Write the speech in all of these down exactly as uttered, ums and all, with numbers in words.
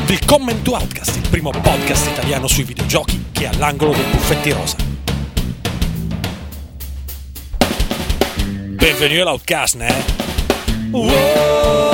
The Comment to Outcast, il primo podcast italiano sui videogiochi che è all'angolo dei buffetti rosa. Benvenuti all'Outcast, né? Wow!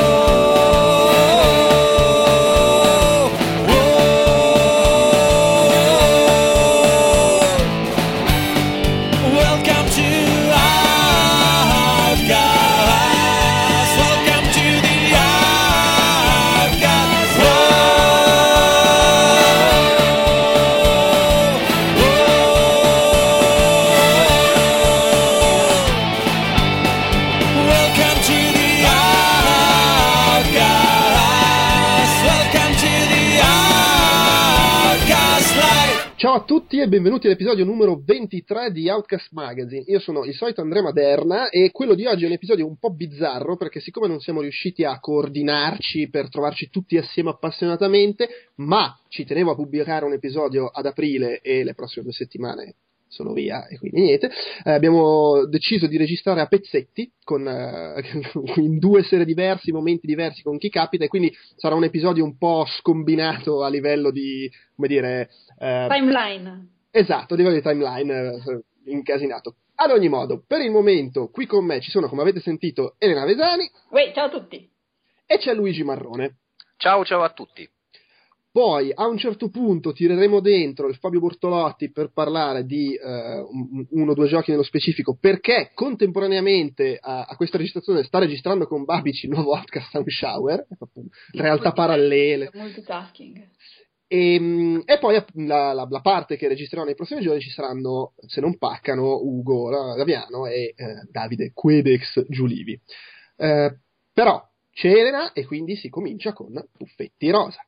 Ciao a tutti e benvenuti all'episodio numero ventitré di Outcast Magazine. Io sono il solito Andrea Maderna e quello di oggi è un episodio un po' bizzarro perché siccome non siamo riusciti a coordinarci per trovarci tutti assieme appassionatamente, ma ci tenevo a pubblicare un episodio ad aprile e le prossime due settimane sono via e quindi niente, eh, abbiamo deciso di registrare a pezzetti con, eh, in due serie diverse, momenti diversi con chi capita, e quindi sarà un episodio un po' scombinato a livello di, come dire, eh, timeline. Esatto, a livello di timeline eh, incasinato. Ad ogni modo, per il momento qui con me ci sono, come avete sentito, Elena Vesani. Uè, ciao a tutti. E c'è Luigi Marrone. Ciao ciao a tutti. Poi a un certo punto tireremo dentro il Fabio Bortolotti per parlare di uh, uno o due giochi nello specifico, perché contemporaneamente a, a questa registrazione sta registrando con Babic il nuovo Outcast Sound Shower, realtà parallele. Multitasking. E, e poi la, la, la parte che registrerò nei prossimi giorni ci saranno, se non paccano, Ugo Laviano e eh, Davide Quedex Giulivi. Eh, però c'è Elena e quindi si comincia con Buffetti Rosa.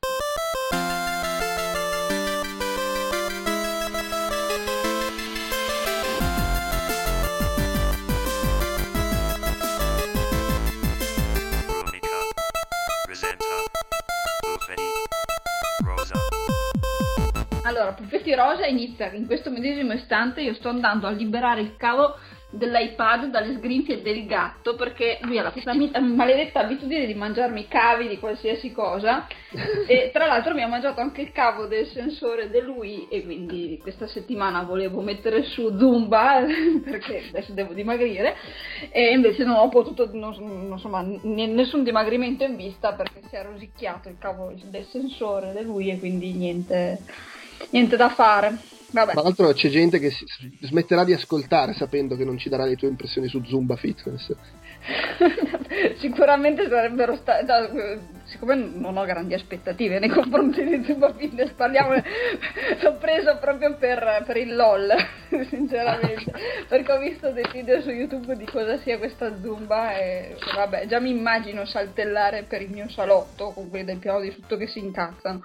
Allora, Buffetti Rosa inizia in questo medesimo istante. Io sto andando a liberare il cavo dell'iPad dalle sgrinfie del gatto, perché lui ha la questa maledetta abitudine di mangiarmi i cavi di qualsiasi cosa e tra l'altro mi ha mangiato anche il cavo del sensore di lui, e quindi questa settimana volevo mettere su Zumba perché adesso devo dimagrire e invece non ho potuto, non, non, insomma, n- nessun dimagrimento in vista perché si è rosicchiato il cavo del sensore di lui e quindi niente niente da fare. Vabbè. Tra l'altro c'è gente che si, smetterà di ascoltare sapendo che non ci darà le tue impressioni su Zumba Fitness. Sicuramente sarebbero state, siccome non ho grandi aspettative nei confronti di Zumba Fitness, parliamo, l'ho preso proprio per, per il LOL, sinceramente, perché ho visto dei video su YouTube di cosa sia questa Zumba e vabbè, già mi immagino saltellare per il mio salotto con quelli del piano di sotto che si incazzano.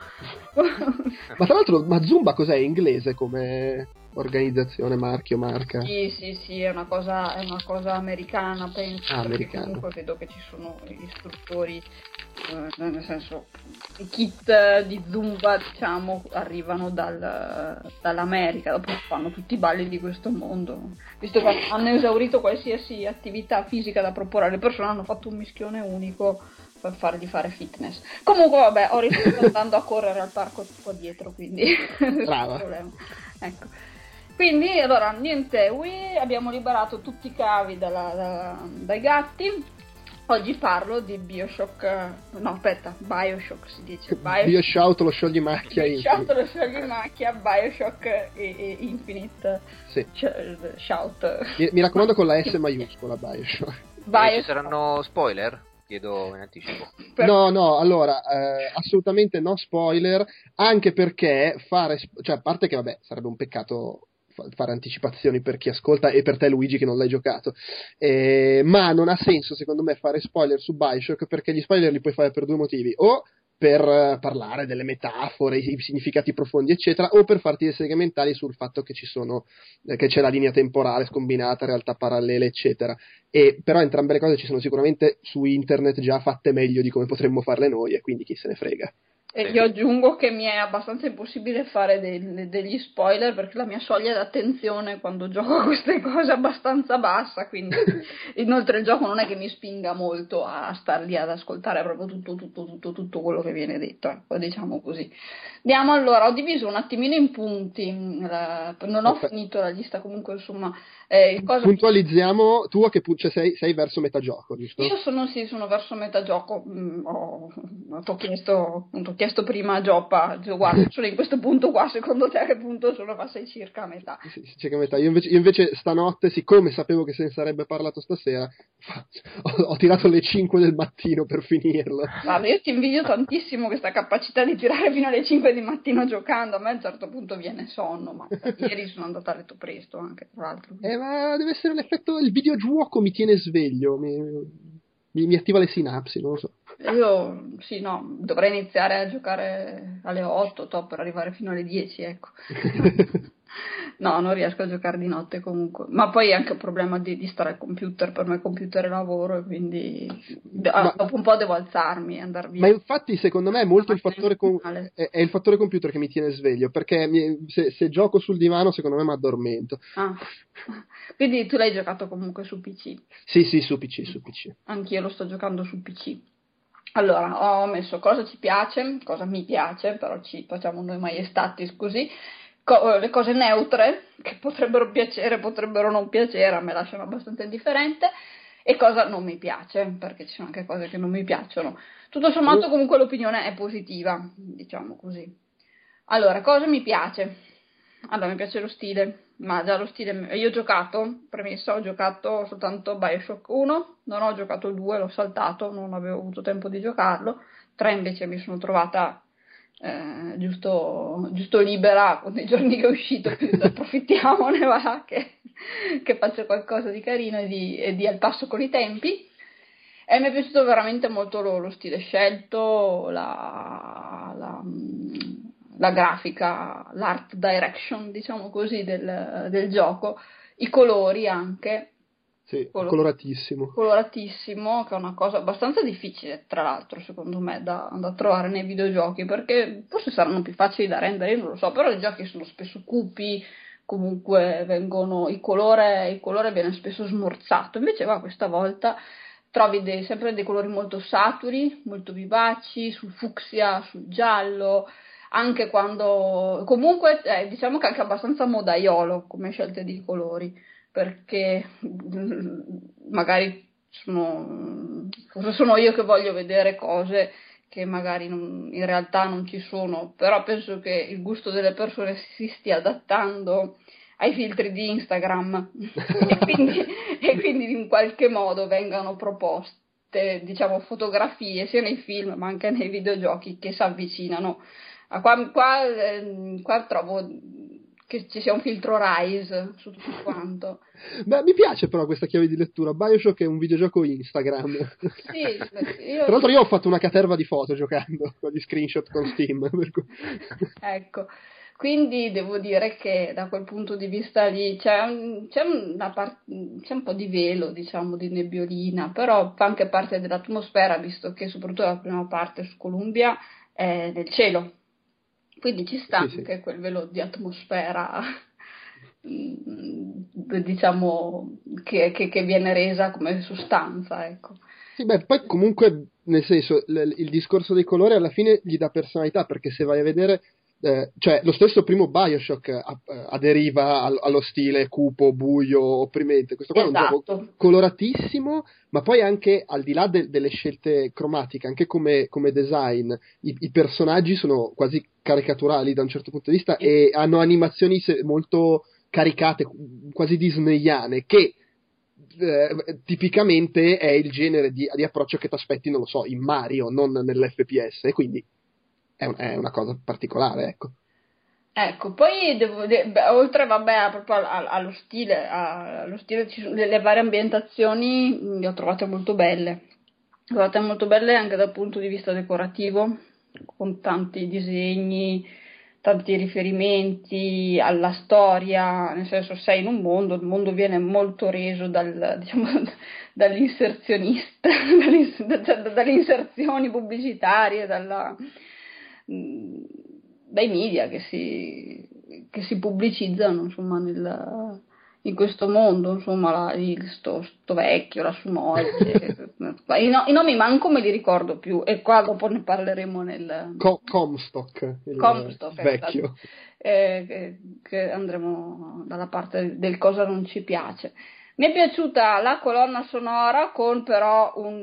Ma tra l'altro, ma Zumba cos'è? Inglese come organizzazione, marchio, marca? Sì, sì, sì, è una cosa, è una cosa americana, penso. Ah, americana. Comunque vedo che ci sono gli istruttori, eh, nel senso, i kit di Zumba, diciamo, arrivano dal, dall'America, dopo fanno tutti i balli di questo mondo. Visto che hanno esaurito qualsiasi attività fisica da proporre alle persone, hanno fatto un mischione unico per fargli fare fitness. Comunque vabbè, ho risolto andando a correre al parco qua dietro, quindi brava. problema. Ecco. Quindi allora niente, Wii, abbiamo liberato tutti i cavi dalla, da, dai gatti. Oggi parlo di Bioshock, no aspetta, Bioshock si dice. Bioshock, Bioshock lo scioglimacchia. Bioshock lo scioglimacchia, Bioshock e, e Infinite. Sì. Ch- shout. Mi, mi raccomando con la S maiuscola, Bioshock. Bioshock. E ci saranno spoiler? Chiedo in anticipo. Per... No, no, allora, eh, assolutamente no spoiler, anche perché fare, cioè a parte che vabbè, sarebbe un peccato fare anticipazioni per chi ascolta e per te Luigi che non l'hai giocato, eh, ma non ha senso secondo me fare spoiler su Bioshock, perché gli spoiler li puoi fare per due motivi: o per uh, parlare delle metafore, i, i significati profondi eccetera, o per farti dei segmentali sul fatto che ci sono eh, che c'è la linea temporale scombinata, realtà parallele eccetera, e però entrambe le cose ci sono sicuramente su internet già fatte meglio di come potremmo farle noi, e quindi chi se ne frega. E io aggiungo che mi è abbastanza impossibile fare dei, degli spoiler perché la mia soglia d'attenzione quando gioco a queste cose è abbastanza bassa, quindi inoltre il gioco non è che mi spinga molto a star lì ad ascoltare proprio tutto, tutto, tutto, tutto quello che viene detto, ecco, diciamo così. Andiamo allora, ho diviso un attimino in punti, la, non ho Okay. finito la lista comunque, insomma, eh, cosa... Puntualizziamo, tu a che punto, cioè sei, sei verso metà gioco, giusto? Io sono, sì, sono verso metà gioco, mm, ho, ti ho chiesto, t'ho chiesto prima a Gioppa, dico, guarda, sono in questo punto qua, secondo te a che punto sono? Ma sei circa a metà. Sì, sì, circa metà. Io invece, io invece stanotte, siccome sapevo che se ne sarebbe parlato stasera, ho, ho tirato le cinque del mattino per finirlo. Guarda, io ti invidio tantissimo questa capacità di tirare fino alle cinque di mattino giocando, a me a un certo punto viene sonno, ma ieri sono andata a letto presto anche, tra l'altro. Eh, ma deve essere l'effetto del videogioco, mi tiene sveglio, mi, mi, mi attiva le sinapsi, non lo so. Io, sì, no, dovrei iniziare a giocare alle otto, top, per arrivare fino alle dieci, ecco. No, non riesco a giocare di notte comunque, ma poi è anche un problema di, di stare al computer, per me il computer è lavoro e quindi Ma- dopo un po' devo alzarmi e andare via. Ma infatti secondo me è molto il Ma fattore com- male. è, è il fattore computer che mi tiene sveglio, perché mi- se, se gioco sul divano secondo me mi addormento. Ah. Quindi tu l'hai giocato comunque su P C? Sì, sì, su P C, su P C. Anch'io lo sto giocando su P C. Allora, ho messo cosa ci piace, cosa mi piace, però ci facciamo noi maiestatis così, co- le cose neutre, che potrebbero piacere, potrebbero non piacere, a me lasciano abbastanza indifferente, e cosa non mi piace, perché ci sono anche cose che non mi piacciono. Tutto sommato comunque l'opinione è positiva, diciamo così. Allora, cosa mi piace? Allora, mi piace lo stile, ma già lo stile, io ho giocato, premessa, ho giocato soltanto Bioshock uno, non ho giocato il due, l'ho saltato, non avevo avuto tempo di giocarlo, tre invece mi sono trovata eh, giusto, giusto libera con i giorni che è uscito, quindi approfittiamone, va, che, che faccio qualcosa di carino e di, e di al passo con i tempi. E mi è piaciuto veramente molto lo, lo stile scelto, la, la, la grafica, l'art direction, diciamo così, del, del gioco, i colori anche. Sì, Color- coloratissimo. Coloratissimo, che è una cosa abbastanza difficile, tra l'altro, secondo me, da, da trovare nei videogiochi, perché forse saranno più facili da rendere, io non lo so, però i giochi sono spesso cupi, comunque vengono, il colore, il colore viene spesso smorzato, invece va, questa volta trovi dei, sempre dei colori molto saturi, molto vivaci, sul fucsia, sul giallo, anche quando, comunque eh, diciamo che è anche abbastanza modaiolo come scelte di colori, perché magari sono, forse sono io che voglio vedere cose che magari non, in realtà non ci sono, però penso che il gusto delle persone si stia adattando ai filtri di Instagram e, quindi, e quindi in qualche modo vengano proposte, diciamo, fotografie sia nei film ma anche nei videogiochi che si avvicinano a qua, qua, eh, qua trovo che ci sia un filtro Rise su tutto quanto. Beh, mi piace però questa chiave di lettura. Bioshock è un videogioco Instagram. Sì, io... Tra l'altro io ho fatto una caterva di foto giocando con gli screenshot con Steam. Per cui... Ecco, quindi devo dire che da quel punto di vista lì c'è un, c'è una part- c'è un po' di velo, diciamo, di nebbiolina, però fa anche parte dell'atmosfera, visto che soprattutto la prima parte su Columbia è nel cielo. Quindi ci sta Sì, anche sì. quel velo di atmosfera, diciamo, che, che, che viene resa come sostanza, ecco. Sì, beh, poi comunque, nel senso, l- il discorso dei colori alla fine gli dà personalità, perché se vai a vedere, eh, cioè, lo stesso primo Bioshock a- aderiva al- allo stile cupo, buio, opprimente. Questo qua è un Esatto. gioco coloratissimo, ma poi anche, al di là de- delle scelte cromatiche, anche come, come design, i-, i personaggi sono quasi caricaturali da un certo punto di vista e hanno animazioni se- molto caricate, quasi disneyane, che eh, tipicamente è il genere di, di approccio che ti aspetti, non lo so, in Mario, non nell'F P S, e quindi è, un- è una cosa particolare, ecco. Ecco, poi devo, de- beh, oltre vabbè, proprio al- al- allo stile, a- allo stile ci sono delle varie ambientazioni, mh, le ho trovate molto belle, le ho trovate molto belle anche dal punto di vista decorativo, con tanti disegni, tanti riferimenti alla storia, nel senso sei in un mondo, il mondo viene molto reso dal, diciamo, dall'inserzionista, dall'ins- da- dalle inserzioni pubblicitarie, dalla, mh, dai media che si, che si pubblicizzano, insomma, nel, in questo mondo, insomma, la, il, sto, sto vecchio, la sua moglie, I, no, i nomi manco me li ricordo più, e qua dopo ne parleremo nel... Co- Comstock, il Comstock, vecchio. Esatto. Eh, che, che andremo dalla parte del cosa non ci piace. Mi è piaciuta la colonna sonora, con però un,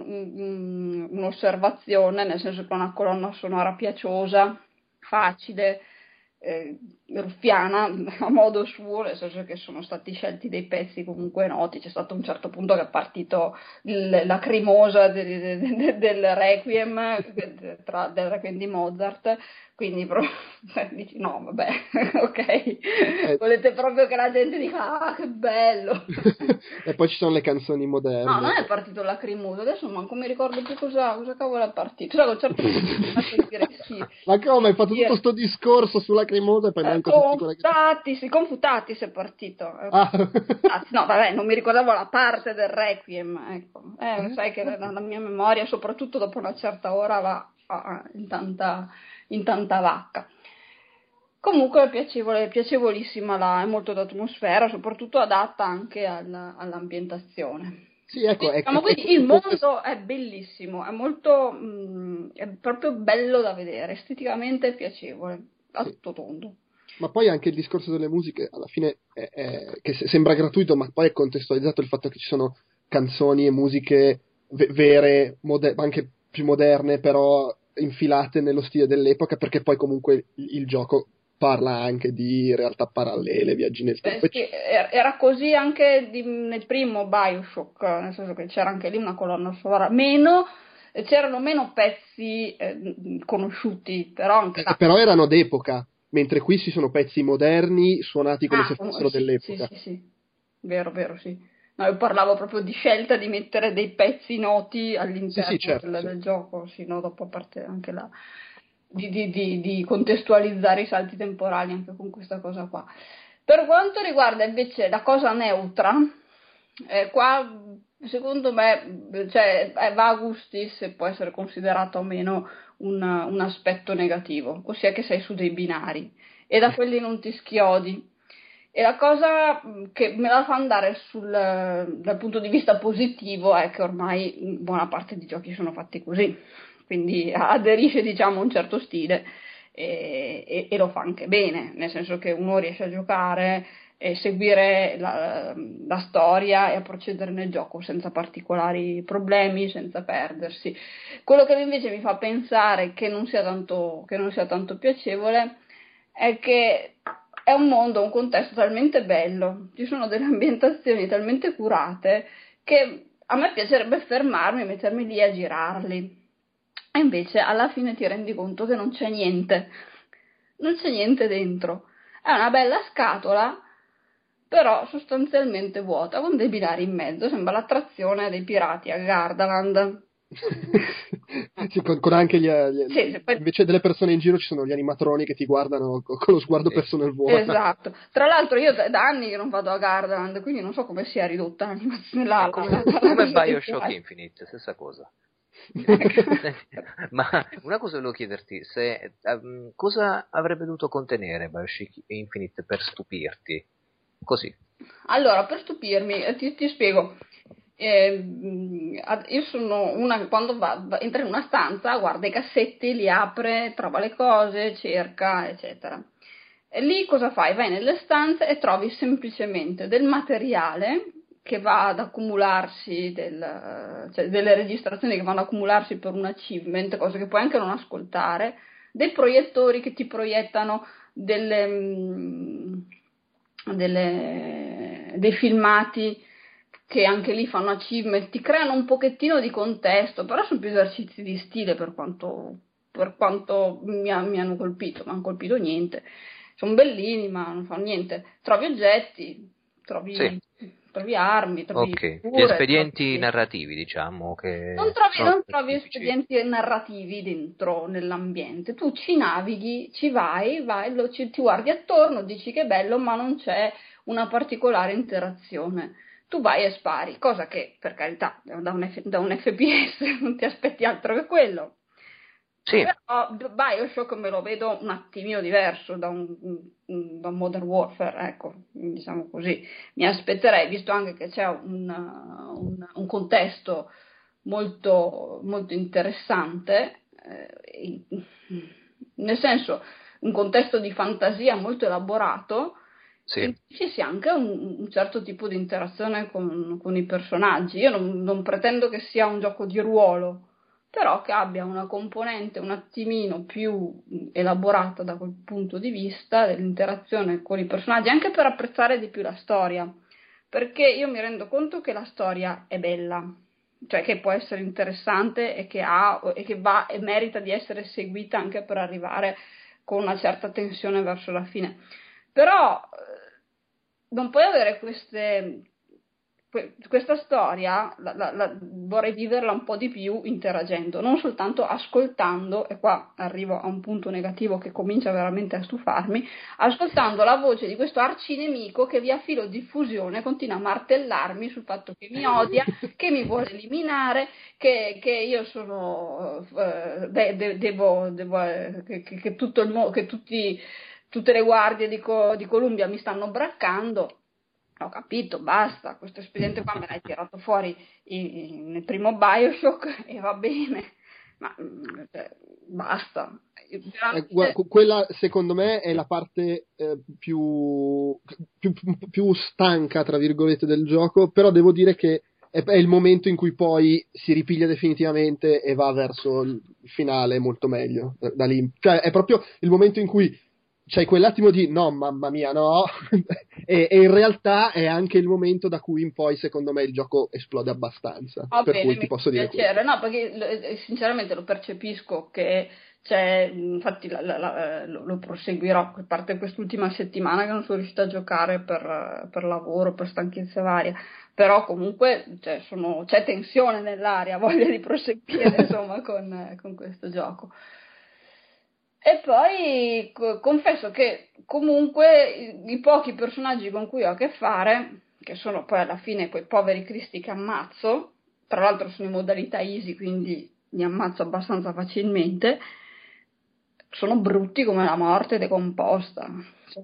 un, un'osservazione, nel senso che è una colonna sonora piaciosa, facile, eh, ruffiana a modo suo, nel senso che sono stati scelti dei pezzi comunque noti. C'è stato un certo punto che è partito il, la crimosa del, del, del Requiem, tra, del Requiem di Mozart, quindi proprio, dici no vabbè, ok, eh. volete proprio che la gente dica ah che bello. E poi ci sono le canzoni moderne. No, non è partito lacrimoso, adesso manco mi ricordo più cosa, cosa cavolo è partito. Cioè, a un certo punto mi fatto dire sì. Ma come hai fatto Io... tutto sto discorso sulla cremosa e poi eh, manco confutatis, che... confutatis è partito. Ah. No, vabbè, non mi ricordavo la parte del Requiem, ecco. Eh, sai che la, la mia memoria, soprattutto dopo una certa ora, va ah, in tanta in tanta vacca. Comunque è piacevole, piacevolissima, la, è molto d'atmosfera, soprattutto adatta anche alla, all'ambientazione. Sì, ecco, diciamo, ecco, quindi ecco, il ecco, mondo è bellissimo, è molto mh, è proprio bello da vedere, esteticamente è piacevole, a sì. tutto tondo. Ma poi anche il discorso delle musiche, alla fine, è, è, che sembra gratuito, ma poi è contestualizzato il fatto che ci sono canzoni e musiche v- vere, moder- anche più moderne, però infilate nello stile dell'epoca, perché poi comunque il, il gioco parla anche di realtà parallele, viaggi nel tempo. Eh, sì, era così anche di, nel primo Bioshock, nel senso che c'era anche lì una colonna sonora, meno, c'erano meno pezzi eh, conosciuti, però anche là. Eh, però erano d'epoca, mentre qui ci sono pezzi moderni suonati come ah, se fossero sì, dell'epoca. Sì, sì, sì, vero, vero, sì. No, io parlavo proprio di scelta di mettere dei pezzi noti all'interno sì, sì, certo, del, sì. del gioco, sì, no, dopo a parte anche la di, di, di, di contestualizzare i salti temporali anche con questa cosa qua. Per quanto riguarda invece la cosa neutra, eh, qua secondo me cioè, va a gusti se può essere considerato o meno un, un aspetto negativo, ossia che sei su dei binari e da quelli non ti schiodi. E la cosa che me la fa andare sul, dal punto di vista positivo è che ormai buona parte dei giochi sono fatti così, quindi aderisce, diciamo, a un certo stile e, e, e lo fa anche bene, nel senso che uno riesce a giocare e seguire la, la storia e a procedere nel gioco senza particolari problemi, senza perdersi. Quello che invece mi fa pensare che non sia tanto, che non sia tanto piacevole è che è un mondo, un contesto talmente bello, ci sono delle ambientazioni talmente curate che a me piacerebbe fermarmi e mettermi lì a girarli. E invece alla fine ti rendi conto che non c'è niente, non c'è niente dentro. È una bella scatola, però sostanzialmente vuota, con dei binari in mezzo, sembra l'attrazione dei pirati a Gardaland. Sì, con, con anche gli, gli sì, poi... invece delle persone in giro ci sono gli animatroni che ti guardano con, con lo sguardo sì. perso nel vuoto. Esatto. Tra l'altro io da, da anni che non vado a Gardaland, quindi non so come sia ridotta l'animazione là. Come, la, la, come la, Bioshock Infinite, stessa cosa. Ma una cosa volevo chiederti, se um, cosa avrebbe dovuto contenere Bioshock Infinite per stupirti? Così. Allora, per stupirmi, ti, ti spiego. Eh, io sono una che quando va, va, entra in una stanza, guarda i cassetti, li apre, trova le cose, cerca, eccetera. E lì cosa fai? Vai nelle stanze e trovi semplicemente del materiale che va ad accumularsi, del, cioè delle registrazioni che vanno ad accumularsi per un achievement, cose che puoi anche non ascoltare, dei proiettori che ti proiettano delle, delle, dei filmati che anche lì fanno achievement, ti creano un pochettino di contesto, però sono più esercizi di stile per quanto, per quanto mi, ha, mi hanno colpito, non hanno colpito niente, sono bellini ma non fanno niente, trovi oggetti, trovi, sì. trovi armi, trovi okay. pure, Gli espedienti trovi... narrativi, diciamo che non trovi, non trovi tipici. espedienti narrativi dentro nell'ambiente, tu ci navighi, ci vai, vai lo, ci, ti guardi attorno, dici che bello, ma non c'è una particolare interazione. Tu vai e spari, cosa che per carità da un, F- da un F P S non ti aspetti altro che quello. Sì. Però Bioshock me lo vedo un attimino diverso da un, un, da Modern Warfare, ecco, diciamo così. Mi aspetterei, visto anche che c'è un, un, un contesto molto, molto interessante, eh, nel senso, un contesto di fantasia molto elaborato, Sì. in cui ci sia anche un, un certo tipo di interazione con, con i personaggi. Io non, non pretendo che sia un gioco di ruolo, però che abbia una componente un attimino più elaborata da quel punto di vista dell'interazione con i personaggi, anche per apprezzare di più la storia, perché io mi rendo conto che la storia è bella, cioè che può essere interessante e che ha e che va e merita di essere seguita anche per arrivare con una certa tensione verso la fine, però non puoi avere queste questa storia la, la, la, vorrei viverla un po' di più interagendo, non soltanto ascoltando, e qua arrivo a un punto negativo che comincia veramente a stufarmi, ascoltando la voce di questo arcinemico che via filo diffusione continua a martellarmi sul fatto che mi odia, che mi vuole eliminare, che, che io sono eh, de, de, devo, devo eh, che, che, tutto il mo- che tutti, tutte le guardie di, Co- di Columbia mi stanno braccando. Ho capito, basta, questo espediente qua me l'hai tirato fuori in, in, nel primo Bioshock e va bene, ma cioè, basta. Eh, guarda, quella secondo me è la parte eh, più, più, più stanca, tra virgolette, del gioco, però devo dire che è, è il momento in cui poi si ripiglia definitivamente e va verso il finale molto meglio, da, da lì. Cioè è proprio il momento in cui c'hai quell'attimo di no, mamma mia, no, e, e in realtà è anche il momento da cui in poi, secondo me, il gioco esplode abbastanza. Va per bene, cui mi ti posso dire piacere, questo. no, perché sinceramente lo percepisco che c'è, infatti la, la, la, lo, lo proseguirò, a parte quest'ultima settimana che non sono riuscita a giocare per, per lavoro, per stanchezza varia, però comunque cioè, sono, c'è tensione nell'aria, voglia di proseguire insomma con, con questo gioco. E poi co- confesso che comunque i, i pochi personaggi con cui ho a che fare, che sono poi alla fine quei poveri cristi che ammazzo, tra l'altro sono in modalità easy, quindi li ammazzo abbastanza facilmente, sono brutti come la morte decomposta. Cioè,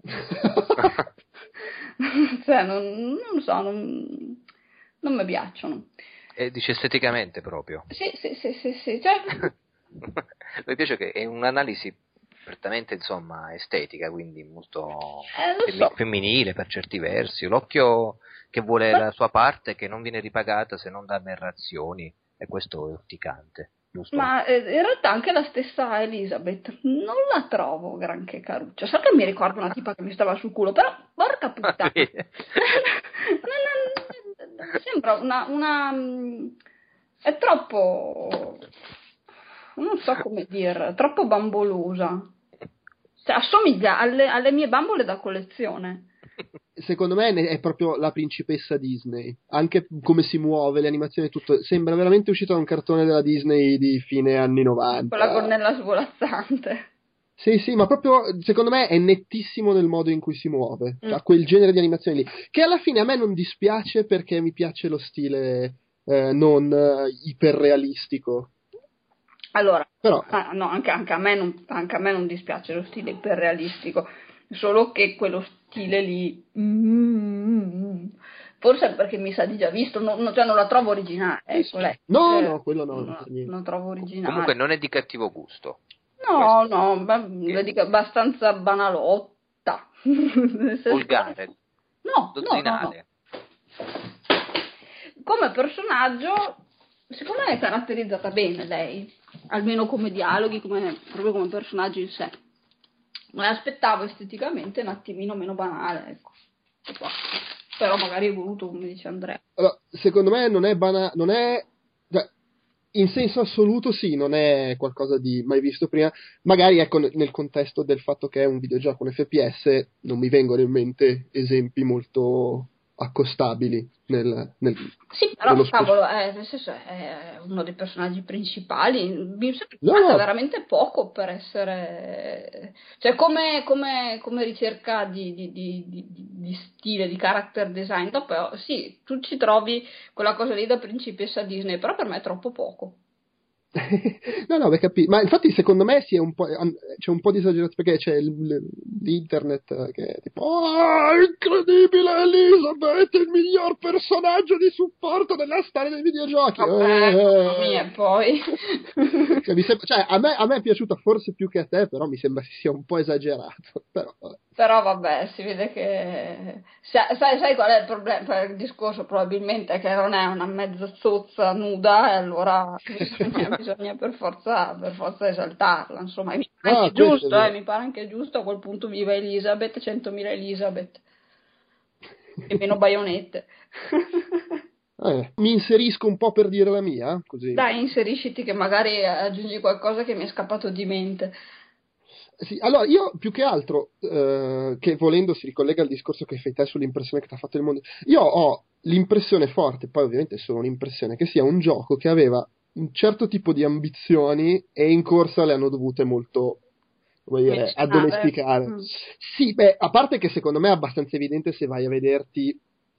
cioè non, non so, non, non mi piacciono. E dice esteticamente proprio. Sì, sì, sì, sì, sì. Cioè, mi piace che è un'analisi prettamente insomma estetica, quindi molto eh, femmi- so. femminile per certi versi, l'occhio che vuole Ma... la sua parte, che non viene ripagata se non da narrazioni, e questo è urticante, giusto? Ma eh, in realtà anche la stessa Elizabeth non la trovo granché caruccia. So che mi ricordo una tipa che mi stava sul culo, però porca puttana. non, non, non, sembra una, una... è troppo... non so come dire, troppo bambolosa. Cioè, assomiglia alle, alle mie bambole da collezione. Secondo me è proprio la principessa Disney, anche come si muove, le animazioni, tutto sembra veramente uscito da un cartone della Disney di fine anni novanta. Con la gonnella svolazzante. Sì, sì, ma proprio secondo me è nettissimo nel modo in cui si muove, Mm. ha quel genere di animazioni lì, che alla fine a me non dispiace perché mi piace lo stile eh, non eh, iperrealistico. Allora, Però ah, no, anche, anche, a me non, anche a me non dispiace lo stile iperrealistico, solo che quello stile lì, mm, forse è perché mi sa di già visto, no, no, cioè non la trovo originale, ecco, lei. no, Eh, no, quello no, non, non la- fa niente. non trovo originale. Comunque non è di cattivo gusto. No, questo. no, ma, la dico abbastanza banalotta. Nel senso- Volgare, No, no, no, no. dottrinale. Come personaggio, secondo me è caratterizzata bene lei, almeno come dialoghi, come, proprio come personaggio in sé. Me l'aspettavo esteticamente un attimino meno banale, ecco. Però magari è voluto, come dice Andrea. Allora, secondo me non è banale, non è cioè, in senso assoluto sì, non è qualcosa di mai visto prima, magari ecco nel, nel contesto del fatto che è un videogioco, un F P S, non mi vengono in mente esempi molto accostabili nel, nel Sì, però nello spec- cavolo, eh, nel senso è uno dei personaggi principali, mi sembra che No, manca no. veramente poco per essere, cioè come, come, come ricerca di, di, di, di, di stile, di character design, dopo sì, tu ci trovi quella cosa lì da principessa Disney, però per me è troppo poco. no, no, beh, capi- ma infatti secondo me si è un po', c'è un po' di esagerazione perché c'è il, l'internet che è tipo oh, incredibile, Elizabeth, il miglior personaggio di supporto della storia dei videogiochi. Vabbè, eh. mamma mia, poi cioè, mi sembra, cioè a, me, a me è piaciuta forse più che a te, però mi sembra sia un po' esagerato, però vabbè. Però vabbè, si vede che sai, sai qual è il problema? Il discorso probabilmente è che non è una mezza zozza nuda e allora bisogna, bisogna per forza per forza esaltarla, insomma, mi pare No, anche questo è giusto, vero. eh, mi pare anche giusto. A quel punto viva Elizabeth, centomila Elizabeth e meno baionette. Eh, mi inserisco un po' per dire la mia, così. Dai, inserisciti che magari aggiungi qualcosa che mi è scappato di mente. Sì, allora io più che altro, eh, che volendo si ricollega al discorso che fai te sull'impressione che ti ha fatto il mondo, io ho l'impressione forte, poi ovviamente è solo un'impressione, che sia un gioco che aveva un certo tipo di ambizioni e in corsa le hanno dovute molto, come dire, addomesticare. Mm. Sì, beh, a parte che secondo me è abbastanza evidente se vai a vederti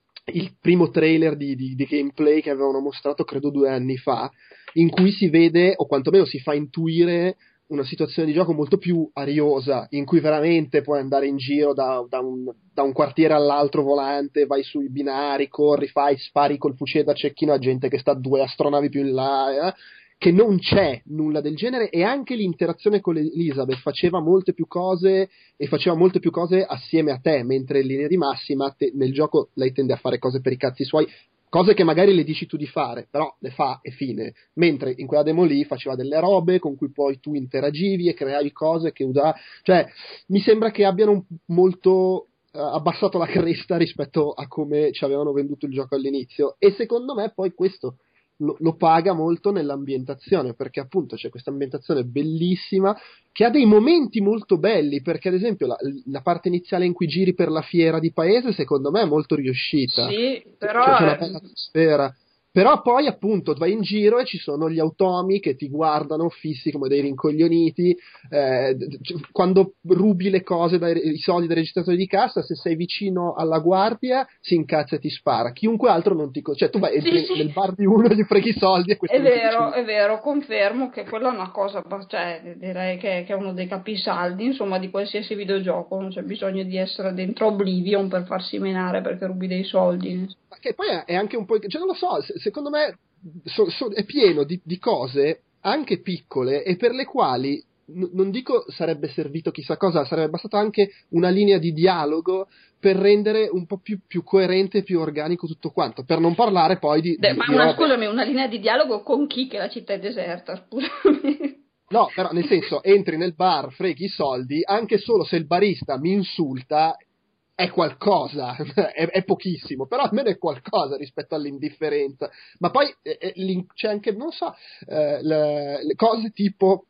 il primo trailer di, di, di gameplay che avevano mostrato credo due anni fa, in cui si vede, o quantomeno si fa intuire, una situazione di gioco molto più ariosa, in cui veramente puoi andare in giro da, da, un, da un quartiere all'altro volante, vai sui binari, corri, fai, spari col fucile da cecchino a gente che sta due astronavi più in là, eh, che non c'è nulla del genere, e anche l'interazione con Elizabeth faceva molte più cose e faceva molte più cose assieme a te, mentre in linea di massima te, nel gioco lei tende a fare cose per i cazzi suoi, cose che magari le dici tu di fare, però le fa e fine, mentre in quella demo lì faceva delle robe con cui poi tu interagivi e creavi cose che usa, cioè mi sembra che abbiano molto uh, abbassato la cresta rispetto a come ci avevano venduto il gioco all'inizio, e secondo me poi questo lo, lo paga molto nell'ambientazione, perché appunto c'è questa ambientazione bellissima che ha dei momenti molto belli, perché ad esempio la, la parte iniziale in cui giri per la fiera di paese secondo me è molto riuscita, sì, però c'è, c'è una bella atmosfera, però poi appunto vai in giro e ci sono gli automi che ti guardano fissi come dei rincoglioniti, eh, quando rubi le cose dai i soldi dai registratori di cassa, se sei vicino alla guardia si incazza e ti spara, chiunque altro non ti, cioè tu vai sì, entri sì. nel bar di uno, gli freghi i soldi e questo è vero, è vero, confermo che quella è una cosa, cioè direi che, che è uno dei capisaldi insomma di qualsiasi videogioco, non c'è bisogno di essere dentro Oblivion per farsi menare perché rubi dei soldi. Ma che poi è anche un po', cioè non lo so, secondo me so, so, è pieno di, di cose anche piccole e per le quali n- non dico sarebbe servito chissà cosa, sarebbe bastata anche una linea di dialogo per rendere un po' più, più coerente e più organico tutto quanto, per non parlare poi di... De, di ma di una, robe... scusami, una linea di dialogo con chi, che la città è deserta, scusami. No, però nel senso, entri nel bar, freghi i soldi, anche solo se il barista mi insulta è qualcosa, è, è pochissimo, però almeno è qualcosa rispetto all'indifferenza. Ma poi eh, c'è anche, non so, eh, le, le cose tipo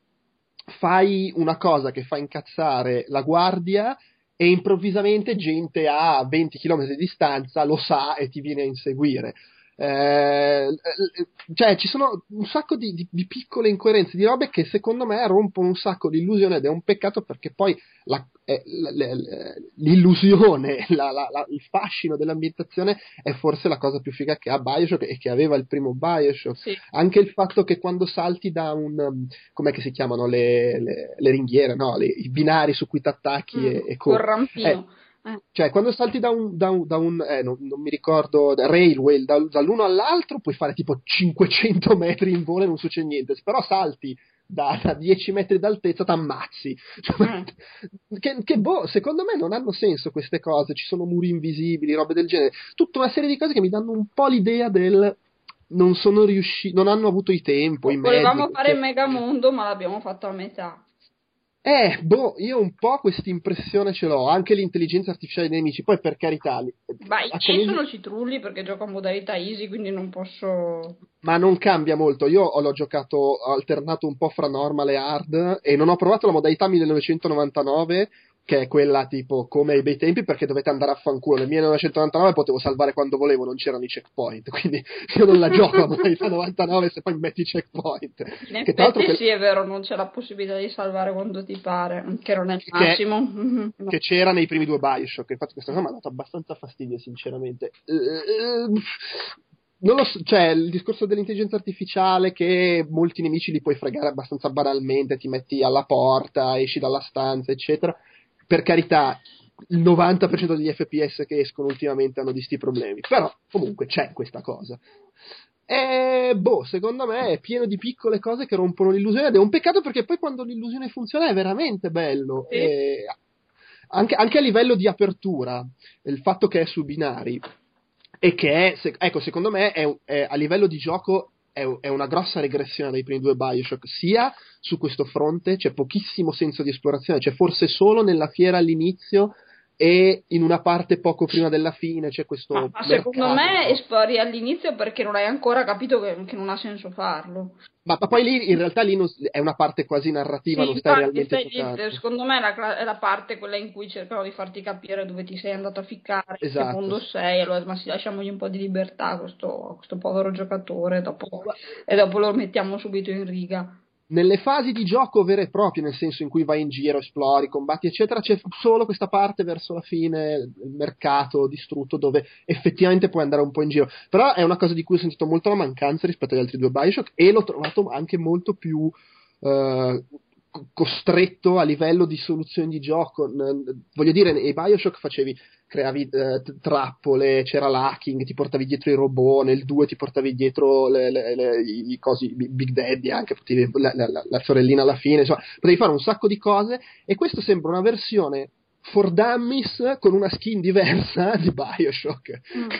fai una cosa che fa incazzare la guardia e improvvisamente gente a venti chilometri di distanza lo sa e ti viene a inseguire. Eh, cioè ci sono un sacco di, di, di piccole incoerenze, di robe che secondo me rompono un sacco di illusione, ed è un peccato perché poi la, eh, la, la, l'illusione, la, la, la, il fascino dell'ambientazione è forse la cosa più figa che ha BioShock e che aveva il primo BioShock. Sì. Anche il fatto che quando salti da un, com'è che si chiamano le, le, le ringhiere, no? Le, i binari su cui ti attacchi mm, e, e col rampino. Eh, Cioè, quando salti da un, da un, da un eh, non, non mi ricordo, da railway, da, dall'uno all'altro, puoi fare tipo cinquecento metri in volo e non succede niente. Però salti da, da dieci metri d'altezza, t'ammazzi. Mm. che, che boh, secondo me non hanno senso queste cose. Ci sono muri invisibili, robe del genere. Tutta una serie di cose che mi danno un po' l'idea del... non sono riusciti, non hanno avuto i tempo, i mezzi. Volevamo fare perché... il Megamondo, ma l'abbiamo fatto a metà. Eh, boh, io un po' questa impressione ce l'ho, anche l'intelligenza artificiale dei nemici, poi per carità... Ma i miei sono citrulli perché gioco a modalità easy, quindi non posso... Ma non cambia molto, io l'ho giocato, ho alternato un po' fra normal e hard, e non ho provato la modalità millenovecentonovantanove, che è quella tipo come ai bei tempi, perché dovete andare a fanculo. Nel millenovecentonovantanove potevo salvare quando volevo, non c'erano i checkpoint, quindi io non la gioco a modalità novantanove se poi metti i checkpoint. In che effetti che... sì, è vero, non c'è la possibilità di salvare quando ti pare, che non è il massimo. Che, mm-hmm. che c'era nei primi due BioShock, infatti questa cosa mi ha dato abbastanza fastidio sinceramente. Uh, non lo so, cioè il discorso dell'intelligenza artificiale, che molti nemici li puoi fregare abbastanza banalmente, ti metti alla porta, esci dalla stanza, eccetera. Per carità, il novanta per cento degli F P S che escono ultimamente hanno di sti problemi, però comunque c'è questa cosa. E boh, secondo me è pieno di piccole cose che rompono l'illusione, ed è un peccato, perché poi quando l'illusione funziona è veramente bello. Sì. E anche, anche a livello di apertura, il fatto che è su binari e che è, se, ecco, secondo me è, è, a livello di gioco è, è una grossa regressione dai primi due BioShock, sia su questo fronte c'è pochissimo senso di esplorazione, c'è forse solo nella fiera all'inizio e in una parte poco prima della fine c'è questo ma, ma secondo mercato, me no? esplori all'inizio perché non hai ancora capito che, che non ha senso farlo. Ma, ma poi lì in realtà lì non, è una parte quasi narrativa, Sì, non stai infatti, realmente stai- giocando. secondo me è la, è la parte quella in cui cercano di farti capire dove ti sei andato a ficcare, in Esatto. che mondo sei, allora ma sì, lasciamogli un po' di libertà a questo, a questo povero giocatore dopo, e dopo lo mettiamo subito in riga. Nelle fasi di gioco vere e proprie, nel senso in cui vai in giro, esplori, combatti, eccetera, c'è solo questa parte verso la fine, il mercato distrutto, dove effettivamente puoi andare un po' in giro. Però è una cosa di cui ho sentito molto la mancanza rispetto agli altri due BioShock, e l'ho trovato anche molto più eh, costretto a livello di soluzioni di gioco. N- voglio dire, nei BioShock facevi, creavi eh, t- trappole, c'era l'hacking, ti portavi dietro i robot, nel due ti portavi dietro le, le, le, i, i cosi, i Big Daddy, anche potevi, la, la, la sorellina alla fine, insomma, potevi fare un sacco di cose, e questo sembra una versione for dummies con una skin diversa di BioShock,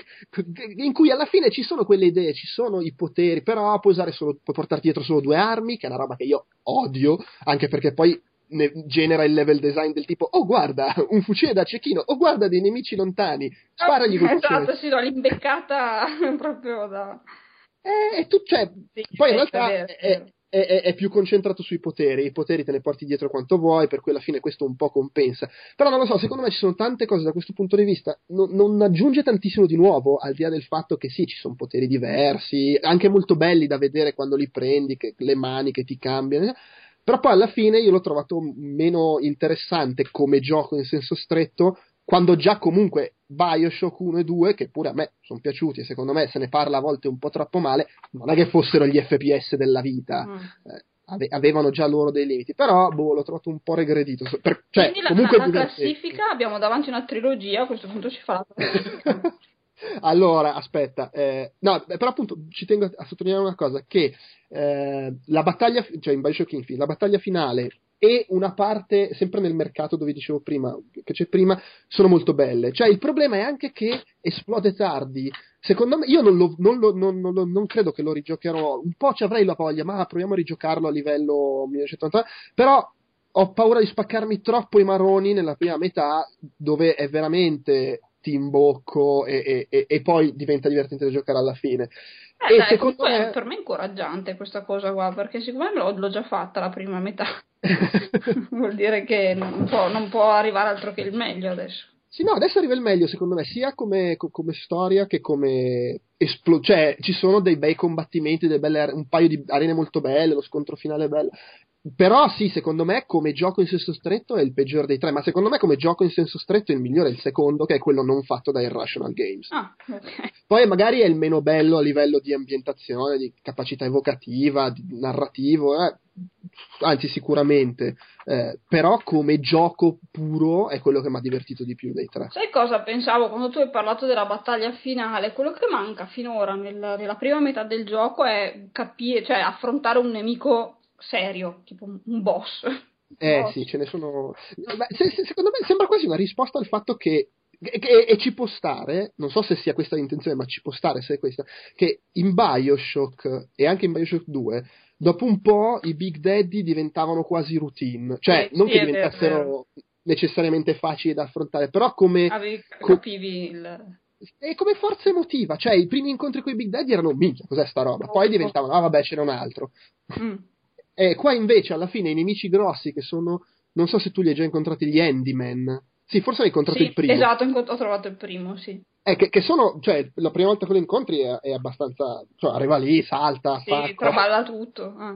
mm. in cui alla fine ci sono quelle idee, ci sono i poteri, però puoi usare solo, puoi portarti dietro solo due armi, che è una roba che io odio, anche perché poi ne genera il level design del tipo: oh guarda, un fucile da cecchino, oh guarda dei nemici lontani, sparagli col fucile. Esatto, sì, no, l'imbeccata proprio da... E, e tu, cioè, sì, poi in è realtà vero, è, è vero. È, è, è più concentrato sui poteri, i poteri te ne porti dietro quanto vuoi, per cui alla fine questo un po' compensa. Però non lo so, secondo me ci sono tante cose da questo punto di vista, non, non aggiunge tantissimo di nuovo, al di là del fatto che sì, ci sono poteri diversi, anche molto belli da vedere quando li prendi, che, le mani che ti cambiano, però poi alla fine io l'ho trovato meno interessante come gioco in senso stretto, quando già comunque BioShock uno e due, che pure a me sono piaciuti e secondo me se ne parla a volte un po' troppo male, non è che fossero gli F P S della vita, mm. eh, ave- avevano già loro dei limiti, però boh, l'ho trovato un po' regredito. Per, cioè, Quindi comunque la, la classifica, abbiamo davanti una trilogia, a questo punto ci fa la classifica. Allora, aspetta, eh, no, però appunto ci tengo a sottolineare una cosa, che eh, la battaglia, cioè in BioShock Infinite, la battaglia finale e una parte, sempre nel mercato dove dicevo prima, che c'è prima, sono molto belle. Cioè il problema è anche che esplode tardi. Secondo me, io non, lo, non, lo, non, non, lo, non credo che lo rigiocherò, un po' ci avrei la voglia, ma proviamo a rigiocarlo a livello millenovecentottanta, però ho paura di spaccarmi troppo i marroni nella prima metà, dove è veramente ti imbocco e, e, e poi diventa divertente da giocare alla fine. Eh, e dai, secondo me... per me è incoraggiante questa cosa qua, perché siccome l'ho, l'ho già fatta la prima metà, vuol dire che non può, non può arrivare altro che il meglio adesso. Sì, no, adesso arriva il meglio secondo me, sia come, come storia che come esplo- cioè ci sono dei bei combattimenti, delle belle, un paio di arene molto belle, lo scontro finale è bello. Però sì, secondo me come gioco in senso stretto è il peggiore dei tre, ma secondo me come gioco in senso stretto il migliore è il secondo, che è quello non fatto da Irrational Games. Ah, okay. Poi magari è il meno bello a livello di ambientazione, di capacità evocativa, di narrativo, eh, anzi sicuramente, eh, però come gioco puro è quello che mi ha divertito di più dei tre. Sai cosa pensavo quando tu hai parlato della battaglia finale? Quello che manca finora nel, nella prima metà del gioco è capire, cioè affrontare un nemico serio, tipo un boss. Eh boss. sì, ce ne sono. Beh, se, se, secondo me sembra quasi una risposta al fatto che, che, che e ci può stare, non so se sia questa l'intenzione, ma ci può stare se è questa, che in BioShock e anche in BioShock due, dopo un po' i Big Daddy diventavano quasi routine, cioè sì, non sì, che diventassero vero. necessariamente facili da affrontare, però come Avevi, co- capivi il... E come forza emotiva, cioè i primi incontri con i Big Daddy erano minchia, cos'è sta roba? Poi diventavano, ah vabbè, c'era un altro. Mm. E qua invece alla fine i nemici grossi che sono, non so se tu li hai già incontrati, gli Handyman. Sì, forse hai incontrato sì, il primo. Esatto, ho trovato il primo, sì. Eh, che, che sono, cioè, la prima volta che lo incontri è, è abbastanza, cioè arriva lì, salta, sì, fa... traballa tutto. Ah.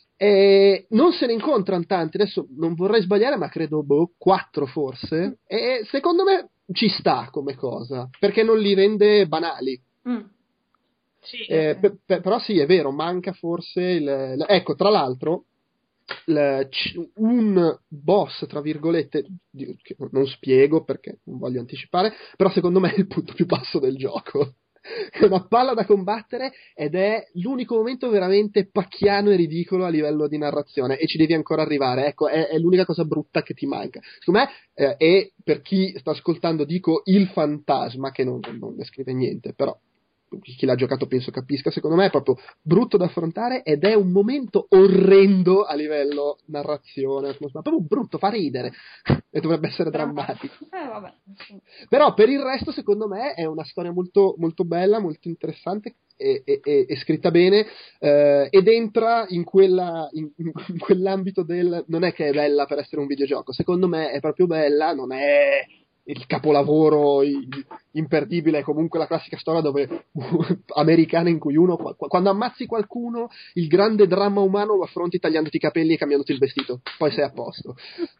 E non se ne incontrano tanti, adesso non vorrei sbagliare, ma credo, boh, quattro forse. E secondo me ci sta come cosa, perché non li rende banali. Mm. Sì, Eh, sì. per- per- però sì, è vero, manca forse il, il- ecco, tra l'altro il- c- un boss, tra virgolette, di- che non spiego perché non voglio anticipare, però secondo me è il punto più basso del gioco. È una palla da combattere ed è l'unico momento veramente pacchiano e ridicolo a livello di narrazione, e ci devi ancora arrivare. Ecco, è, è l'unica cosa brutta che ti manca. Secondo me, eh, e per chi sta ascoltando dico il fantasma, che non, non ne scrive niente, però chi l'ha giocato penso capisca, secondo me è proprio brutto da affrontare ed è un momento orrendo a livello narrazione, ma proprio brutto, fa ridere e dovrebbe essere drammatico. Eh, vabbè. Sì. Però per il resto secondo me è una storia molto, molto bella, molto interessante e, e, e, e scritta bene, eh, ed entra in, quella, in, in quell'ambito del non è che è bella per essere un videogioco, secondo me è proprio bella, non è il capolavoro imperdibile, è comunque la classica storia dove americana in cui uno quando ammazzi qualcuno il grande dramma umano lo affronti tagliandoti i capelli e cambiandoti il vestito, poi sei a posto.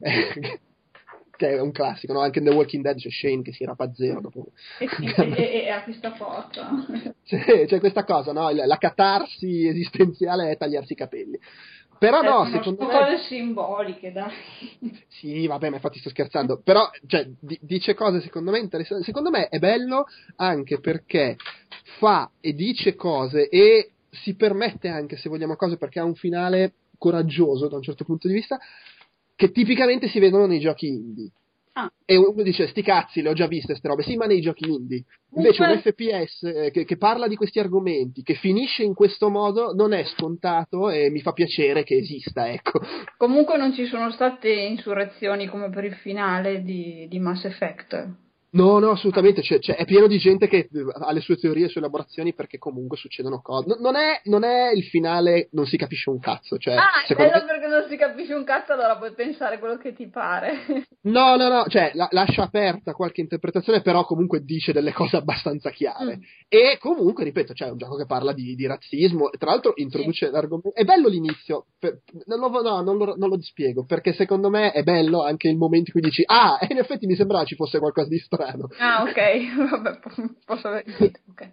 Che è un classico, no? Anche in The Walking Dead c'è Shane che si rapa a zero dopo. E, sì, e, e, e ha questa forza. C'è, c'è questa cosa, no? La catarsi esistenziale è tagliarsi i capelli. Però eh, no, sono secondo me... cose simboliche, dai. Sì, vabbè, ma infatti sto scherzando. Però, cioè, di- dice cose secondo me interessanti. Secondo me è bello anche perché fa e dice cose e si permette anche, se vogliamo, cose, perché ha un finale coraggioso da un certo punto di vista, che tipicamente si vedono nei giochi indie. Ah. E uno dice, sti cazzi, le ho già viste ste robe. Sì, ma nei giochi indie. Invece un F P S eh, che, che parla di questi argomenti, che finisce in questo modo, non è scontato e mi fa piacere che esista, ecco. Comunque non ci sono state insurrezioni come per il finale di, di Mass Effect. No, no, assolutamente, c'è, c'è- è pieno di gente che ha le sue teorie, le sue elaborazioni, perché comunque succedono cose. No- non, è, non è il finale, non si capisce un cazzo, cioè, Ah, è secondo bello me... perché non si capisce un cazzo, allora puoi pensare quello che ti pare. No, no, no, cioè la- lascia aperta qualche interpretazione, però comunque dice delle cose abbastanza chiare. Mm. E comunque, ripeto, c'è un gioco che parla di, di razzismo, e tra l'altro introduce Sì. l'argomento. È bello l'inizio, per- non, lo, no, non, lo, non lo spiego, perché secondo me è bello anche il momento in cui dici, ah, in effetti mi sembrava ci fosse qualcosa di strano. Ah, ok, vabbè, po- posso aver capito, ok.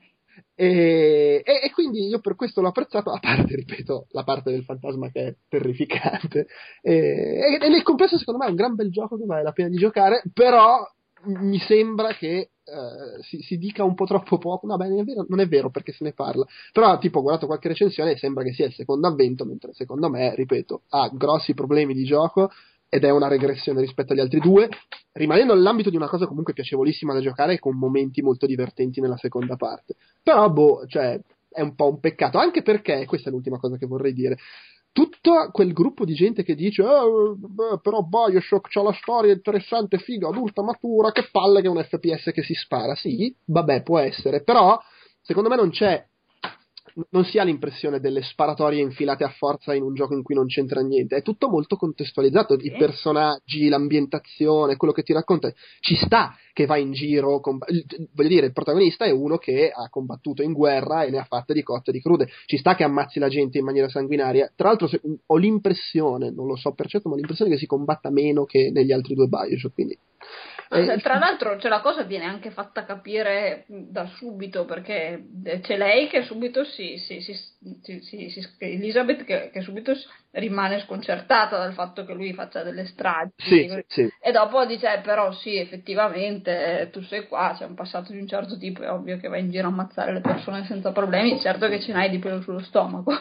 E, e, e quindi io per questo l'ho apprezzato, a parte, ripeto, la parte del fantasma che è terrificante. E, e- e nel complesso, secondo me, è un gran bel gioco che vale la pena di giocare, però mi sembra che eh, si, si dica un po' troppo poco. No, beh, non è vero, non è vero perché se ne parla. Però, tipo, ho guardato qualche recensione e sembra che sia il secondo avvento, mentre secondo me, ripeto, ha grossi problemi di gioco ed è una regressione rispetto agli altri due, rimanendo nell'ambito di una cosa comunque piacevolissima da giocare e con momenti molto divertenti nella seconda parte. Però, boh, cioè, è un po' un peccato, anche perché, questa è l'ultima cosa che vorrei dire, tutto quel gruppo di gente che dice oh, beh, però Bioshock c'ha la storia interessante, figa, adulta, matura, che palle che è un F P S che si spara. Sì, vabbè, può essere, però secondo me non c'è, non si ha l'impressione delle sparatorie infilate a forza in un gioco in cui non c'entra niente, è tutto molto contestualizzato, i personaggi, l'ambientazione, quello che ti racconta, ci sta che va in giro, comb- voglio dire, il protagonista è uno che ha combattuto in guerra e ne ha fatte di cotte e di crude, ci sta che ammazzi la gente in maniera sanguinaria, tra l'altro se, ho l'impressione, non lo so per certo, ma ho l'impressione che si combatta meno che negli altri due Bioshock, quindi... Eh, Tra l'altro, cioè, la cosa viene anche fatta capire da subito, perché c'è lei che subito si, si, si, si, si, si Elizabeth che, che subito rimane sconcertata dal fatto che lui faccia delle stragi, sì, sì. e dopo dice eh, però sì, effettivamente eh, tu sei qua, c'è un passato di un certo tipo, è ovvio che vai in giro a ammazzare le persone senza problemi, certo che ce n'hai di pelo sullo stomaco.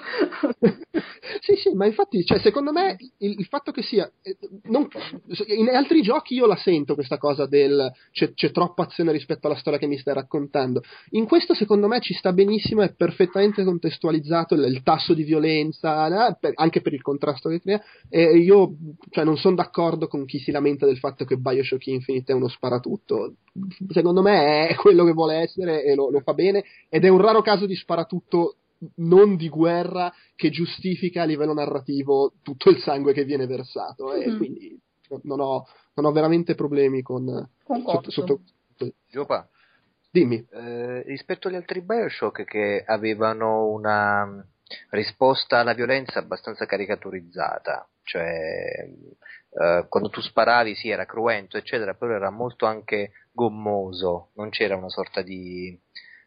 Sì, sì, ma infatti, cioè, secondo me il, il fatto che sia eh, non, in altri giochi io la sento questa cosa del c'è, c'è troppa azione rispetto alla storia che mi stai raccontando. In questo secondo me ci sta benissimo, è perfettamente contestualizzato il, il tasso di violenza, eh, per, anche per il contrasto che crea, e io cioè, non sono d'accordo con chi si lamenta del fatto che Bioshock Infinite è uno sparatutto. Secondo me è quello che vuole essere e lo, lo fa bene, ed è un raro caso di sparatutto non di guerra che giustifica a livello narrativo tutto il sangue che viene versato, e mm. quindi non ho, non ho veramente problemi con sotto, sotto... Giopa, dimmi. Eh, rispetto agli altri Bioshock che avevano una risposta alla violenza abbastanza caricaturizzata, cioè eh, quando tu sparavi sì era cruento eccetera, però era molto anche gommoso, non c'era una sorta di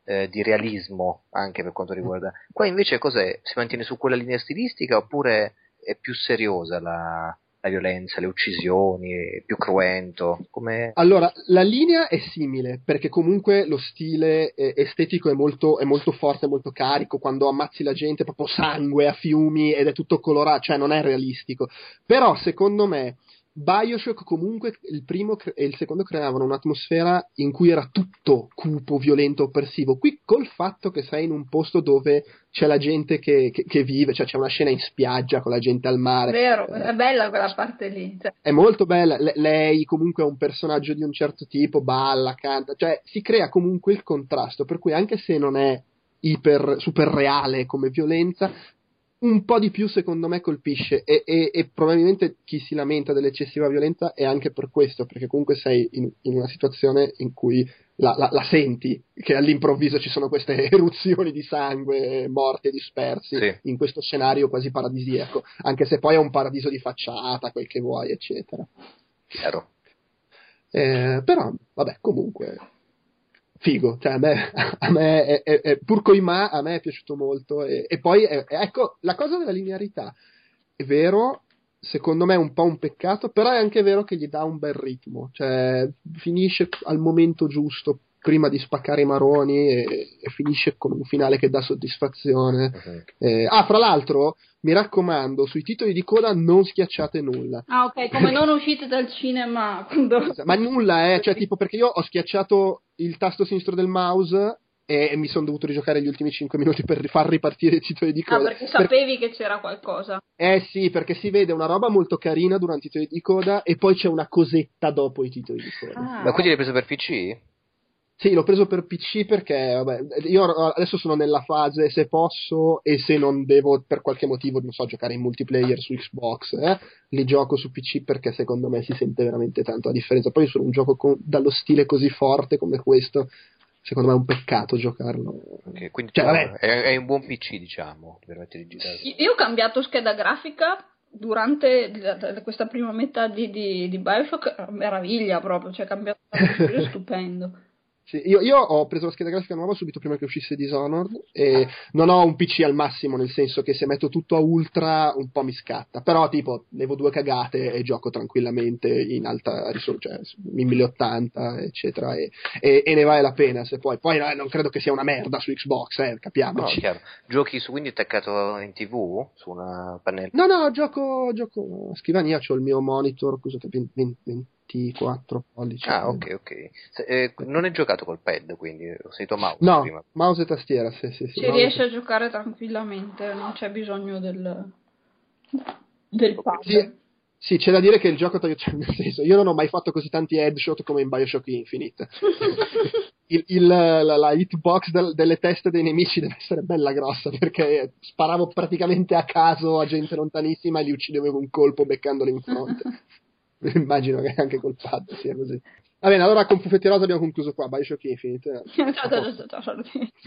eh, di realismo anche per quanto riguarda. Qua invece cos'è? Si mantiene su quella linea stilistica oppure è più seriosa la, la violenza, le uccisioni, è più cruento? Come... Allora, la linea è simile, perché comunque lo stile eh, estetico è molto, è molto forte, molto carico, quando ammazzi la gente proprio sangue a fiumi ed è tutto colorato, cioè non è realistico. Però secondo me BioShock comunque il primo cre- e il secondo creavano un'atmosfera in cui era tutto cupo, violento, oppressivo. Qui col fatto che sei in un posto dove c'è la gente che, che, che vive, cioè c'è una scena in spiaggia con la gente al mare. Vero, è bella quella parte lì. Cioè. È molto bella, Le- lei comunque è un personaggio di un certo tipo, balla, canta, cioè si crea comunque il contrasto, per cui anche se non è iper, super reale come violenza, un po' di più secondo me colpisce e, e, e probabilmente chi si lamenta dell'eccessiva violenza è anche per questo, perché comunque sei in, in una situazione in cui la, la, la senti, che all'improvviso ci sono queste eruzioni di sangue, morti e dispersi, sì, in questo scenario quasi paradisiaco, anche se poi è un paradiso di facciata, quel che vuoi, eccetera. chiaro. Eh, però, vabbè, comunque... figo, cioè a me, a me è, è, è, pur coi ma a me è piaciuto molto e, e poi è, ecco la cosa della linearità è vero, secondo me è un po' un peccato, però è anche vero che gli dà un bel ritmo, cioè finisce al momento giusto prima di spaccare i maroni e, e finisce con un finale che dà soddisfazione. Uh-huh. Eh, ah, fra l'altro mi raccomando, sui titoli di coda non schiacciate nulla. Ah, ok, come non uscite dal cinema. Quando... Ma nulla, eh, cioè tipo perché io ho schiacciato il tasto sinistro del mouse e, e mi sono dovuto rigiocare gli ultimi cinque minuti per far ripartire i titoli di coda. Ah, perché sapevi per... che c'era qualcosa. Eh sì, perché si vede una roba molto carina durante i titoli di coda e poi c'è una cosetta dopo i titoli di coda. Ah. Ma quindi l'hai preso per P C? Sì, l'ho preso per P C perché vabbè, io adesso sono nella fase se posso e se non devo per qualche motivo, non so, giocare in multiplayer su Xbox, eh, li gioco su P C perché secondo me si sente veramente tanto la differenza. Poi su un gioco con, dallo stile così forte come questo, secondo me è un peccato giocarlo. Okay, quindi cioè, vabbè, è, è un buon P C, diciamo, per digitale. Io ho cambiato scheda grafica durante questa prima metà di, di, di BioShock, meraviglia proprio, cioè è cambiato, è stupendo. Sì, io, io ho preso la scheda grafica nuova subito prima che uscisse Dishonored e non ho un P C al massimo, nel senso che se metto tutto a ultra un po' mi scatta, però tipo levo due cagate e gioco tranquillamente in alta risoluzione, cioè in mille ottanta eccetera e, e, e ne vale la pena se poi, poi no, non credo che sia una merda su Xbox, eh, capiamoci. No, chiaro. Giochi su quindi attaccato in TV? Su una pannella? No, no, gioco, gioco a scrivania, c'ho il mio monitor, cosa che ventiquattro pollici. Ah, ok, ok. Se, eh, non è giocato col pad, quindi ho sentito mouse no, prima. Mouse e tastiera, sì, sì, sì. Si riesce a giocare tranquillamente, non c'è bisogno del del pad. Sì, sì, c'è da dire che il gioco, cioè, nel senso, io non ho mai fatto così tanti headshot come in BioShock Infinite. il, il, la, la hitbox del, delle teste dei nemici deve essere bella grossa, perché sparavo praticamente a caso a gente lontanissima e li uccidevo con un colpo beccandoli in fronte. Immagino che anche col pad sia così. Va bene, allora con Puffetti Rosa abbiamo concluso qua, BioShock Infinite. Ciao, ciao, ciao, ciao, ciao.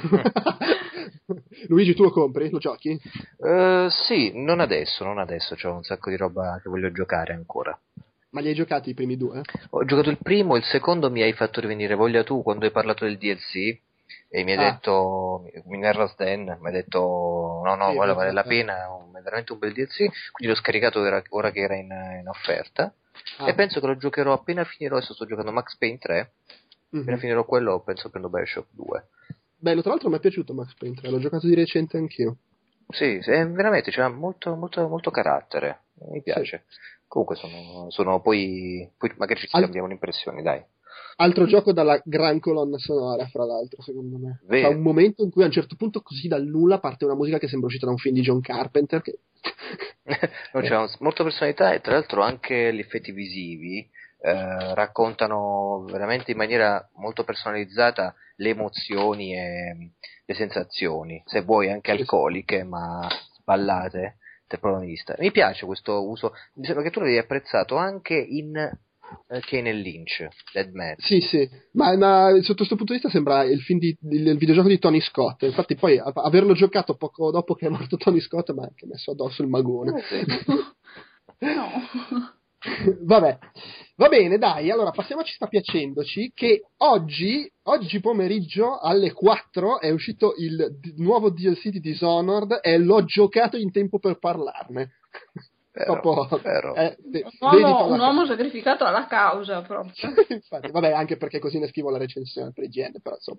Luigi, tu lo compri? Lo giochi? Uh, sì, non adesso, non adesso, c'ho un sacco di roba che voglio giocare ancora. Ma li hai giocati i primi due? Ho giocato il primo, il secondo mi hai fatto rivenire voglia tu quando hai parlato del D L C e mi hai ah. detto, Minerva's Den, mi hai detto no no, sì, guarda, vale la pena, è veramente un bel D L C, quindi l'ho scaricato ora, ora che era in, in offerta. Ah. E penso che lo giocherò appena finirò. Adesso sto giocando Max Payne tre. Mm-hmm. Appena finirò quello penso prendo BioShock due. Bello, tra l'altro mi è piaciuto Max Payne tre, l'ho giocato di recente anch'io. Sì, è veramente, c'ha molto, molto, molto carattere, mi piace. Sì. Comunque sono, sono poi, poi magari ci scambiamo Al... impressioni, dai. Altro gioco dalla gran colonna sonora, fra l'altro, secondo me. C'è un momento in cui a un certo punto, così dal nulla, parte una musica che sembra uscita da un film di John Carpenter. Che... no, c'è molta personalità e tra l'altro anche gli effetti visivi eh, raccontano veramente in maniera molto personalizzata le emozioni e le sensazioni, se vuoi anche alcoliche, ma sballate del protagonista. Mi piace questo uso, mi sembra che tu l'avevi apprezzato anche in... che nel Lynch, Dead Man. Sì, sì, ma, ma sotto questo punto di vista sembra il film di, il, il videogioco di Tony Scott. Infatti poi a, averlo giocato poco dopo che è morto Tony Scott mi ha anche messo addosso il magone. Oh, sì. No. Vabbè, Va bene, dai, allora passiamoci sta piacendoci che oggi, oggi pomeriggio alle quattro è uscito il d- nuovo D L C di Dishonored e l'ho giocato in tempo per parlarne. Vero, Proprio, vero. Eh, de- Un uomo, un uomo sacrificato alla causa proprio. Infatti, vabbè, anche perché così ne scrivo la recensione per I G N, però insomma.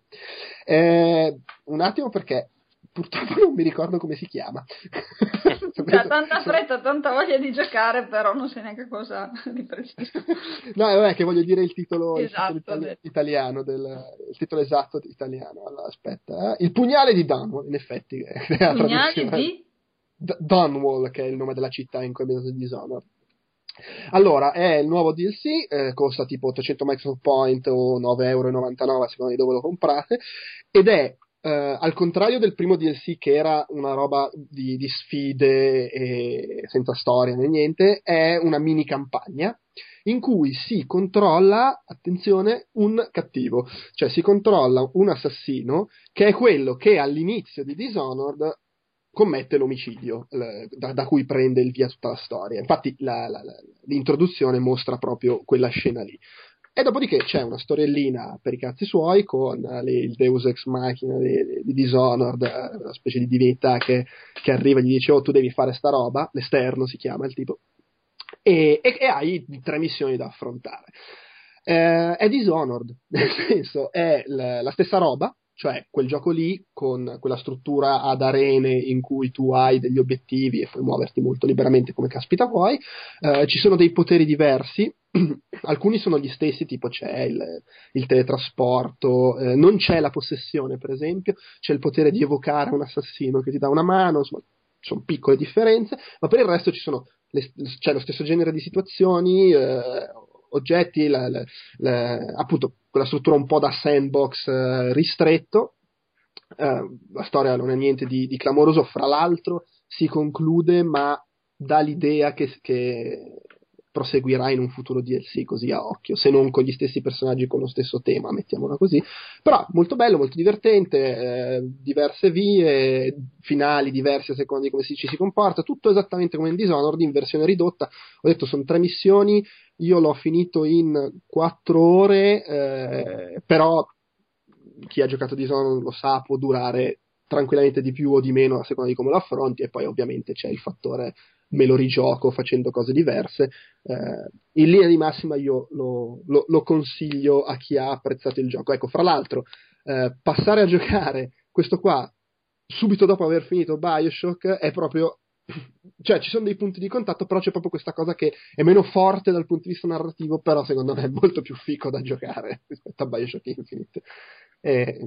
Eh, un attimo perché purtroppo non mi ricordo come si chiama. Ha tanta fretta, tanta voglia di giocare, però non sai neanche cosa di preciso. No, vabbè, che voglio dire il titolo, Esatto, il titolo itali- italiano, del, il titolo esatto italiano. Allora, aspetta, eh. Il pugnale di Dunwall, in effetti. È la Pugnali traduzione. di? D- Dunwall, che è il nome della città in cui è ambientato Dishonored. Allora, è il nuovo D L C, eh, costa tipo ottocento Microsoft Point o nove e novantanove euro a seconda di dove lo comprate, ed è, eh, al contrario del primo D L C che era una roba di, di sfide e senza storia né niente, è una mini campagna in cui si controlla, attenzione, un cattivo, cioè si controlla un assassino che è quello che all'inizio di Dishonored commette l'omicidio, da, da cui prende il via tutta la storia. Infatti la, la, la, l'introduzione mostra proprio quella scena lì. E dopodiché c'è una storiellina per i cazzi suoi con le, il Deus Ex Machina di, di Dishonored, una specie di divinità che, che arriva e gli dice: oh, tu devi fare sta roba, l'esterno si chiama il tipo, e, e, e hai tre missioni da affrontare. Eh, è Dishonored, nel senso è la, la stessa roba, cioè quel gioco lì con quella struttura ad arene in cui tu hai degli obiettivi e puoi muoverti molto liberamente come caspita vuoi. Eh, ci sono dei poteri diversi, alcuni sono gli stessi, tipo c'è il, il teletrasporto, eh, non c'è la possessione per esempio, c'è il potere di evocare un assassino che ti dà una mano, insomma sono piccole differenze, ma per il resto ci sono le, c'è lo stesso genere di situazioni, eh, oggetti, la, la, la, appunto quella struttura un po' da sandbox eh, ristretto. Eh, la storia non è niente di, di clamoroso, fra l'altro si conclude ma dà l'idea che, che proseguirà in un futuro D L C così a occhio, se non con gli stessi personaggi con lo stesso tema, mettiamola così, però molto bello, molto divertente, eh, diverse vie, finali diversi a seconda di come si, ci si comporta, tutto esattamente come in Dishonored in versione ridotta. Ho detto sono tre missioni, io l'ho finito in quattro ore, eh, però chi ha giocato Dishonored lo sa, può durare tranquillamente di più o di meno a seconda di come lo affronti, e poi ovviamente c'è il fattore me lo rigioco facendo cose diverse. Eh, in linea di massima io lo, lo, lo consiglio a chi ha apprezzato il gioco. Ecco, fra l'altro, eh, passare a giocare questo qua subito dopo aver finito BioShock è proprio, cioè ci sono dei punti di contatto, però c'è proprio questa cosa che è meno forte dal punto di vista narrativo, però secondo me è molto più fico da giocare rispetto a BioShock Infinite. E,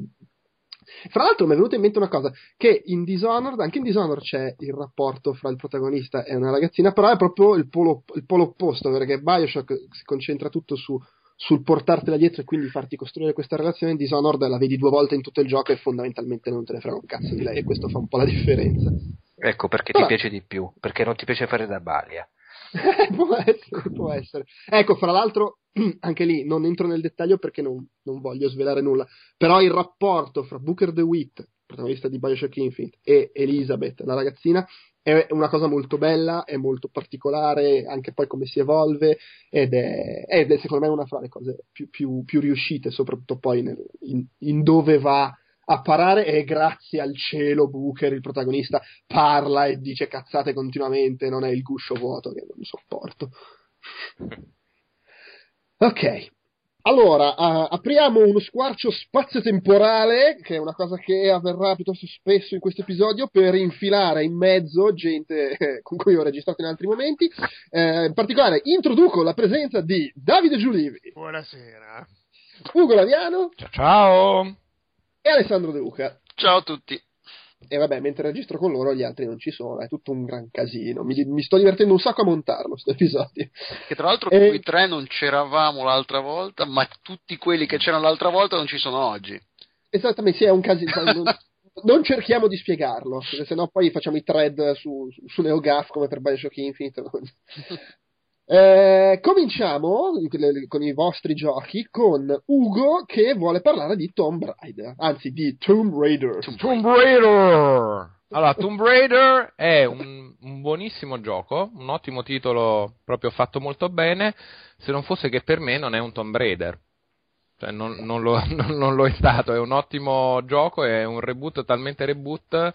fra l'altro mi è venuta in mente una cosa, che in Dishonored, anche in Dishonored c'è il rapporto fra il protagonista e una ragazzina, però è proprio il polo, il polo opposto, perché BioShock si concentra tutto su, sul portartela dietro e quindi farti costruire questa relazione. In Dishonored la vedi due volte in tutto il gioco e fondamentalmente non te ne frega un cazzo di lei, e questo fa un po' la differenza. Ecco perché però, ti piace di più, perché non ti piace fare da balia. può essere, può essere. Ecco, fra l'altro, anche lì non entro nel dettaglio perché non, non voglio svelare nulla, però il rapporto fra Booker DeWitt, protagonista di BioShock Infinite, e Elizabeth, la ragazzina, è una cosa molto bella, è molto particolare, anche poi come si evolve, ed è, ed è secondo me una fra le cose più, più, più riuscite, soprattutto poi nel, in, in dove va a parare, e grazie al cielo Booker, il protagonista, parla e dice cazzate continuamente, non è il guscio vuoto che non sopporto. Ok, allora uh, apriamo uno squarcio spazio-temporale, che è una cosa che avverrà piuttosto spesso in questo episodio, per infilare in mezzo gente eh, con cui ho registrato in altri momenti. Eh, in particolare introduco la presenza di Davide Giulivi. Buonasera. Ugo Laviano. Ciao ciao. E Alessandro De Luca. Ciao a tutti. E vabbè, mentre registro con loro gli altri non ci sono, è tutto un gran casino. Mi, mi sto divertendo un sacco a montarlo questo episodio. Che tra l'altro e... noi tre non c'eravamo l'altra volta, ma tutti quelli che c'erano l'altra volta non ci sono oggi. Esattamente, sì, è un casino. non, non cerchiamo di spiegarlo, se no poi facciamo i thread su, su, su NeoGAF come per BioShock Infinite. Eh, cominciamo con i vostri giochi con Ugo che vuole parlare di Tomb Raider, anzi di Tomb Raider. Tomb Raider! Allora, Tomb Raider è un, un buonissimo gioco, un ottimo titolo proprio fatto molto bene, se non fosse che per me non è un Tomb Raider. Cioè non, non, lo, non, non lo è stato, è un ottimo gioco, è un reboot talmente reboot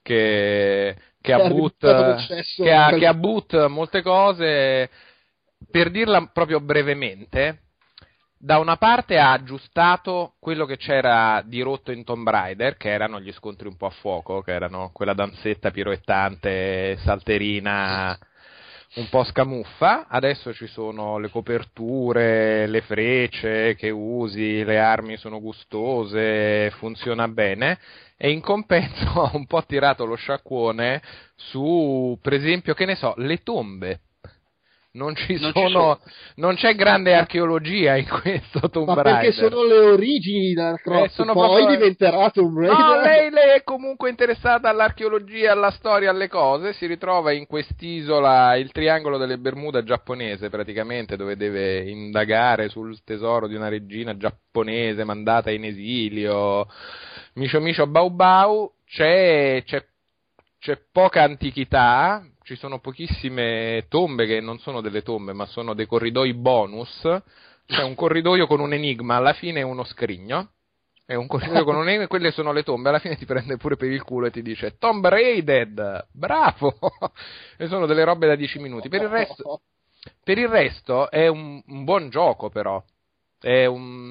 che, che, ha, boot, che, ha, che ha boot molte cose. Per dirla proprio brevemente, da una parte ha aggiustato quello che c'era di rotto in Tomb Raider, che erano gli scontri un po' a fuoco, che erano quella danzetta piroettante, salterina un po' scamuffa. Adesso ci sono le coperture, le frecce che usi, le armi sono gustose, funziona bene, e in compenso ha un po' tirato lo sciacquone su, per esempio, che ne so, le tombe. Non ci non sono, ci sono, non c'è grande archeologia in questo Tomb Raider. Ma perché sono le origini di Lara Croft, eh, poi proprio... diventerà Tomb Raider. No, lei, lei è comunque interessata all'archeologia, alla storia, alle cose. Si ritrova in quest'isola, il triangolo delle Bermuda giapponese, praticamente, dove deve indagare sul tesoro di una regina giapponese mandata in esilio. Micio Micio Bau Bau. C'è, c'è, c'è poca antichità. Ci sono pochissime tombe che non sono delle tombe, ma sono dei corridoi bonus. C'è un corridoio con un enigma, alla fine è uno scrigno. È un corridoio con un enigma, e quelle sono le tombe. Alla fine ti prende pure per il culo e ti dice Tomb Raided, bravo! E sono delle robe da dieci minuti. Per il resto, per il resto è un, un buon gioco, però. È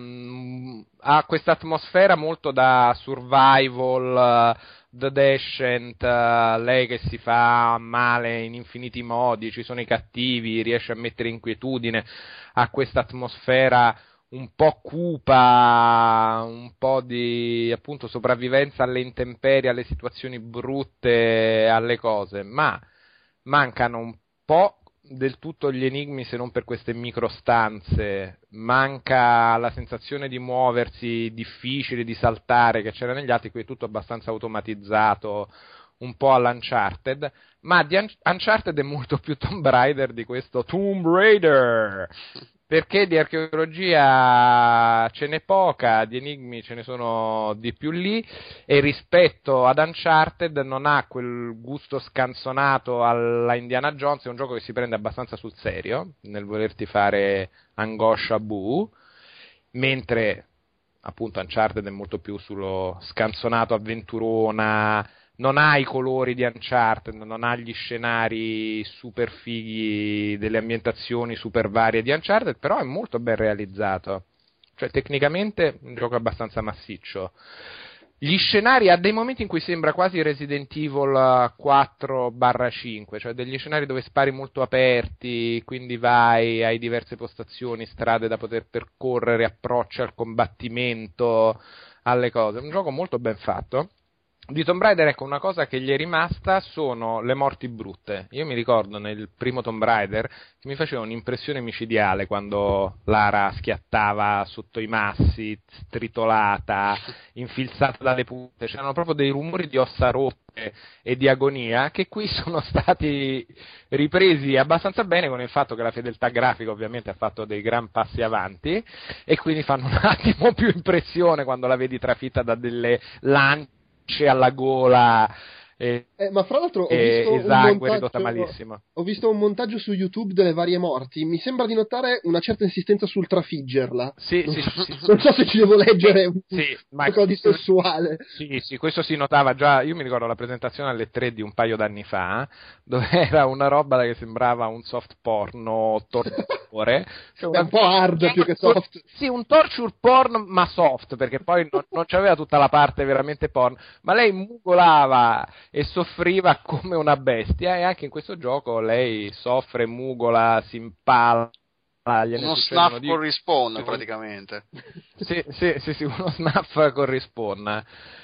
un, ha questa atmosfera molto da survival, The Descent, uh, lei che si fa male in infiniti modi, ci sono i cattivi, riesce a mettere inquietudine, ha questa atmosfera un po' cupa, un po' di appunto sopravvivenza alle intemperie, alle situazioni brutte, alle cose, ma mancano un po' del tutto gli enigmi, se non per queste microstanze. Manca la sensazione di muoversi difficile, di saltare, che c'era negli altri. Qui è tutto abbastanza automatizzato, un po' all'Uncharted, ma di Uncharted è molto più Tomb Raider di questo Tomb Raider, perché di archeologia ce n'è poca, di enigmi ce ne sono di più lì, e rispetto ad Uncharted non ha quel gusto scanzonato alla Indiana Jones. È un gioco che si prende abbastanza sul serio nel volerti fare angoscia bu, mentre appunto Uncharted è molto più sullo scanzonato avventurona. Non ha i colori di Uncharted, non ha gli scenari super fighi, delle ambientazioni super varie di Uncharted, però è molto ben realizzato. Cioè, tecnicamente, un gioco abbastanza massiccio. Gli scenari, ha dei momenti in cui sembra quasi Resident Evil quattro barra cinque, cioè degli scenari dove spari molto aperti, quindi vai, hai diverse postazioni, strade da poter percorrere, approcci al combattimento, alle cose. È un gioco molto ben fatto. Di Tomb Raider, ecco, una cosa che gli è rimasta sono le morti brutte. Io mi ricordo nel primo Tomb Raider che mi faceva un'impressione micidiale quando Lara schiattava sotto i massi, stritolata, infilzata dalle punte. C'erano proprio dei rumori di ossa rotte e di agonia che qui sono stati ripresi abbastanza bene, con il fatto che la fedeltà grafica ovviamente ha fatto dei gran passi avanti, e quindi fanno un attimo più impressione quando la vedi trafitta da delle lance alla gola, e, eh, ma fra l'altro ho e, visto, esangue, un montaggio, ho visto un montaggio su YouTube delle varie morti. Mi sembra di notare una certa insistenza sul trafiggerla. Sì, non, sì, sì, non so se ci devo leggere un sì, qualcosa di sessuale. Sì, sì, questo si notava già. Io mi ricordo la presentazione alle tre di un paio d'anni fa, dove era una roba che sembrava un soft porno torture. Cioè, è un po' hard più che soft. Sì, un torture porn ma soft, perché poi non, non c'aveva tutta la parte veramente porn, ma lei mugolava e soffriva come una bestia, e anche in questo gioco lei soffre, mugola, si impala. Uno snuff di... con respawn praticamente. Sì, sì, sì, sì, uno snuff con respawn.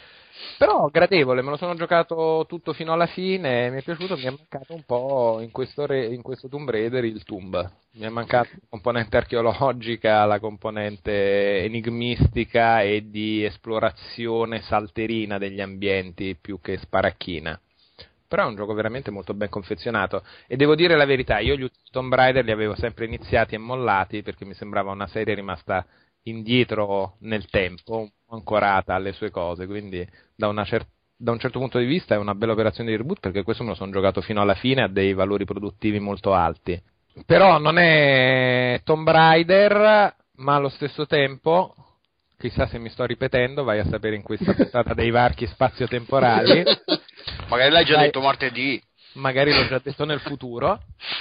Però gradevole, me lo sono giocato tutto fino alla fine, mi è piaciuto. Mi è mancato un po' in questo, re, in questo Tomb Raider il Tomb. Mi è mancata la componente archeologica, la componente enigmistica e di esplorazione salterina degli ambienti più che sparacchina. Però è un gioco veramente molto ben confezionato, e devo dire la verità, io gli Tomb Raider li avevo sempre iniziati e mollati perché mi sembrava una serie rimasta indietro nel tempo, ancorata alle sue cose, quindi da una certa da un certo punto di vista è una bella operazione di reboot, perché questo me lo sono giocato fino alla fine a dei valori produttivi molto alti. Però non è Tomb Raider, ma allo stesso tempo, chissà se mi sto ripetendo, vai a sapere in questa puntata dei varchi spazio-temporali. Magari l'hai già Vai, detto martedì. Magari l'ho già detto nel futuro.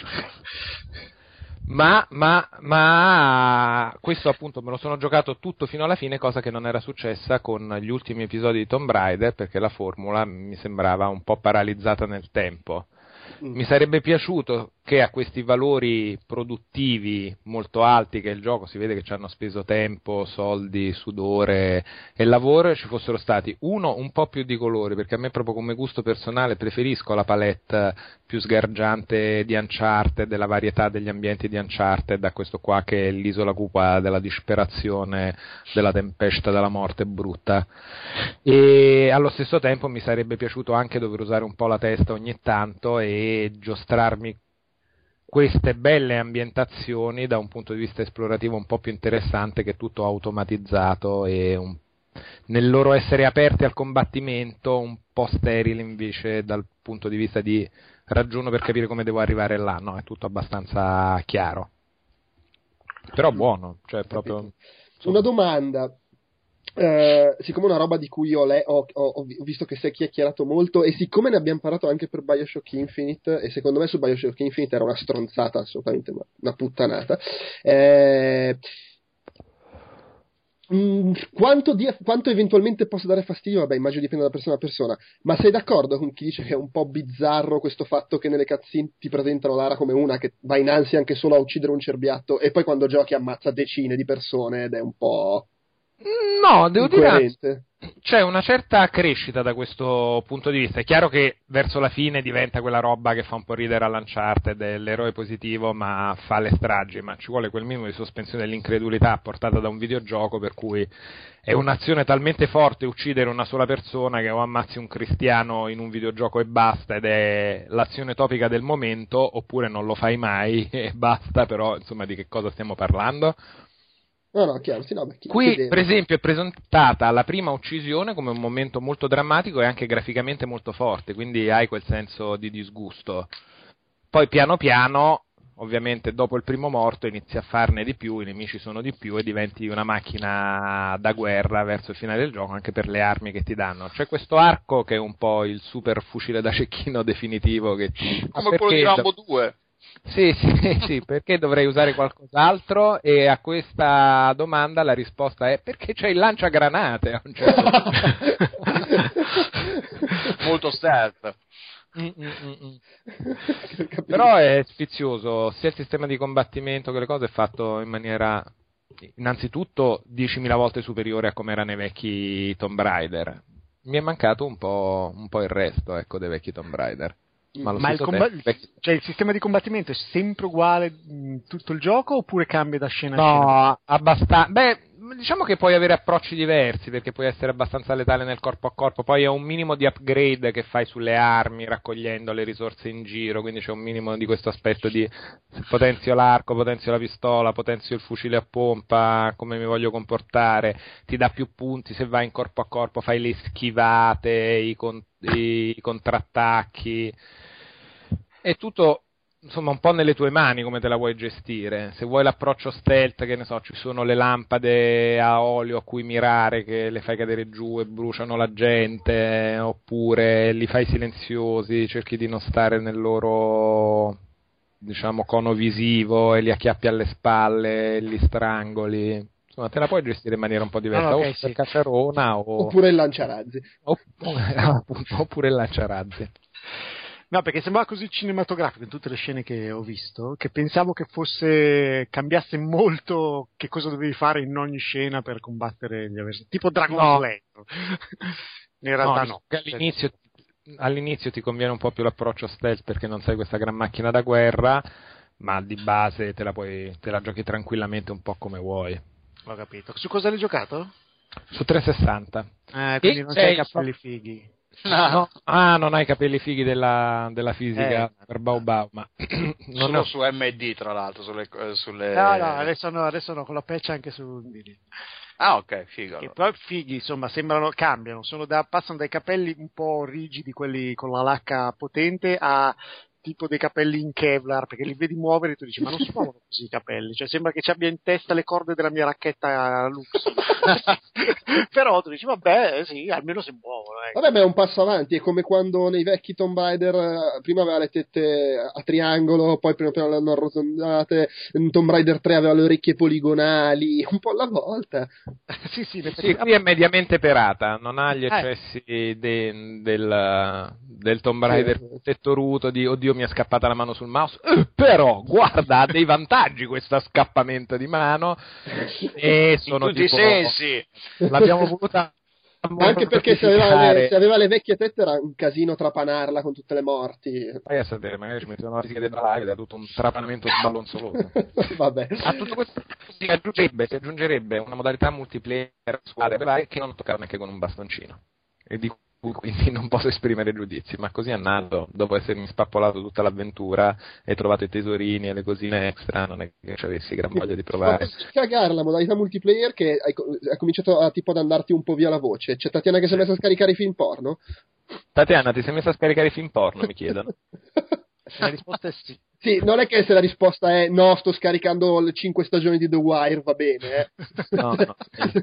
Ma, ma, ma questo appunto me lo sono giocato tutto fino alla fine, cosa che non era successa con gli ultimi episodi di Tomb Raider, perché la formula mi sembrava un po' paralizzata nel tempo. Mi sarebbe piaciuto che a questi valori produttivi molto alti che il gioco, si vede che ci hanno speso tempo, soldi, sudore e lavoro, ci fossero stati uno un po' più di colori, perché a me proprio come gusto personale preferisco la palette più sgargiante di Uncharted, della varietà degli ambienti di Uncharted, da questo qua che è l'isola cupa della disperazione, della tempesta, della morte brutta. E allo stesso tempo mi sarebbe piaciuto anche dover usare un po' la testa ogni tanto e giostrarmi queste belle ambientazioni da un punto di vista esplorativo un po' più interessante che tutto automatizzato e un, nel loro essere aperti al combattimento un po' sterili invece dal punto di vista di ragiono per capire come devo arrivare là, no? È tutto abbastanza chiaro, però buono, cioè proprio una domanda. Uh, siccome è una roba di cui io le- ho, ho, ho visto che si è chiacchierato molto, e siccome ne abbiamo parlato anche per Bioshock Infinite, e secondo me su Bioshock Infinite era una stronzata, assolutamente una, una puttanata, eh, mh, quanto, di, quanto eventualmente possa dare fastidio, vabbè, immagino dipende da persona a persona, ma sei d'accordo con chi dice che è un po' bizzarro questo fatto che nelle cutscene ti presentano Lara come una che va in ansia anche solo a uccidere un cerbiatto e poi quando giochi ammazza decine di persone ed è un po'... No, devo incoerente. dire c'è una certa crescita da questo punto di vista. È chiaro che verso la fine diventa quella roba che fa un po' ridere all'Uncharted, dell'eroe positivo ma fa le stragi, ma ci vuole quel minimo di sospensione dell'incredulità portata da un videogioco, per cui è un'azione talmente forte uccidere una sola persona che o ammazzi un cristiano in un videogioco e basta, ed è l'azione topica del momento, oppure non lo fai mai e basta. Però insomma, di che cosa stiamo parlando? No, no, chiaro, sì, no, beh, chi, Qui, chiedeva. per esempio, è presentata la prima uccisione come un momento molto drammatico e anche graficamente molto forte, quindi hai quel senso di disgusto. Poi, piano piano, ovviamente, dopo il primo morto, inizi a farne di più, i nemici sono di più e diventi una macchina da guerra verso il finale del gioco, anche per le armi che ti danno. C'è questo arco che è un po' il super fucile da cecchino definitivo che ti... Come quello di Rambo due. Sì, sì, sì, perché dovrei usare qualcos'altro? E a questa domanda la risposta è perché c'è il lanciagranate a un certo punto. Molto stealth. Mm, mm, mm, mm. Però è sfizioso, sia il sistema di combattimento che le cose è fatto in maniera innanzitutto diecimila volte superiore a come era nei vecchi Tomb Raider. Mi è mancato un po', un po' il resto, ecco, dei vecchi Tomb Raider. Ma, Ma il, comba- tempo... cioè, il sistema di combattimento è sempre uguale in tutto il gioco oppure cambia da scena a no, scena? No, abbastanza. Beh, diciamo che puoi avere approcci diversi, perché puoi essere abbastanza letale nel corpo a corpo, poi è un minimo di upgrade che fai sulle armi raccogliendo le risorse in giro, quindi c'è un minimo di questo aspetto di potenzio l'arco, potenzio la pistola, potenzio il fucile a pompa, come mi voglio comportare, ti dà più punti se vai in corpo a corpo, fai le schivate, i, con- i contrattacchi. È tutto, insomma, un po' nelle tue mani come te la vuoi gestire. Se vuoi l'approccio stealth, che ne so, ci sono le lampade a olio a cui mirare che le fai cadere giù e bruciano la gente, oppure li fai silenziosi, cerchi di non stare nel loro, diciamo, cono visivo e li acchiappi alle spalle e li strangoli. Insomma, te la puoi gestire in maniera un po' diversa, Ah, okay, o sì. per cacciarona o... Oppure il lanciarazzi. Oppure, appunto, oppure il lanciarazzi. No, perché sembrava così cinematografico in tutte le scene che ho visto, che pensavo che fosse, cambiasse molto che cosa dovevi fare in ogni scena per combattere gli avversari, tipo Dragon No. Slayer. In realtà no. no. All'inizio, all'inizio ti conviene un po' più l'approccio stealth perché non sei questa gran macchina da guerra, ma di base te la, puoi, te la giochi tranquillamente un po' come vuoi. Ho capito. Su cosa l'hai giocato? Su trecentosessanta. Eh, quindi E non c'è c'hai il capelli so- fighi. No, No, ah, non hai i capelli fighi della, della fisica Eh. per Bau Bau, ma non solo ne ho- su M D tra l'altro, sulle... sulle... No, no, adesso no, adesso no, con la patch anche su... Ah, ok, figo. Che poi fighi, insomma, sembrano, cambiano, sono da, passano dai capelli un po' rigidi, quelli con la lacca potente, a tipo dei capelli in Kevlar, perché li vedi muovere e tu dici, ma non si muovono così i capelli, cioè sembra che ci abbia in testa le corde della mia racchetta Lux. Però tu dici, vabbè, sì, almeno si muovono. Ecco. Vabbè, ma è un passo avanti, è come quando nei vecchi Tomb Raider eh, prima aveva le tette a triangolo, poi prima piano le hanno arrotondate, in Tomb Raider tre aveva le orecchie poligonali, un po' alla volta. sì, sì, Sì, qui è mediamente perata, non ha gli eccessi eh. de, del, del Tomb Raider sì. tettoruto di oddio mi è scappata la mano sul mouse, eh, però guarda ha dei vantaggi questo scappamento di mano e sono in tutti tipo, i sensi l'abbiamo voluta anche perché se aveva, le, se aveva le vecchie tette era un casino trapanarla con tutte le morti. Vai a sapere, magari ci mettono la fisica del live da tutto un trapanamento sballonzoloso. Vabbè. A tutto questo si aggiungerebbe, si aggiungerebbe una modalità multiplayer squadre che non toccare neanche con un bastoncino e di quindi non posso esprimere giudizi, ma così è nato, dopo essermi spappolato tutta l'avventura e trovato i tesorini e le cosine extra, non è che ci avessi gran voglia di provare. Ma cagare la modalità multiplayer che hai, hai cominciato a, tipo ad andarti un po' via la voce. C'è Tatiana che si è messa a scaricare i film porno? Tatiana, ti sei messa a scaricare i film porno, mi chiedono? La risposta è sì. Sì, non è che se la risposta è no, sto scaricando le cinque stagioni di The Wire, va bene. Eh. No, no.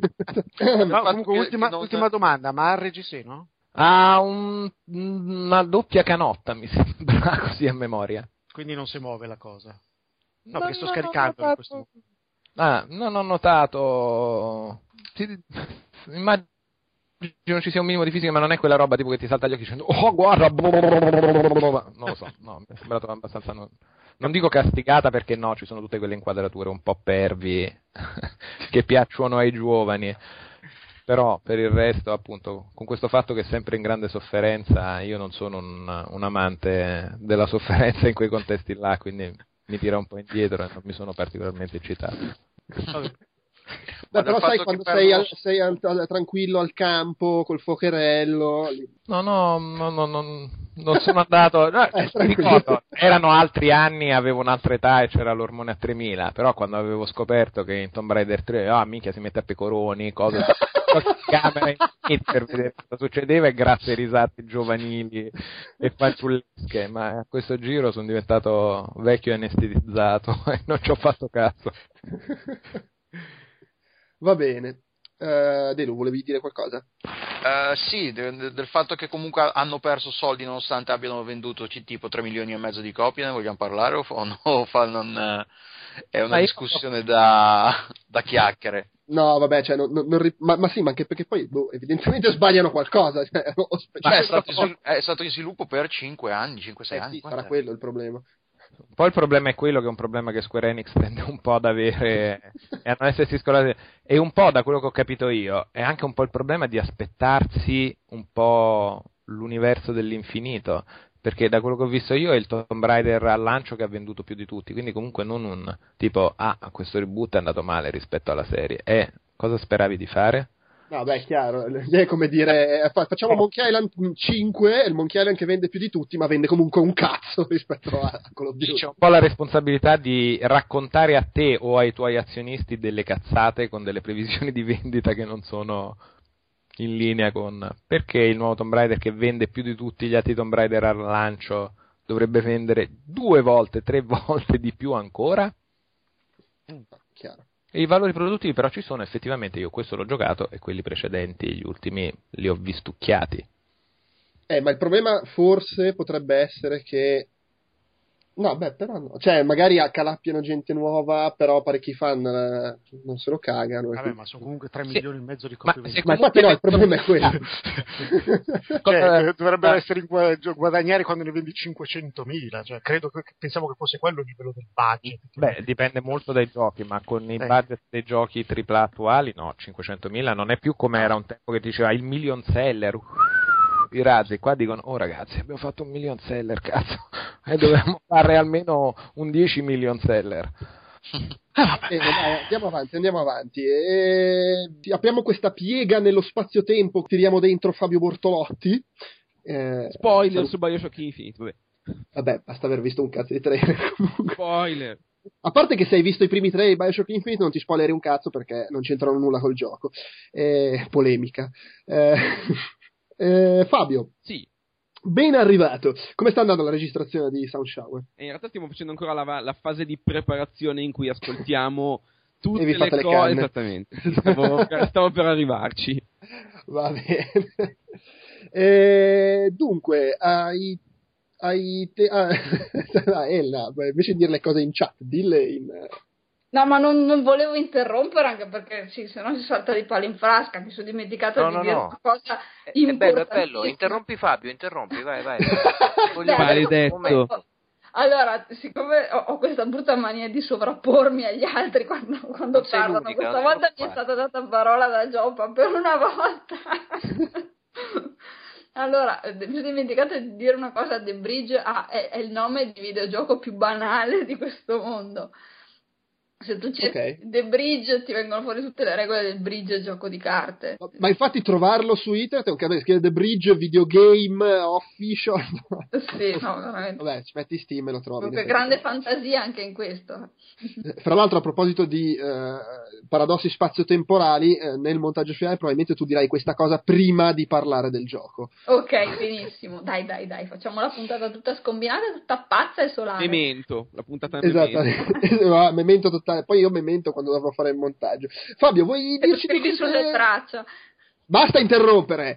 no comunque, ultima, non... ultima domanda, ma ha Reggiseno? Ha un, una doppia canotta, mi sembra, così a memoria. Quindi non si muove la cosa. No, non, perché sto non scaricando in questo momento. Ah, non ho notato. Immagino non ci sia un minimo di fisica, ma non è quella roba tipo che ti salta agli occhi dicendo oh guarda, non lo so, no, mi è sembrato abbastanza non, non dico castigata perché no, ci sono tutte quelle inquadrature un po' pervi che piacciono ai giovani. Però per il resto, appunto, con questo fatto che è sempre in grande sofferenza, io non sono un, un amante della sofferenza in quei contesti là, quindi mi tira un po' indietro e non mi sono particolarmente eccitato. Beh, però sai quando sei, al, sei al, al, tranquillo al campo col fuocherello. No, no, no, no, no non sono andato. No, eh, ricordo, erano altri anni, avevo un'altra età e c'era l'ormone a tremila. Però quando avevo scoperto che in Tomb Raider tre, ah, minchia, si mette a pecoroni, cose. Camera in per vedere cosa succedeva e grazie ai risate giovanili e fanciullesche, ma a questo giro sono diventato vecchio e anestetizzato e non ci ho fatto caso. Va bene. Uh, Delu, volevi dire qualcosa? Uh, sì, de- del fatto che comunque hanno perso soldi nonostante abbiano venduto c- tipo tre milioni e mezzo di copie, ne vogliamo parlare o, f- o no? Fa- non, uh, è una discussione da, da chiacchiere. No, vabbè, cioè, non, non, non, ma, ma sì, ma anche perché poi boh, evidentemente sbagliano qualcosa. Cioè, no, cioè, è, stato svilu- è stato in sviluppo per cinque anni, cinque sei eh, anni. Sì, sarà quello il problema. Poi il problema è quello che è un problema che Square Enix tende un po' ad avere e a non essersi scolati. E un po', da quello che ho capito io, è anche un po' il problema di aspettarsi un po' l'universo dell'infinito. Perché da quello che ho visto io è il Tomb Raider al lancio che ha venduto più di tutti, quindi comunque non un tipo, ah, questo reboot è andato male rispetto alla serie. E cosa speravi di fare? No, beh, è chiaro, è come dire, facciamo Monkey Island cinque, il Monkey Island che vende più di tutti, ma vende comunque un cazzo rispetto a Call of Duty. C'è un po' la responsabilità di raccontare a te o ai tuoi azionisti delle cazzate con delle previsioni di vendita che non sono in linea con perché il nuovo Tomb Raider che vende più di tutti gli altri Tomb Raider al lancio dovrebbe vendere due volte, tre volte di più ancora? Chiaro. E i valori produttivi però ci sono, effettivamente io questo l'ho giocato e quelli precedenti, gli ultimi li ho vistucchiati. Eh, ma il problema forse potrebbe essere che no, beh, però no. Cioè, magari accalappiano gente nuova, però parecchi fan eh, non se lo cagano. Vabbè, quindi... ma sono comunque tre sì. milioni e mezzo di copie. Ma, ma infatti no, il problema è quello. Cioè, dovrebbero essere in guadagnare quando ne vendi cinquecentomila. Cioè, credo che pensavo che fosse quello il livello del budget. Beh, dipende molto dai giochi, ma con i eh. budget dei giochi tripla A attuali, no, cinquecentomila non è più come era un tempo che diceva il million seller. I razzi qua dicono oh ragazzi abbiamo fatto un million seller cazzo e dovremmo fare almeno un dieci million seller. Eh, dai, andiamo avanti andiamo avanti e... apriamo questa piega nello spazio-tempo, tiriamo dentro Fabio Bortolotti. eh, spoiler salut- su Bioshock Infinite, vabbè. vabbè basta aver visto un cazzo di trailer. Spoiler A parte che se hai visto i primi tre di Bioshock Infinite non ti spoileri un cazzo perché non c'entrano nulla col gioco. Eh, polemica. Eh, eh, Fabio. Sì. Ben arrivato. Come sta andando la registrazione di Sound Shower? E in realtà stiamo facendo ancora la, la fase di preparazione in cui ascoltiamo tutte e vi le fate cose. le canne. Esattamente. Stavo, stavo per arrivarci. Va bene. Eh, dunque, hai... hai te- ah, Ella, invece di dire le cose in chat, dille in... No, ma non, non volevo interrompere, anche perché sì, se no si salta di palo in frasca. Mi sono dimenticata No, di no, dire no. una cosa È, è bello, è bello. importantissima. Interrompi Fabio, interrompi, vai, vai. Dai, Maledetto. Allora, siccome ho, ho questa brutta mania di sovrappormi agli altri quando, quando Non sei parlano, l'unica, questa non volta ti mi è preoccupare. stata data parola da Gioppa per una volta. Allora, mi sono dimenticata di dire una cosa. The Bridge ah, è, è il nome di videogioco più banale di questo mondo. Se tu cerchi Ok. The Bridge ti vengono fuori tutte le regole del bridge, gioco di carte. Ma infatti trovarlo su internet è un canale, scrive The Bridge Videogame Official. Sì, no, veramente. Vabbè, ci metti Steam e lo trovi. Comunque, grande fantasia anche in questo. Fra l'altro, a proposito di eh, paradossi spazio-temporali, eh, nel montaggio finale probabilmente tu dirai questa cosa prima di parlare del gioco. Ok, benissimo. Dai, dai, dai, facciamo la puntata tutta scombinata, tutta pazza e solare. Memento, la puntata Esatto, Memento. memento totale. Poi io memento quando dovrò fare il montaggio. Fabio, vuoi E lo dirci scrivi di sulle cos'è? traccia. Basta interrompere!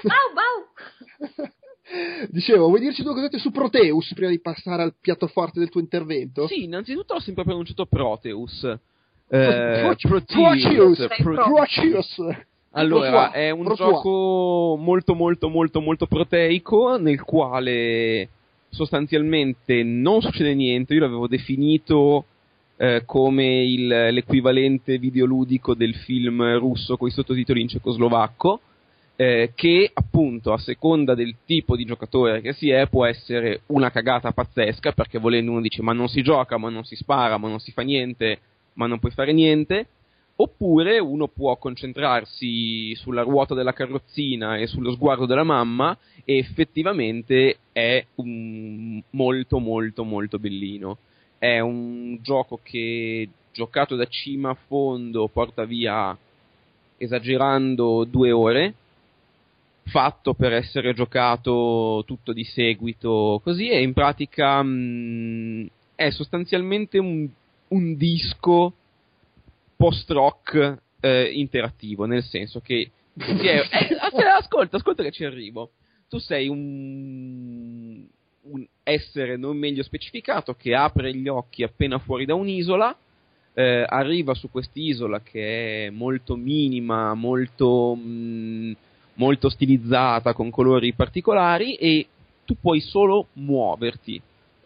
Bau, bau, bau. Dicevo, vuoi dirci due cosette su Proteus prima di passare al piatto forte del tuo intervento? Sì, innanzitutto ho sempre pronunciato Proteus. Eh, Pro- Proteus. Proteus. Pro- Proteus. Allora, Protua. è un Protua. gioco molto molto molto molto proteico, nel quale sostanzialmente non succede niente. Io l'avevo definito eh, come il, l'equivalente videoludico del film russo con i sottotitoli in cecoslovacco, eh, che appunto a seconda del tipo di giocatore che si è può essere una cagata pazzesca, perché volendo uno dice ma non si gioca, ma non si spara, ma non si fa niente, ma non puoi fare niente. Oppure uno può concentrarsi sulla ruota della carrozzina e sullo sguardo della mamma e effettivamente è um, molto molto molto bellino. È un gioco che giocato da cima a fondo porta via, esagerando, due ore, fatto per essere giocato tutto di seguito così, e in pratica mh, è sostanzialmente un, un disco post-rock eh, interattivo, nel senso che sì, è, eh, ascolta, ascolta che ci arrivo. Tu sei un, un essere non meglio specificato che apre gli occhi appena fuori da un'isola, eh, arriva su quest'isola che è molto minima, molto, mh, molto stilizzata, con colori particolari, e tu puoi solo muoverti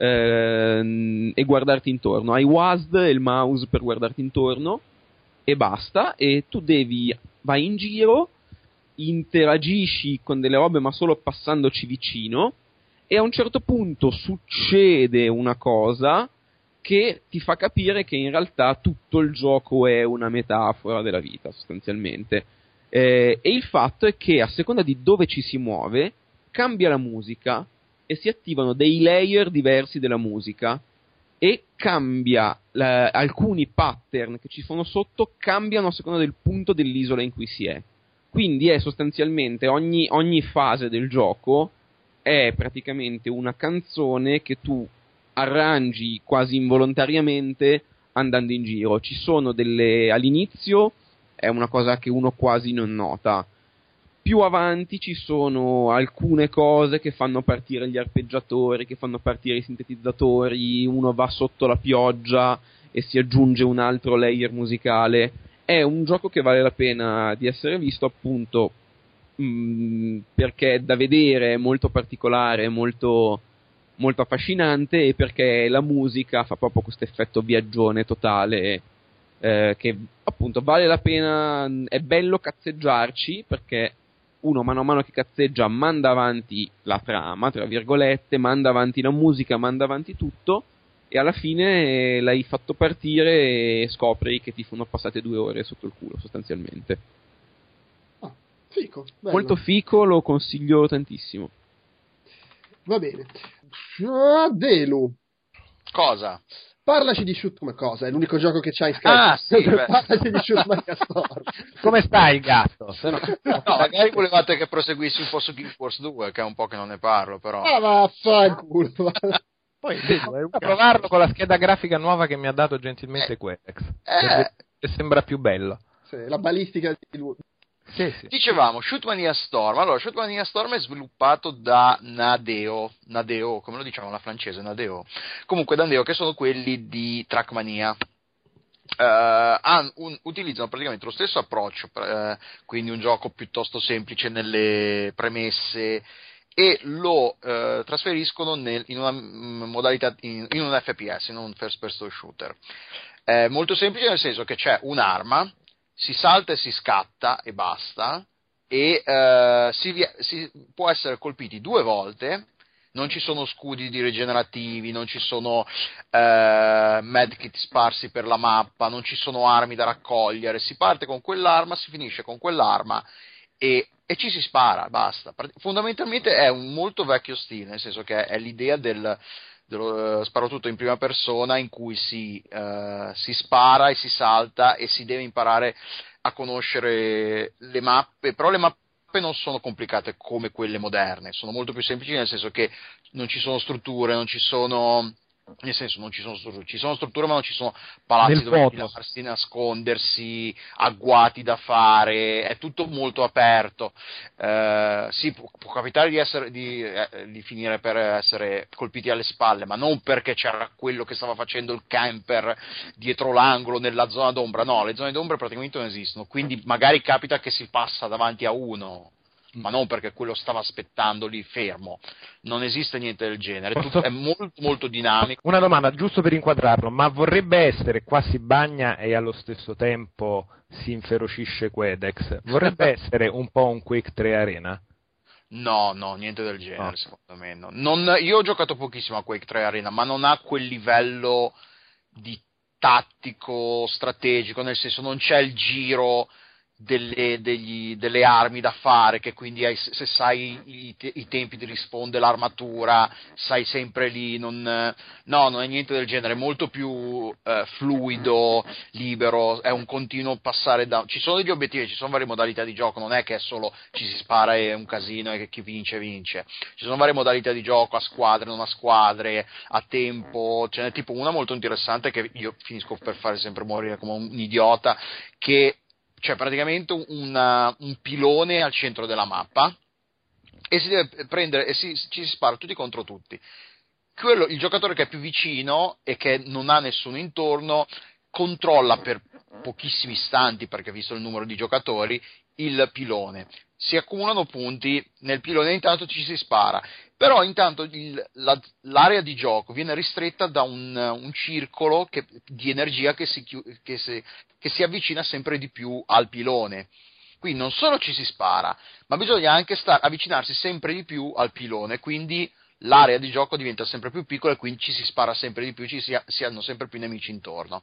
eh, e guardarti intorno. Hai W A S D e il mouse per guardarti intorno e basta, e tu devi, vai in giro, interagisci con delle robe ma solo passandoci vicino, e a un certo punto succede una cosa che ti fa capire che in realtà tutto il gioco è una metafora della vita, sostanzialmente. Eh, e il fatto è che a seconda di dove ci si muove cambia la musica e si attivano dei layer diversi della musica, e cambia la, alcuni pattern che ci sono sotto cambiano a seconda del punto dell'isola in cui si è. Quindi è sostanzialmente ogni, ogni fase del gioco è praticamente una canzone che tu arrangi quasi involontariamente andando in giro. Ci sono delle, all'inizio è una cosa che uno quasi non nota. Più avanti ci sono alcune cose che fanno partire gli arpeggiatori, che fanno partire i sintetizzatori, uno va sotto la pioggia e si aggiunge un altro layer musicale. È un gioco che vale la pena di essere visto, appunto mh, perché è da vedere, è molto particolare, molto, molto affascinante, e perché la musica fa proprio questo effetto viaggione totale, eh, che appunto vale la pena. È bello cazzeggiarci, perché uno mano a mano che cazzeggia manda avanti la trama, tra virgolette, manda avanti la musica, manda avanti tutto, e alla fine l'hai fatto partire e scopri che ti sono passate due ore sotto il culo, sostanzialmente. Ah, fico, bello. Molto fico, lo consiglio tantissimo. Va bene. Ah, Delu. Cosa? Parlaci di Shoot come cosa, è l'unico gioco che c'hai in Skype. Ah, sì, Parlaci di Shoot Mania Storm. Come stai il gatto? Se no... No, magari volevate che proseguissi un po' su Guild Wars due, che è un po' che non ne parlo, però. Ah, vaffanculo. Poi vedo, è un a provarlo con la scheda grafica nuova che mi ha dato gentilmente Eh, Quetex. eh. Che sembra più bello. Sì, la balistica di lui. Sì, sì. Dicevamo, Shootmania Storm. Allora, Shootmania Storm è sviluppato da Nadeo, Nadeo, come lo diciamo la francese, Nadeo. Comunque Nadeo, che sono quelli di Trackmania. Uh, un, utilizzano praticamente lo stesso approccio, uh, quindi un gioco piuttosto semplice nelle premesse, e lo uh, trasferiscono nel, in una modalità, in, in un F P S, in un first person shooter. È molto semplice nel senso che c'è un'arma, si salta e si scatta e basta, e uh, si, si può essere colpiti due volte. Non ci sono scudi di rigenerativi, non ci sono eh, medkit sparsi per la mappa, non ci sono armi da raccogliere, si parte con quell'arma, si finisce con quell'arma e, e ci si spara, basta. Fondamentalmente è un molto vecchio stile, nel senso che è l'idea del, dello uh, sparo tutto in prima persona, in cui si, uh, si spara e si salta e si deve imparare a conoscere le mappe, però le mappe non sono complicate come quelle moderne, sono molto più semplici, nel senso che non ci sono strutture, non ci sono nel senso non ci sono strutture, ci sono strutture ma non ci sono palazzi Nel dove foto. farsi nascondersi, agguati da fare, è tutto molto aperto. Eh, sì, può, può capitare di, essere, di, eh, di finire per essere colpiti alle spalle, ma non perché c'era quello che stava facendo il camper dietro l'angolo nella zona d'ombra, no, le zone d'ombra praticamente non esistono, quindi magari capita che si passa davanti a uno, ma non perché quello stava aspettando lì fermo, non esiste niente del genere. Posso... Tutto è molto molto dinamico. Una domanda, giusto per inquadrarlo, ma vorrebbe essere qua si bagna e allo stesso tempo si inferocisce Quedex, vorrebbe essere un po' un Quake tre Arena? No, no, niente del genere, No. secondo me. No. Non, io ho giocato pochissimo a Quake tre Arena, ma non ha quel livello di tattico strategico, nel senso non c'è il giro Delle, degli, delle armi da fare, che quindi hai, se sai i, i tempi di risponde l'armatura, sai sempre lì, non, no, non è niente del genere, è molto più eh, fluido, libero, è un continuo passare da, ci sono degli obiettivi, ci sono varie modalità di gioco, non è che è solo ci si spara e è un casino e che chi vince vince, ci sono varie modalità di gioco, a squadre, non a squadre, a tempo, ce n'è tipo una molto interessante che io finisco per fare sempre morire come un idiota, che c'è praticamente una, un pilone al centro della mappa e si deve prendere e si, ci si spara tutti contro tutti. Quello, il giocatore che è più vicino e che non ha nessuno intorno controlla per pochissimi istanti, perché visto il numero di giocatori, il pilone. Si accumulano punti nel pilone, intanto ci si spara, però intanto il, la, l'area di gioco viene ristretta da un, un circolo che, di energia che si, che, si, che si avvicina sempre di più al pilone. Quindi non solo ci si spara, ma bisogna anche star, avvicinarsi sempre di più al pilone, quindi l'area di gioco diventa sempre più piccola e quindi ci si spara sempre di più, ci si, si hanno sempre più nemici intorno.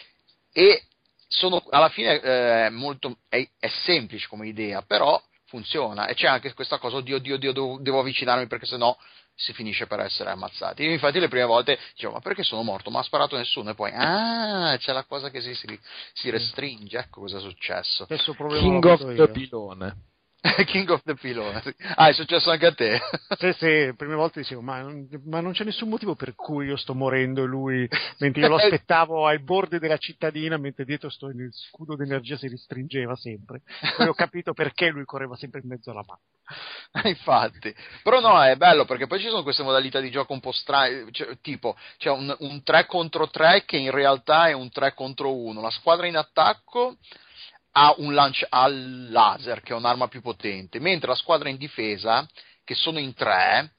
E sono, alla fine eh, molto, è, è semplice come idea, però funziona, e c'è anche questa cosa, oddio, oddio, oddio, devo, devo avvicinarmi perché sennò si finisce per essere ammazzati. Io infatti le prime volte dicevo, ma perché sono morto? Ma ha sparato nessuno, e poi, ah, c'è la cosa che si, si, si restringe, ecco cosa è successo. Stesso problema King l'ho of avuto the io. Pilone. King of the Pilone. Ah, è successo anche a te? Sì, sì, le prime volte dicevo, ma, ma non c'è nessun motivo per cui io sto morendo e lui, mentre io lo aspettavo ai bordi della cittadina, mentre dietro sto nel scudo d'energia si ristringeva sempre. Poi ho capito perché lui correva sempre in mezzo alla mappa. Infatti, però no, è bello perché poi ci sono queste modalità di gioco un po' strane, cioè, tipo c'è un, un tre contro tre che in realtà è un tre contro uno, la squadra in attacco ha un lancia al laser, che è un'arma più potente, mentre la squadra in difesa, che sono in tre,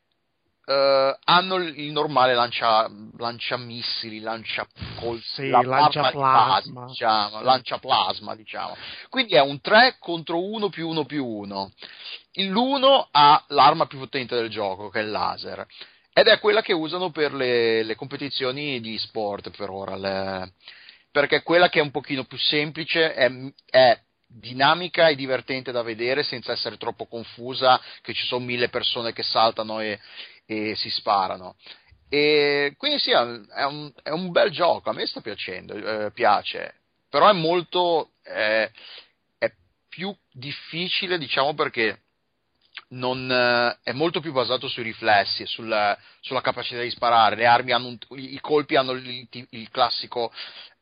eh, hanno il normale lancia, lanciamissili, lancia col, Sì, la lancia arma di base, plasma. diciamo, Sì. lancia plasma, diciamo. Quindi è un tre contro uno più uno più uno. L'uno ha l'arma più potente del gioco, che è il laser, ed è quella che usano per le, le competizioni di sport per ora, le, perché quella che è un pochino più semplice, è, è dinamica e divertente da vedere senza essere troppo confusa, che ci sono mille persone che saltano e, e si sparano. E quindi sì, è un, è un bel gioco, a me sta piacendo, eh, piace, però è molto, eh, è più difficile, diciamo, perché non, eh, è molto più basato sui riflessi, sulla, sulla capacità di sparare. Le armi hanno un, i colpi hanno il, il classico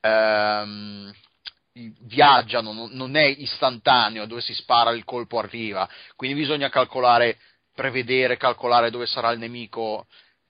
ehm, viaggiano, non, non è istantaneo, dove si spara il colpo arriva, quindi bisogna calcolare, prevedere, calcolare dove sarà il nemico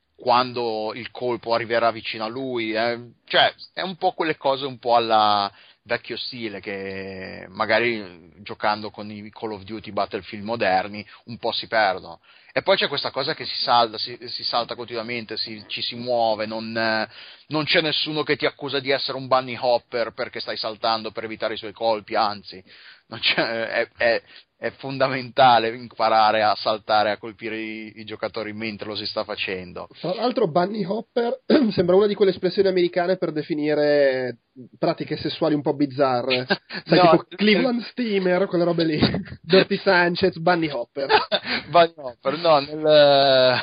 quando il colpo arriverà vicino a lui, eh. Cioè è un po' quelle cose un po' alla vecchio stile che magari giocando con i Call of Duty Battlefield moderni un po' si perdono. E poi c'è questa cosa che si salta, si, si salta continuamente, si, ci si muove, non, eh, non c'è nessuno che ti accusa di essere un bunny hopper perché stai saltando per evitare i suoi colpi, anzi non c'è, è, è, è fondamentale imparare a saltare, a colpire i, i giocatori mentre lo si sta facendo. Tra l'altro bunny hopper sembra una di quelle espressioni americane per definire pratiche sessuali un po' bizzarre. Sai, no, tipo Cleveland Steamer, quelle robe lì. Dirty Sanchez, bunny hopper. Bunny hopper, no, nel,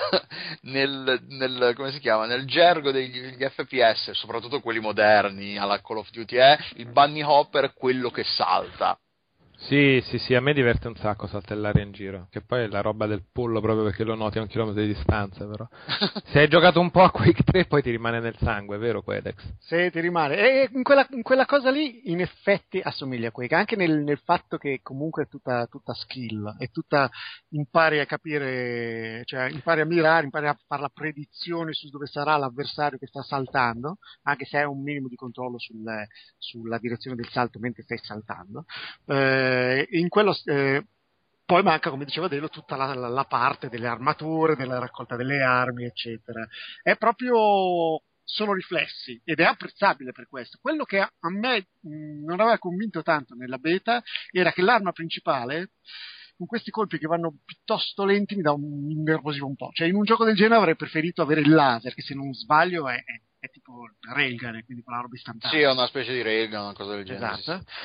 nel, nel come si chiama? Nel gergo degli F P S, soprattutto quelli moderni alla Call of Duty, è il bunny hopper quello che salta. Sì, sì, sì, a me diverte un sacco saltellare in giro, che poi è la roba del pollo proprio perché lo noti a un chilometro di distanza, però. Se hai giocato un po' a Quake tre poi ti rimane nel sangue, vero Quedex? Sì, ti rimane. E in quella, in quella cosa lì in effetti assomiglia a Quake, anche nel, nel fatto che comunque è tutta, tutta skill, è tutta impari a capire, cioè impari a mirare, impari a fare la predizione su dove sarà l'avversario che sta saltando, anche se hai un minimo di controllo sul, sulla direzione del salto mentre stai saltando. Eh, in quello eh, poi manca, come diceva Delo, tutta la, la, la parte delle armature, della raccolta delle armi, eccetera. È proprio sono riflessi ed è apprezzabile per questo. Quello che a, a me mh, non aveva convinto tanto nella beta era che l'arma principale, con questi colpi che vanno piuttosto lenti, mi dà un mi innervosiva un po'. Cioè in un gioco del genere avrei preferito avere il laser, che se non sbaglio è, è è tipo railgun, quindi quella roba istantanea. Sì, è una specie di railgun, una cosa del genere. Esatto. Sì.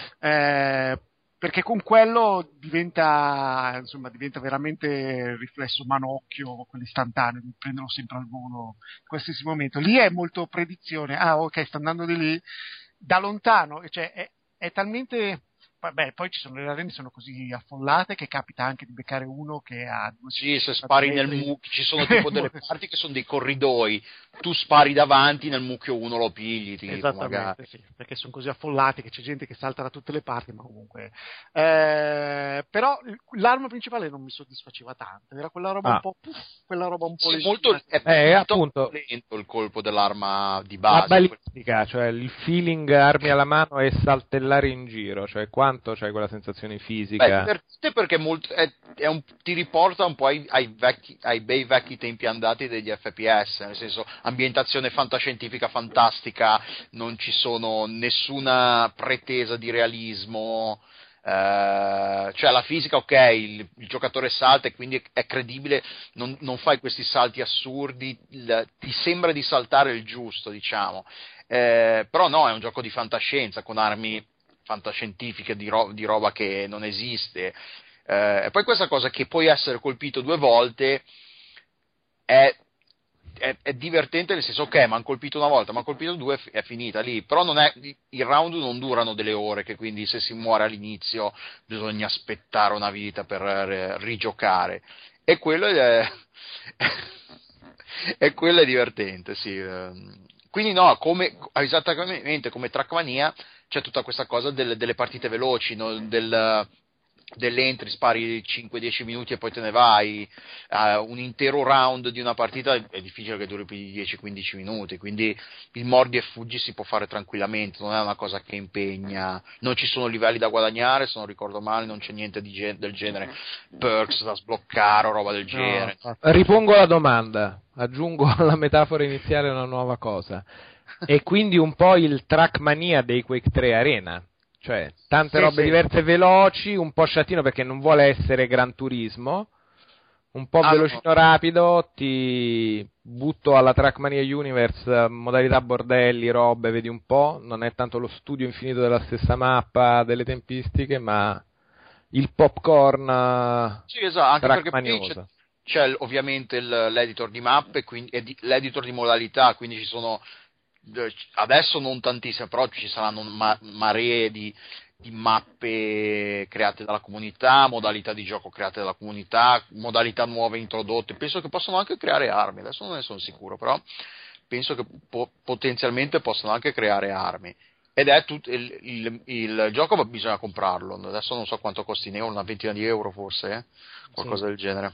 Eh, perché con quello diventa, insomma, diventa veramente riflesso mano-occhio, quello istantaneo, di prenderlo sempre al volo in qualsiasi momento. Lì è molto predizione, ah ok, sta andando di lì, da lontano, cioè è, è talmente... Beh, poi ci sono le arene sono così affollate che capita anche di beccare uno che ha due sì, se spari nel mucchio, ci sono tipo delle parti che sono dei corridoi, tu spari davanti, nel mucchio uno lo pigli, ti esattamente, sì, perché sono così affollati che c'è gente che salta da tutte le parti, ma comunque eh, però l'arma principale non mi soddisfaceva tanto, era quella roba ah. un po' puff, quella roba un po' sì, molto è eh, appunto lento il colpo dell'arma di base, la balistica, cioè il feeling armi alla mano e saltellare in giro, cioè quanto c'hai quella sensazione fisica? Beh, per, perché molto, è, è un, ti riporta un po' ai, ai, vecchi, ai bei vecchi tempi andati degli F P S, nel senso ambientazione fantascientifica fantastica, non ci sono nessuna pretesa di realismo, eh, cioè la fisica ok, il, il giocatore salta e quindi è credibile, non, non fai questi salti assurdi, il, ti sembra di saltare il giusto, diciamo, eh, però no, è un gioco di fantascienza con armi fantascientifiche di, ro- di roba che non esiste, eh, e poi questa cosa che puoi essere colpito due volte è, è, è divertente, nel senso ok, mi hanno colpito una volta, mi hanno colpito due, è finita lì, però non è, il round non durano delle ore, che quindi se si muore all'inizio bisogna aspettare una vita per rigiocare, e quello è, e quello è divertente, sì. Quindi no, come, esattamente come Trackmania c'è tutta questa cosa delle, delle partite veloci, no? Del, dell'entry, spari cinque dieci minuti e poi te ne vai, uh, un intero round di una partita è difficile che duri più di dieci quindici minuti, quindi il mordi e fuggi si può fare tranquillamente, non è una cosa che impegna, non ci sono livelli da guadagnare, se non ricordo male, non c'è niente di gen- del genere, perks da sbloccare o roba del genere. No, ripongo la domanda, aggiungo alla metafora iniziale una nuova cosa. E quindi un po' il Trackmania dei Quake tre Arena, cioè tante sì, robe sì. diverse veloci, un po' sciattino perché non vuole essere Gran Turismo, un po' ah, velocino no. rapido, ti butto alla Trackmania Universe, modalità bordelli, robe, vedi un po', non è tanto lo studio infinito della stessa mappa, delle tempistiche, ma il popcorn sì, esatto, anche perché trackmanioso. c'è l- ovviamente il, l'editor di mappe, quindi, e di, l'editor di modalità, quindi ci sono, adesso non tantissime, però ci saranno ma- maree di, di mappe create dalla comunità, modalità di gioco create dalla comunità, modalità nuove introdotte. Penso che possano anche creare armi, adesso non ne sono sicuro, però penso che po- potenzialmente possano anche creare armi. Ed è tutto il, il, il gioco, ma bisogna comprarlo. Adesso non so quanto costi in euro, una ventina di euro forse, eh? Qualcosa sì. del genere.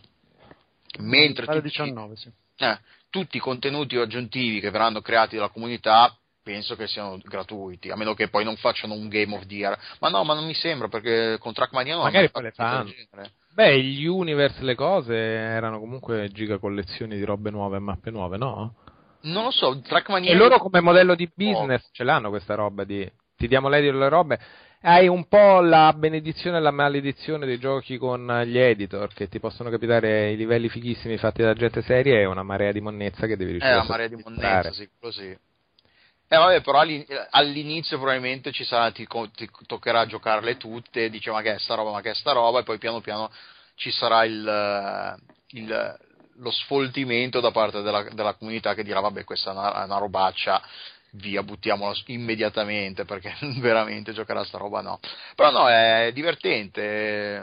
Mentre tutti, diciannove, sì. eh, tutti i contenuti aggiuntivi che verranno creati dalla comunità penso che siano gratuiti, a meno che poi non facciano un Game of the Year. Ma no, ma non mi sembra, perché con Trackmania non magari poi le fanno. Beh, gli Universe, le cose erano comunque giga collezioni di robe nuove e mappe nuove, no? Non lo so, Trackmania... E loro come modello di business oh. ce l'hanno questa roba di ti diamo l'editor le robe. Hai un po' la benedizione e la maledizione dei giochi con gli editor, che ti possono capitare i livelli fighissimi fatti da gente seria e una marea di monnezza che devi riuscire eh, a una marea di monnezza, sì, così. Eh vabbè, però all'inizio probabilmente ci sarà, ti, ti toccherà giocarle tutte, dice ma che è sta roba, ma che è sta roba, e poi piano piano ci sarà il... il lo sfoltimento da parte della, della comunità che dirà vabbè, questa è una, una robaccia, via, buttiamola immediatamente, perché veramente giocare a sta roba no. Però no, è divertente,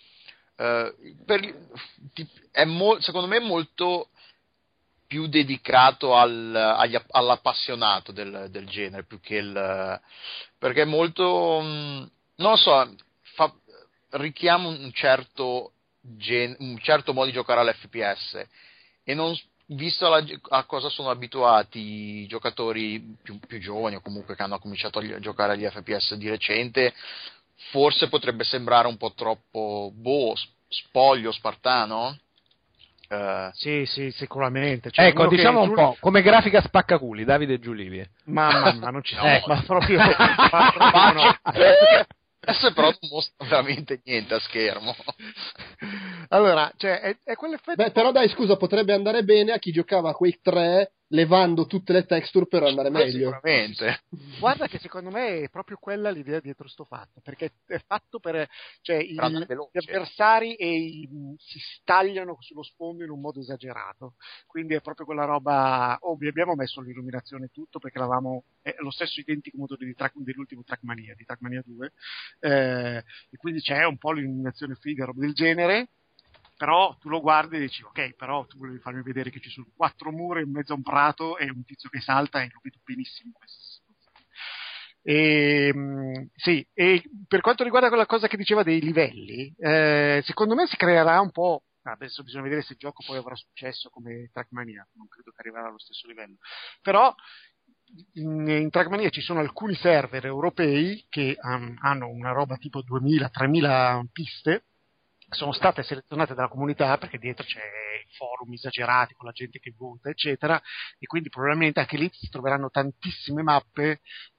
eh, per, è mo, secondo me molto più dedicato al, agli, all'appassionato del, del genere, più che il, perché è molto, non lo so, fa, richiama un certo Gen- un certo modo di giocare all'F P S, e non, visto la, a cosa sono abituati i giocatori più, più giovani o comunque che hanno cominciato a giocare agli F P S di recente, forse potrebbe sembrare un po' troppo boh, spoglio, spartano. Uh, sì, sì, sicuramente. Cioè, ecco, diciamo che... un po' come grafica spaccaculi, Davide Giulivi. Mamma mia, non ci no, ma proprio, ma proprio no. Adesso però non mostra veramente niente a schermo. Allora, cioè, è, è quell'effetto... Beh, però dai, scusa, potrebbe andare bene a chi giocava a Quake tre levando tutte le texture per andare meglio. Sicuramente. Guarda che secondo me è proprio quella l'idea dietro sto fatto, perché è fatto per... cioè, i, gli avversari e i, si stagliano sullo sfondo in un modo esagerato, quindi è proprio quella roba... Oh, vi abbiamo messo l'illuminazione e tutto, perché l'avevamo... è lo stesso identico motore di track, dell'ultimo Trackmania, di Trackmania due, eh, e quindi c'è un po' l'illuminazione figa, roba del genere. Però tu lo guardi e dici ok, però tu volevi farmi vedere che ci sono quattro mura in mezzo a un prato e un tizio che salta, e lo vedo benissimo in questa situazione. E, sì, e per quanto riguarda quella cosa che diceva dei livelli, eh, secondo me si creerà un po', adesso bisogna vedere se il gioco poi avrà successo come Trackmania, non credo che arriverà allo stesso livello, però in, in Trackmania ci sono alcuni server europei che um, hanno una roba tipo duemila tremila piste, sono state selezionate dalla comunità, perché dietro c'è forum esagerati con la gente che vota eccetera, e quindi probabilmente anche lì si troveranno tantissime mappe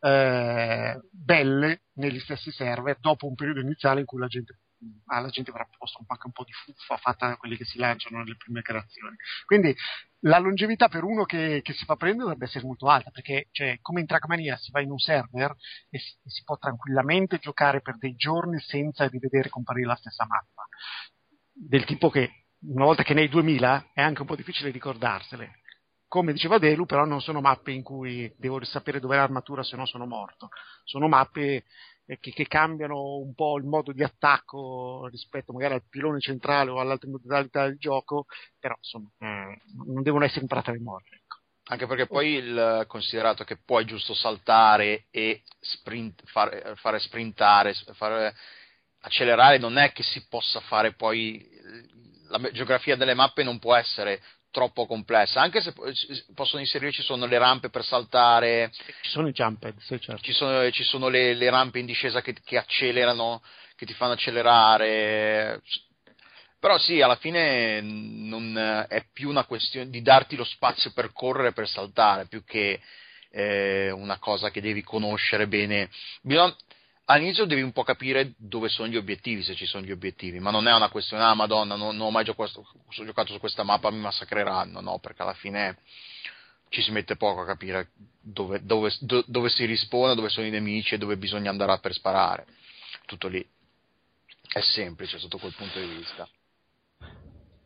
eh, belle negli stessi server dopo un periodo iniziale in cui la gente alla gente avrà posto anche un po' di fuffa fatta da quelli che si lanciano nelle prime creazioni. Quindi la longevità per uno che, che si fa prendere dovrebbe essere molto alta, perché cioè, come in Trackmania si va in un server e si, e si può tranquillamente giocare per dei giorni senza rivedere comparire la stessa mappa, del tipo che una volta che ne hai duemila è anche un po' difficile ricordarsele. Come diceva Delu, però non sono mappe in cui devo sapere dov'è l'armatura se no sono morto, sono mappe Che, che cambiano un po' il modo di attacco rispetto magari al pilone centrale o all'altra modalità del gioco, però insomma eh, non devono essere imparate a memoria, ecco. Anche perché poi il considerato che puoi giusto saltare e sprint, fare, fare sprintare, fare accelerare, non è che si possa fare poi, la geografia delle mappe non può essere troppo complessa, anche se possono inserire, ci sono le rampe per saltare, ci sono i jump pad, sì, certo. ci sono, ci sono le, le rampe in discesa che, che accelerano, che ti fanno accelerare, però sì, alla fine non è più una questione di darti lo spazio per correre, per saltare, più che eh, una cosa che devi conoscere bene. Bisogna, all'inizio devi un po' capire dove sono gli obiettivi, se ci sono gli obiettivi, ma non è una questione, ah madonna, non, non ho mai giocato, ho giocato su questa mappa, mi massacreranno, no, perché alla fine ci si mette poco a capire dove, dove, do, dove si rispone, dove sono i nemici e dove bisogna andare per sparare. Tutto lì è semplice sotto quel punto di vista.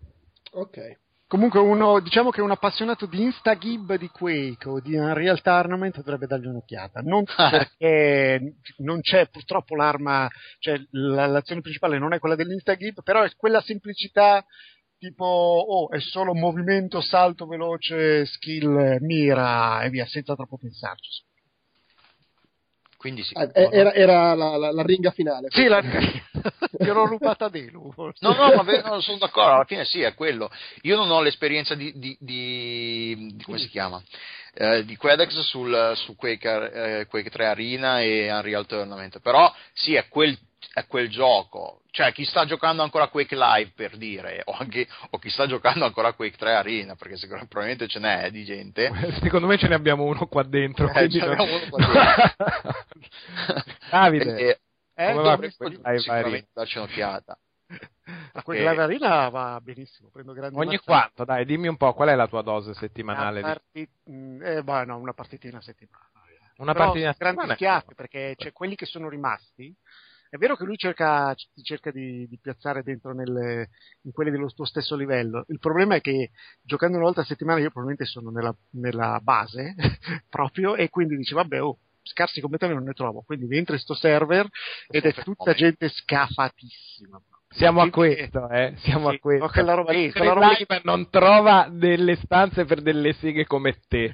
Ok. Comunque uno, diciamo che un appassionato di Instagib di Quake o di Unreal Tournament dovrebbe dargli un'occhiata, non perché non c'è purtroppo l'arma, cioè l'azione principale non è quella dell'Instagib, però è quella semplicità tipo, oh, è solo movimento, salto veloce, skill, mira e via, senza troppo pensarci. Quindi sì. Ah, era era la, la, la ringa finale. Sì, la gliel'ho rubata a Delu. No, no, ma ve- no, sono d'accordo, alla fine sì, è quello. Io non ho l'esperienza di, di, di, di come si chiama? Eh, di Quedex sul, su Quake, eh, Quake tre Arena e Unreal Tournament, però sì, è quel, è quel gioco. Cioè, chi sta giocando ancora a Quake Live, per dire, o, anche, o chi sta giocando ancora a Quake tre Arena, perché sicuramente probabilmente ce n'è di gente. Secondo me ce ne abbiamo uno qua dentro. Eh, ce ne abbiamo uno qua dentro. Davide, e, eh, come dovremmo sicuramente darci un'occhiata. A Quake Live Arena va benissimo, prendo grandi ogni mazzate. quanto, dai, dimmi un po', qual è la tua dose settimanale? Una, parti... eh, bah, no, una partitina a settimana. Una Però partitina a grandi settimana? schiaffi, perché c'è quelli che sono rimasti. È vero che lui cerca, cerca di, di piazzare dentro nel, in quelli dello tuo stesso livello. Il problema è che giocando una volta a settimana io probabilmente sono nella, nella base proprio, e quindi dice vabbè, oh, scarsi come te non ne trovo. Quindi entri in sto server ed è tutta gente scafatissima. Siamo a questo, eh? Siamo sì, a questo. no, quella roba lì, quella roba roba lì non trova delle stanze per delle seghe come te.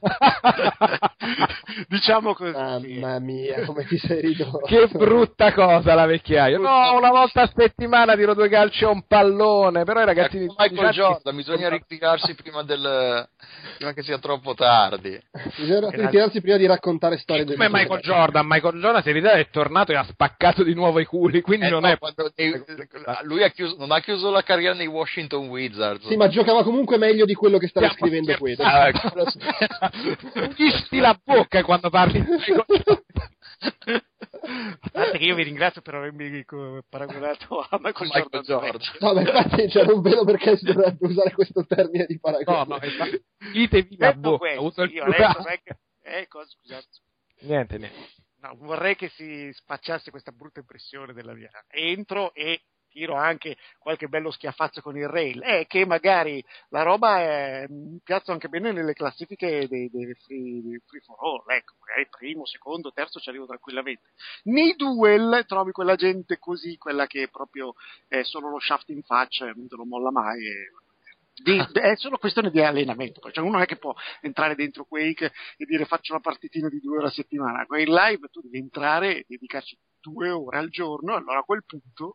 Diciamo così. Mamma mia, come ti sei ridotto. Che brutta cosa la vecchiaia. No, una volta a settimana tiro due calci a un pallone, però i ragazzini ecco Michael Jordan, bisogna ritirarsi prima del prima che sia troppo tardi. Bisogna ritirarsi prima di raccontare storie del come Michael Jordan. Michael Jordan si è ritirato, è tornato e ha spaccato di nuovo i culi, quindi eh non no, è quando, lui ha chiuso, non ha chiuso la carriera nei Washington Wizards. Sì, ma giocava comunque meglio di quello che stava Stiamo scrivendo qui. Chiusti la bocca quando parli di Michael Jordan. A parte che io vi ringrazio per avermi paragonato a Michael, Michael Jordan. Jordan. No, ma infatti cioè, non vedo perché si dovrebbe usare questo termine di paragone. No, no, ditevi la bocca. Questo, io adesso, che... eh, cosa, scusate. Niente, niente. No, vorrei che si spacciasse questa brutta impressione della mia. Entro e tiro anche qualche bello schiaffazzo con il rail, è che magari la roba è, mi piazzo anche bene nelle classifiche dei, dei free, dei free for all, ecco, magari primo, secondo, terzo ci arrivo tranquillamente. Nei duel trovi quella gente così, quella che proprio è solo lo shaft in faccia e non te lo molla mai. E... Di, è solo questione di allenamento, cioè uno non è che può entrare dentro Quake e dire faccio una partitina di due ore a settimana. Con il live tu devi entrare e dedicarci due ore al giorno, allora a quel punto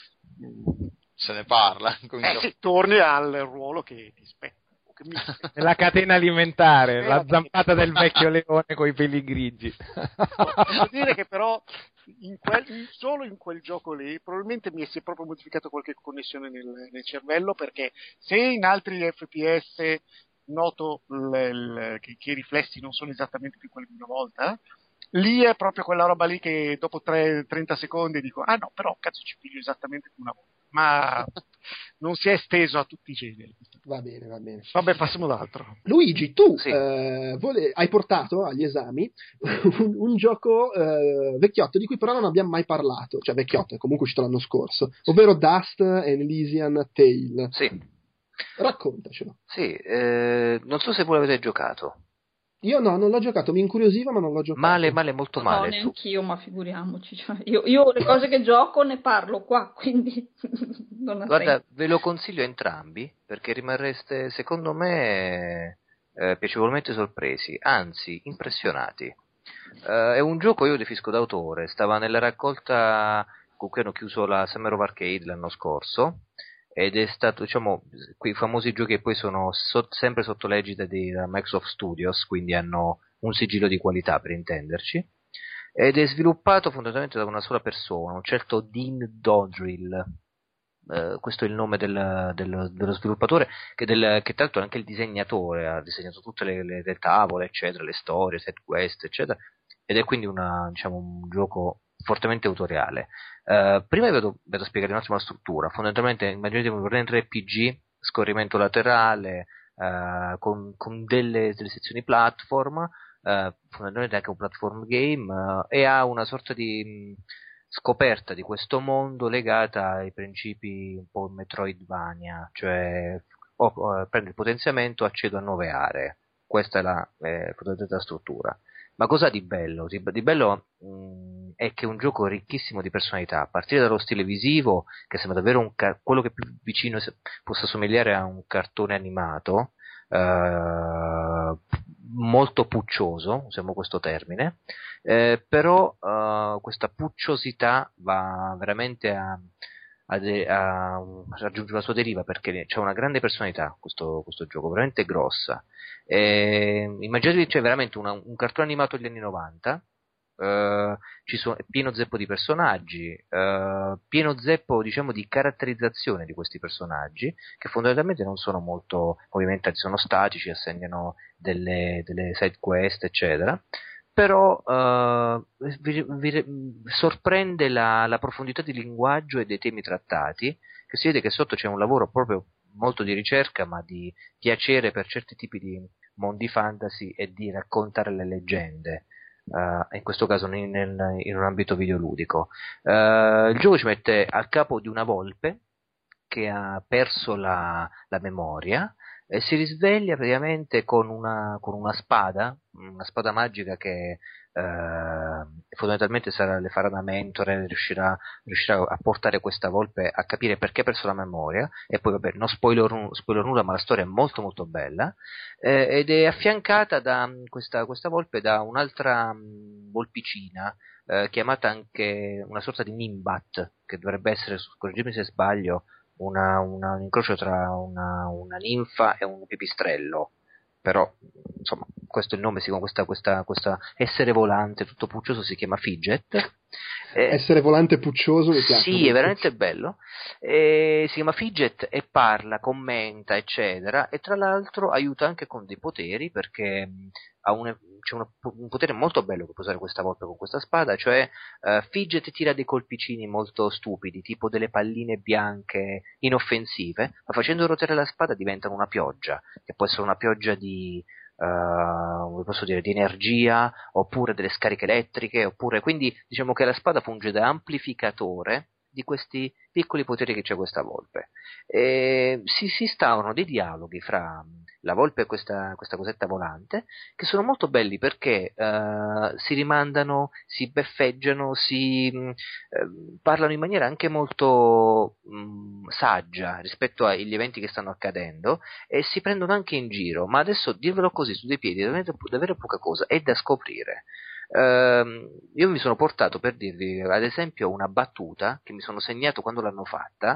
se ne parla, eh sì, torni al ruolo che ti spetta. La catena alimentare, eh, la zampata del vecchio leone coi peli grigi. Posso dire che però in quel, in, solo in quel gioco lì probabilmente mi si è proprio modificato qualche connessione nel, nel cervello, perché se in altri F P S noto l, l, che, che i riflessi non sono esattamente più quelli di una volta, lì è proprio quella roba lì che dopo tre, trenta secondi dico ah no, però cazzo ci piglio esattamente come una volta, ma non si è esteso a tutti i generi. Va bene, va bene. Vabbè, passiamo ad altro. Luigi, tu sì. eh, vole- hai portato agli esami un, un gioco eh, vecchiotto di cui però non abbiamo mai parlato, cioè vecchiotto, è comunque uscito l'anno scorso, ovvero Dust and Elysian Tale. Sì. Raccontacelo. Sì, eh, non so se voi l'avete giocato. Io no, non l'ho giocato, mi incuriosiva ma non l'ho giocato. Male, male, molto no, male. No, neanch'io, ma figuriamoci. Cioè, io, io le cose che gioco ne parlo qua, quindi non ha Guarda, senso. ve lo consiglio entrambi, perché rimarreste, secondo me, eh, piacevolmente sorpresi, anzi, impressionati. Eh, è un gioco, io definisco d'autore, stava nella raccolta con cui hanno chiuso la Summer of Arcade l'anno scorso, ed è stato, diciamo, quei famosi giochi che poi sono so- sempre sotto l'egida di Microsoft Studios, quindi hanno un sigillo di qualità, per intenderci, ed è sviluppato fondamentalmente da una sola persona, un certo Dean Dodrill. Uh, questo è il nome del, del, dello sviluppatore, che, del, che tra l'altro è anche il disegnatore, ha disegnato tutte le, le, le tavole, eccetera, le storie, set quest, eccetera, ed è quindi una, diciamo, un gioco fortemente autoriale. Uh, prima vi vedo, vedo spiegare un attimo la struttura. Fondamentalmente immaginatevi un R P G, scorrimento laterale, uh, con, con delle, delle sezioni platform, uh, fondamentalmente anche un platform game, uh, e ha una sorta di scoperta di questo mondo legata ai principi un po' Metroidvania, cioè oh, oh, prendo il potenziamento, accedo a nuove aree. Questa è la eh, fondamentalmente la struttura. Ma cosa di bello? Di, di bello mh, è che è un gioco ricchissimo di personalità, a partire dallo stile visivo, che sembra davvero un car- quello che più vicino se- possa somigliare a un cartone animato, eh, molto puccioso, usiamo questo termine, eh, però eh, questa pucciosità va veramente a, a, de- a raggiungere la sua deriva, perché c'è una grande personalità questo, questo gioco, veramente grossa. Eh, immaginatevi, c'è veramente una, un cartone animato degli anni novanta, eh, ci sono, è pieno zeppo di personaggi, eh, pieno zeppo, diciamo, di caratterizzazione di questi personaggi, che fondamentalmente non sono molto movimentati, sono statici, assegnano delle, delle side quest, eccetera. Però eh, vi, vi, sorprende la, la profondità di linguaggio e dei temi trattati, che si vede che sotto c'è un lavoro proprio molto di ricerca, ma di piacere per certi tipi di mondi fantasy e di raccontare le leggende, uh, in questo caso in, in, in un ambito videoludico. Uh, il gioco ci mette a capo di una volpe che ha perso la, la memoria e si risveglia praticamente con una, con una spada, una spada magica che eh, fondamentalmente sarà, le farà da mentore, riuscirà, riuscirà a portare questa volpe a capire perché ha perso la memoria. E poi vabbè, non spoiler, spoiler nulla, ma la storia è molto molto bella, eh, ed è affiancata da questa, questa volpe da un'altra mh, volpicina, eh, chiamata anche una sorta di Nimbat, che dovrebbe essere, correggimi se sbaglio, Una, una, un incrocio tra una, una ninfa e un pipistrello, però insomma questo è il nome, si chiama questa, questa, questa essere volante tutto puccioso, si chiama Fidget. Eh, essere volante puccioso mi piace. Sì, è veramente bello. Eh, si chiama Fidget e parla, commenta, eccetera, e tra l'altro aiuta anche con dei poteri, perché ha un, c'è una, un potere molto bello che può usare questa volta con questa spada, cioè uh, Fidget tira dei colpicini molto stupidi, tipo delle palline bianche inoffensive, ma facendo ruotare la spada diventano una pioggia, che può essere una pioggia di Uh, come posso dire, di energia, oppure delle scariche elettriche, oppure, quindi diciamo che la spada funge da amplificatore di questi piccoli poteri che c'è questa volpe. E si, si instaurano dei dialoghi fra la volpe e questa, questa cosetta volante, che sono molto belli, perché uh, si rimandano, si beffeggiano, si uh, parlano in maniera anche molto um, saggia rispetto agli eventi che stanno accadendo, e si prendono anche in giro. Ma adesso dirvelo così su dei piedi è davvero, davvero poca cosa, è da scoprire. Uh, io mi sono portato, per dirvi ad esempio, una battuta che mi sono segnato quando l'hanno fatta.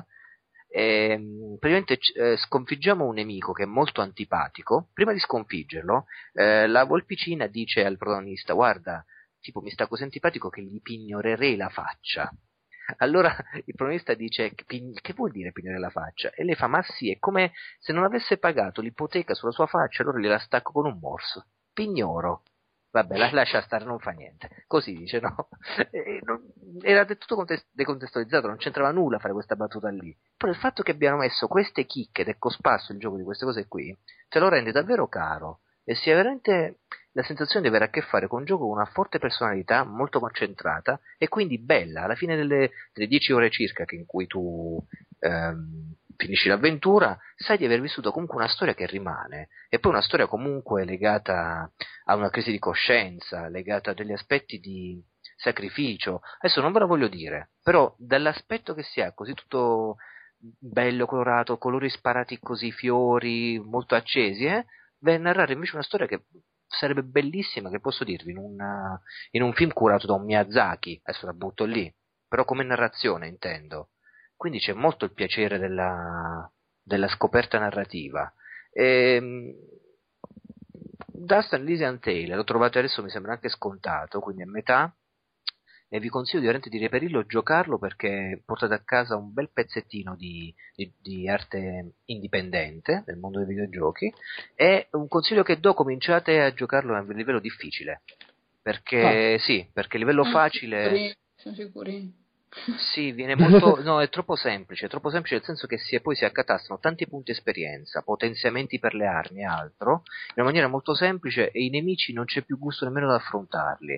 E, praticamente eh, sconfiggiamo un nemico che è molto antipatico. Prima di sconfiggerlo, eh, la volpicina dice al protagonista: guarda, tipo, mi sta così antipatico che gli pignorerei la faccia. Allora il protagonista dice: che vuol dire pignorare la faccia? E lei fa: ma sì, è come se non avesse pagato l'ipoteca sulla sua faccia, allora gliela stacco con un morso. Pignoro. Vabbè, la lascia stare, non fa niente. Così dice, no? E non, era del tutto contest- decontestualizzato, non c'entrava nulla a fare questa battuta lì. Però il fatto che abbiano messo queste chicche ed è cosparso il gioco di queste cose qui, te lo rende davvero caro. E si ha veramente la sensazione di avere a che fare con un gioco con una forte personalità, molto concentrata e quindi bella. Alla fine delle, delle dieci ore circa che in cui tu ehm, finisci l'avventura, sai di aver vissuto comunque una storia che rimane, e poi una storia comunque legata a una crisi di coscienza, legata a degli aspetti di sacrificio. Adesso non ve lo voglio dire, però dall'aspetto che si ha così tutto bello, colorato, colori sparati così, fiori molto accesi, eh, va a narrare invece una storia che sarebbe bellissima, che posso dirvi, in, una, in un film curato da un Miyazaki, adesso la butto lì, però come narrazione intendo. Quindi c'è molto il piacere della, della scoperta narrativa. E, Dust and Elysian Tale lo trovate adesso, mi sembra anche scontato, quindi a metà, e vi consiglio veramente di reperirlo, giocarlo, perché portate a casa un bel pezzettino di, di, di arte indipendente nel mondo dei videogiochi. È un consiglio che do: cominciate a giocarlo a livello difficile, perché ah. sì, perché a livello sono facile sicuri, sono sicuri. Sì, viene molto, no, è troppo semplice, è troppo semplice nel senso che si, poi si accatastano tanti punti esperienza, potenziamenti per le armi e altro, in una maniera molto semplice, e i nemici non c'è più gusto nemmeno ad affrontarli.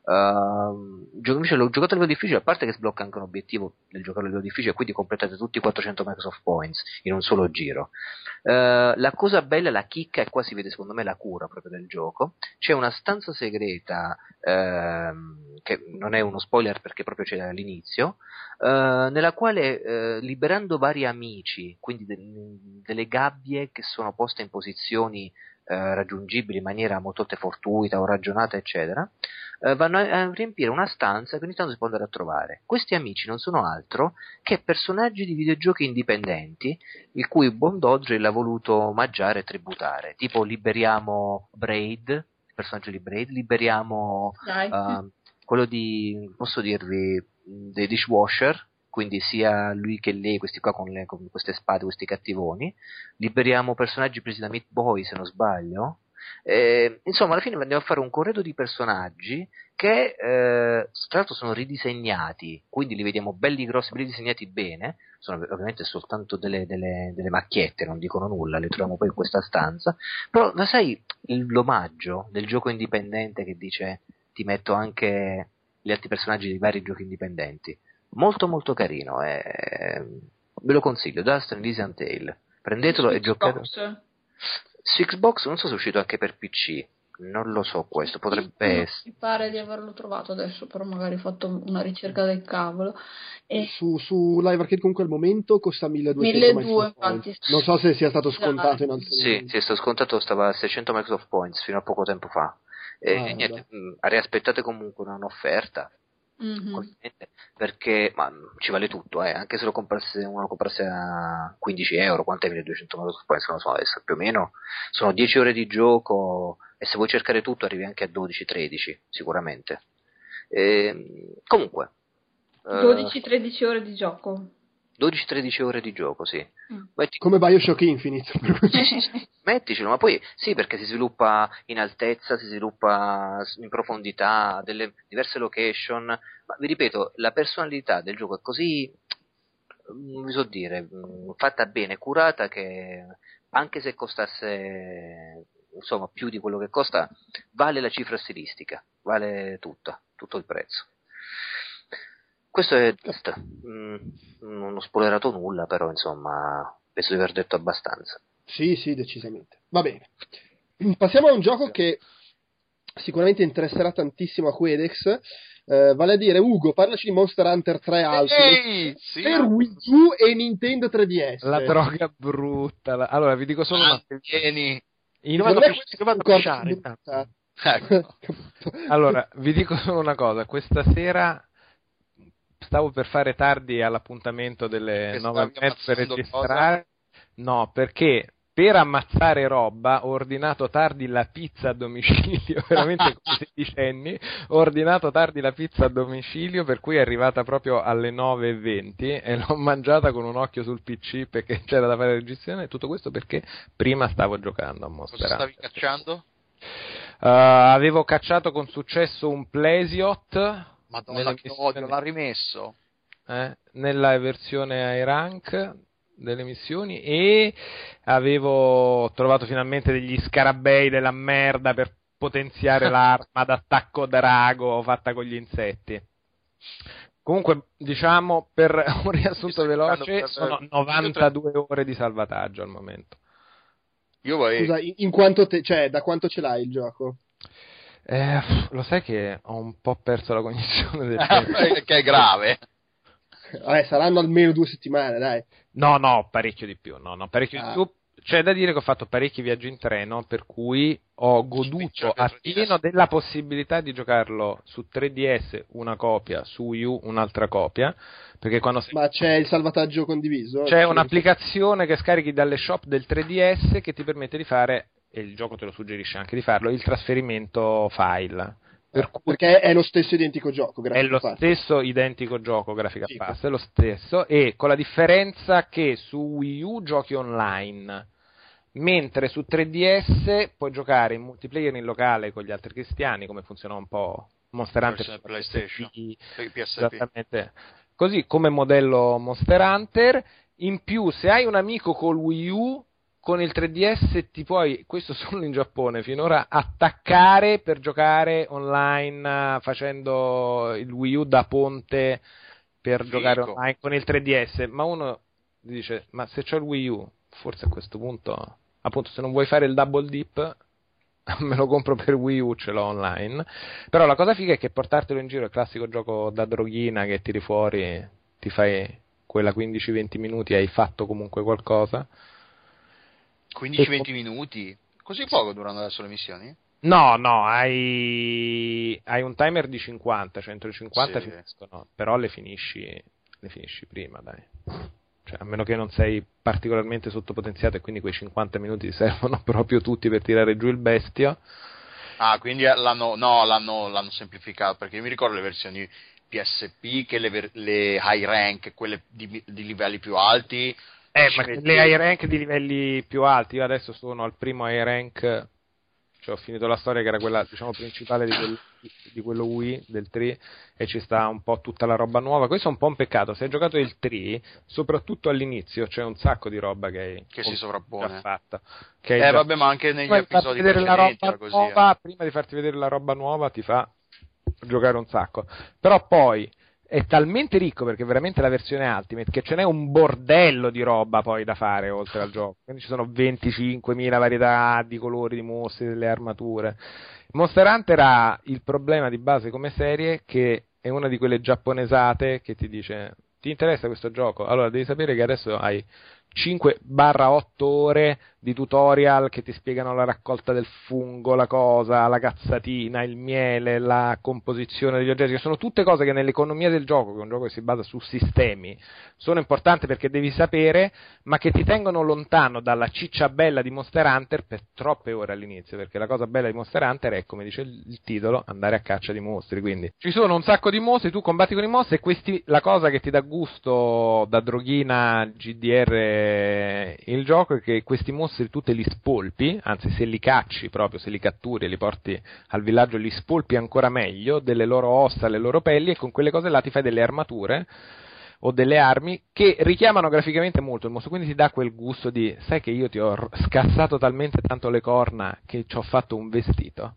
Uh, gio- invece l'ho giocato a livello difficile, a parte che sblocca anche un obiettivo del giocare a livello difficile, quindi completate tutti i quattrocento Microsoft Points in un solo giro. Uh, la cosa bella, la chicca, e qua si vede secondo me la cura proprio del gioco, c'è una stanza segreta uh, che non è uno spoiler perché proprio c'è all'inizio, uh, nella quale uh, liberando vari amici, quindi de- delle gabbie che sono poste in posizioni Uh, raggiungibili in maniera molto fortuita o ragionata eccetera, uh, vanno a, a riempire una stanza che ogni tanto si può andare a trovare. Questi amici non sono altro che personaggi di videogiochi indipendenti il cui buon Dodge l'ha voluto omaggiare e tributare, tipo liberiamo Braid, il personaggio di Braid, liberiamo uh, quello di, posso dirvi, dei Dishwasher, quindi sia lui che lei, questi qua con, le, con queste spade, questi cattivoni, liberiamo personaggi presi da Meat Boy se non sbaglio, eh, insomma alla fine andiamo a fare un corredo di personaggi che eh, tra l'altro sono ridisegnati, quindi li vediamo belli grossi, belli disegnati bene, sono ovviamente soltanto delle, delle, delle macchiette, non dicono nulla, le troviamo poi in questa stanza, però ma sai l'omaggio del gioco indipendente che dice ti metto anche gli altri personaggi di vari giochi indipendenti, molto molto carino, eh, ve lo consiglio, Dust and Elysian Tale, prendetelo e giocatelo su Xbox, non so se è uscito anche per P C, non lo so questo, potrebbe essere, mi pare di averlo trovato adesso, però magari ho fatto una ricerca del cavolo e... su, su Live Arcade comunque al momento costa milleduecento milleduecento infatti, non so se sia stato scontato in altri sì, momenti. sì, è stato scontato, stava a seicento Microsoft Points fino a poco tempo fa e, ah, e niente, mh, riaspettate comunque un'offerta. Mm-hmm. Perché ma ci vale tutto, eh. Anche se lo comprasse, uno lo comprasse a quindici euro, quant'è milleduecento Microsoft Points, non lo so adesso, più o meno sono dieci ore di gioco e se vuoi cercare tutto arrivi anche a dodici tredici sicuramente. E, comunque dodici tredici ore di gioco, dodici tredici ore di gioco, sì. Mm. Metti... come Bioshock Infinite. Metticelo, ma poi sì, perché si sviluppa in altezza, si sviluppa in profondità, delle diverse location, ma vi ripeto, la personalità del gioco è così, non vi so dire, fatta bene, curata, che anche se costasse insomma più di quello che costa, vale la cifra stilistica, vale tutta, tutto il prezzo. Questo è mm, non ho spoilerato nulla, però insomma penso di aver detto abbastanza. Sì, sì, decisamente. Va bene. Passiamo a un gioco che sicuramente interesserà tantissimo a Quedex, eh, vale a dire, Ugo, parlaci di Monster Hunter tre Ultimate Ehi, sì. per Wii U e Nintendo tre D S. La droga brutta. La... Allora, vi dico solo ah, una cosa. Vieni. In... Dove Non è questo che vado a questo pisciare, brutta. Ecco. Allora, vi dico solo una cosa. Questa sera stavo per fare tardi all'appuntamento delle Che nove e stavi mezza per ammazzando registrare. No, perché per ammazzare roba ho ordinato tardi la pizza a domicilio, veramente come sedicenni, ho ordinato tardi la pizza a domicilio, per cui è arrivata proprio alle nove e venti e l'ho mangiata con un occhio sul P C perché c'era da fare la registrazione, e tutto questo perché prima stavo giocando a Monster Cosa Hunter. stavi cacciando? Uh, avevo cacciato con successo un Plesiot. Madonna, che odio, l'ha rimesso. Eh, nella versione high rank delle missioni, e avevo trovato finalmente degli scarabei della merda per potenziare l'arma d'attacco drago fatta con gli insetti. Comunque, diciamo, per un riassunto veloce, per... sono novantadue ore di salvataggio al momento. Io vorrei... Scusa, in, in quanto te, cioè, da quanto ce l'hai il gioco? Eh, lo sai che ho un po' perso la cognizione del tempo. Che è grave. Vabbè, saranno almeno due settimane, dai. No, no, parecchio di più. No, no, parecchio ah. di più. C'è da dire che ho fatto parecchi viaggi in treno, per cui ho goduto appieno della possibilità di giocarlo su tre D S una copia, su Wii U un'altra copia. Perché quando si... Ma c'è il salvataggio condiviso? C'è un'applicazione che scarichi dalle shop del tre D S che ti permette di fare, e il gioco te lo suggerisce anche di farlo, il trasferimento file. Per cui perché è lo stesso identico gioco, è lo pass. stesso identico gioco Graphical sì, Pass, è lo stesso, e con la differenza che su Wii U giochi online, mentre su tre D S puoi giocare in multiplayer in locale con gli altri cristiani, come funziona un po' Monster Hunter PlayStation, P S P. Esattamente così come modello Monster Hunter. In più, se hai un amico col Wii U, con il tre D S ti puoi, questo solo in Giappone finora, attaccare per giocare online facendo il Wii U da ponte per Fico. giocare online con il tre D S, ma uno dice, ma se c'ho il Wii U, forse a questo punto, appunto, se non vuoi fare il double dip, me lo compro per Wii U, ce l'ho online. Però la cosa figa è che portartelo in giro è il classico gioco da droghina che tiri fuori, ti fai quella quindici venti minuti, hai fatto comunque qualcosa. quindici venti minuti? Così poco durano adesso le missioni? No, no, hai, hai un timer di cinquanta, cioè entro i cinquanta Sì. finiscono, però le finisci, le finisci prima, dai. Cioè, a meno che non sei particolarmente sottopotenziato e quindi quei cinquanta minuti ti servono proprio tutti per tirare giù il bestio. Ah, quindi l'hanno, no, l'hanno, l'hanno semplificato, perché io mi ricordo le versioni P S P, che le, ver- le high rank, quelle di, di livelli più alti. Eh, ci ma metti- le high rank di livelli più alti, io adesso sono al primo high rank, cioè ho finito la storia che era quella, diciamo, principale di, quel, di quello Wii, del tre, e ci sta un po' tutta la roba nuova. Questo è un po' un peccato, se hai giocato il tre, soprattutto all'inizio c'è un sacco di roba che hai Che si già sovrappone. fatta. Che hai Eh già- vabbè, ma anche negli Prima di farti episodi vedere la precedenti roba era così. eh. nuova, prima di farti vedere la roba nuova ti fa giocare un sacco. Però poi è talmente ricco, perché veramente la versione Ultimate, che ce n'è un bordello di roba poi da fare oltre al gioco. Quindi ci sono venticinquemila varietà di colori, di mostri, delle armature. Monster Hunter ha il problema di base come serie che è una di quelle giapponesate che ti dice: ti interessa questo gioco? Allora devi sapere che adesso hai cinque otto ore di tutorial che ti spiegano la raccolta del fungo, la cosa, la cazzatina, il miele, la composizione degli oggetti, che sono tutte cose che nell'economia del gioco, che è un gioco che si basa su sistemi, sono importanti perché devi sapere, ma che ti tengono lontano dalla ciccia bella di Monster Hunter per troppe ore all'inizio, perché la cosa bella di Monster Hunter è, come dice il, il titolo, andare a caccia di mostri. Quindi ci sono un sacco di mostri, tu combatti con i mostri, e questi, la cosa che ti dà gusto da droghina G D R il gioco è che questi mostri tu te li spolpi, anzi se li cacci proprio, se li catturi e li porti al villaggio, li spolpi ancora meglio delle loro ossa, le loro pelli, e con quelle cose là ti fai delle armature o delle armi che richiamano graficamente molto il mostro, quindi ti dà quel gusto di, sai che io ti ho r- scassato talmente tanto le corna che ci ho fatto un vestito.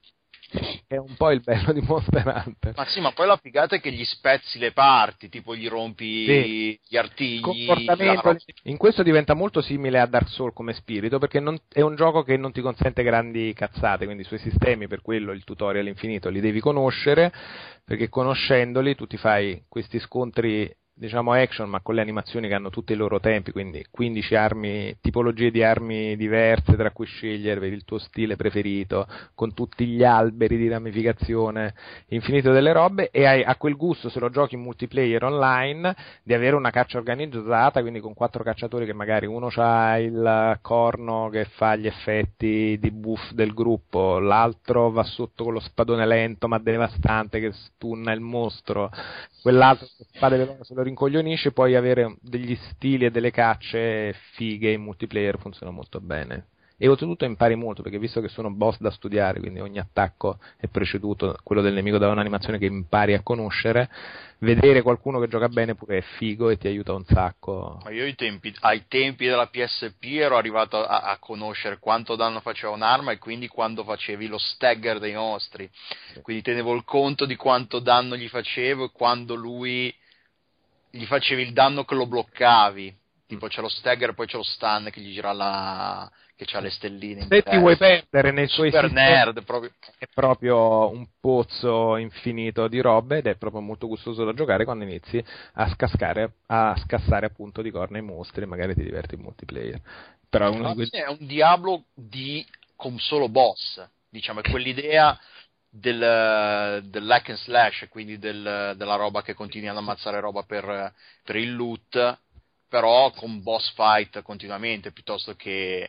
È un po' il bello di Monster Hunter. Ma sì, ma poi la figata è che gli spezzi le parti, tipo gli rompi Sì. gli artigli. Comportamento, la ro- in questo diventa molto simile a Dark Souls come spirito, perché non, è un gioco che non ti consente grandi cazzate, quindi i suoi sistemi, per quello il tutorial infinito li devi conoscere, perché conoscendoli tu ti fai questi scontri, diciamo action, ma con le animazioni che hanno tutti i loro tempi, quindi quindici armi, tipologie di armi diverse tra cui scegliere per il tuo stile preferito, con tutti gli alberi di ramificazione, infinito delle robe, e hai a quel gusto, se lo giochi in multiplayer online, di avere una caccia organizzata, quindi con quattro cacciatori che magari uno c'ha il corno che fa gli effetti di buff del gruppo, l'altro va sotto con lo spadone lento ma devastante che stunna il mostro, quell'altro che spade veloce se lo rincoglionisce, puoi avere degli stili e delle cacce fighe in multiplayer, funziona molto bene. E oltretutto impari molto, perché visto che sono boss da studiare, quindi ogni attacco è preceduto, quello del nemico, da un'animazione che impari a conoscere, vedere qualcuno che gioca bene pure è figo e ti aiuta un sacco. Ma io ai tempi, ai tempi della P S P ero arrivato a, a conoscere quanto danno faceva un'arma, e quindi quando facevi lo stagger dei mostri, Sì. quindi tenevo il conto di quanto danno gli facevo, e quando lui gli facevi il danno che lo bloccavi, tipo c'è lo stagger e poi c'è lo stun che gli gira la... che c'ha le stelline in Se ti testa. vuoi perdere nei suoi Super sistemi, nerd proprio. è proprio un pozzo infinito di robe, ed è proprio molto gustoso da giocare quando inizi a scascare, a scassare appunto di corna i mostri, e magari ti diverti in multiplayer. Però è uno di quelli... È un Diablo di con solo boss, diciamo, è quell'idea del, dell'hack and slash, quindi del, della roba che continui ad ammazzare roba per, per il loot, però con boss fight continuamente, piuttosto che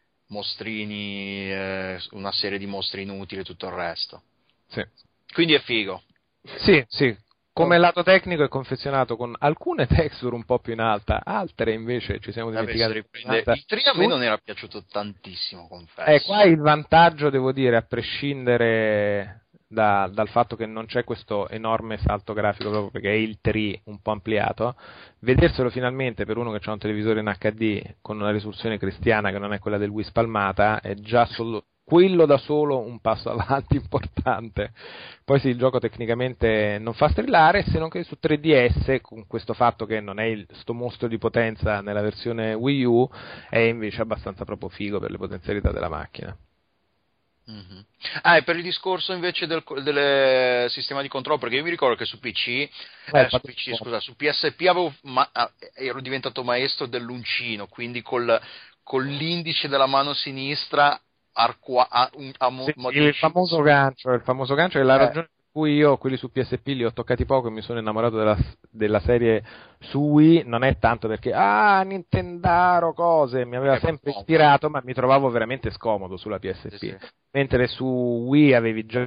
mostrini, eh, una serie di mostri inutili e tutto il resto. Sì. Quindi è figo. Sì, sì. Come lato tecnico è confezionato con alcune texture un po' più in alta, altre invece ci siamo Vabbè, dimenticati. si riprende- il tre a me non era piaciuto tantissimo, confesso. Eh, qua il vantaggio, devo dire, a prescindere da, dal fatto che non c'è questo enorme salto grafico proprio perché è il tre un po' ampliato, vederselo finalmente per uno che ha un televisore in acca di con una risoluzione cristiana che non è quella del Wii spalmata è già solo quello da solo un passo avanti importante. Poi sì, il gioco tecnicamente non fa strillare, se non che su tre D S, con questo fatto che non è il, sto mostro di potenza nella versione Wii U, è invece abbastanza proprio figo per le potenzialità della macchina. Mm-hmm. Ah, e per il discorso invece del, del sistema di controllo, perché io mi ricordo che su P C, eh, eh, su, P C scusa, su P S P avevo, ma, ero diventato maestro dell'uncino, quindi col, con l'indice della mano sinistra arcua, a, a, a, sì, il famoso gancio, il famoso gancio è la eh. ragione per cui io quelli su P S P li ho toccati poco e mi sono innamorato della, della serie su Wii, non è tanto perché ah Nintendaro cose mi aveva sempre ispirato, ma mi trovavo veramente scomodo sulla P S P, sì, sì. Mentre su Wii avevi già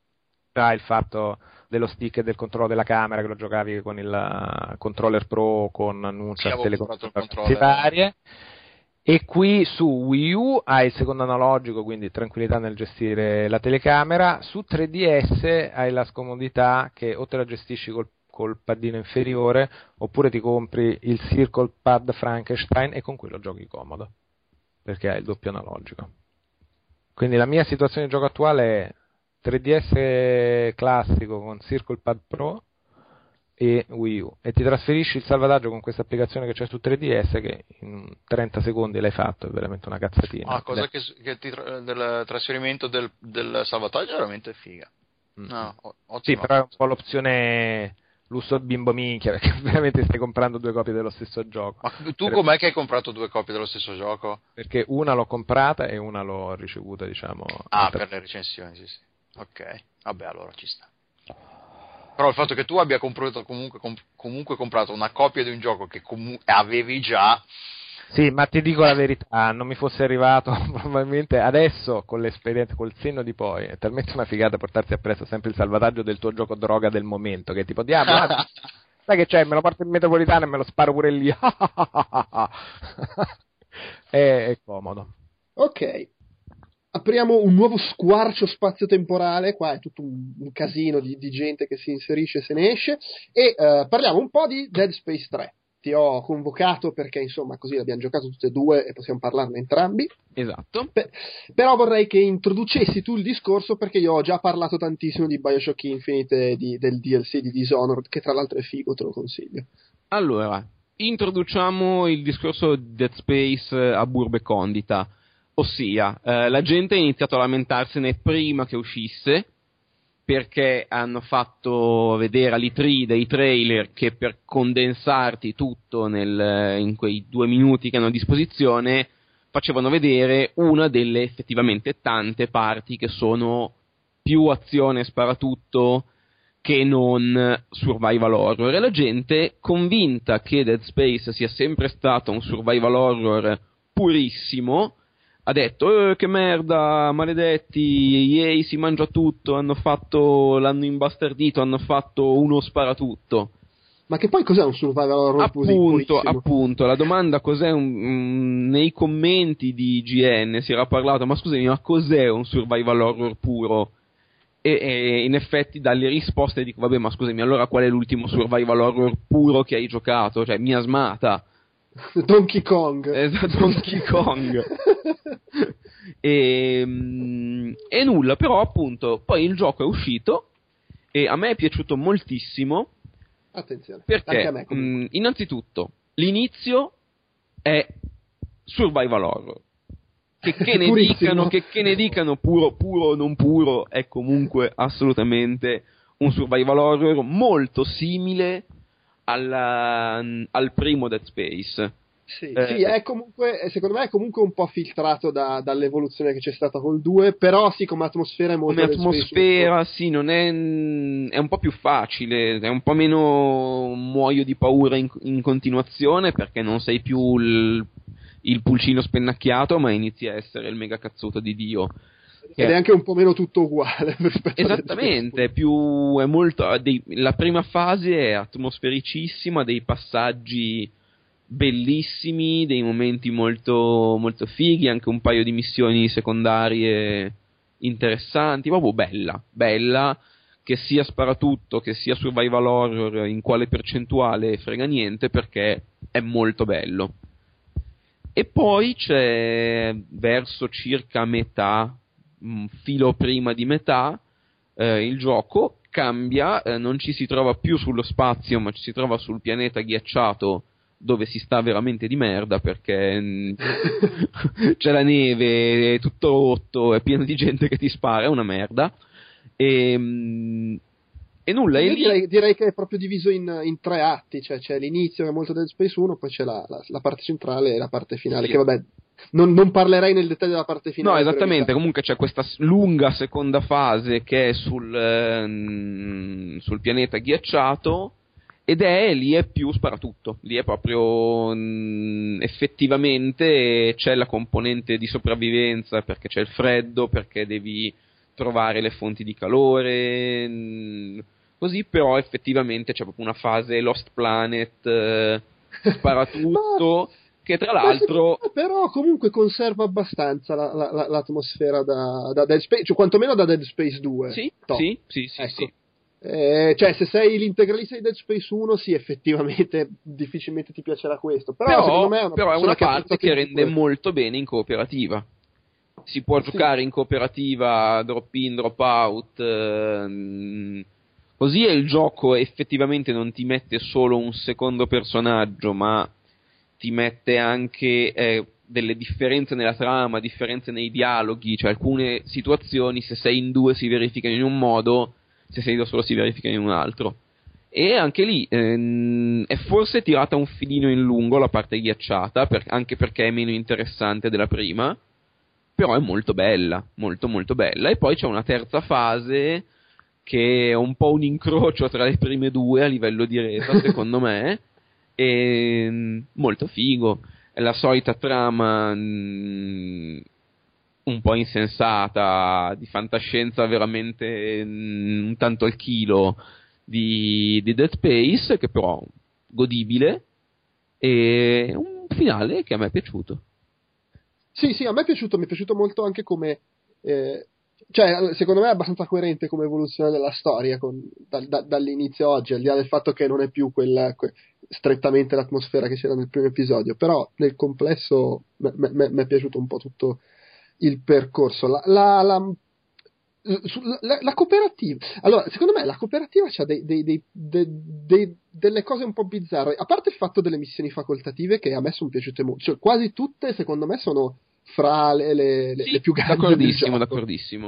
il fatto dello stick e del controllo della camera che lo giocavi con il controller pro con annuncio telecomandi varie. E qui su Wii U hai il secondo analogico, quindi tranquillità nel gestire la telecamera. Su tre D S hai la scomodità che o te la gestisci col, col paddino inferiore oppure ti compri il Circle Pad Frankenstein e con quello giochi comodo, perché hai il doppio analogico. Quindi la mia situazione di gioco attuale è tre D S classico con Circle Pad Pro e Wii U, e ti trasferisci il salvataggio con questa applicazione che c'è su tre D S che in trenta secondi l'hai fatto, è veramente una cazzatina. Ah, cosa che, che ti, del trasferimento del, del salvataggio è veramente figa. Mm. No, ottimo. Sì, però è un po' l'opzione lusso bimbo minchia, perché veramente stai comprando due copie dello stesso gioco. Ma tu com'è che hai comprato due copie dello stesso gioco? Perché una l'ho comprata e una l'ho ricevuta, diciamo. Ah, per le recensioni, sì, sì. Ok, vabbè, allora ci sta. Però il fatto che tu abbia comprato comunque, com- comunque comprato una copia di un gioco che comu- avevi già. Sì, ma ti dico la verità, non mi fosse arrivato probabilmente adesso con l'esperienza, col senno di poi, è talmente una figata portarsi appresso sempre il salvataggio del tuo gioco droga del momento, che tipo diavolo, sai che c'è, me lo porto in metropolitana e me lo sparo pure lì. è, è comodo. Ok. Apriamo un nuovo squarcio spazio-temporale, qua è tutto un, un casino di, di gente che si inserisce e se ne esce, e uh, parliamo un po' di Dead Space tre. Ti ho convocato perché, insomma, così l'abbiamo giocato tutte e due e possiamo parlarne entrambi. Esatto. Pe- però vorrei che introducessi tu il discorso, perché io ho già parlato tantissimo di Bioshock Infinite e di, del D L C di Dishonored, che tra l'altro è figo, te lo consiglio. Allora, introduciamo il discorso Dead Space a burbe condita. Ossia, eh, la gente ha iniziato a lamentarsene prima che uscisse, perché hanno fatto vedere all'E tre dei trailer che per condensarti tutto nel, in quei due minuti che hanno a disposizione facevano vedere una delle effettivamente tante parti che sono più azione sparatutto che non survival horror, e la gente, convinta che Dead Space sia sempre stato un survival horror purissimo, ha detto eh, che merda, maledetti, E A si mangia tutto, hanno fatto, l'hanno imbastardito, hanno fatto uno sparatutto. Ma che poi cos'è un survival horror appunto, purissimo? Appunto, la domanda cos'è un, um, nei commenti di I G N si era parlato, ma scusami, ma cos'è un survival horror puro? E, e in effetti dalle risposte dico, vabbè, ma scusami, allora qual è l'ultimo survival horror puro che hai giocato? Cioè, miasmata. Donkey Kong. Esatto, Donkey Kong. e, e nulla, però appunto poi il gioco è uscito e a me è piaciuto moltissimo. Attenzione, perché anche a me, mh, innanzitutto l'inizio è survival horror. Che, che, ne dicano, che, che ne dicano puro puro o non puro, è comunque assolutamente un survival horror molto simile alla, al primo Dead Space. Sì, eh, sì, è comunque, secondo me è comunque un po' filtrato da, dall'evoluzione che c'è stata col due, però sì, come atmosfera è molto... Come atmosfera, sì, non è... è un po' più facile, è un po' meno muoio di paura in, in continuazione, perché non sei più il, il pulcino spennacchiato, ma inizi a essere il mega cazzuto di Dio. Ed è anche un po' meno tutto uguale rispetto esattamente, è più è molto dei, la prima fase è atmosfericissima, dei passaggi bellissimi, dei momenti molto molto fighi, anche un paio di missioni secondarie interessanti, proprio bella, bella, che sia sparatutto, che sia survival horror, in quale percentuale frega niente, perché è molto bello. E poi c'è verso circa metà, un filo prima di metà, eh, il gioco cambia, eh, non ci si trova più sullo spazio, ma ci si trova sul pianeta ghiacciato, dove si sta veramente di merda, perché mh, c'è la neve, è tutto rotto, è pieno di gente che ti spara, è una merda. E, mh, e nulla. Io è lì... direi, direi che è proprio diviso in, in tre atti, cioè c'è l'inizio che è molto Dead Space uno, poi c'è la, la, la parte centrale e la parte finale, sì. Che vabbè, non, non parlerei nel dettaglio della parte finale. No, esattamente, comunque c'è questa lunga seconda fase che è sul, ehm, sul pianeta ghiacciato, ed è lì è più sparatutto, lì è proprio mh, effettivamente c'è la componente di sopravvivenza, perché c'è il freddo, perché devi trovare le fonti di calore, mh, così, però effettivamente c'è proprio una fase Lost Planet, eh, sparatutto. Ma... che tra l'altro me, però comunque conserva abbastanza la, la, la, l'atmosfera da, da Dead Space, cioè quantomeno da Dead Space due. Sì, Top. sì, sì, sì, ecco. sì. Eh, cioè se sei l'integralista di Dead Space uno, sì, effettivamente difficilmente ti piacerà questo, però, però secondo me è una, però è una che parte che rende questo. molto bene in cooperativa. Si può sì. giocare in cooperativa, drop in, drop out, ehm, così, e il gioco effettivamente non ti mette solo un secondo personaggio, ma ti mette anche eh, delle differenze nella trama, differenze nei dialoghi, cioè alcune situazioni se sei in due si verificano in un modo, se sei da solo si verificano in un altro. E anche lì ehm, è forse tirata un filino in lungo la parte ghiacciata, per, anche perché è meno interessante della prima, però è molto bella, molto molto bella. E poi c'è una terza fase che è un po' un incrocio tra le prime due a livello di resa, secondo me. E molto figo, è la solita trama mh, un po' insensata, di fantascienza veramente mh, un tanto al chilo di, di Dead Space, che però godibile, e un finale che a me è piaciuto. Sì, sì, a me è piaciuto, mi è piaciuto molto anche come eh, cioè, secondo me è abbastanza coerente come evoluzione della storia con, da, da, dall'inizio a oggi, al di là del fatto che non è più quella que, strettamente l'atmosfera che c'era nel primo episodio, però nel complesso mi è piaciuto un po' tutto il percorso. La, la, la, la, la cooperativa, allora, secondo me la cooperativa c'ha dei, dei, dei, dei, dei, delle cose un po' bizzarre, a parte il fatto delle missioni facoltative che a me sono piaciute molto, cioè, quasi tutte secondo me sono fra le, le, sì, le più grandi. D'accordissimo, d'accordissimo.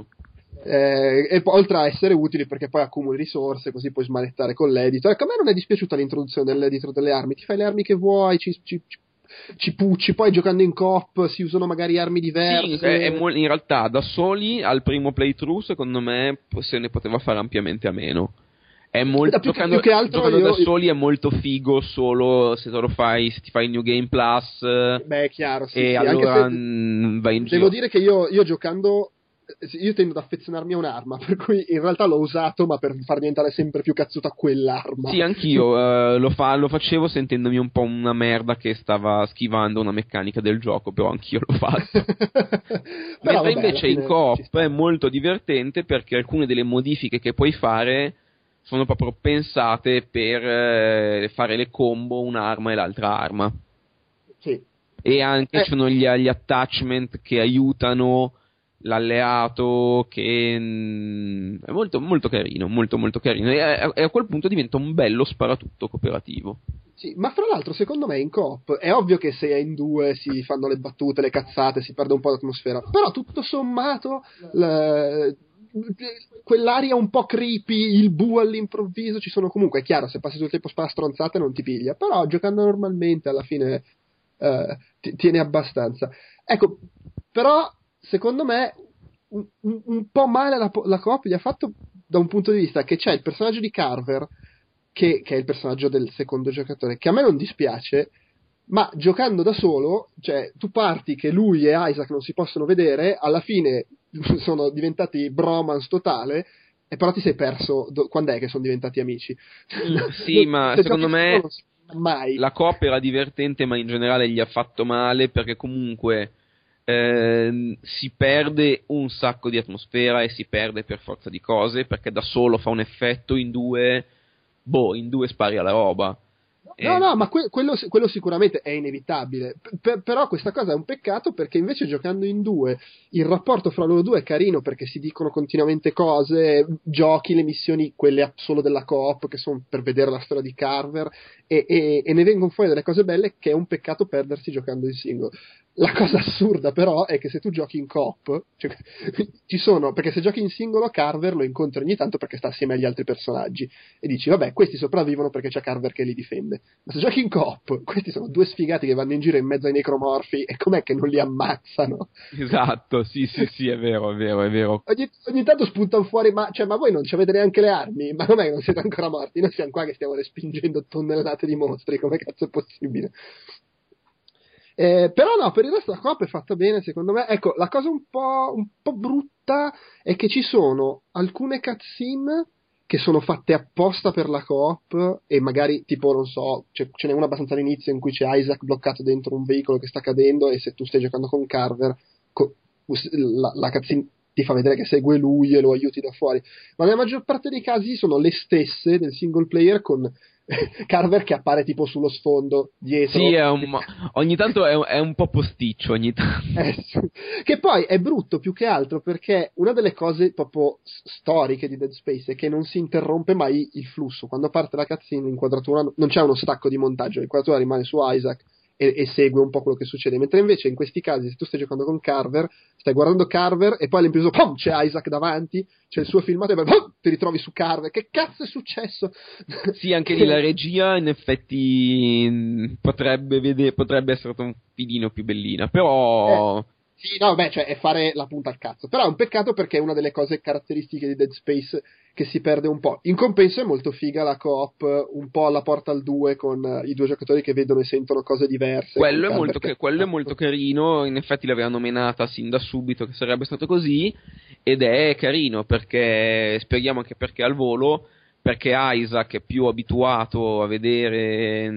Eh, e poi, oltre a essere utili perché poi accumuli risorse, così puoi smanettare con l'editor. Ecco, a me non è dispiaciuta l'introduzione dell'editor delle armi, ti fai le armi che vuoi, ci, ci, ci pucci, poi giocando in coop si usano magari armi diverse. Sì, è mo- in realtà da soli al primo playthrough secondo me se ne poteva fare ampiamente a meno. È molto, più, giocando, più che altro giocando io, da soli è molto figo solo se te lo fai, se ti fai il New Game Plus. Beh, è chiaro, sì, e sì, allora anche se, mh, vai in devo giro. dire che io, io giocando io tendo ad affezionarmi a un'arma, per cui in realtà l'ho usato, ma per far diventare sempre più cazzuta quell'arma. Sì, anch'io uh, lo, fa, lo facevo sentendomi un po' una merda che stava schivando una meccanica del gioco, però anch'io l'ho fatto. Mentre vabbè, invece in coop è molto divertente perché alcune delle modifiche che puoi fare sono proprio pensate per eh, fare le combo un'arma e l'altra arma. Sì. E anche eh. ci sono gli, gli attachment che aiutano l'alleato, che mh, è molto molto carino, molto molto carino, e a, e a quel punto diventa un bello sparatutto cooperativo. Sì, ma fra l'altro secondo me in coop è ovvio che se è in due si fanno le battute, le cazzate, si perde un po' l'atmosfera, però tutto sommato la, quell'aria un po' creepy, il bu all'improvviso ci sono comunque. È chiaro, se passi tutto il tempo a spara stronzate non ti piglia, però giocando normalmente alla fine eh, ti, tiene abbastanza. Ecco, però secondo me un, un, un po' male la, la coop gli ha fatto da un punto di vista che c'è il personaggio di Carver che, che è il personaggio del secondo giocatore, che a me non dispiace, ma giocando da solo, cioè tu parti che lui e Isaac non si possono vedere, alla fine sono diventati bromance totale, e però ti sei perso do, quando è che sono diventati amici. Sì, ma se secondo me mai. La coop era divertente, ma in generale gli ha fatto male perché comunque eh, si perde un sacco di atmosfera e si perde per forza di cose, perché da solo fa un effetto, in due boh, in due spari alla roba. No, no, ma que- quello, quello sicuramente è inevitabile. P- però questa cosa è un peccato, perché invece giocando in due il rapporto fra loro due è carino, perché si dicono continuamente cose, giochi le missioni, quelle solo della co-op, che sono per vedere la storia di Carver, e, e, e ne vengono fuori delle cose belle, che è un peccato perdersi giocando in singolo. La cosa assurda però è che se tu giochi in coop, cioè, ci sono, perché se giochi in singolo Carver lo incontri ogni tanto perché sta assieme agli altri personaggi e dici vabbè, questi sopravvivono perché c'è Carver che li difende, ma se giochi in coop questi sono due sfigati che vanno in giro in mezzo ai necromorfi e com'è che non li ammazzano? Esatto, sì sì sì, è vero, è vero, è vero. Ogni, ogni tanto spuntano fuori, ma, cioè, ma voi non ci avete neanche le armi? Ma com'è che non siete ancora morti? Noi siamo qua che stiamo respingendo tonnellate di mostri, come cazzo è possibile? Eh, però no, per il resto la coop è fatta bene secondo me. Ecco, la cosa un po', un po' brutta è che ci sono alcune cutscene che sono fatte apposta per la coop e magari tipo, non so, ce, ce n'è una abbastanza all'inizio in cui c'è Isaac bloccato dentro un veicolo che sta cadendo e se tu stai giocando con Carver co- la, la cutscene ti fa vedere che segue lui e lo aiuti da fuori, ma nella maggior parte dei casi sono le stesse del single player con Carver che appare tipo sullo sfondo dietro. Sì, è un, ogni tanto è un, è un po' posticcio ogni tanto. Eh, sì. Che poi è brutto più che altro perché una delle cose proprio storiche di Dead Space è che non si interrompe mai il flusso. Quando parte la cutscene l'inquadratura non c'è uno stacco di montaggio, l'inquadratura rimane su Isaac e, e segue un po' quello che succede, mentre invece in questi casi se tu stai giocando con Carver stai guardando Carver e poi all'improvviso pom, c'è Isaac davanti, c'è il suo filmato e poi pom, ti ritrovi su Carver. Che cazzo è successo? Sì, anche lì la regia in effetti potrebbe, vedere, potrebbe essere un filino più bellina, però eh. Sì, no, beh, cioè è fare la punta al cazzo. Però è un peccato perché è una delle cose caratteristiche di Dead Space che si perde un po'. In compenso è molto figa la co-op, un po' alla Portal due con uh, i due giocatori che vedono e sentono cose diverse. Quello, è molto, che, quello è molto carino, in effetti l'avevano menata sin da subito che sarebbe stato così, ed è carino perché, spieghiamo anche perché al volo, perché Isaac è più abituato a vedere...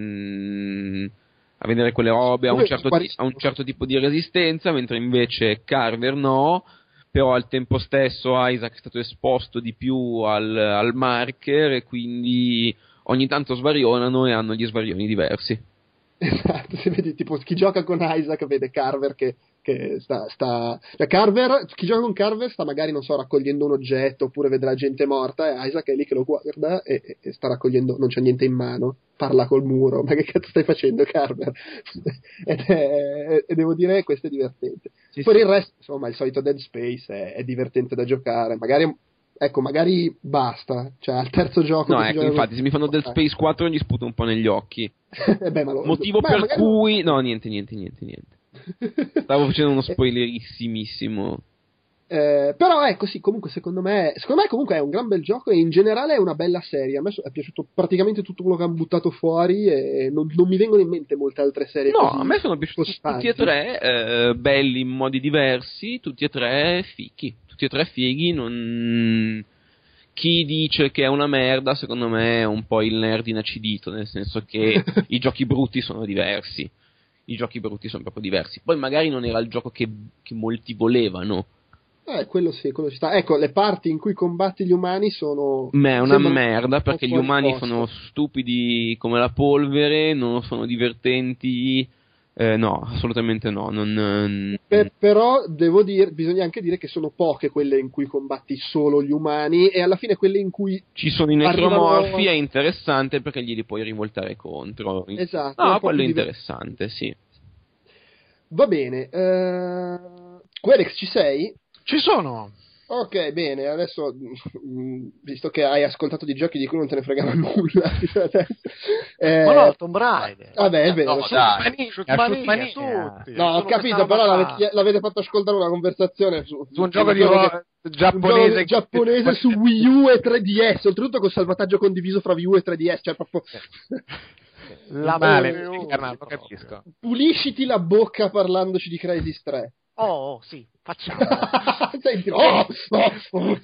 Mh, a vedere quelle robe a un, certo ti- a un certo tipo di resistenza, mentre invece Carver no, però al tempo stesso Isaac è stato esposto di più al, al marker e quindi ogni tanto svarionano e hanno gli svarioni diversi. Esatto, se vedi tipo chi gioca con Isaac vede Carver che, che sta, sta cioè Carver, chi gioca con Carver sta magari non so raccogliendo un oggetto oppure vedrà gente morta e Isaac è lì che lo guarda e, e sta raccogliendo, non c'è niente in mano, parla col muro, ma che cazzo stai facendo Carver? ed, è, e devo dire questo è divertente. Sì, per sì. Il resto insomma il solito Dead Space è, è divertente da giocare, magari ecco magari basta, cioè al terzo gioco no che ecco si infatti con... se mi fanno Dead Space quattro gli sputo un po' negli occhi. eh beh, ma lo, motivo ma per magari... cui no niente niente niente niente stavo facendo uno spoilerissimissimo. Eh, però ecco sì, comunque secondo me secondo me comunque è un gran bel gioco e in generale è una bella serie. A me è piaciuto praticamente tutto quello che hanno buttato fuori e non, non mi vengono in mente molte altre serie no, così a me sono piaciuti costanti. tutti e tre eh, belli in modi diversi, tutti e tre fichi, tutti e tre fighi. Non... chi dice che è una merda secondo me è un po' il nerd inacidito, nel senso che i giochi brutti sono diversi, i giochi brutti sono proprio diversi. Poi magari non era il gioco che, che molti volevano. Eh, quello sì, quello ci sta. Ecco, le parti in cui combatti gli umani sono... Ma è una sembrano merda perché gli fuori umani posto. sono stupidi come la polvere, non sono divertenti. Eh, no, assolutamente no. Non, Pe- però devo dire, bisogna anche dire che sono poche quelle in cui combatti solo gli umani e alla fine quelle in cui ci sono i necromorfi, arrivano... è interessante perché glieli puoi rivoltare contro. Esatto. è un No, po' quello è più diver- interessante, sì. Va bene. Eh... Quelex, ci sei? Ci sono. Ok, bene, adesso mh, visto che hai ascoltato di giochi di cui non te ne fregava nulla eh, Ma no, Tomb Raider. vabbè, è vero. No, dai. Shootmania, Shootmania. tutti. No, ho Sono capito, questa però roba l'avete, là. l'avete fatto ascoltare una conversazione su, Su un gioco di gioco ro- che- giapponese un gioco giapponese su Wii U e tre D S, oltretutto con salvataggio condiviso fra Wii U e tre D S, cioè proprio La Male, male, incarnato, capisco. pulisciti la bocca parlandoci di Crysis tre. Oh, sì, facciamo. Senti, oh, oh, oh.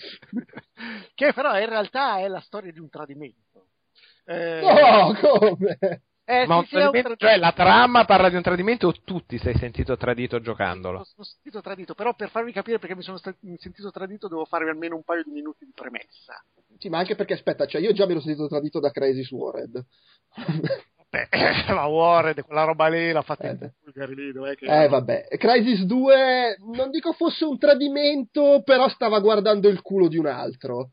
Che però in realtà è la storia di un tradimento. Eh, No, come? Eh, Ma sì, un sì, è un tradimento, tra- cioè la trama parla di un tradimento o tu ti sei sentito tradito giocandolo? Mi sono sentito tradito, però per farvi capire perché mi sono sta- sentito tradito devo farvi almeno un paio di minuti di premessa. Sì, ma anche perché, aspetta, cioè io già mi ero sentito tradito da Crazy Sword. Beh, la Warred, quella roba lì l'ha fatta Eh, in beh. Bulgari lì, dov'è che... Eh, vabbè. Crysis due, non dico fosse un tradimento, però stava guardando il culo di un altro.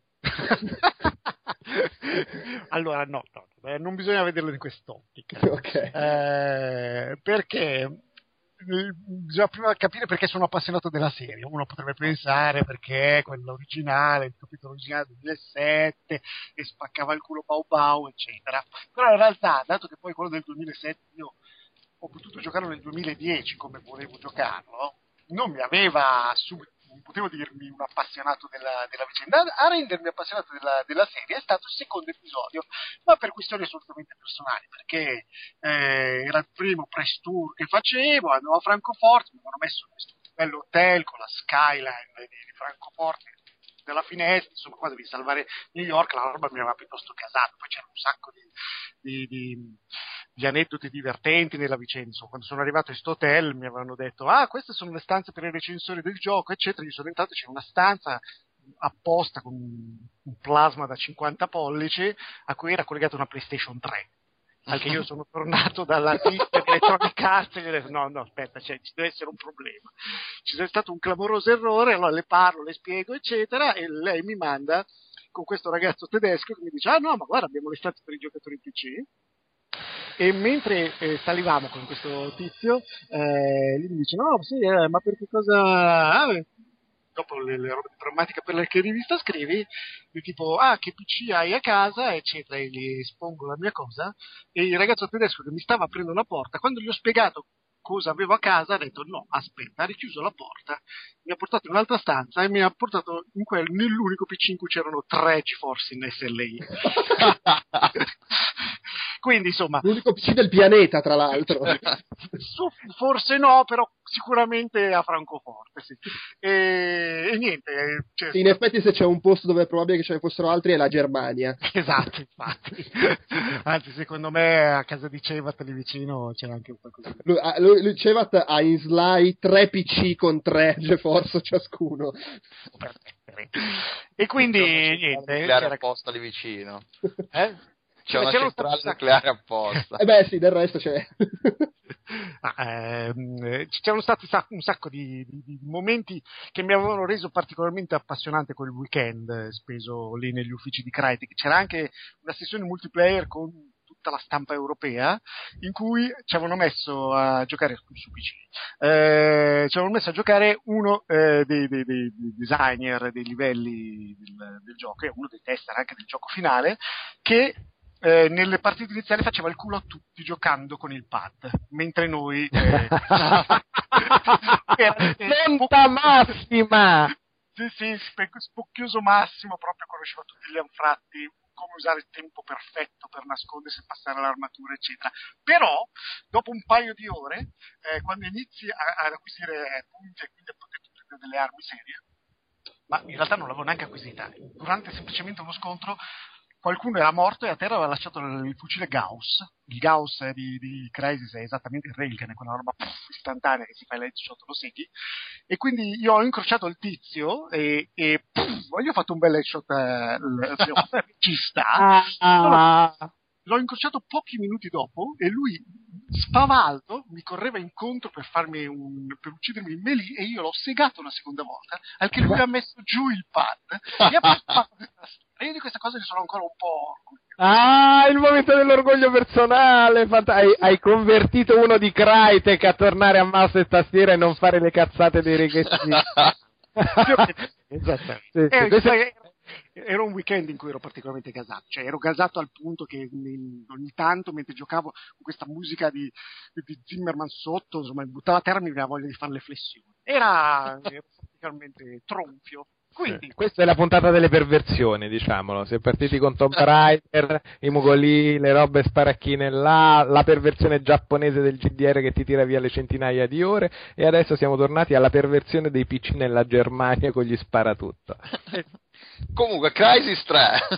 Allora, no, no, eh, non bisogna vederlo in quest'ottica. Ok. Eh, perché eh, bisogna prima capire perché sono appassionato della serie. Uno potrebbe pensare perché quella originale, il capitolo originale del duemilasette, e spaccava il culo Bau Bau, eccetera. Però in realtà, dato che poi quello del duemilasette io ho potuto giocarlo nel duemiladieci come volevo giocarlo, non mi aveva subito, non potevo dirmi un appassionato della, della vicenda. A rendermi appassionato della, della serie è stato il secondo episodio, ma per questioni assolutamente personali, perché eh, era il primo press tour che facevo, andavo a Francoforte, mi avevano messo in questo bello hotel con la skyline di, di Francoforte dalla finestra, insomma, qua devi salvare New York, la roba mi aveva piuttosto casato. Poi c'era un sacco di, di, di, di aneddoti divertenti nella vicenda. Insomma, quando sono arrivato in sto hotel mi avevano detto: ah, queste sono le stanze per i recensori del gioco, eccetera. Io sono entrato, c'era una stanza apposta con un plasma da cinquanta pollici a cui era collegata una PlayStation tre. Anche io sono tornato dalla pista di Electronic Arts e gli ho detto no, no, aspetta, cioè, ci deve essere un problema. Ci è stato un clamoroso errore, allora le parlo, le spiego, eccetera, e lei mi manda con questo ragazzo tedesco che mi dice: ah no, ma guarda, abbiamo le stanze per i giocatori P C. E mentre eh, salivamo con questo tizio, eh, lui mi dice: no, sì, eh, ma per che cosa... Ah, dopo le, le robe di prammatica per che rivista scrivi, di tipo, ah, che P C hai a casa, eccetera, e gli espongo la mia cosa, e il ragazzo tedesco che mi stava aprendo la porta, quando gli ho spiegato cosa avevo a casa, ha detto: no, aspetta, ha richiuso la porta, mi ha portato in un'altra stanza e mi ha portato in quel, nell'unico P C in cui c'erano tre GeForce in S L I. Quindi, insomma... L'unico P C del pianeta, tra l'altro. Forse no, però sicuramente a Francoforte, sì. E, e niente. Cioè, sì, in effetti se c'è un posto dove è probabile che ce ne fossero altri è la Germania. Esatto, infatti. Anzi, secondo me a casa di Cevat lì vicino c'era anche un qualcosa. Lui, lui, lui Cevat ha in Sly tre P C con tre GeForce ciascuno. E quindi niente. C'era apposta lì vicino. Eh? C'è una c'era centrale un nucleare apposta. Eh beh sì, del resto c'è. ah, ehm, c'erano stati un sacco di, di, di momenti che mi avevano reso particolarmente appassionante quel weekend speso lì negli uffici di Crytek. C'era anche una sessione multiplayer con tutta la stampa europea in cui ci avevano messo a giocare su P C eh, ci avevano messo a giocare uno eh, dei, dei, dei designer dei livelli del, del gioco e uno dei tester anche del gioco finale che Eh, nelle partite iniziali faceva il culo a tutti giocando con il pad, mentre noi eh, Lenta massima! Sì, sì, spocchioso massimo, proprio conosceva tutti gli anfratti, come usare il tempo perfetto per nascondersi e passare l'armatura, eccetera. Però, dopo un paio di ore, eh, quando inizi a, ad acquisire punti e quindi a poter prendere delle armi serie, ma in realtà non l'avevo neanche acquisita, durante semplicemente uno scontro qualcuno era morto e a terra aveva lasciato il fucile Gauss. Il Gauss di, di Crysis è esattamente il Railgun, quella roba puff, istantanea che si fa l'headshot lo segui. E quindi io ho incrociato il tizio e, e puff, gli ho fatto un bel headshot eh, ci sta. Ah. L'ho incrociato pochi minuti dopo e lui spavaldo mi correva incontro per farmi un, per uccidermi in melee e io l'ho segato una seconda volta, al che lui ha messo giù il pad e ha fatto questa e io di questa cosa ne sono ancora un po' orgoglioso. Ah, il momento dell'orgoglio personale. Fant- hai, hai convertito uno di Crytek a tornare a mouse e tastiera e non fare le cazzate dei ragazzi. Esatto. Sì, sì, eh, questo... Era un weekend in cui ero particolarmente gasato, cioè ero gasato al punto che ogni tanto mentre giocavo con questa musica di, di Zimmerman sotto, insomma mi buttava a terra e mi aveva voglia di fare le flessioni. Era, era particolarmente tronfio. Quindi, eh, questa è la puntata delle perversioni, diciamolo. Si è partiti con Tomb Raider, i mugolì, le robe sparacchine là, la perversione giapponese del G D R che ti tira via le centinaia di ore, e adesso siamo tornati alla perversione dei P C nella Germania con gli sparatutto. Comunque, Crysis tre.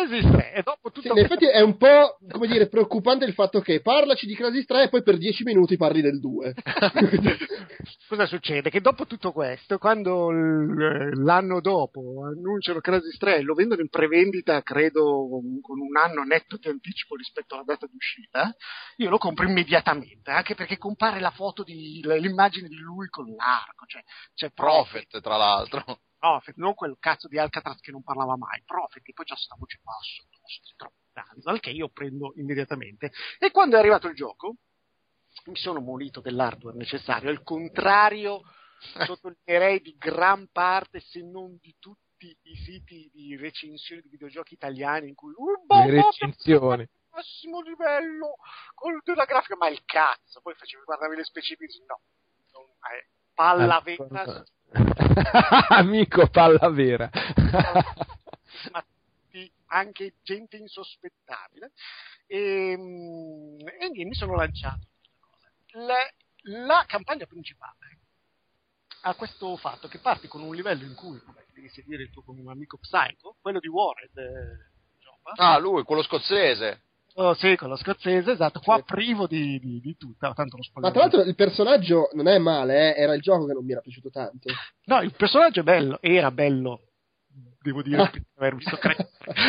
Crysis tre, e dopo tutto sì, in effetti è un po', come dire, preoccupante il fatto che parlaci di Crysis tre e poi per dieci minuti parli del due. Cosa succede? Che dopo tutto questo, quando l'anno dopo annunciano Crysis tre e lo vendono in prevendita, credo con un anno netto di anticipo rispetto alla data di uscita, io lo compro immediatamente, anche perché compare la foto di l'immagine di lui con l'arco, cioè c'è Prophet, Prophet, tra l'altro. Prophet, non quel cazzo di Alcatraz che non parlava mai, Prophet, e poi c'è sta voce bassa, troppo tanto, al che io prendo immediatamente. E quando è arrivato il gioco, mi sono munito dell'hardware necessario, al contrario, sottolineerei, di gran parte, se non di tutti i siti di recensioni di videogiochi italiani in cui le recensioni massimo livello con della grafica, ma il cazzo, poi facevi guardavi le specifiche, no, non, eh, palla vera, amico palla vera, ma anche gente insospettabile, e, e mi sono lanciato. La, la campagna principale ha questo fatto che parti con un livello in cui vabbè, devi seguire il tuo con un amico Psycho, quello di Warred, eh, ah lui, quello scozzese. Oh, sì, quello scozzese, esatto, qua sì. Privo di, di, di tutto, tanto lo ma tra l'altro il personaggio non è male, eh? Era il gioco che non mi era piaciuto tanto. No, il personaggio è bello, era bello, devo dire, per aver visto crescere.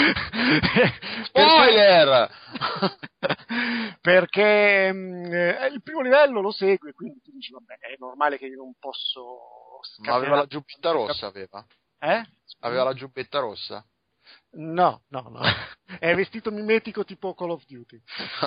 Spoiler! Perché mh, il primo livello lo segue, quindi tu dici vabbè, è normale che io non posso ma aveva la giubbetta rossa, aveva? Eh? Aveva la giubbetta rossa? No, no, no, è vestito mimetico tipo Call of Duty,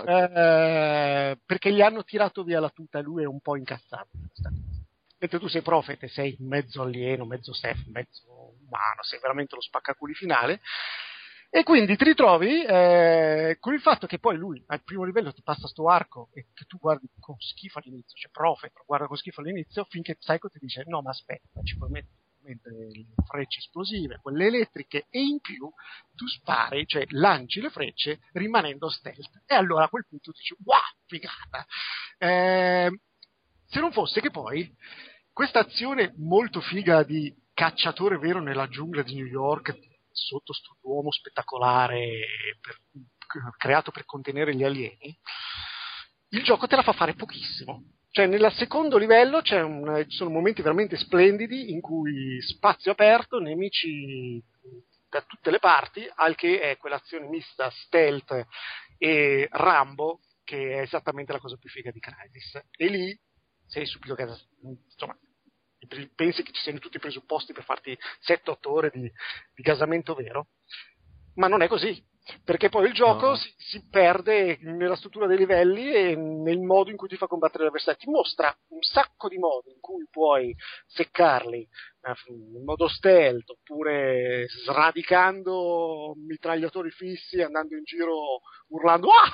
eh, perché gli hanno tirato via la tuta e lui è un po' incazzato. Mentre tu sei Prophet e sei mezzo alieno, mezzo Seth, mezzo umano, sei veramente lo spaccaculi finale. E quindi ti ritrovi eh, con il fatto che poi lui al primo livello ti passa sto arco e che tu guardi con schifo all'inizio, cioè Prophet lo guarda con schifo all'inizio, finché Psycho ti dice no ma aspetta, ci puoi mettere le frecce esplosive, quelle elettriche, e in più tu spari, cioè lanci le frecce rimanendo stealth, e allora a quel punto ti dici wow, figata. Eh, se non fosse che poi questa azione molto figa di cacciatore vero nella giungla di New York sotto sto uomo spettacolare per, creato per contenere gli alieni, il gioco te la fa fare pochissimo. Cioè nel secondo livello c'è un, ci sono momenti veramente splendidi in cui spazio aperto, nemici da tutte le parti, al che è quell'azione mista stealth e Rambo che è esattamente la cosa più figa di Crysis. E lì sei subito che insomma pensi che ci siano tutti i presupposti per farti sette otto ore di, di gasamento vero, ma non è così. Perché poi il gioco no. si, si perde nella struttura dei livelli e nel modo in cui ti fa combattere l'avversario. Ti mostra un sacco di modi in cui puoi seccarli eh, in modo stealth, oppure sradicando mitragliatori fissi, andando in giro urlando ah,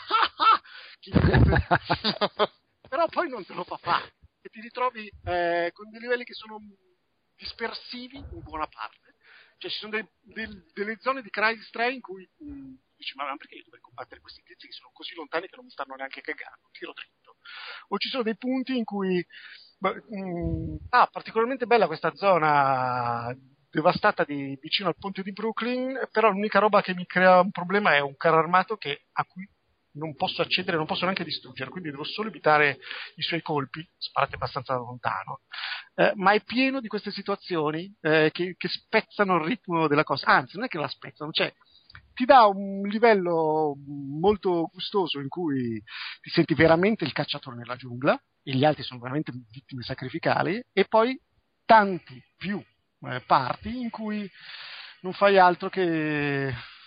ah, ah! Però poi non te lo fa fare e ti ritrovi eh, con dei livelli che sono dispersivi in buona parte. Cioè ci sono dei, dei, delle zone di Crysis tre in cui mh, dici ma perché io dovrei combattere questi tizi che sono così lontani che non mi stanno neanche cagando, tiro dritto. O ci sono dei punti in cui mh, ah, particolarmente bella questa zona devastata di, vicino al ponte di Brooklyn, però l'unica roba che mi crea un problema è un carro armato che, a cui non posso accedere, non posso neanche distruggere, quindi devo solo evitare i suoi colpi, sparate abbastanza lontano. Eh, ma è pieno di queste situazioni eh, che, che spezzano il ritmo della cosa, anzi non è che la spezzano, cioè ti dà un livello molto gustoso in cui ti senti veramente il cacciatore nella giungla e gli altri sono veramente vittime sacrificali, e poi tanti più eh, parti in cui non fai altro che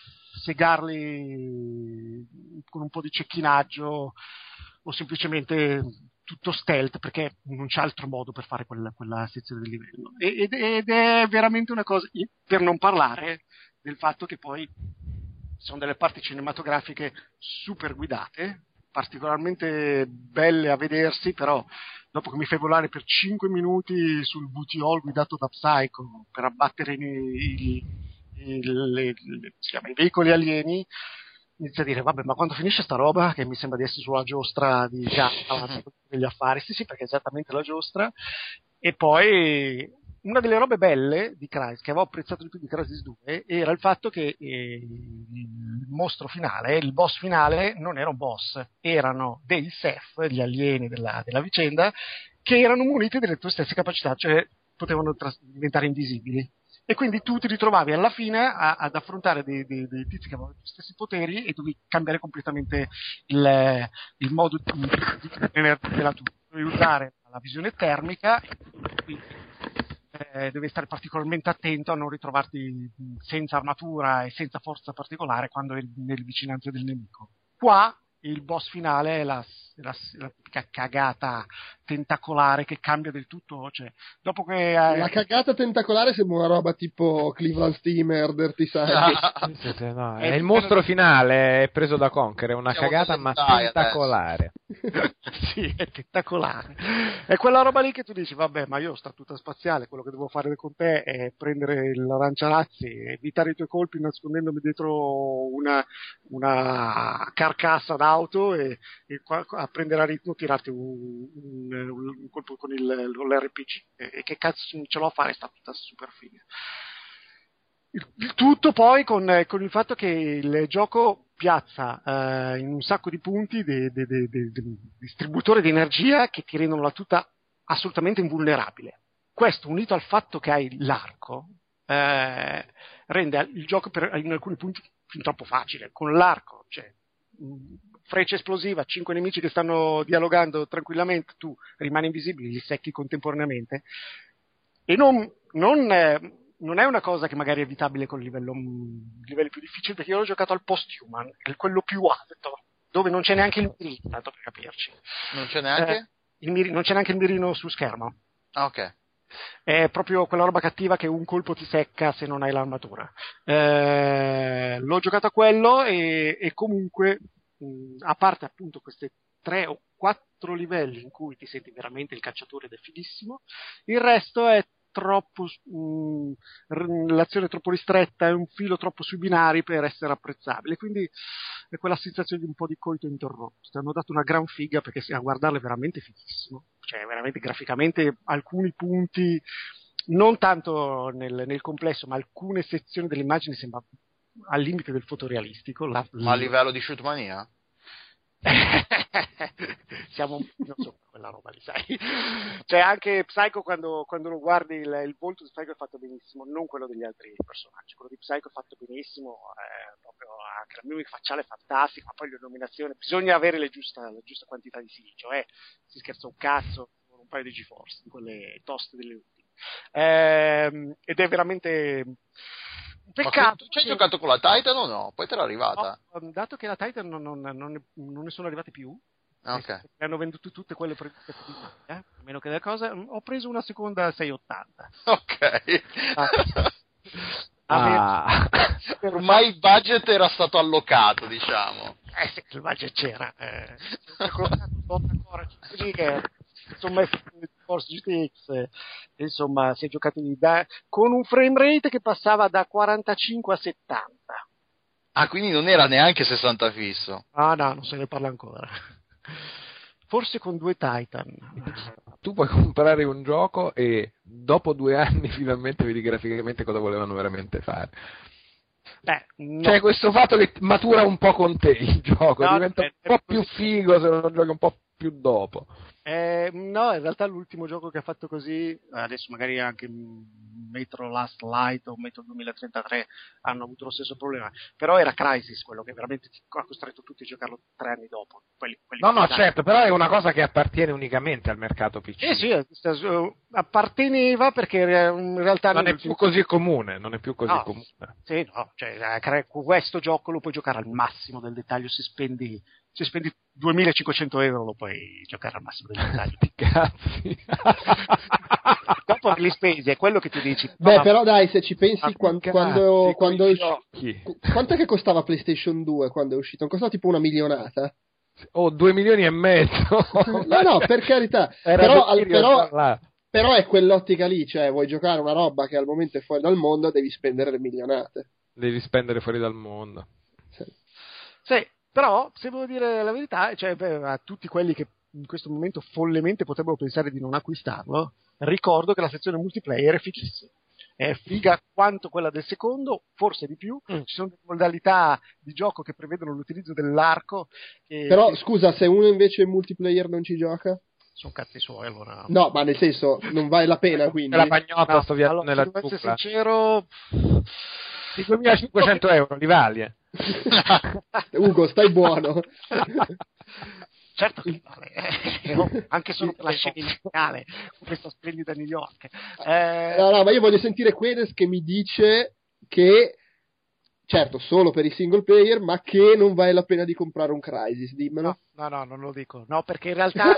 segarli con un po' di cecchinaggio o semplicemente tutto stealth, perché non c'è altro modo per fare quella, quella sezione del livello, ed, ed è veramente una cosa, per non parlare del fatto che poi sono delle parti cinematografiche super guidate, particolarmente belle a vedersi, però dopo che mi fai volare per cinque minuti sul V T O guidato da Psycho per abbattere i, i, le, le, si chiama, i veicoli alieni, inizia a dire vabbè, ma quando finisce sta roba che mi sembra di essere sulla giostra di già degli affari, sì sì, perché è esattamente la giostra. E poi una delle robe belle di Crysis, che avevo apprezzato di più di Crysis due, era il fatto che eh, mostro finale, il boss finale non era un boss, erano dei Seth, gli alieni della, della vicenda, che erano muniti delle tue stesse capacità, cioè potevano tras- diventare invisibili. E quindi tu ti ritrovavi alla fine a, ad affrontare dei, dei, dei tizi che avevano gli stessi poteri e dovevi cambiare completamente il, il modo di, di, di della tua. Dovevi usare la visione termica e quindi, eh, devi stare particolarmente attento a non ritrovarti senza armatura e senza forza particolare quando eri nelle vicinanze del nemico. Qua il boss finale è la, la, la cagata tentacolare che cambia del tutto, cioè dopo che eh... la cagata tentacolare sembra una roba tipo Cleveland Steamer, Dirty Side. sì, sì, no, è il mostro finale è preso da Conquer, è una Siamo cagata ma tentacolare. Sì, è tentacolare. È quella roba lì che tu dici, vabbè, ma io ho statuta spaziale, quello che devo fare con te è prendere il lanciarazzi, evitare i tuoi colpi nascondendomi dietro una, una carcassa d'auto e, e qua, a prendere a ritmo tirarti un, un, un colpo con il, l'R P G. E, e che cazzo ce l'ho a fare, sta tutta super figa. Il, il tutto poi con, con il fatto che il gioco piazza eh, in un sacco di punti dei de, de, de, de, distributori di energia che ti rendono la tuta assolutamente invulnerabile. Questo, unito al fatto che hai l'arco, eh, rende il gioco per, in alcuni punti fin troppo facile. Con l'arco, cioè freccia esplosiva, cinque nemici che stanno dialogando tranquillamente, tu rimani invisibile, li secchi contemporaneamente e non, non, eh, non è una cosa che magari è evitabile con livello, livelli più difficili, perché io l'ho giocato al post-human, che è quello più alto, dove non c'è neanche il mirino, tanto per capirci. Non c'è neanche? Eh, il mir- non c'è neanche il mirino su schermo. Ah, ok. È proprio quella roba cattiva che un colpo ti secca se non hai l'armatura. Eh, l'ho giocato a quello e, e comunque, mh, a parte appunto questi tre o quattro livelli in cui ti senti veramente il cacciatore ed è fighissimo, il resto è troppo mh, l'azione è troppo ristretta, è un filo troppo sui binari per essere apprezzabile, quindi è quella sensazione di un po' di coito interrotto. Ti hanno dato una gran figa perché a guardarlo è veramente fighissimo, cioè veramente graficamente alcuni punti, non tanto nel, nel complesso, ma alcune sezioni delle immagini sembra al limite del fotorealistico. La, ma a livello di Shootmania? Siamo non so quella roba lì, sai, cioè anche Psycho quando, quando lo guardi il, il volto di Psycho è fatto benissimo, non quello degli altri personaggi, quello di Psycho è fatto benissimo, eh, proprio anche la mimica facciale è fantastica, ma poi l'illuminazione bisogna avere le giusta, la giusta quantità di silicio, eh. Si scherza un cazzo con un paio di GeForce in quelle toste delle ultime, eh, ed è veramente peccato. Tu ci hai che... giocato con la Titan o no? Poi te l'è arrivata? No, dato che la Titan non, non, non, ne, non ne sono arrivate più, okay. Hanno venduto tutte quelle pre- eh? A meno che delle cose, ho preso una seconda seicentoottanta. Ok. Ah. Ah. Ormai il budget era stato allocato, diciamo. Eh sì, il budget c'era. Eh, ancora cinque giga, insomma, Force G T X, eh, insomma, si è giocato da, con un frame rate che passava da quarantacinque a settanta. Ah, quindi non era neanche sessanta fisso. Ah no, non se ne parla ancora. Forse con due Titan. Tu puoi comprare un gioco e dopo due anni finalmente vedi graficamente cosa volevano veramente fare. Beh, no. C'è questo fatto che matura un po' con te il gioco, no, diventa un po' più figo se lo giochi un po' più dopo. Eh, no, in realtà l'ultimo gioco che ha fatto così, adesso magari anche Metro Last Light o Metro duemilatrentatré hanno avuto lo stesso problema, però era Crysis quello che veramente ha costretto tutti a giocarlo tre anni dopo. Quelli, quelli no, no, certo, però è una cosa che appartiene unicamente al mercato P C. Eh sì, apparteneva perché in realtà non, non è più così comune, non è più così no, comune. Sì, no, cioè questo gioco lo puoi giocare al massimo del dettaglio se spendi se spendi duemilacinquecento euro lo puoi giocare al massimo del dettaglio. Cazzi. Dopo li spesi, è quello che ti dici. Beh, no, però dai, se ci pensi quando, cazzi, quando, quando è usci... quanto è che costava PlayStation due quando è uscito? Non costava tipo una milionata? Oh, due milioni e mezzo. No, no, per carità. Però, al, però, però è quell'ottica lì, cioè vuoi giocare una roba che al momento è fuori dal mondo, devi spendere le milionate. Devi spendere fuori dal mondo. Sì. Sì. Però, se devo dire la verità, cioè, beh, a tutti quelli che in questo momento follemente potrebbero pensare di non acquistarlo, ricordo che la sezione multiplayer è fighissima. è figa quanto quella del secondo, forse di più. Mm. Ci sono delle modalità di gioco che prevedono l'utilizzo dell'arco. Che, Però, che... scusa, se uno invece in multiplayer non ci gioca? Sono cazzi suoi, allora. No, ma nel senso, non vale la pena, quindi. La pagnotta, no, sto via allora, nella se devo essere giungla. sincero, Di duemilacinquecento euro, li vali, eh. Ugo, stai buono. Certo che vale, eh, anche solo per la scena iniziale, con questa splendida New York. Eh... No, no, ma io voglio sentire Quedes che mi dice che, certo, solo per i single player, ma che non vale la pena di comprare un Crysis, dimmelo. No, no, no, non lo dico. No, perché in realtà...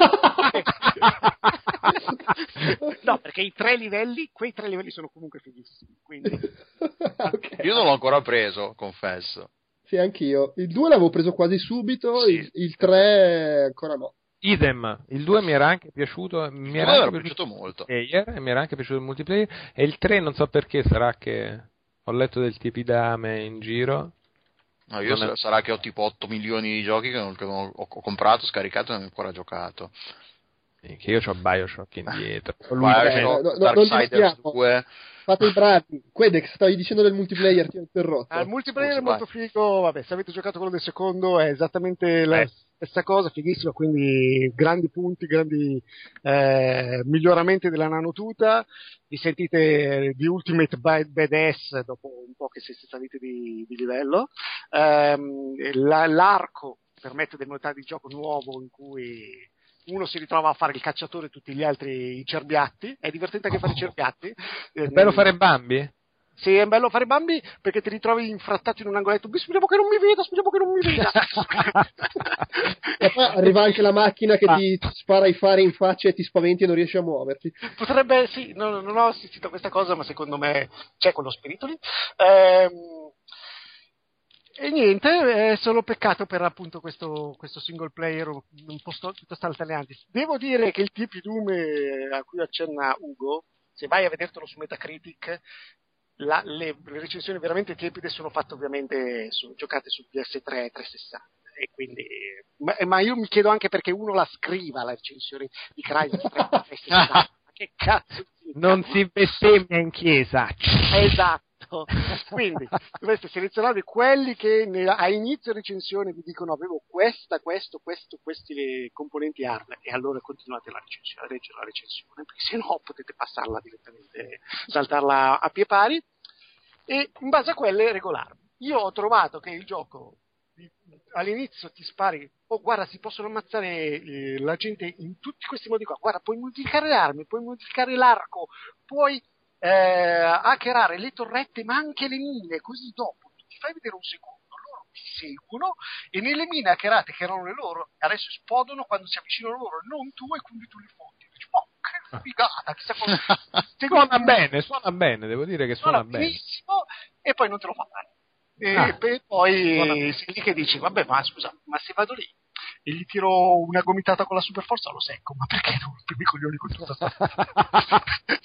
no, perché i tre livelli, quei tre livelli sono comunque fighissimi, quindi... Okay. Io non l'ho ancora preso, confesso. Sì, anch'io. Il due l'avevo preso quasi subito, Sì. il, il tre ancora no. Idem, il due mi era anche piaciuto, mi Il era due anche mi era piaciuto molto. Player, e mi era anche piaciuto il multiplayer, e il tre non so perché, sarà che ho letto del tipidame in giro. No, io Non è... sarà che ho tipo otto milioni di giochi che, non, che non ho, ho comprato, scaricato e non ho ancora giocato. Che io ho Bioshock indietro. Bioshock, no, no, Darksiders due. Fate i bravi. Quedex, stavi dicendo del multiplayer, ti ho interrotto. Ah, il multiplayer Scusa, è molto vai. figo, vabbè, se avete giocato quello del secondo è esattamente la Eh. stessa cosa, fighissimo, quindi grandi punti, grandi eh, miglioramenti della nanotuta, vi sentite di Ultimate Badass dopo un po' che siete saliti di, di livello. Ehm, la, l'arco permette delle modalità di gioco nuovo in cui uno si ritrova a fare il cacciatore e tutti gli altri i cerbiatti, è divertente anche fare i cerbiatti. È bello fare Bambi? Sì, è bello fare Bambi perché ti ritrovi infrattato in un angoletto. Speriamo che non mi veda, speriamo che non mi veda. E poi arriva anche la macchina che ti spara i fari in faccia e ti spaventi e non riesci a muoverti. Potrebbe, sì, non, non ho assistito a questa cosa, ma secondo me c'è quello spirito lì. Ehm, e niente, è solo peccato per appunto questo, questo single player un po' sto, tutto altalenante. Devo dire che il T P Doom a cui accenna Ugo, se vai a vedertelo su Metacritic, La, le, le recensioni veramente tiepide sono fatte ovviamente sono giocate su P S tre trecentosessanta e quindi ma, ma io mi chiedo anche perché uno la scriva la recensione di Crysis trecentosessanta. Ma che cazzo Non si bestemmia in chiesa. esatto, quindi dovreste selezionare quelli che ne, a inizio recensione vi dicono avevo questa, questo, questo, questi le componenti hardware e allora continuate la recensione, a leggere la recensione perché se no potete passarla direttamente, saltarla a pie pari e in base a quelle regolarvi. Io ho trovato che il gioco all'inizio ti spari, oh guarda si possono ammazzare eh, la gente in tutti questi modi qua, guarda puoi modificare le armi, puoi modificare l'arco, puoi eh, hackerare le torrette ma anche le mine, così dopo ti fai vedere un secondo, loro ti seguono e nelle mine hackerate che erano le loro adesso esplodono quando si avvicinano loro, non tu e quindi tu li fondi. Dici, oh che figata, chissà cosa. Suona bene, suona bene, devo dire che suona, suona bene. benissimo e poi non te lo fa male. E Ah. poi sei lì che dici vabbè ma scusa ma se vado lì e gli tiro una gomitata con la super forza lo secco, ma perché non rompermi i coglioni con tutta sta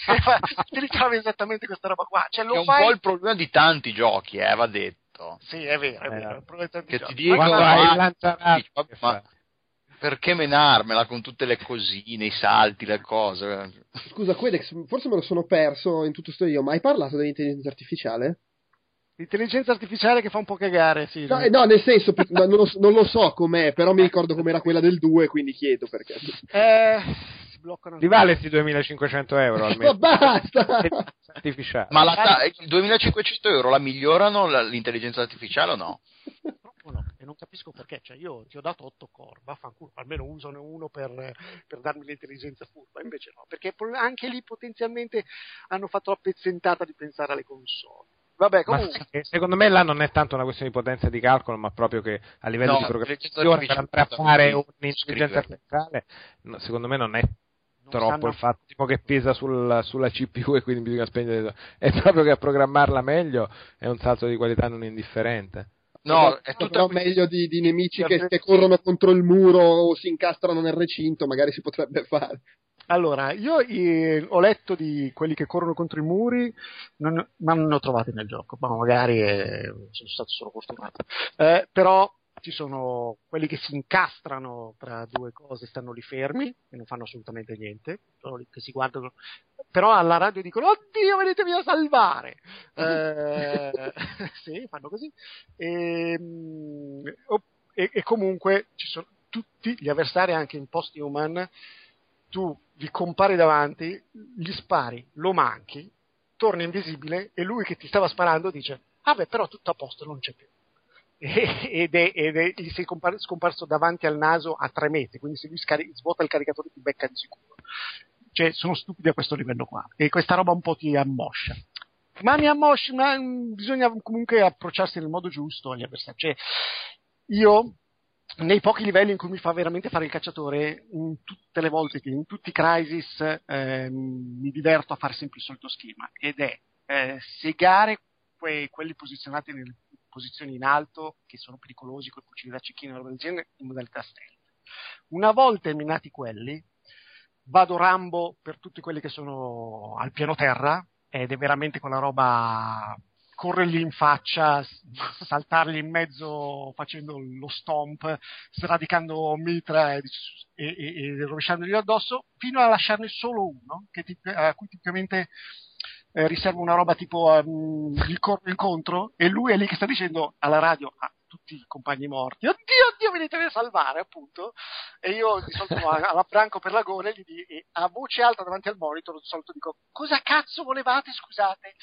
ti ritrovi esattamente questa roba qua, cioè, lo È un fai... po' il problema di tanti giochi, eh, va detto. sì è vero, è Eh, vero, è il problema di tanti Che giochi. ti dico, Quando Ma- hai il ma- lanciarazzi, ma- che ma fa? perché menarmela con tutte le cosine, i salti, le cose? Scusa, Quedex, forse me lo sono perso in tutto sto io, ma hai parlato dell'intelligenza artificiale? l'intelligenza artificiale che fa un po' cagare, sì. No, eh, no, nel senso, pi- no, non, lo, non lo so com'è, però mi ricordo com'era quella del due, quindi chiedo perché. Eh, si bloccano. Li vale sti duemilacinquecento euro almeno. Ma basta! Artificiale. Ma la ta- il duemilacinquecento euro la migliorano la- l'intelligenza artificiale o no? Purtroppo no, e non capisco perché, cioè io ti ho dato otto core, vaffanculo, almeno usane uno per, per darmi l'intelligenza furba, invece no, perché po- anche lì potenzialmente hanno fatto la pezzentata di pensare alle console. Vabbè, Ma comunque, se- secondo me là non è tanto una questione di potenza di calcolo, ma proprio che a livello No, di l'intelligenza programmazione per andare a artificiale fare devi un'intelligenza scriverle. artificiale, no, secondo me non è non troppo stanno- il fatto tipo che pesa sul- sulla C P U e quindi bisogna spendere, è proprio che a programmarla meglio è un salto di qualità non indifferente. No, è Però tutto meglio di, di nemici che, che corrono contro il muro o si incastrano nel recinto, magari si potrebbe fare. allora, io eh, ho letto di quelli che corrono contro i muri, non, ma non ne ho trovati nel gioco, ma magari eh, sono stato solo fortunato. Eh, però ci sono quelli che si incastrano tra due cose, stanno lì fermi e non fanno assolutamente niente, sono lì che si guardano. però alla radio dicono oddio venitevi a salvare, eh, sì, fanno così, e, e, e comunque ci sono tutti gli avversari anche in post-human, tu gli compari davanti, gli spari, lo manchi, torna invisibile e lui che ti stava sparando dice ah beh però tutto a posto, non c'è più, ed è, ed è gli sei compar- scomparso davanti al naso a tre metri, quindi se lui scari- svuota il caricatore ti becca di sicuro. Cioè sono stupidi a questo livello qua e questa roba un po' ti ammoscia, ma mi ammoscia, ma bisogna comunque approcciarsi nel modo giusto agli avversari. Cioè io nei pochi livelli in cui mi fa veramente fare il cacciatore, in tutte le volte che in tutti i Crysis eh, mi diverto a fare sempre il solito schema, ed è eh, segare que- quelli posizionati nelle posizioni in alto che sono pericolosi con i fucili da cecchino e roba del genere in modalità stealth. Una volta eliminati quelli vado Rambo per tutti quelli che sono al piano terra, ed è veramente quella roba corrergli in faccia, saltargli in mezzo facendo lo stomp, sradicando mitra e, e, e, e rovesciandogli addosso, fino a lasciarne solo uno che ti, a cui tipicamente eh, riservo una roba tipo um, gli corro incontro e lui è lì che sta dicendo alla radio a tutti i compagni morti oddio oddio venite a salvare appunto, e io di solito all'abbranco per la gola e, gli dico, e a voce alta davanti al monitor di solito dico cosa cazzo volevate, scusate.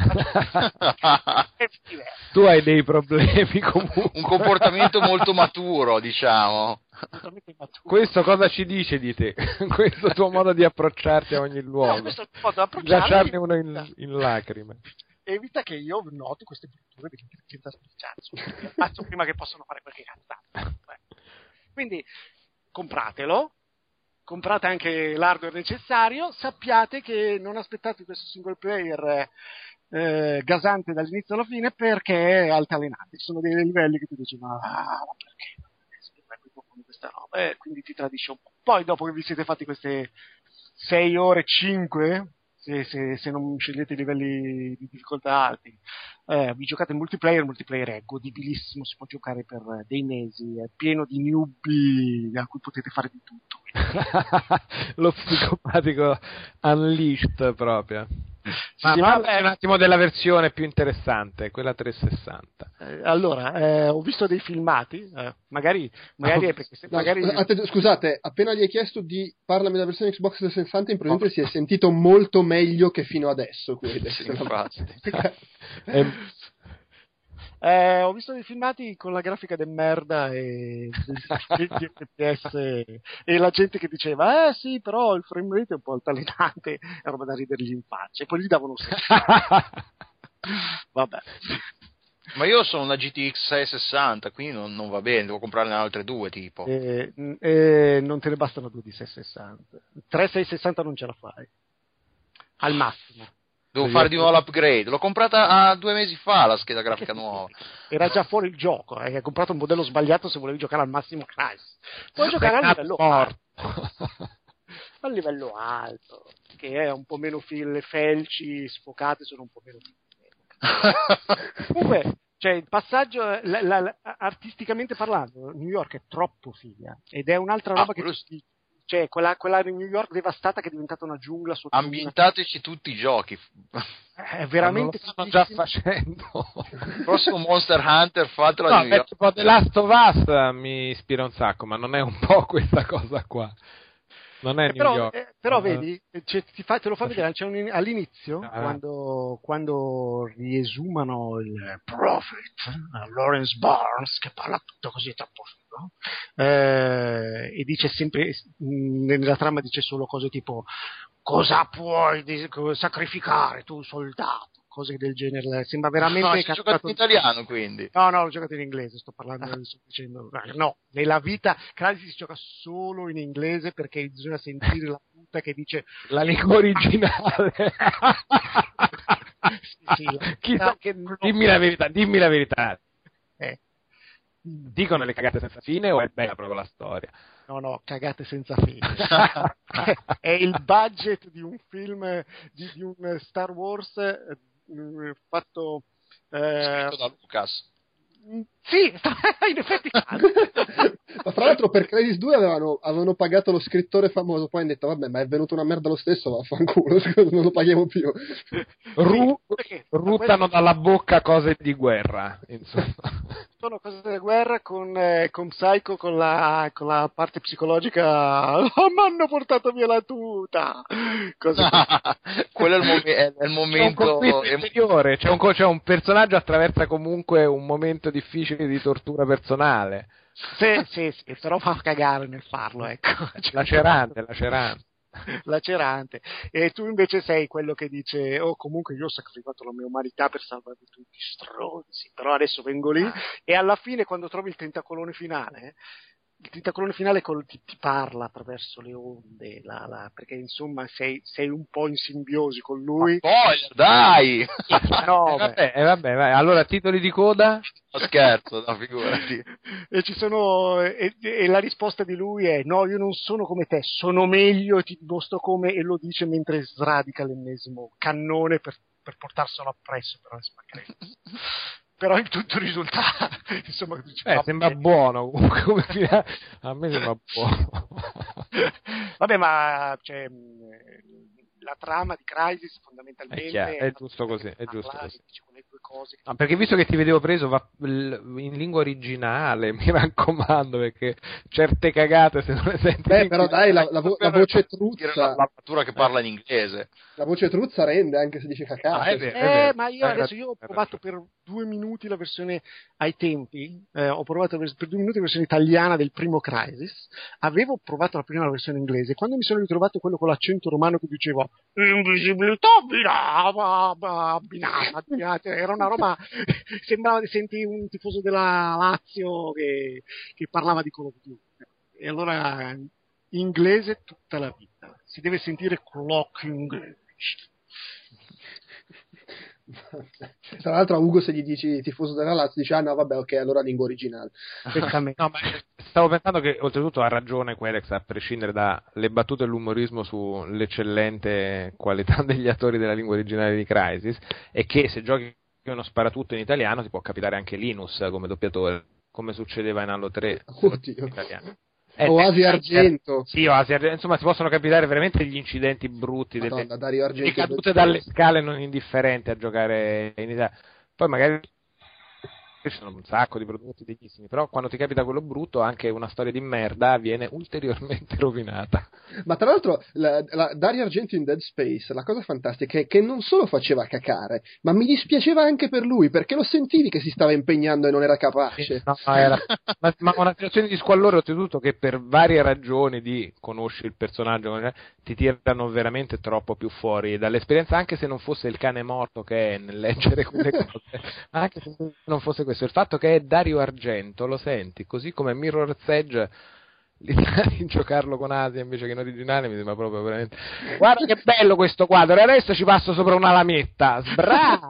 Tu hai dei problemi comunque, un comportamento molto maturo, diciamo. Questo cosa ci dice di te? Questo tuo modo di approcciarti a ogni luogo, no, questo modo di lasciarne uno in, in lacrime, evita che io noti queste brutture dell'intelligenza artificiale. Faccio prima che possano fare qualche cazzata. Quindi compratelo, comprate anche l'hardware necessario, sappiate che non aspettate questo single player eh, gasante dall'inizio alla fine perché è altalenante. Ci sono dei livelli che tu dici ma, ma perché? Con questa roba, e quindi ti tradisce un po'. Poi dopo che vi siete fatti queste sei ore, cinque, se, se, se non scegliete i livelli di difficoltà alti, eh, vi giocate in multiplayer. Il multiplayer è godibilissimo, si può giocare per dei mesi, è pieno di newbie a cui potete fare di tutto. Lo psicopatico unleashed proprio. Sì, ma sì, parla ma... un attimo della versione più interessante, quella trecentosessanta. Eh, allora, eh, ho visto dei filmati, eh, magari, magari no, è perché se, no, magari... Scusate, appena gli hai chiesto di parlare della versione Xbox trecentosessanta, in probabilmente no. Si è sentito molto meglio che fino adesso. Quindi. Sì, infatti. eh, Eh, ho visto dei filmati con la grafica de merda e F P S e la gente che diceva eh sì però il frame rate è un po' altalenante, è roba da ridergli in faccia, e poi gli davano vabbè. Ma io sono una G T X seicentosessanta, quindi non, non va bene, devo comprarne altre due tipo. Eh, eh, non te ne bastano due di seicentosessanta, tre seicentosessanta non ce la fai al massimo. Devo fare di nuovo l'upgrade. L'ho comprata a due mesi fa la scheda grafica nuova. Era già fuori il gioco, hai comprato un modello sbagliato se volevi giocare al massimo class. Puoi giocare a livello alto. A livello alto, che è un po' meno fil- le felci sfocate sono un po' meno. Comunque, cioè il passaggio la, la, la, artisticamente parlando, New York è troppo figa ed è un'altra roba ah, che ti, cioè quella, quella di New York devastata che è diventata una giungla sotto ambientateci una... tutti i giochi, è veramente lo stanno già facendo. Il prossimo Monster Hunter fatelo no, a New York. Tipo The Last of Us mi ispira un sacco, ma non è un po' questa cosa qua. Non è eh, New però, York. Eh, però vedi, cioè, ti fa, te lo fa vedere, c'è un, all'inizio, ah. quando, quando riesumano il Prophet, uh, Lawrence Barnes, che parla tutto così troppo figo, eh, e dice sempre, nella trama dice solo cose tipo, cosa puoi dis- sacrificare tu soldato? Cose del genere, sembra veramente. No, hai giocato in italiano quindi? No, no, ho giocato in inglese, sto parlando, sto dicendo, no, nella vita Crysis si gioca solo in inglese perché bisogna sentire la puta che dice la lingua originale. sì, sì, la... Chissà che... Dimmi la verità, dimmi la verità. Eh. Dicono le cagate senza fine o è bella proprio la storia? No, no, cagate senza fine. È il budget di un film, di, di un Star Wars eh, fatto eh, da Lucas. Sì, in effetti ma tra l'altro per Crysis due avevano, avevano pagato lo scrittore famoso, poi hanno detto vabbè, ma è venuto una merda lo stesso, vaffanculo, non lo paghiamo più. Ru- ruttano dalla bocca cose di guerra, insomma. Sono cose della guerra con, eh, con Psycho, con la, con la parte psicologica. Oh, mi hanno portato via la tuta. Cose Quello è il, mom- è il momento c'è un, interiore, c'è, un, c'è un personaggio attraversa comunque un momento difficile di tortura personale. Sì, sì, sì, però fa cagare nel farlo, ecco. Lacerante, lacerante. Lacerante. E tu invece sei quello che dice oh comunque io ho sacrificato la mia umanità per salvarvi tutti stronzi, però adesso vengo lì e alla fine quando trovi il tentacolone finale il tentacolone finale col, ti, ti parla attraverso le onde la, la, perché insomma sei, sei un po' in simbiosi con lui. Ma poi dai no, eh, vabbè, eh, vabbè, vai. Allora titoli di coda no, scherzo, no, figurati. E ci sono e, e la risposta di lui è no, io non sono come te, sono meglio, ti dimostro come, e lo dice mentre sradica l'ennesimo cannone per, per portarselo appresso per spaccare. Però il tutto risulta insomma eh, sembra bene. Buono comunque come finale. A me sembra buono. Vabbè, ma cioè, la trama di Crysis fondamentalmente è, chiaro, è giusto così, è giusto così. Quelle due cose ah, perché visto che ti vedevo preso va in lingua originale, mi raccomando, perché certe cagate se non le senti. Beh, però dai, la, la, vo- la voce truzza, la, la fattura che parla in inglese. La voce truzza rende anche se dice cacate. Ah, è vero, è eh, vero. ma io adesso io ho provato per due minuti la versione ai tempi, eh, ho provato per due minuti la versione italiana del primo Crysis, avevo provato la prima versione inglese, quando mi sono ritrovato quello con l'accento romano che diceva invisibilità abbinata, era una roba, sembrava di sentire un tifoso della Lazio che, che parlava di Call of Duty. E allora inglese tutta la vita, si deve sentire clock inglese. Tra l'altro a Ugo se gli dici tifoso della Lazio dice ah no vabbè ok allora lingua originale. No, ma stavo pensando che oltretutto ha ragione Querex a prescindere dalle battute e l'umorismo sull'eccellente qualità degli attori della lingua originale di Crysis, e che se giochi uno sparatutto in italiano ti può capitare anche Linus come doppiatore come succedeva in Halo tre. Oddio. In italiano. Eh, Oasi Argento. Sì, Oasi Argento. Insomma, si possono capitare veramente gli incidenti brutti, Madonna, delle, Dario Argento, le cadute dalle scale non indifferenti a giocare in Italia. Poi magari ci sono un sacco di prodotti degnissimi, però quando ti capita quello brutto anche una storia di merda viene ulteriormente rovinata. Ma tra l'altro la, la, Dario Argento in Dead Space, la cosa fantastica è che non solo faceva cacare, ma mi dispiaceva anche per lui, perché lo sentivi che si stava impegnando e non era capace. No, era, ma, ma una situazione di squallore oltretutto che per varie ragioni di conosci il personaggio ti tirano veramente troppo più fuori dall'esperienza, anche se non fosse il cane morto che è nel leggere quelle cose, anche se non fosse questo. Il fatto che è Dario Argento lo senti, così come Mirror's Edge, l'idea di giocarlo con Asia invece che in originale mi sembra proprio veramente guarda che bello questo quadro e adesso ci passo sopra una lametta sbra.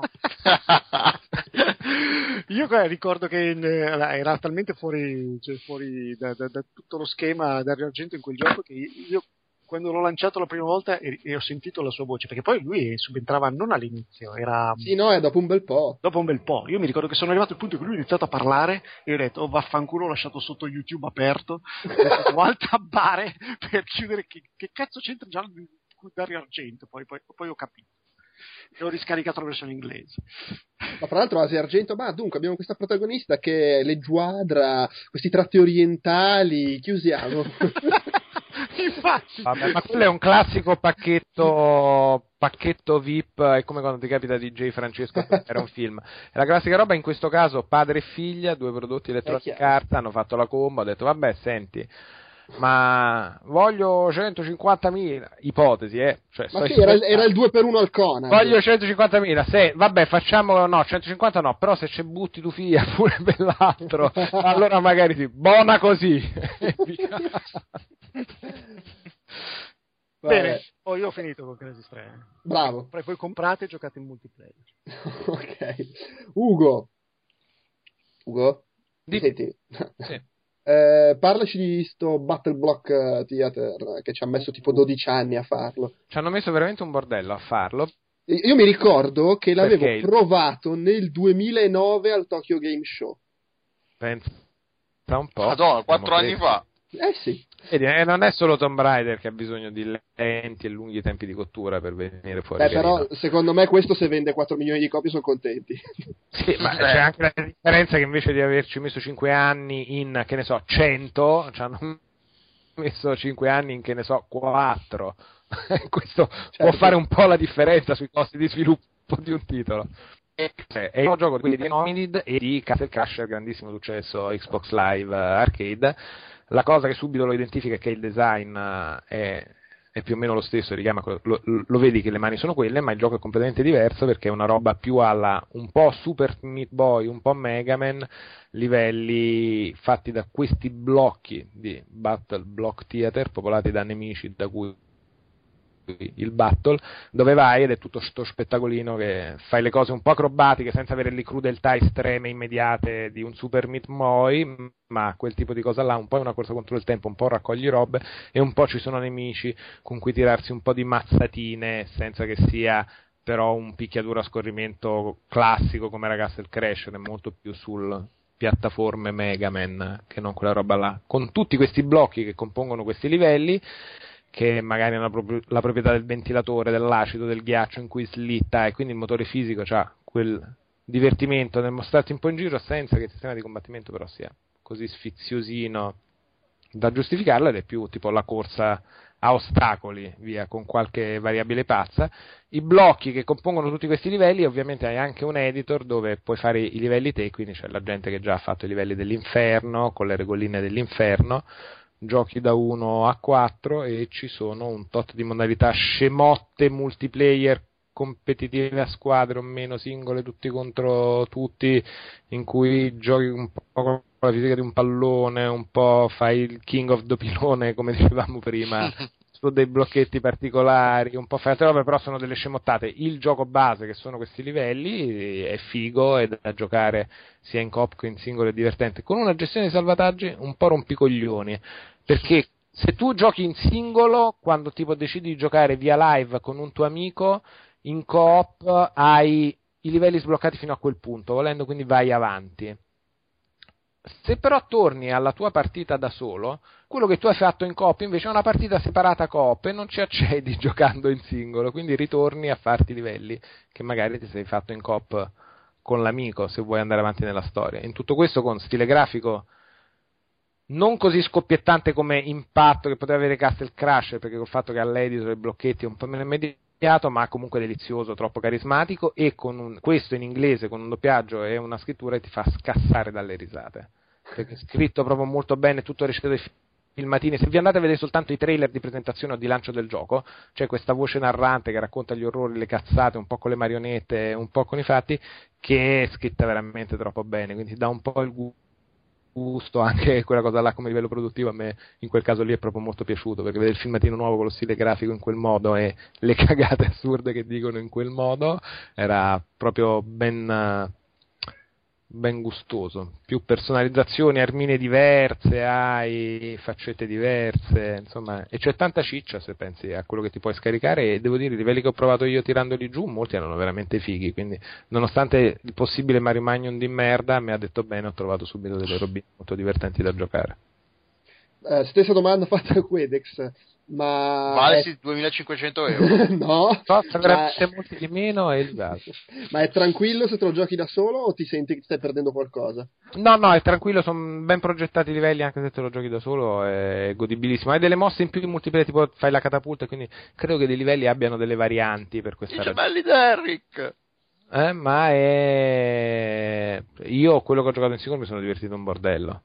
Io ricordo che in, era talmente fuori, cioè fuori da, da, da tutto lo schema Dario Argento in quel gioco che io quando l'ho lanciato la prima volta e, e ho sentito la sua voce, perché poi lui subentrava non all'inizio, era... Sì, no, è dopo un bel po'. Dopo un bel po'. Io mi ricordo che sono arrivato al punto che lui ha iniziato a parlare e ho detto, oh vaffanculo, ho lasciato sotto YouTube aperto, devo altabbare per chiudere, che, che cazzo c'entra già Dario Argento, poi, poi, poi ho capito. E ho riscaricato la versione inglese. Ma tra l'altro Asia Argento, ma dunque abbiamo questa protagonista che è leggiadra, questi tratti orientali, chi usiamo? Infatti. Vabbè, ma quello è un classico pacchetto pacchetto V I P, è come quando ti capita D J Francesco era un film, è la classica roba. In questo caso padre e figlia, due prodotti Electronic Arts, hanno fatto la combo, ha detto vabbè senti ma voglio centocinquantamila, ipotesi eh cioè, ma sì, era, era il due per uno al Conan, voglio centocinquantamila, se vabbè facciamo no centocinquanta no, però se c'è butti tu figlia pure per l'altro allora magari sì, buona così. Bene, oh, io ho finito con Crysis tre. Bravo. Poi, poi comprate e giocate in multiplayer. Ok. Ugo. Ugo? Di... Senti. Sì. Eh, parlaci di sto Battle Block Theater che ci ha messo tipo dodici anni a farlo. Ci hanno messo veramente un bordello a farlo. Io mi ricordo che l'avevo Perché? provato nel duemilanove al Tokyo Game Show. Penso un po'. Madonna, quattro anni fa. Eh sì. Vedi, eh, non è solo Tomb Raider che ha bisogno di lenti e lunghi tempi di cottura per venire fuori. Beh, però secondo me questo se vende quattro milioni di copie sono contenti. Sì, ma eh. c'è anche la differenza che invece di averci messo cinque anni in, che ne so, cento, ci hanno messo cinque anni in, che ne so, quattro. Questo certo, può fare un po' la differenza sui costi di sviluppo di un titolo. È un gioco di quelli di Hominid e di Castle Crasher, grandissimo successo Xbox Live Arcade. La cosa che subito lo identifica è che il design è, è più o meno lo stesso, richiama, lo, lo vedi che le mani sono quelle, ma il gioco è completamente diverso perché è una roba più alla un po' Super Meat Boy, un po' Mega Man, livelli fatti da questi blocchi di Battle Block Theater popolati da nemici da cui il battle, dove vai ed è tutto sto spettacolino che fai le cose un po' acrobatiche senza avere le crudeltà estreme immediate di un Super Meat Boy, ma quel tipo di cosa là, un po' è una corsa contro il tempo, un po' raccogli robe e un po' ci sono nemici con cui tirarsi un po' di mazzatine senza che sia però un picchiaduro a scorrimento classico come era Castle Crasher, è molto più sul piattaforme Mega Man che non quella roba là, con tutti questi blocchi che compongono questi livelli che magari hanno proprio la proprietà del ventilatore, dell'acido, del ghiaccio in cui slitta, e quindi il motore fisico ha quel divertimento nel mostrarti un po' in giro senza che il sistema di combattimento però sia così sfiziosino da giustificarlo, ed è più tipo la corsa a ostacoli, via, con qualche variabile pazza. I blocchi che compongono tutti questi livelli, ovviamente hai anche un editor dove puoi fare i livelli te, quindi c'è la gente che già ha fatto i livelli dell'inferno con le regoline dell'inferno, giochi da uno a quattro e ci sono un tot di modalità scemotte multiplayer competitive a squadre o meno, singole tutti contro tutti, in cui giochi un po' con la fisica di un pallone, un po' fai il king of the pilone come dicevamo prima su dei blocchetti particolari, un po' fai altre robe, però sono delle scemottate. Il gioco base, che sono questi livelli, è figo, è da giocare sia in coop che in singolo, è divertente, con una gestione di salvataggi un po' rompicoglioni, perché se tu giochi in singolo, quando tipo decidi di giocare via live con un tuo amico, in coop hai i livelli sbloccati fino a quel punto, volendo quindi vai avanti. Se però torni alla tua partita da solo, quello che tu hai fatto in coop invece è una partita separata coop e non ci accedi giocando in singolo, quindi ritorni a farti i livelli che magari ti sei fatto in coop con l'amico se vuoi andare avanti nella storia. In tutto questo con stile grafico non così scoppiettante come impatto che poteva avere Castle Crasher, perché col fatto che ha l'editor e i blocchetti è un po' meno immediato, ma comunque delizioso, troppo carismatico, e con un, questo in inglese con un doppiaggio e una scrittura che ti fa scassare dalle risate, perché è scritto proprio molto bene, tutto recitato dai filmatini. Se vi andate a vedere soltanto i trailer di presentazione o di lancio del gioco, c'è questa voce narrante che racconta gli orrori, le cazzate, un po' con le marionette, un po' con i fatti, che è scritta veramente troppo bene, quindi dà un po' il gusto gusto anche quella cosa là come livello produttivo. A me in quel caso lì è proprio molto piaciuto, perché vedere il filmatino nuovo con lo stile grafico in quel modo e le cagate assurde che dicono in quel modo era proprio ben ben gustoso. Più personalizzazioni, armine diverse, hai faccette diverse, insomma, e c'è tanta ciccia se pensi a quello che ti puoi scaricare, e devo dire i livelli che ho provato io tirandoli giù molti erano veramente fighi, quindi nonostante il possibile Mario Magnon di merda mi ha detto bene, ho trovato subito delle robine molto divertenti da giocare. Eh, stessa domanda fatta a Quedex, ma vale è... sì duemilacinquecento euro? No, no, veramente ma... molti di meno e ma è tranquillo se te lo giochi da solo o ti senti che stai perdendo qualcosa? No, no, è tranquillo, sono ben progettati i livelli, anche se te lo giochi da solo è godibilissimo. Hai delle mosse in più in multiplayer, tipo fai la catapulta, e quindi credo che dei livelli abbiano delle varianti per questa Dice ragione. belli Derrick! Eh, ma è... io quello che ho giocato in singolo mi sono divertito un bordello.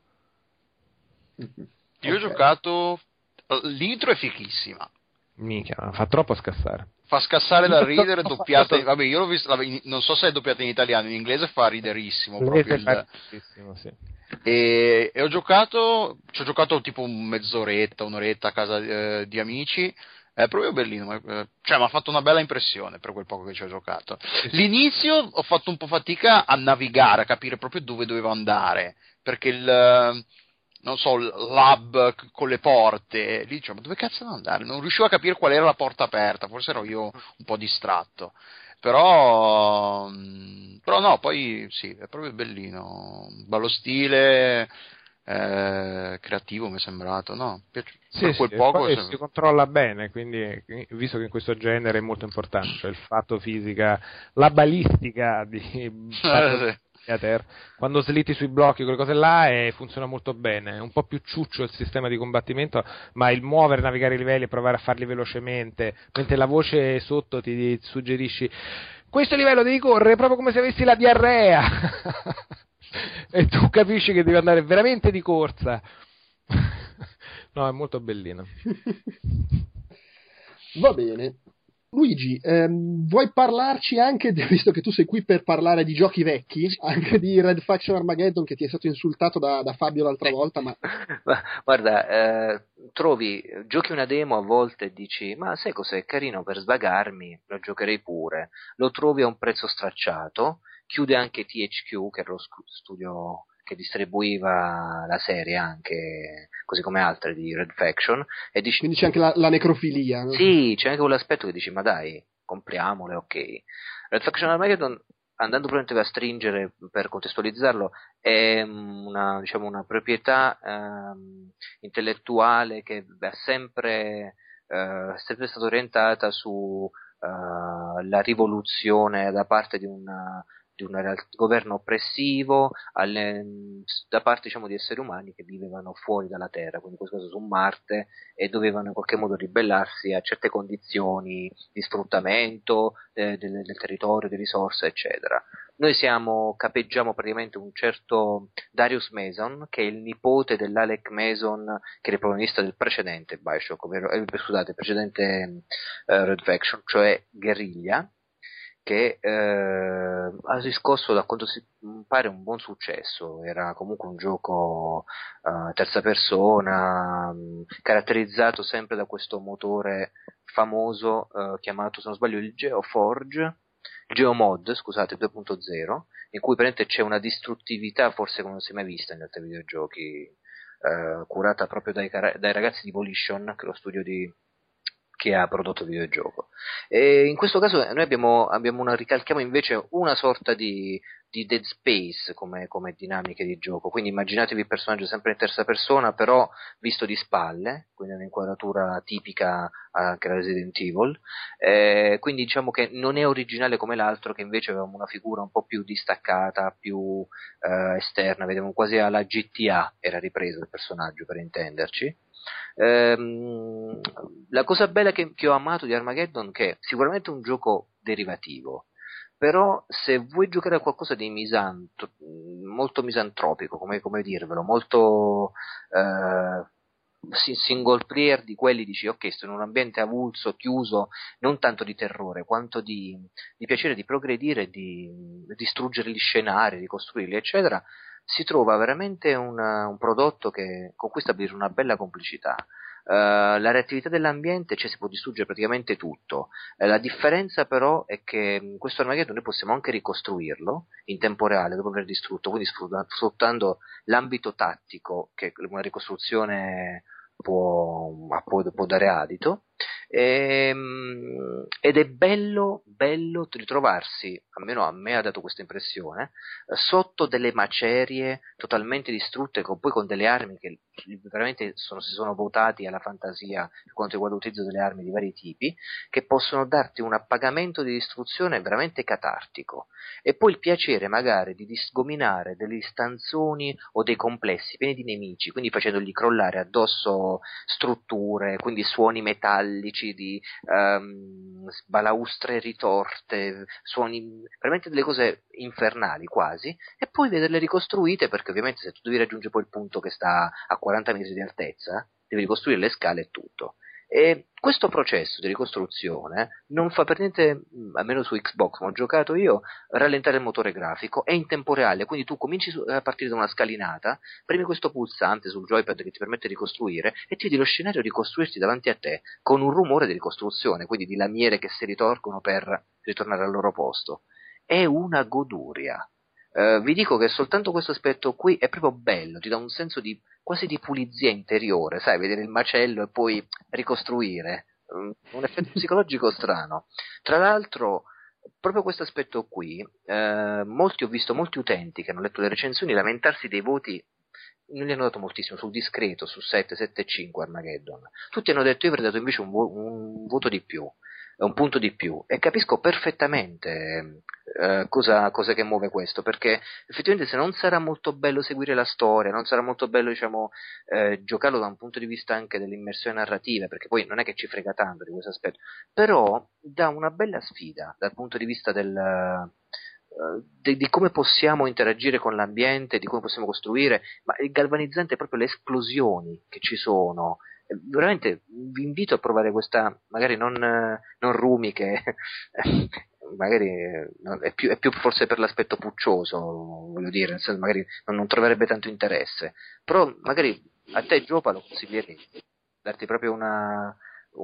Io okay. ho giocato, l'intro è fichissima. Minchia, fa troppo scassare. Fa scassare da ridere, doppiata, vabbè, io l'ho vista, non so se è doppiata in italiano, in inglese fa riderissimo proprio il... fa riderissimo, sì. E, e ho giocato, ci ho giocato tipo mezz'oretta, un'oretta a casa eh, di amici. È proprio bellino, eh, cioè mi ha fatto una bella impressione per quel poco che ci ho giocato. L'inizio ho fatto un po' fatica a navigare, a capire proprio dove dovevo andare, perché il... non so, l'hub con le porte, lì dicevo, ma dove cazzo devo andare? Non riuscivo a capire qual era la porta aperta, forse ero io un po' distratto, però, però no, poi sì, è proprio bellino, bello stile, eh, creativo, mi è sembrato, no? Piaci- Sì, per quel sì, poco poi sem- si controlla bene, quindi visto che in questo genere è molto importante, cioè il fatto fisica, la balistica di Eh, Theater, quando slitti sui blocchi, quelle cose là, e funziona molto bene. È un po' più ciuccio il sistema di combattimento, ma il muovere, navigare i livelli e provare a farli velocemente, mentre la voce sotto ti suggerisci questo livello devi correre proprio come se avessi la diarrea e tu capisci che devi andare veramente di corsa. No, è molto bellino. Va bene. Luigi, ehm, vuoi parlarci anche, de- visto che tu sei qui per parlare di giochi vecchi, anche di Red Faction Armageddon, che ti è stato insultato da, da Fabio l'altra volta, ma... Ma, guarda, eh, trovi, giochi una demo a volte e dici, ma sai cos'è carino per svagarmi, lo giocherei pure, lo trovi a un prezzo stracciato, chiude anche T H Q, che era lo scu- studio che distribuiva la serie anche, così come altre di Red Faction, e dici, Quindi c'è anche la, la necrofilia, no? sì, c'è anche quell'aspetto che dici, ma dai, compriamole, ok. Red Faction Armageddon, andando probabilmente a stringere, per contestualizzarlo, è una, diciamo, una proprietà ehm, intellettuale che è sempre, eh, sempre stata orientata su eh, la rivoluzione da parte di una di un real- governo oppressivo alle, da parte, diciamo, di esseri umani che vivevano fuori dalla Terra, quindi in questo caso su Marte, e dovevano in qualche modo ribellarsi a certe condizioni di sfruttamento eh, del, del territorio, di risorse, eccetera. Noi siamo, capeggiamo praticamente un certo Darius Mason, che è il nipote dell'Alec Mason, che era il protagonista del precedente Bioshock, ovvero, eh, scusate, il precedente eh, Red Faction, cioè Guerriglia, che eh, ha riscosso, da quanto si pare, un buon successo. Era comunque un gioco uh, terza persona, mh, caratterizzato sempre da questo motore famoso uh, chiamato, se non sbaglio, il Geoforge, Geomod, scusate, due punto zero, in cui praticamente c'è una distruttività forse come non si è mai vista in altri videogiochi, uh, curata proprio dai, dai ragazzi di Volition, che è lo studio di che ha prodotto il videogioco. E in questo caso noi abbiamo, abbiamo una, ricalchiamo invece una sorta di, di Dead Space come, come dinamiche di gioco, quindi immaginatevi il personaggio sempre in terza persona, però visto di spalle, quindi un'inquadratura tipica anche da Resident Evil, eh, quindi diciamo che non è originale come l'altro, che invece aveva una figura un po' più distaccata, più eh, esterna, vediamo quasi alla G T A era ripreso il personaggio, per intenderci. Ehm, la cosa bella che, che ho amato di Armageddon è che sicuramente è un gioco derivativo, però se vuoi giocare a qualcosa di misant- molto misantropico, come, come dirvelo, molto eh, single player, di quelli dici ok, sto in un ambiente avulso, chiuso, non tanto di terrore quanto di, di piacere di progredire, di distruggere gli scenari, di costruirli, eccetera, si trova veramente una, un prodotto che, con cui stabilire una bella complicità. Uh, la reattività dell'ambiente, cioè si può distruggere praticamente tutto. Uh, la differenza però è che in questo Armageddon noi possiamo anche ricostruirlo in tempo reale dopo aver distrutto, quindi sfruttando l'ambito tattico che una ricostruzione può, può, può dare adito. E, ed è bello, bello ritrovarsi, almeno a me ha dato questa impressione, sotto delle macerie totalmente distrutte, con, poi con delle armi che veramente sono, si sono votati alla fantasia per quanto riguarda l'utilizzo delle armi di vari tipi, che possono darti un appagamento di distruzione veramente catartico, e poi il piacere magari di sgominare degli stanzoni o dei complessi pieni di nemici, quindi facendogli crollare addosso strutture, quindi suoni metallici di um, balaustre ritorte, suoni, veramente delle cose infernali quasi, e poi vederle ricostruite, perché ovviamente se tu devi raggiungere poi il punto che sta a quaranta metri di altezza, devi ricostruire le scale e tutto. E questo processo di ricostruzione non fa per niente, almeno su Xbox, come ho giocato io, rallentare il motore grafico, è in tempo reale, quindi tu cominci a partire da una scalinata, premi questo pulsante sul joypad che ti permette di ricostruire e ti vedi lo scenario ricostruirsi davanti a te con un rumore di ricostruzione, quindi di lamiere che si ritorcono per ritornare al loro posto. È una goduria. Uh, vi dico che soltanto questo aspetto qui è proprio bello, ti dà un senso di quasi di pulizia interiore, sai, vedere il macello e poi ricostruire, um, un effetto psicologico strano. Tra l'altro, proprio questo aspetto qui, uh, molti ho visto molti utenti che hanno letto le recensioni lamentarsi dei voti non gli hanno dato moltissimo, sul discreto, su sette, sette e cinque Armageddon. Tutti hanno detto io avrei dato invece un, vo- un voto di più, un punto di più, e capisco perfettamente eh, cosa, cosa che muove questo, perché effettivamente se non sarà molto bello seguire la storia, non sarà molto bello diciamo eh, giocarlo da un punto di vista anche dell'immersione narrativa, perché poi non è che ci frega tanto di questo aspetto, però dà una bella sfida dal punto di vista del Di, di come possiamo interagire con l'ambiente, di come possiamo costruire, ma il galvanizzante è proprio le esplosioni che ci sono. Veramente vi invito a provare questa, magari non, non Rumi, che magari è più, è più forse per l'aspetto puccioso, voglio dire, nel senso magari non, non troverebbe tanto interesse, però magari a te Giopa lo consiglierei, darti proprio una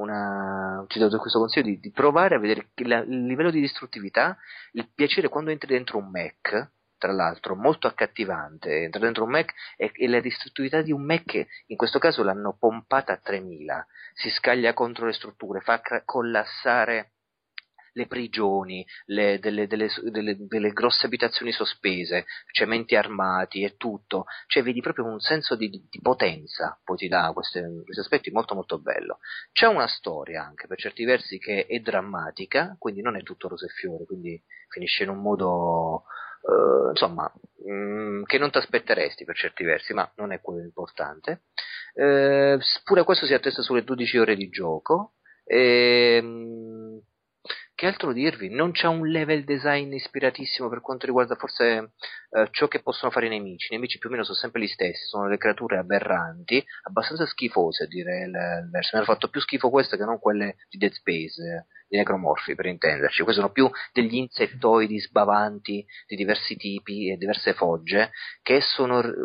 una ci do questo consiglio di, di provare a vedere il, il livello di distruttività, il piacere quando entri dentro un mech, tra l'altro molto accattivante, entra dentro un mech e, e la distruttività di un mech che in questo caso l'hanno pompata a tremila, si scaglia contro le strutture, fa cra- collassare le prigioni, le, delle, delle, delle, delle grosse abitazioni sospese, cementi armati e tutto, cioè vedi proprio un senso di, di potenza, poi ti dà questi, questi aspetti molto molto bello. C'è una storia anche per certi versi che è drammatica, quindi non è tutto rose e fiori, quindi finisce in un modo uh, insomma mh, che non ti aspetteresti per certi versi, ma non è quello importante. Uh, pure questo si attesta sulle dodici ore di gioco. E, mh, che altro dirvi? Non c'è un level design ispiratissimo per quanto riguarda forse eh, ciò che possono fare i nemici. I nemici più o meno sono sempre gli stessi, sono le creature aberranti, abbastanza schifose, direi il, il verso. Mi hanno fatto più schifo queste che non quelle di Dead Space, eh, di necromorfi per intenderci. Questi sono più degli insettoidi sbavanti di diversi tipi e diverse fogge che sono r-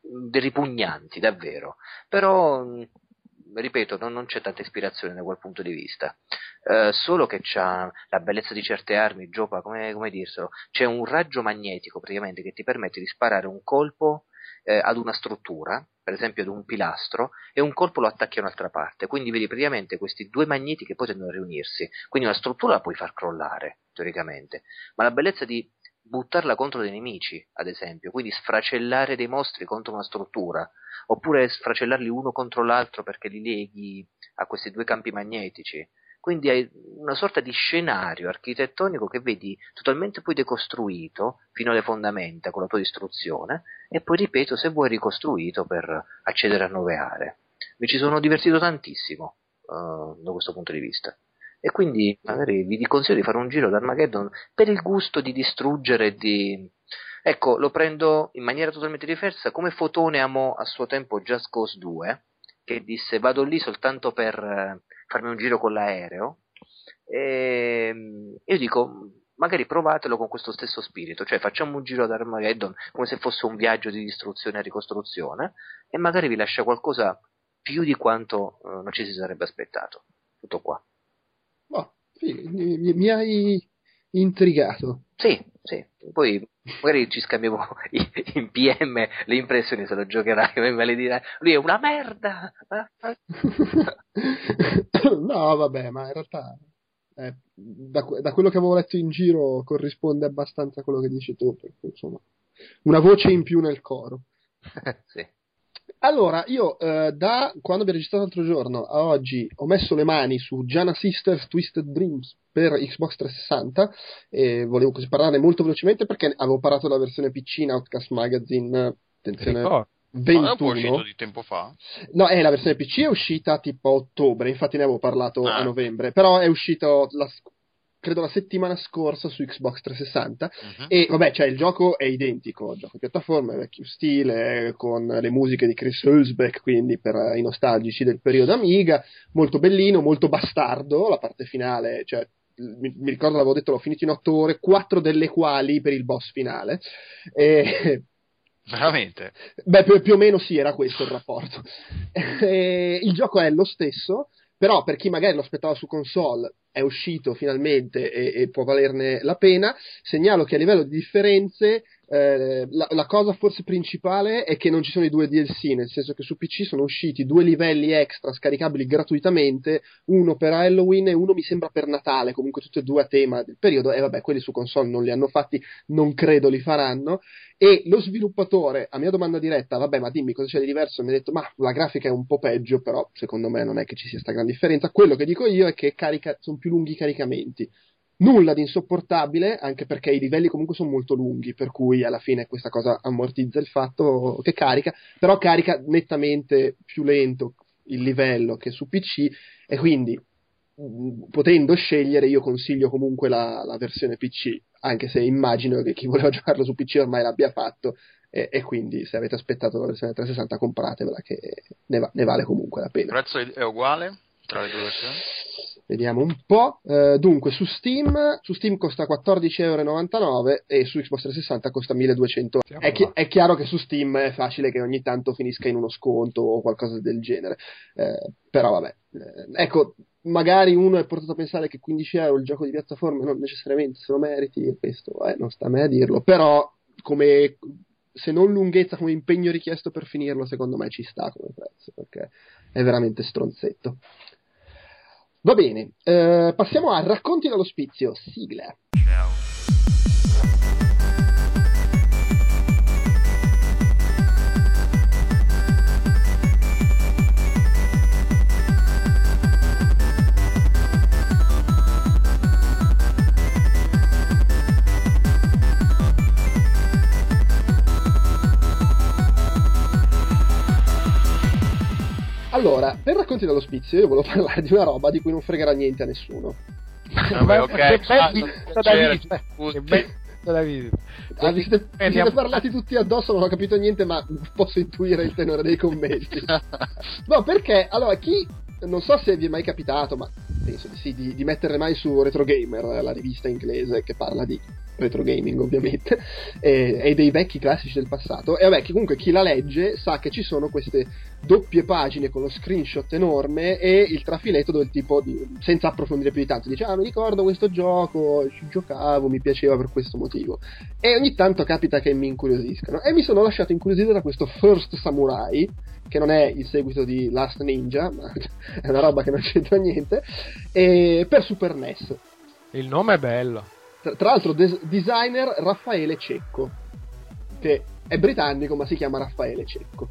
ripugnanti davvero. Però ripeto, non, non c'è tanta ispirazione da quel punto di vista, uh, solo che c'ha la bellezza di certe armi, Giopa, come, come dirselo, c'è un raggio magnetico praticamente che ti permette di sparare un colpo eh, ad una struttura, per esempio ad un pilastro, e un colpo lo attacchi a un'altra parte, quindi vedi praticamente questi due magneti che poi tendono a riunirsi, quindi una struttura la puoi far crollare, teoricamente, ma la bellezza di buttarla contro dei nemici, ad esempio, quindi sfracellare dei mostri contro una struttura, oppure sfracellarli uno contro l'altro perché li leghi a questi due campi magnetici. Quindi hai una sorta di scenario architettonico che vedi totalmente poi decostruito fino alle fondamenta con la tua distruzione, e poi ripeto, se vuoi ricostruito per accedere a nuove aree. Mi ci sono divertito tantissimo uh, da questo punto di vista. E quindi magari vi consiglio di fare un giro ad Armageddon per il gusto di distruggere e di... Ecco, lo prendo in maniera totalmente diversa, come Fotone amò a suo tempo Just Cause due, che disse vado lì soltanto per eh, farmi un giro con l'aereo, e io dico magari provatelo con questo stesso spirito, cioè facciamo un giro ad Armageddon come se fosse un viaggio di distruzione e ricostruzione, e magari vi lascia qualcosa più di quanto eh, non ci si sarebbe aspettato. Tutto qua. Oh, sì, mi, mi hai intrigato. Sì, sì, poi magari ci scambiamo in P M le impressioni se lo giocherai, me le dirà, lui è una merda. No, vabbè, ma in realtà eh, da, da quello che avevo letto in giro corrisponde abbastanza a quello che dici tu, perché insomma una voce in più nel coro. Sì. Allora, io eh, da quando abbiamo registrato l'altro giorno a oggi ho messo le mani su Giana Sisters Twisted Dreams per Xbox trecentosessanta e volevo così parlarne molto velocemente perché avevo parlato della versione P C in Outcast Magazine, attenzione, ventuno. Ma è un po' uscito di tempo fa? No, è la versione P C è uscita tipo a ottobre, infatti ne avevo parlato ah. a novembre, però è uscito la credo la settimana scorsa su Xbox trecentosessanta uh-huh. E vabbè, cioè il gioco è identico, il gioco di piattaforma, è vecchio stile, con le musiche di Chris Hülsbeck, quindi per i nostalgici del periodo Amiga, molto bellino, molto bastardo, la parte finale, cioè mi, mi ricordo l'avevo detto, l'ho finito in otto ore, quattro delle quali per il boss finale. E... Veramente? Beh, più, più o meno sì, era questo il rapporto. E il gioco è lo stesso, però per chi magari lo aspettava su console è uscito finalmente e, e può valerne la pena. Segnalo che a livello di differenze Eh, la, la cosa forse principale è che non ci sono i due D L C, nel senso che su P C sono usciti due livelli extra scaricabili gratuitamente, uno per Halloween e uno mi sembra per Natale, comunque tutti e due a tema del periodo, e vabbè, quelli su console non li hanno fatti, non credo li faranno. E lo sviluppatore, a mia domanda diretta, vabbè, ma dimmi cosa c'è di diverso, mi ha detto, ma la grafica è un po' peggio, però secondo me non è che ci sia sta gran differenza. Quello che dico io è che carica, sono più lunghi i caricamenti. Nulla di insopportabile, anche perché i livelli comunque sono molto lunghi, per cui alla fine questa cosa ammortizza il fatto che carica, però carica nettamente più lento il livello che su P C, e quindi potendo scegliere io consiglio comunque la, la versione P C, anche se immagino che chi voleva giocarlo su P C ormai l'abbia fatto, e, e quindi se avete aspettato la versione trecentosessanta compratevela, che ne, va, ne vale comunque la pena. Il prezzo è uguale tra le due versioni? Vediamo un po'. Uh, dunque, su Steam su Steam costa quattordici virgola novantanove euro e su Xbox trecentosessanta costa milleduecento. È, chi- è chiaro che su Steam è facile che ogni tanto finisca in uno sconto o qualcosa del genere. Uh, però vabbè. Uh, ecco, magari uno è portato a pensare che quindici euro il gioco di piattaforma non necessariamente se lo meriti, questo eh, non sta a me a dirlo, però come, se non lunghezza, come impegno richiesto per finirlo, secondo me ci sta come prezzo, perché è veramente stronzetto. Va bene, eh, passiamo a racconti dall'ospizio, sigla. Allora, per racconti dall'ospizio io volevo parlare di una roba di cui non fregherà niente a nessuno. Vabbè, ok, che ah, bel da Davide, scusi. che bel Davide. Ah, vi siete, vi siete parlati tutti addosso, non ho capito niente, ma posso intuire il tenore dei commenti. No, perché, allora, chi, non so se vi è mai capitato, ma penso di sì, di, di mettere mai su Retro Gamer, la rivista inglese che parla di retro gaming ovviamente, e, e dei vecchi classici del passato, e vabbè, che comunque chi la legge sa che ci sono queste doppie pagine con lo screenshot enorme e il trafiletto dove il tipo, di, senza approfondire più di tanto, dice ah mi ricordo questo gioco, ci giocavo, mi piaceva per questo motivo, e ogni tanto capita che mi incuriosiscano, e mi sono lasciato incuriosire da questo First Samurai, che non è il seguito di Last Ninja, ma è una roba che non c'entra niente, e per Super N E S. Il nome è bello. Tra, tra l'altro des- designer Raffaele Cecco, che è britannico ma si chiama Raffaele Cecco.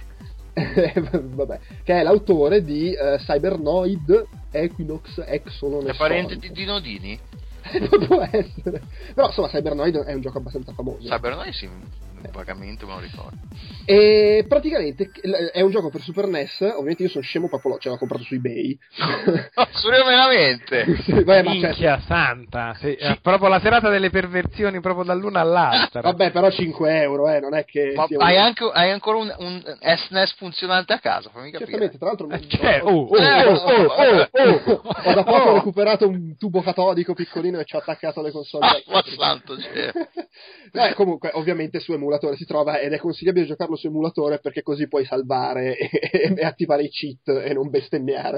Vabbè, che è l'autore di uh, Cybernoid, Equinox, Exolon e è parente Storm. di Dino Dini? Può essere, però insomma Cybernoid è un gioco abbastanza famoso. Cybernoid sì, vagamente me lo ricordo. E praticamente è un gioco per Super N E S. Ovviamente io sono scemo, proprio ce l'ho comprato su eBay. Assolutamente veramente. Sì, vabbè, ma minchia cioè, santa, sì, è proprio la serata delle perversioni, proprio dall'una all'altra. Vabbè, però cinque euro, eh, non è che ma sia hai, un... anche, hai ancora un, un S N E S funzionante a casa, fammi capire. Certamente, tra l'altro eh, c'è, ho, oh, oh, oh, oh, oh, ho da poco recuperato un tubo catodico piccolino e ci ho attaccato le console. Ah, ma santo c'è. Eh, comunque, ovviamente su emulatore si trova, ed è consigliabile giocarlo su emulatore perché così puoi salvare e, e attivare i cheat e non bestemmiare.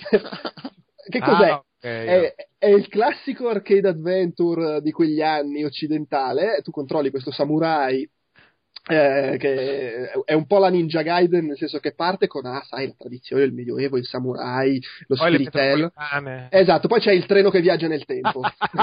Che cos'è? Ah, okay. È, è il classico arcade adventure di quegli anni occidentale. Tu controlli questo samurai eh, che è un po' la Ninja Gaiden, nel senso che parte con ah sai la tradizione del medioevo, il samurai, lo poi spiritello, esatto, poi c'è il treno che viaggia nel tempo.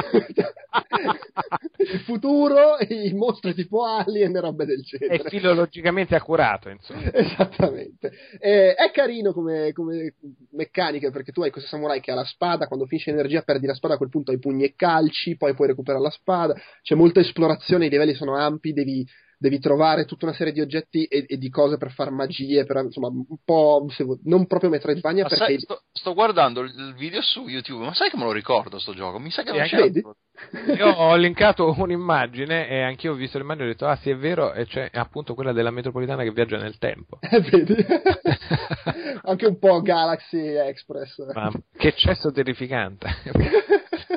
Il futuro, i mostri tipo alien e robe del genere. È filologicamente accurato, insomma. Esattamente. Eh, è carino come, come meccanica, perché tu hai questo samurai che ha la spada, quando finisce l'energia perdi la spada, a quel punto hai pugni e calci, poi puoi recuperare la spada, c'è molta esplorazione, i livelli sono ampi, devi devi trovare tutta una serie di oggetti e, e di cose per far magie, per, insomma, un po', se vuoi, non proprio Metroidvania, ma perché... sai, sto, sto guardando il video su YouTube, ma sai che me lo ricordo sto gioco? Mi sa che non eh, c'è. Vedi? Io ho linkato un'immagine e anch'io ho visto l'immagine e ho detto ah sì è vero, e c'è appunto quella della metropolitana che viaggia nel tempo. Eh, vedi? Anche un po' Galaxy Express. Ma che cesso terrificante.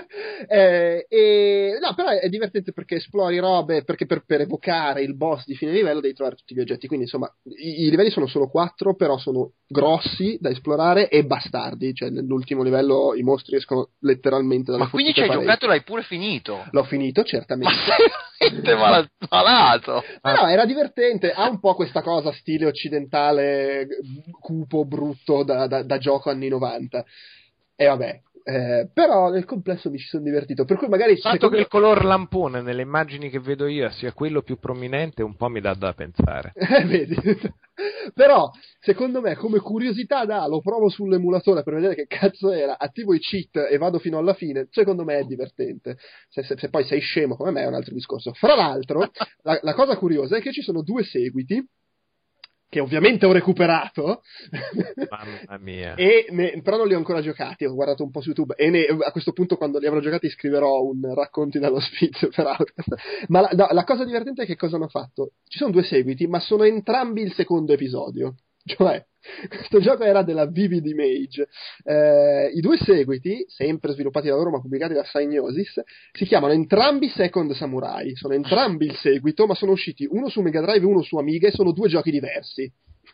eh, e, no, però è divertente perché esplori robe, perché per, per evocare il boss di fine livello devi trovare tutti gli oggetti, quindi insomma i, i livelli sono solo quattro, però sono grossi da esplorare e bastardi, cioè nell'ultimo livello i mostri escono letteralmente dalle Ma quindi ci hai giocato e l'hai pure finito? L'ho finito, certamente. Ma sei mal- malato! Ma no, era divertente, ha un po' questa cosa stile occidentale, cupo, brutto, da, da, da gioco anni novanta. E vabbè, eh, però nel complesso mi ci sono divertito, per cui magari... Il fatto secondo... che il color lampone nelle immagini che vedo io sia quello più prominente un po' mi dà da pensare. Eh, vedi? Però, secondo me, come curiosità da, lo provo sull'emulatore per vedere che cazzo era, attivo i cheat e vado fino alla fine, secondo me è divertente. Se, se, se poi sei scemo come me è un altro discorso. Fra l'altro, la, la cosa curiosa è che ci sono due seguiti, che ovviamente ho recuperato, mamma mia, e ne, però non li ho ancora giocati, ho guardato un po' su YouTube e ne, a questo punto quando li avrò giocati scriverò un racconti dallo spizio per Outcast. Ma la, la, la cosa divertente è che cosa hanno fatto? Ci sono due seguiti, ma sono entrambi il secondo episodio, cioè questo gioco era della Vivid Image. Eh, i due seguiti, sempre sviluppati da loro ma pubblicati da Psygnosis, si chiamano entrambi Second Samurai, sono entrambi il seguito, ma sono usciti uno su Mega Drive e uno su Amiga e sono due giochi diversi.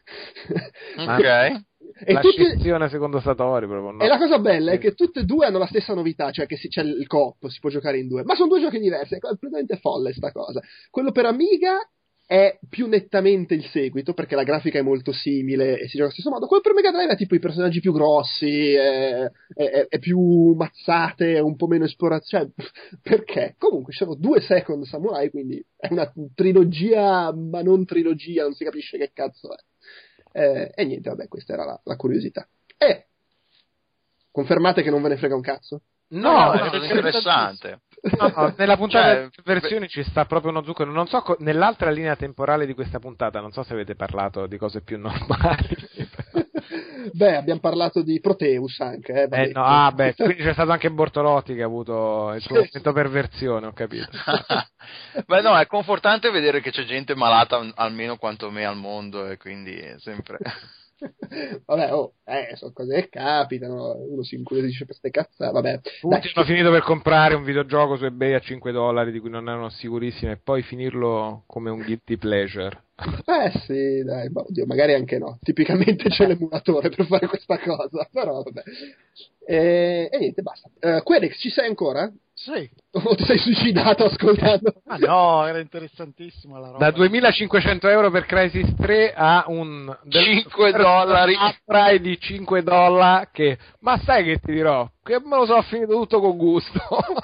Ok. E la tutti... scissione secondo Satori proprio, no? E la cosa bella è che tutte e due hanno la stessa novità, cioè che si, c'è il co-op, si può giocare in due, ma sono due giochi diversi, è completamente folle sta cosa. Quello per Amiga è più nettamente il seguito, perché la grafica è molto simile e si gioca allo stesso modo. Quello per Mega Drive è tipo i personaggi più grossi, è, è, è più mazzate, è un po' meno esplorazione. Cioè, perché? Comunque ci sono due Second Samurai, quindi è una trilogia, ma non trilogia, non si capisce che cazzo è. Eh, e niente, vabbè, questa era la, la curiosità. E confermate che non ve ne frega un cazzo? No, no, è interessante. No, no, nella puntata cioè, di versioni ci sta proprio uno zucchero. Non so, co- nell'altra linea temporale di questa puntata, non so se avete parlato di cose più normali. Beh, abbiamo parlato di Proteus anche. Eh, eh, no, ah, beh, quindi c'è stato anche Bortolotti che ha avuto il suo sì, momento perversione, ho capito. Beh, no, è confortante vedere che c'è gente malata almeno quanto me al mondo, e quindi è sempre... Vabbè, oh, eh, sono cose che capitano, uno si incuriosisce per ste cazzate, vabbè. Tutti hanno finito per comprare un videogioco su eBay a cinque dollari di cui non erano sicurissimi e poi finirlo come un guilty pleasure. Eh sì, dai, boh, oddio, magari anche no, tipicamente c'è l'emulatore per fare questa cosa, però vabbè. E, e niente, basta. Uh, Quedex, ci sei ancora? Sì. O ti sei suicidato ascoltando? Ma no, era interessantissima la roba. Da duemilacinquecento euro per Crysis tre a un cinque dollari di cinque dollari che, ma sai che ti dirò, che me lo so finito tutto con gusto.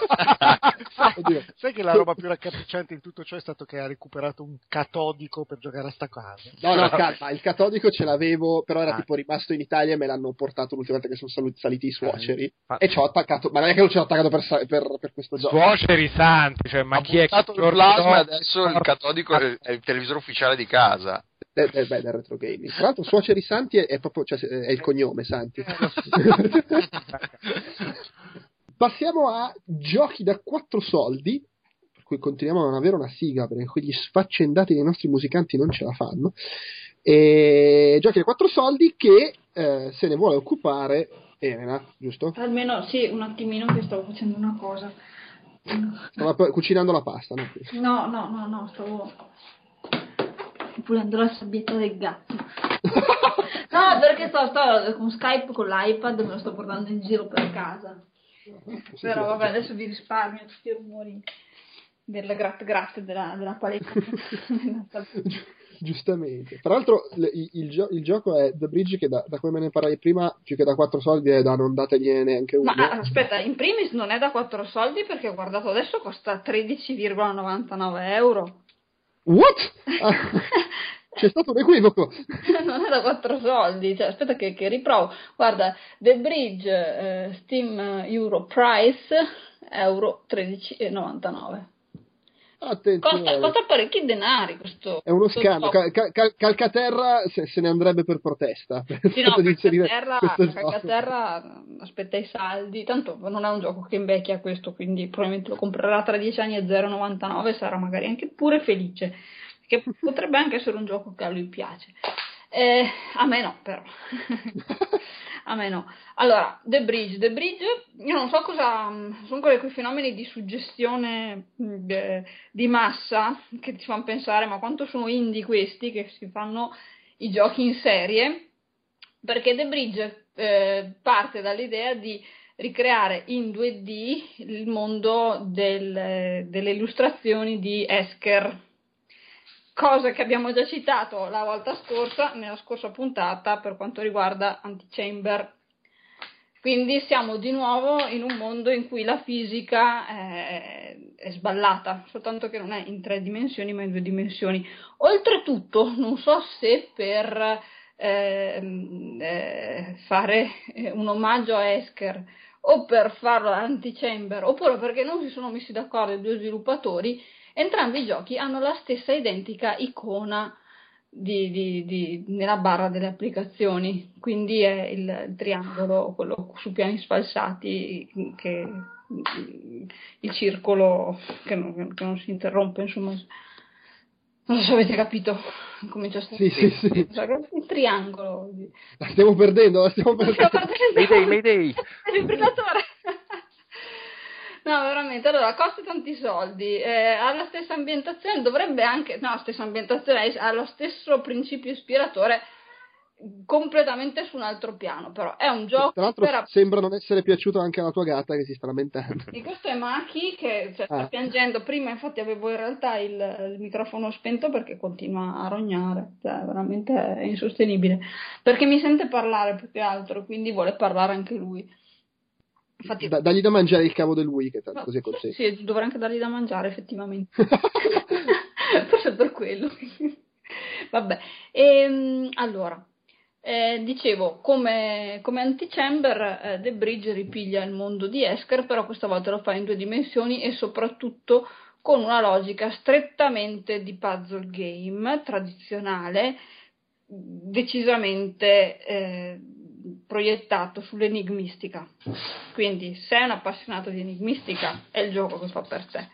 Oddio, sai che la roba più raccapricciante in tutto ciò è stato che ha recuperato un catodico per giocare a sta casa. No, no, calma, il catodico ce l'avevo, però era ah. tipo rimasto in Italia e me l'hanno portato l'ultima volta che sono sal- saliti i suoceri ah. e ci ho attaccato, ma non è che lo ci ho attaccato per, per, per questo gioco. Suoceri santi, cioè, ma ha chi è che il plasma e adesso il catodico è il televisore ufficiale di casa. Eh, eh, beh, del retro gaming. Tra l'altro, Suoceri Santi è, è proprio, cioè, è il cognome Santi. Passiamo a giochi da quattro soldi, per cui continuiamo a non avere una sigla perché quegli sfaccendati dei nostri musicanti non ce la fanno. E giochi da quattro soldi che eh, se ne vuole occupare Elena, giusto? Almeno sì, un attimino che stavo facendo una cosa. Stava cucinando la pasta, no? No, no, no, no, stavo pulendo la sabbietta del gatto. No, perché sto, sto con Skype con l'iPad, me lo sto portando in giro per casa. Però vabbè, adesso vi risparmio tutti i rumori del gratte gratte della, della paletta. Giustamente. Tra l'altro il, il, gio- il gioco è The Bridge, che da, da come me ne parlai prima, più che da quattro soldi è da non dategliene neanche uno. Ma aspetta, in primis non è da quattro soldi perché ho guardato adesso, costa tredici virgola novantanove euro. What? Ah, c'è stato un equivoco. Non è da quattro soldi, cioè, aspetta che, che riprovo. Guarda, The Bridge eh, Steam Euro Price euro tredici virgola novantanove. Attenzione. Costa, costa parecchi denari questo. È uno scandalo. Cal- cal- Calcaterra se, se ne andrebbe per protesta. Sì, no, Calcaterra, Calcaterra aspetta i saldi, tanto non è un gioco che invecchia questo, quindi probabilmente lo comprerà tra dieci anni a zero virgola novantanove e sarà magari anche pure felice, che potrebbe anche essere un gioco che a lui piace. Eh, a me no, però. A me no. Allora, The Bridge. The Bridge, io non so cosa... Sono quei, quei fenomeni di suggestione de, di massa che ti fanno pensare, ma quanto sono indie questi che si fanno i giochi in serie? Perché The Bridge eh, parte dall'idea di ricreare in due D il mondo del, delle illustrazioni di Esker, cosa che abbiamo già citato la volta scorsa, nella scorsa puntata, per quanto riguarda Antichamber. Quindi siamo di nuovo in un mondo in cui la fisica è, è sballata, soltanto che non è in tre dimensioni ma in due dimensioni. Oltretutto, non so se per eh, eh, fare un omaggio a Esker o per farlo a Antichamber, oppure perché non si sono messi d'accordo i due sviluppatori, entrambi i giochi hanno la stessa identica icona di, di, di, nella barra delle applicazioni, quindi è il, il triangolo, quello su piani sfalsati, che, il circolo che non, che non si interrompe, insomma. Non so se avete capito. Comincia a sì, sì, sì. Il triangolo. La stiamo perdendo, la stiamo perdendo. La stiamo perdendo. Mayday, Mayday. È il vibratore. No, veramente, allora, costa tanti soldi, eh, ha la stessa ambientazione, dovrebbe anche, no, stessa ambientazione, ha lo stesso principio ispiratore, completamente su un altro piano, però è un gioco... Tra l'altro per... sembra non essere piaciuto anche alla tua gatta che si sta lamentando. E questo è Maki che cioè, sta ah. piangendo, prima infatti avevo in realtà il, il microfono spento perché continua a rognare, cioè veramente è insostenibile, perché mi sente parlare più che altro, quindi vuole parlare anche lui. Infatti, da, dagli da mangiare il cavo del Wii, che tanto no, così è contento. Sì, dovrei anche dargli da mangiare effettivamente. Forse per quello. Vabbè, e, allora, eh, dicevo, come, come Antichamber, eh, The Bridge ripiglia il mondo di Esker, però questa volta lo fa in due dimensioni e soprattutto con una logica strettamente di puzzle game tradizionale, decisamente eh, proiettato sull'enigmistica. Quindi sei un appassionato di enigmistica è il gioco che fa per te.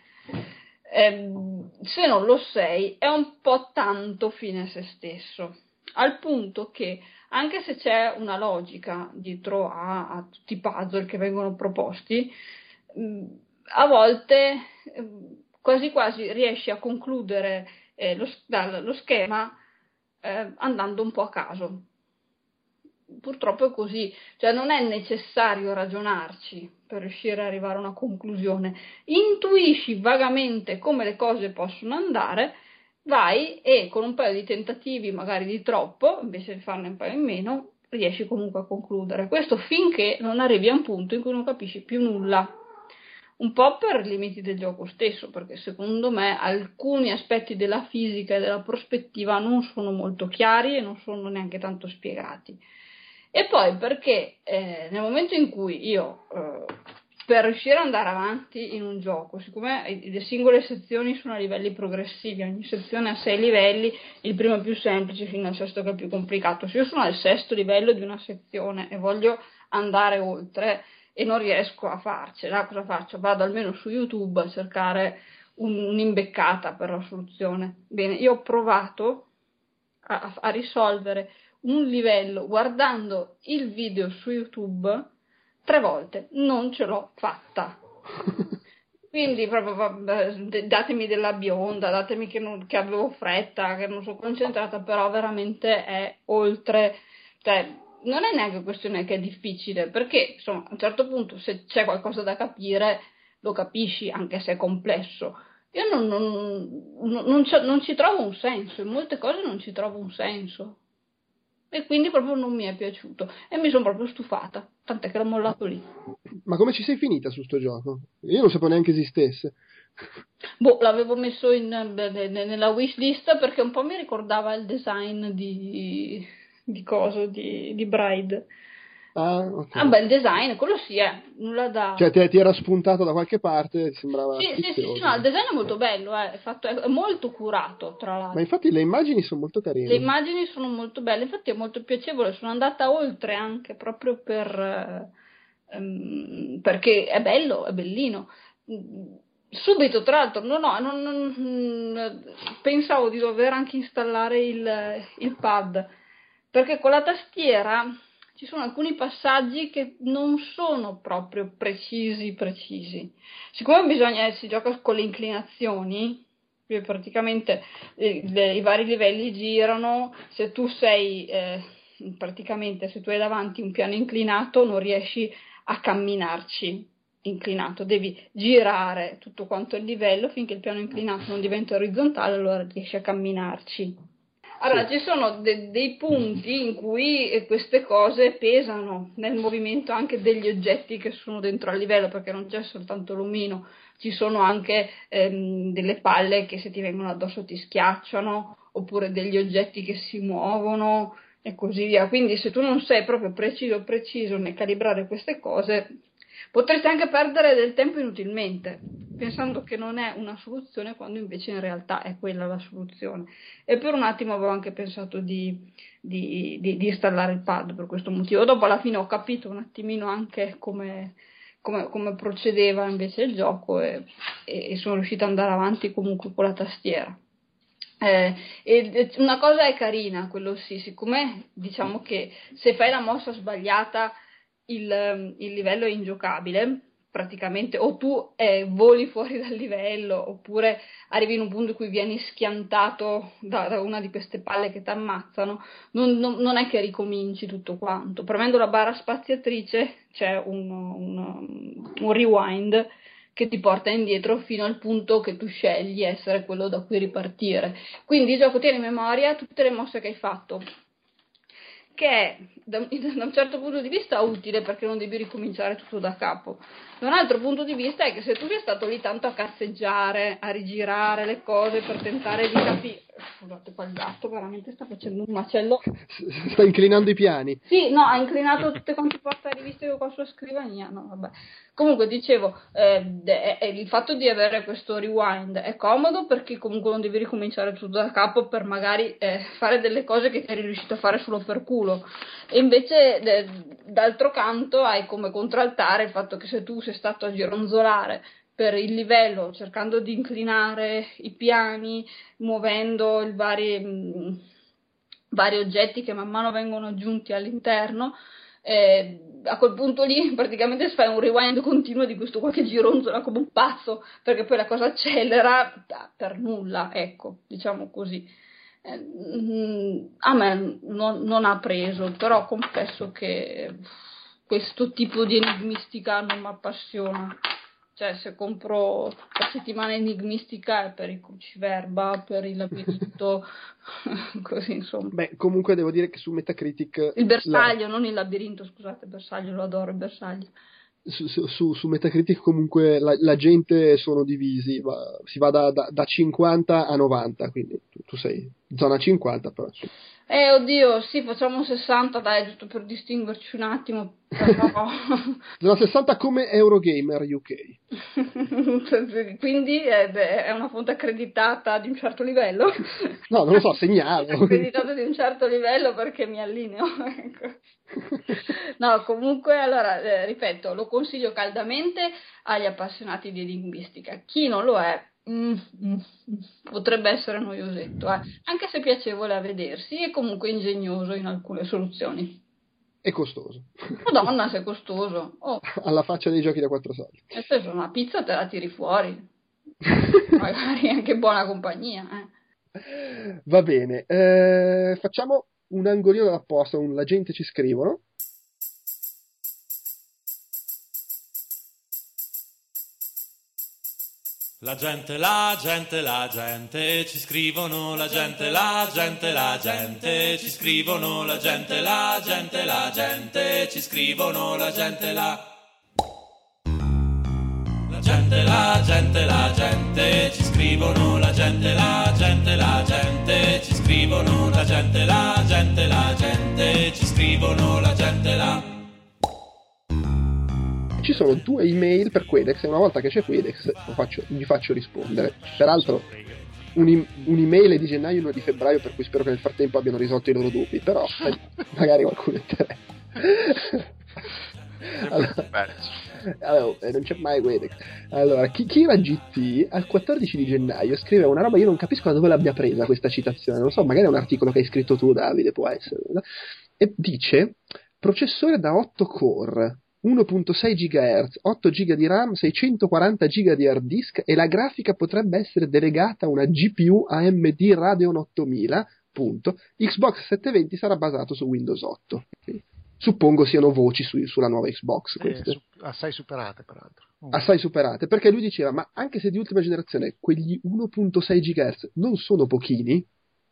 Eh, se non lo sei è un po' tanto fine a se stesso, al punto che anche se c'è una logica dietro a, a tutti i puzzle che vengono proposti, mh, a volte eh, quasi quasi riesci a concludere eh, lo, lo schema eh, andando un po' a caso. Purtroppo è così, cioè non è necessario ragionarci per riuscire ad arrivare a una conclusione, intuisci vagamente come le cose possono andare, vai e con un paio di tentativi, magari di troppo, invece di farne un paio in meno, riesci comunque a concludere. Questo finché non arrivi a un punto in cui non capisci più nulla, un po' per limiti del gioco stesso, perché secondo me alcuni aspetti della fisica e della prospettiva non sono molto chiari e non sono neanche tanto spiegati. E poi perché eh, nel momento in cui io, eh, per riuscire ad andare avanti in un gioco, siccome le singole sezioni sono a livelli progressivi, ogni sezione ha sei livelli, il primo è più semplice fino al sesto che è più complicato, se io sono al sesto livello di una sezione e voglio andare oltre e non riesco a farcela, cosa faccio? Vado almeno su YouTube a cercare un, un'imbeccata per la soluzione. Bene, io ho provato a, a risolvere un livello guardando il video su YouTube tre volte, non ce l'ho fatta. Quindi proprio datemi della bionda, datemi che, non, che avevo fretta, che non sono concentrata, però veramente è oltre, cioè non è neanche questione che è difficile, perché insomma a un certo punto se c'è qualcosa da capire lo capisci anche se è complesso. Io non, non, non, non, ci, non ci trovo un senso, in molte cose non ci trovo un senso. E quindi proprio non mi è piaciuto e mi sono proprio stufata, tant'è che l'ho mollato lì. Ma come ci sei finita su sto gioco? Io non sapevo neanche esistesse. Boh, l'avevo messo in, nella wishlist perché un po' mi ricordava il design di, di coso, di, di Bride. Ah, ok. Ah, beh, il design, quello sì è, nulla da... Cioè ti, ti era spuntato da qualche parte, ti sembrava Sì, sì, sfizioso. sì, no, il design è molto bello, eh, è, fatto, è molto curato, tra l'altro. Ma infatti le immagini sono molto carine. Le immagini sono molto belle, infatti è molto piacevole, sono andata oltre anche proprio per... Um, perché è bello, è bellino. Subito, tra l'altro, no, no, non, non, pensavo di dover anche installare il, il pad, perché con la tastiera ci sono alcuni passaggi che non sono proprio precisi precisi. Siccome bisogna, si gioca con le inclinazioni, praticamente eh, le, i vari livelli girano, se tu sei eh, praticamente se tu hai davanti un piano inclinato non riesci a camminarci inclinato, devi girare tutto quanto il livello finché il piano inclinato non diventa orizzontale, allora riesci a camminarci. Allora, ci sono de- dei punti in cui queste cose pesano nel movimento anche degli oggetti che sono dentro al livello, perché non c'è soltanto l'omino, ci sono anche ehm, delle palle che se ti vengono addosso ti schiacciano, oppure degli oggetti che si muovono e così via. Quindi se tu non sei proprio preciso preciso nel calibrare queste cose, potresti anche perdere del tempo inutilmente, pensando che non è una soluzione quando invece in realtà è quella la soluzione. E per un attimo avevo anche pensato di, di, di, di installare il pad per questo motivo. Dopo alla fine ho capito un attimino anche come, come, come procedeva invece il gioco e, e sono riuscita ad andare avanti comunque con la tastiera. Eh, e una cosa è carina, quello sì, siccome diciamo che se fai la mossa sbagliata il, il livello è ingiocabile, praticamente, o tu eh, voli fuori dal livello, oppure arrivi in un punto in cui vieni schiantato da, da una di queste palle che ti ammazzano, non, non, non è che ricominci tutto quanto. Premendo la barra spaziatrice c'è un, un, un rewind che ti porta indietro fino al punto che tu scegli essere quello da cui ripartire. Quindi il gioco tiene in memoria tutte le mosse che hai fatto, che è da, da un certo punto di vista utile perché non devi ricominciare tutto da capo. Da un altro punto di vista è che se tu sei stato lì tanto a cazzeggiare, a rigirare le cose per tentare di capire... Scusate, qua il gatto veramente sta facendo un macello. Sta inclinando i piani. Sì, no, ha inclinato tutte quante porte riviste con la sua scrivania. No, vabbè. Comunque dicevo, eh, è, è il fatto di avere questo rewind è comodo perché comunque non devi ricominciare tutto da capo per magari eh, fare delle cose che eri riuscito a fare solo per culo. E invece eh, d'altro canto hai come contraltare il fatto che se tu sei stato a gironzolare per il livello, cercando di inclinare i piani, muovendo i vari, mh, vari oggetti che man mano vengono aggiunti all'interno, eh, a quel punto lì praticamente fai un rewind continuo di questo qua che gironzola come un pazzo, perché poi la cosa accelera per nulla, ecco, diciamo così. Eh, mh, a me non, non ha preso, però confesso che questo tipo di enigmistica non mi appassiona. Cioè, se compro la settimana enigmistica è per il cruciverba, per il labirinto, così insomma. Beh, comunque devo dire che su Metacritic... Il bersaglio, la... non il labirinto, scusate, il bersaglio, lo adoro, il bersaglio. Su, su, su Metacritic comunque la, la gente sono divisi, va, si va da, da, da cinquanta a novanta, quindi tu, tu sei zona cinquanta, però sì. Eh, oddio, sì, facciamo sessanta, dai, giusto per distinguerci un attimo, però... zona sessanta come Eurogamer U K. Quindi è, è una fonte accreditata di un certo livello? No, non lo so, segnalo. Accreditata di un certo livello perché mi allineo, ecco. No, comunque, allora, eh, ripeto, lo consiglio caldamente agli appassionati di enigmistica. Chi non lo è, Mm, mm, potrebbe essere noiosetto, eh. Anche se piacevole a vedersi e comunque ingegnoso in alcune soluzioni. E costoso. Madonna, se è costoso. Oh. Alla faccia dei giochi da quattro soldi. E spesso una pizza te la tiri fuori. Magari anche buona compagnia, eh. Va bene, eh, facciamo un angolino d'apposta, un la gente ci scrivono. La gente, la gente, la gente, ci scrivono, la gente, la gente, la gente, ci scrivono, la gente, la gente, la gente, ci scrivono, la gente, la... La gente, la gente, la gente, ci scrivono, la gente, la gente, la gente, ci scrivono, la gente, la gente, la gente, ci scrivono, la gente, la... Ci sono due email per Quedex e una volta che c'è Quedex lo faccio, vi faccio rispondere. Peraltro un, un'email è di gennaio e una di febbraio, per cui spero che nel frattempo abbiano risolto i loro dubbi, però eh, magari qualcuno interessa. Allora, allora, eh, non c'è mai Quedex. Allora, Kira G T al quattordici di gennaio scrive una roba, io non capisco da dove l'abbia presa questa citazione, non so, magari è un articolo che hai scritto tu, Davide, può essere, no? E dice: processore da otto core, uno virgola sei gigahertz, otto giga di RAM, seicentoquaranta giga di hard disk e la grafica potrebbe essere delegata a una G P U A M D Radeon ottomila, punto. Xbox settecentoventi sarà basato su Windows otto. Suppongo siano voci su, sulla nuova Xbox queste. Eh, su, assai superate peraltro. Mm. Assai superate, perché lui diceva, ma anche se di ultima generazione, quegli uno virgola sei gigahertz non sono pochini?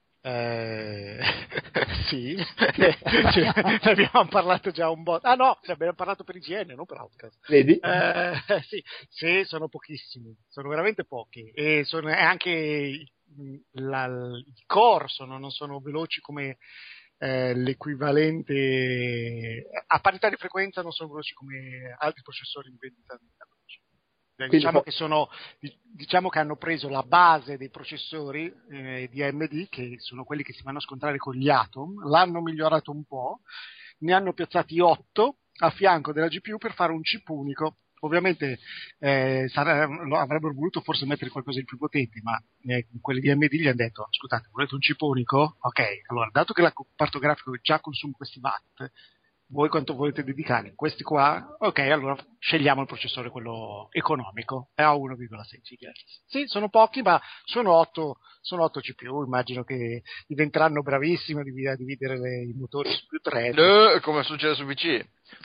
Eh, sì, cioè, ne abbiamo parlato già un po'. Ah no, ne abbiamo parlato per I G N, non per Outcast. Vedi? Eh, sì, sì, sono pochissimi, sono veramente pochi e sono e anche la, i core sono, non sono veloci come eh, l'equivalente, a parità di frequenza non sono veloci come altri processori in vendita. Quindi, diciamo che sono diciamo che hanno preso la base dei processori eh, di A M D, che sono quelli che si vanno a scontrare con gli Atom, l'hanno migliorato un po', ne hanno piazzati otto a fianco della G P U per fare un chip unico. Ovviamente eh, sarà, avrebbero voluto forse mettere qualcosa di più potente, ma eh, quelli di A M D gli hanno detto: scusate, volete un chip unico? Ok, allora dato che la comparto grafico già consuma questi watt, voi quanto volete dedicare? Questi qua? Ok, allora scegliamo il processore, quello economico, è a uno virgola sei gigahertz. Sì, sono pochi, ma sono otto, sono otto C P U, immagino che diventeranno bravissimi a dividere le, i motori su più thread. No, come succede su P C.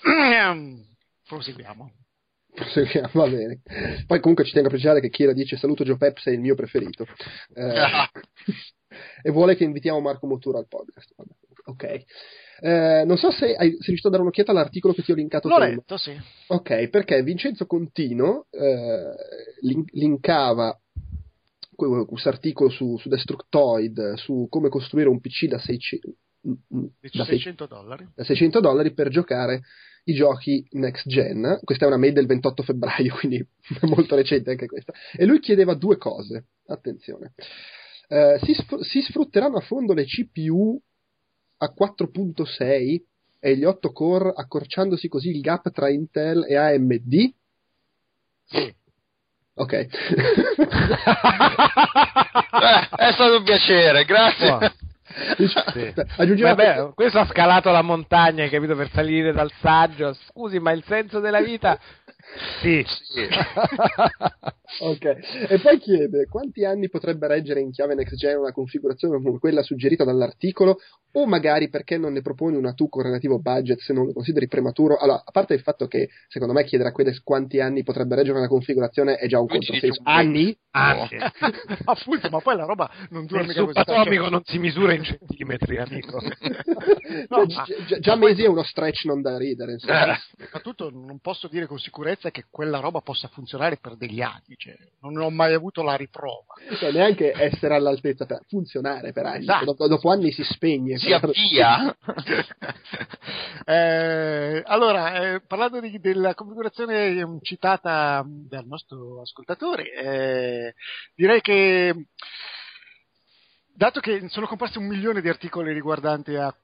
Proseguiamo. Proseguiamo, va bene. Poi comunque ci tengo a precisare che Kira dice: saluto Joe Pep, sei il mio preferito. Eh, e vuole che invitiamo Marco Motura al podcast. Vabbè, ok. Eh, non so se hai, sei riuscito a dare un'occhiata all'articolo che ti ho linkato L'ho prima. letto, sì. Ok, perché Vincenzo Contino eh, link- linkava questo articolo su, su Destructoid, su come costruire un P C da seicento, da seicento dollari da seicento dollari per giocare i giochi next gen. Questa è una mail del ventotto febbraio, quindi molto recente anche questa. E lui chiedeva due cose, attenzione. Eh, si, sf- si sfrutteranno a fondo le C P U a quattro virgola sei e gli otto core, accorciandosi così il gap tra Intel e A M D? Sì. Ok. eh, è stato un piacere, grazie. Wow. Sì. Aggiungeva Vabbè, questo ha scalato la montagna, hai capito, per salire dal saggio. Scusi, ma il senso della vita... Sì. sì. Ok. E poi chiede: quanti anni potrebbe reggere in chiave next gen una configurazione come quella suggerita dall'articolo, o magari perché non ne proponi una tu con relativo budget se non lo consideri prematuro? Allora, a parte il fatto che secondo me chiedere a quelle quanti anni potrebbe reggere una configurazione è già un controsenso. Anni? Anni. Appunto, ma poi la roba non dura il mica così. subatomico cioè... non si misura in centimetri, amico. No, ma... già, già mesi è uno stretch non da ridere, insomma. Soprattutto non posso dire con sicurezza che quella roba possa funzionare per degli anni, cioè, non ho mai avuto la riprova, cioè, neanche essere all'altezza per funzionare per anni. Esatto. dopo, dopo anni si spegne, si avvia. eh, allora eh, parlando di, della configurazione um, citata dal nostro ascoltatore, eh, direi che dato che sono comparsi un milione di articoli riguardanti a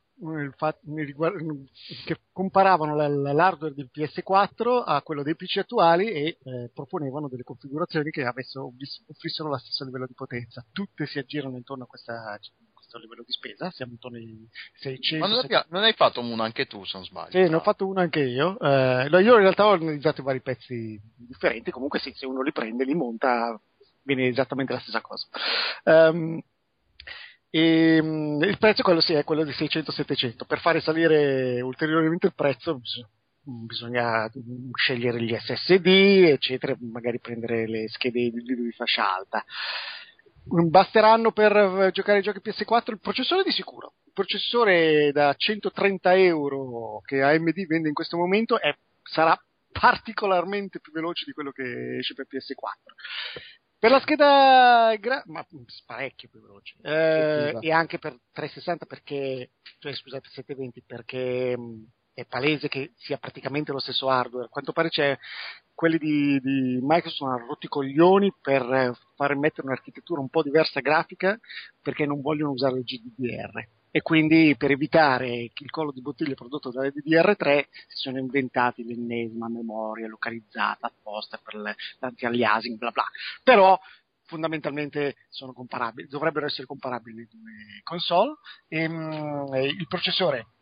che comparavano l'hardware del P S quattro a quello dei P C attuali e eh, proponevano delle configurazioni che avessero, offrissero lo stesso livello di potenza. Tutte si aggirano intorno a questa, questo livello di spesa, siamo intorno ai seicento. Ma non, abbia, non hai fatto uno anche tu, se non sbaglio? Sì, ne ho fatto uno anche io. Eh, io in realtà ho analizzato i vari pezzi differenti, comunque sì, se uno li prende, li monta, viene esattamente la stessa cosa. Um, E il prezzo quello sì, è quello di seicento settecento. Per fare salire ulteriormente il prezzo bisogna scegliere gli S S D, eccetera, magari prendere le schede di di fascia alta. Basteranno per giocare ai giochi P S quattro il processore di sicuro. Il processore da centotrenta euro che A M D vende in questo momento è, sarà particolarmente più veloce di quello che esce per P S quattro. Per la scheda gra- ma parecchio più veloce, eh, e anche per trecentosessanta perché, cioè scusate settecentoventi perché mh, è palese che sia praticamente lo stesso hardware. A quanto pare c'è quelli di, di Microsoft hanno rotto i coglioni per eh, far mettere un'architettura un po' diversa grafica perché non vogliono usare il G D D R. E quindi per evitare il collo di bottiglia prodotto dalla D D R tre si sono inventati l'ennesima memoria localizzata apposta per l'anti-aliasing, bla bla. Però fondamentalmente sono comparabili, dovrebbero essere comparabili le due console. E, mh, il processore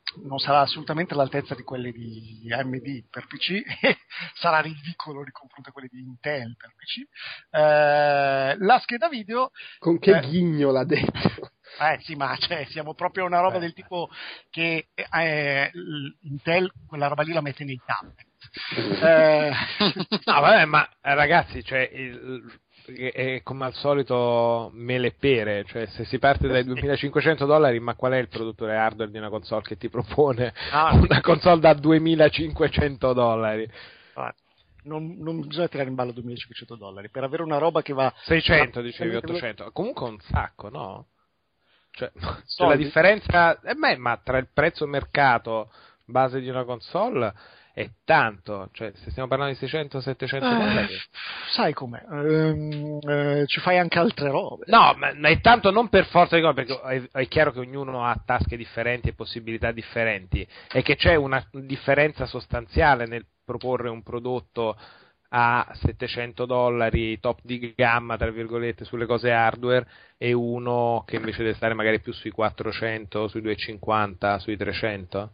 non sarà assolutamente all'altezza di quelle di A M D per P C, sarà ridicolo di confronto a quelle di Intel per P C. Eh, la scheda video... Con che eh, ghigno l'ha detto? Eh sì, ma cioè, siamo proprio una roba eh. del tipo che eh, Intel quella roba lì la mette nei tablet. eh... No, vabbè, ma ragazzi, cioè... Il... è come al solito mele e pere, cioè se si parte dai duemilacinquecento dollari, ma qual è il produttore hardware di una console che ti propone ah, una console da duemilacinquecento dollari? Non, non bisogna tirare in ballo duemilacinquecento dollari per avere una roba che va seicento, dicevi ottocento, comunque un sacco, no? Cioè, cioè la differenza è eh, ma tra il prezzo mercato base di una console è tanto, cioè se stiamo parlando di seicento settecento eh, dollari, sai com'è, ehm, eh, ci fai anche altre robe. No, ma è tanto non per forza di cose, perché è, è chiaro che ognuno ha tasche differenti e possibilità differenti, e che c'è una differenza sostanziale nel proporre un prodotto a settecento dollari top di gamma tra virgolette sulle cose hardware e uno che invece deve stare magari più sui quattrocento, sui duecentocinquanta, sui trecento.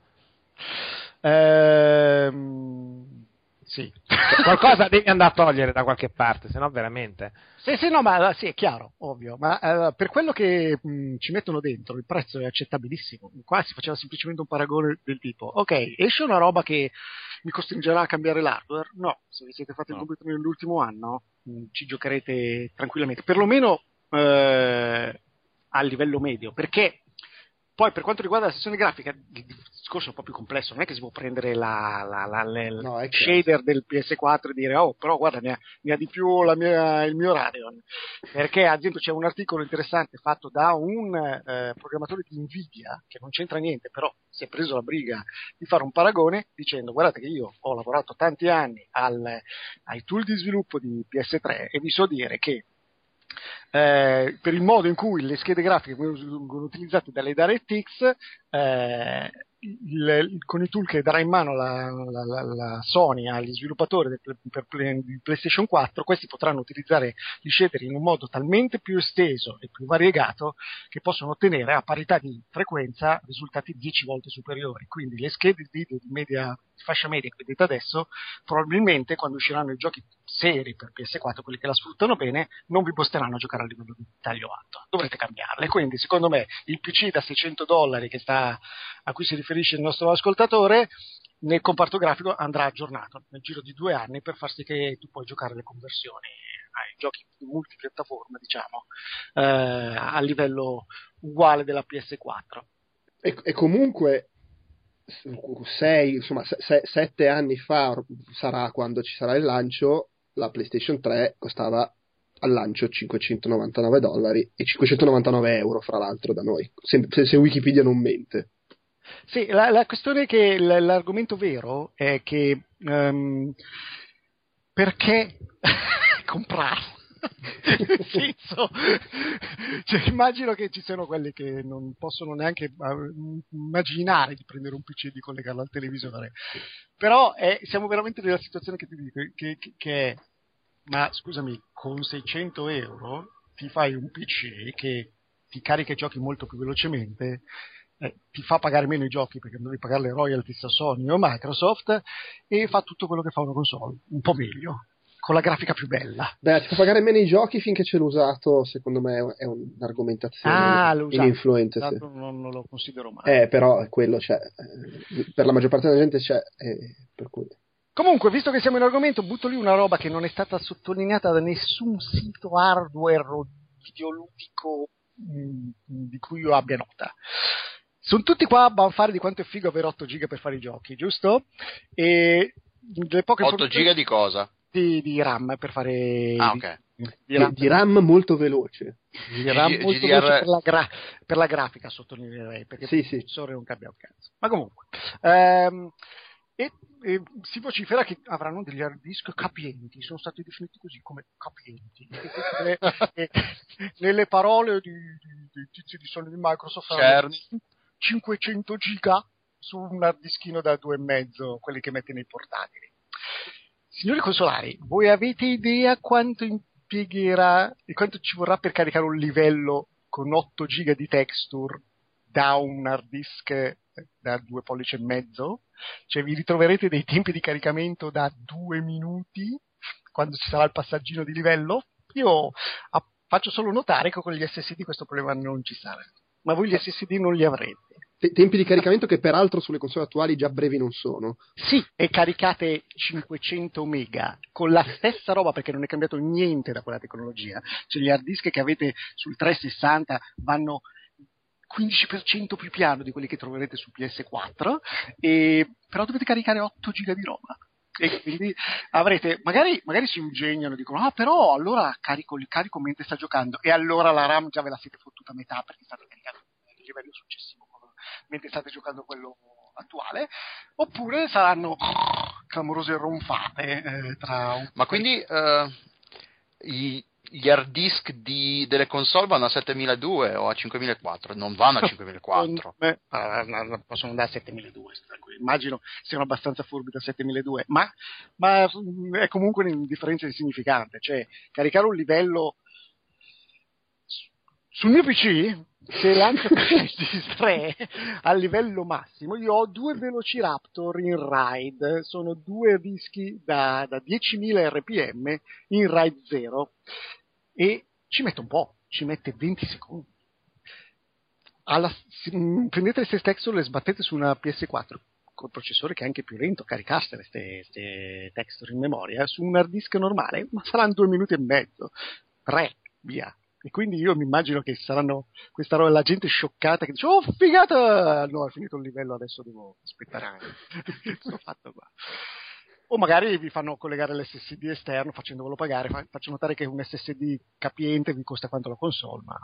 Ehm, sì, cioè, qualcosa devi andare a togliere da qualche parte, se no veramente. Sì, sì, no, ma sì, è chiaro, ovvio, ma uh, per quello che mh, ci mettono dentro il prezzo è accettabilissimo. Qua si faceva semplicemente un paragone del tipo: ok, esce una roba che mi costringerà a cambiare l'hardware? No, se vi siete fatti no. il computer nell'ultimo anno mh, ci giocherete tranquillamente, perlomeno eh, a livello medio, perché poi per quanto riguarda la sezione grafica il discorso è un po' più complesso, non è che si può prendere la, la, la, la no, shader del P S quattro e dire oh però guarda ne ha, ne ha di più la mia, il mio Radeon, perché ad esempio c'è un articolo interessante fatto da un eh, programmatore di Nvidia che non c'entra niente, però si è preso la briga di fare un paragone dicendo guardate che io ho lavorato tanti anni al, ai tool di sviluppo di P S tre e vi so dire che Eh, per il modo in cui le schede grafiche vengono utilizzate dalle DirectX eh, il, il, con i tool che darà in mano la, la, la, la Sony agli sviluppatori del, per, per PlayStation quattro, questi potranno utilizzare gli shader in un modo talmente più esteso e più variegato che possono ottenere a parità di frequenza risultati dieci volte superiori. Quindi le schede video di media di fascia media che vedete adesso probabilmente quando usciranno i giochi seri per P S quattro, quelli che la sfruttano bene, non vi basteranno a giocare a livello di taglio alto, dovrete cambiarle. Quindi secondo me il P C da seicento dollari che sta, a cui si riferisce il nostro ascoltatore nel comparto grafico andrà aggiornato nel giro di due anni per far sì che tu puoi giocare le conversioni ai giochi multipiattaforma, diciamo, eh, a livello uguale della P S quattro. E, e comunque sei, insomma, se, sette anni fa sarà quando ci sarà il lancio, la PlayStation tre costava al lancio cinquecentonovantanove dollari e cinquecentonovantanove euro fra l'altro da noi, se, se Wikipedia non mente. Sì, la, la questione è che l- l'argomento vero è che um, perché comprarlo? Nel senso, cioè, immagino che ci siano quelli che non possono neanche uh, immaginare di prendere un P C e di collegarlo al televisore, però è, siamo veramente nella situazione che ti dico che, che, che è, ma scusami, con seicento euro ti fai un P C che ti carica i giochi molto più velocemente, eh, ti fa pagare meno i giochi perché non devi pagare le royalties a Sony o Microsoft e fa tutto quello che fa una console, un po' meglio, con la grafica più bella. Beh, ti fa pagare meno i giochi finché c'è l'usato, secondo me è un'argomentazione ah, ininfluente. Sì. Non, non lo considero mai. Eh, però quello c'è, eh, per la maggior parte della gente c'è, eh, per cui... Comunque, visto che siamo in argomento, butto lì una roba che non è stata sottolineata da nessun sito hardware o videoludico mh, di cui io abbia nota. Sono tutti qua a banfare di quanto è figo avere otto giga per fare i giochi, giusto? E le poche otto giga di cosa? Di, di RAM per fare ah, ok. di, di, RAM. di RAM molto veloce di RAM G- molto G D R... veloce per la, gra- per la grafica sottolineerei perché sì, il sì. processore non cambia un cazzo, ma comunque ehm, e, e si vocifera che avranno degli hard disk capienti, sono stati definiti così come capienti e, e, e, nelle parole di, di, di tizi di Sony di Microsoft cinquecento giga su un hard diskino da due e mezzo, quelli che metti nei portatili. Signori consolari, voi avete idea quanto impiegherà e quanto ci vorrà per caricare un livello con otto giga di texture da un hard disk da due pollici e mezzo, cioè vi ritroverete dei tempi di caricamento da due minuti quando ci sarà il passaggino di livello. Io a, faccio solo notare che con gli S S D questo problema non ci sarà, ma voi gli S S D non li avrete. Tempi di caricamento che peraltro sulle console attuali già brevi non sono. Sì, e caricate cinquecento mega con la stessa roba, perché non è cambiato niente da quella tecnologia. Cioè gli hard disk che avete sul trecentosessanta vanno quindici per cento più piano di quelli che troverete su P S quattro, e però dovete caricare otto giga di roba. E quindi avrete, magari, magari si ingegnano, dicono ah però allora carico, li carico mentre sta giocando, e allora la RAM già ve la siete fottuta a metà perché state caricando il livello successivo mentre state giocando quello attuale, oppure saranno clamorose ronfate eh, tra un... Ma quindi uh, i, gli hard disk di, delle console vanno a settemiladuecento o a cinquemilaquattrocento, non vanno a cinquemilaquattrocento. Beh, possono andare a settemiladuecento, immagino siano abbastanza furbi da settemiladuecento, ma, ma è comunque una differenza insignificante. Cioè caricare un livello sul mio P C, se lancia tre a livello massimo, io ho due Velociraptor in RAID, sono due dischi da, da diecimila R P M in RAID zero, e ci mette un po', ci mette venti secondi. Alla, prendete queste texture e le sbattete su una P S quattro col processore che è anche più lento a caricarsene queste texture in memoria, su un hard disk normale, ma saranno due minuti e mezzo, tre, via. E quindi io mi immagino che saranno questa roba, la gente scioccata che dice oh figata, no, è finito il livello, adesso devo aspettare che sto fatto qua. O magari vi fanno collegare l'S S D esterno facendovelo pagare, faccio notare che un S S D capiente vi costa quanto la console, ma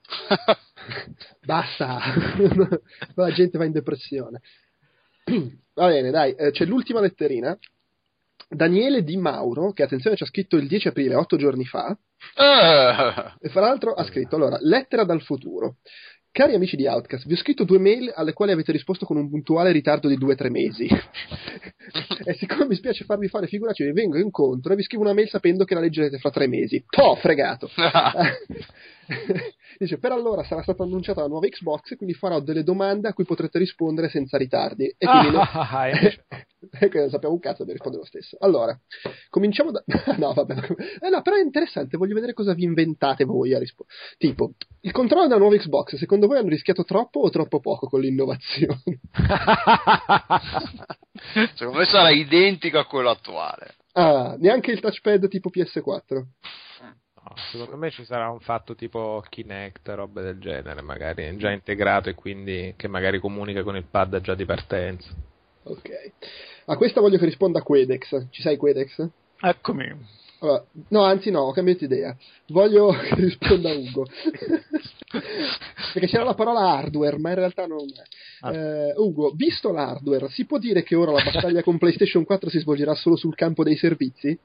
basta, la gente va in depressione. Va bene, dai, eh, c'è l'ultima letterina. Daniele Di Mauro, che attenzione ci ha scritto il dieci aprile, otto giorni fa, uh. e fra l'altro ha scritto, allora, lettera dal futuro. Cari amici di Outcast, vi ho scritto due mail alle quali avete risposto con un puntuale ritardo di due o tre mesi. E siccome mi spiace farvi fare figuracce, vi vengo incontro e vi scrivo una mail sapendo che la leggerete fra tre mesi. Toh, fregato! Dice, per allora sarà stata annunciata la nuova Xbox, quindi farò delle domande a cui potrete rispondere senza ritardi. E quindi ah, ecco, non sappiamo un cazzo, vi rispondo lo stesso. Allora, cominciamo da... no, vabbè. Eh, no, però è interessante, voglio vedere cosa vi inventate voi a rispondere. Tipo, il controllo della nuova Xbox, secondo voi hanno rischiato troppo o troppo poco con l'innovazione? Secondo me sarà identico a quello attuale. Ah, neanche il touchpad tipo P S quattro? No, secondo me ci sarà un fatto tipo Kinect, robe del genere, magari già integrato e quindi che magari comunica con il pad già di partenza. Ok. A questa voglio che risponda Quedex. Ci sai Quedex? Eccomi. Allora, no, anzi no, ho cambiato idea. Voglio che risponda Ugo. Perché c'era la parola hardware, ma in realtà non è. Ah. Eh, Ugo, visto l'hardware, si può dire che ora la battaglia con PlayStation quattro si svolgerà solo sul campo dei servizi?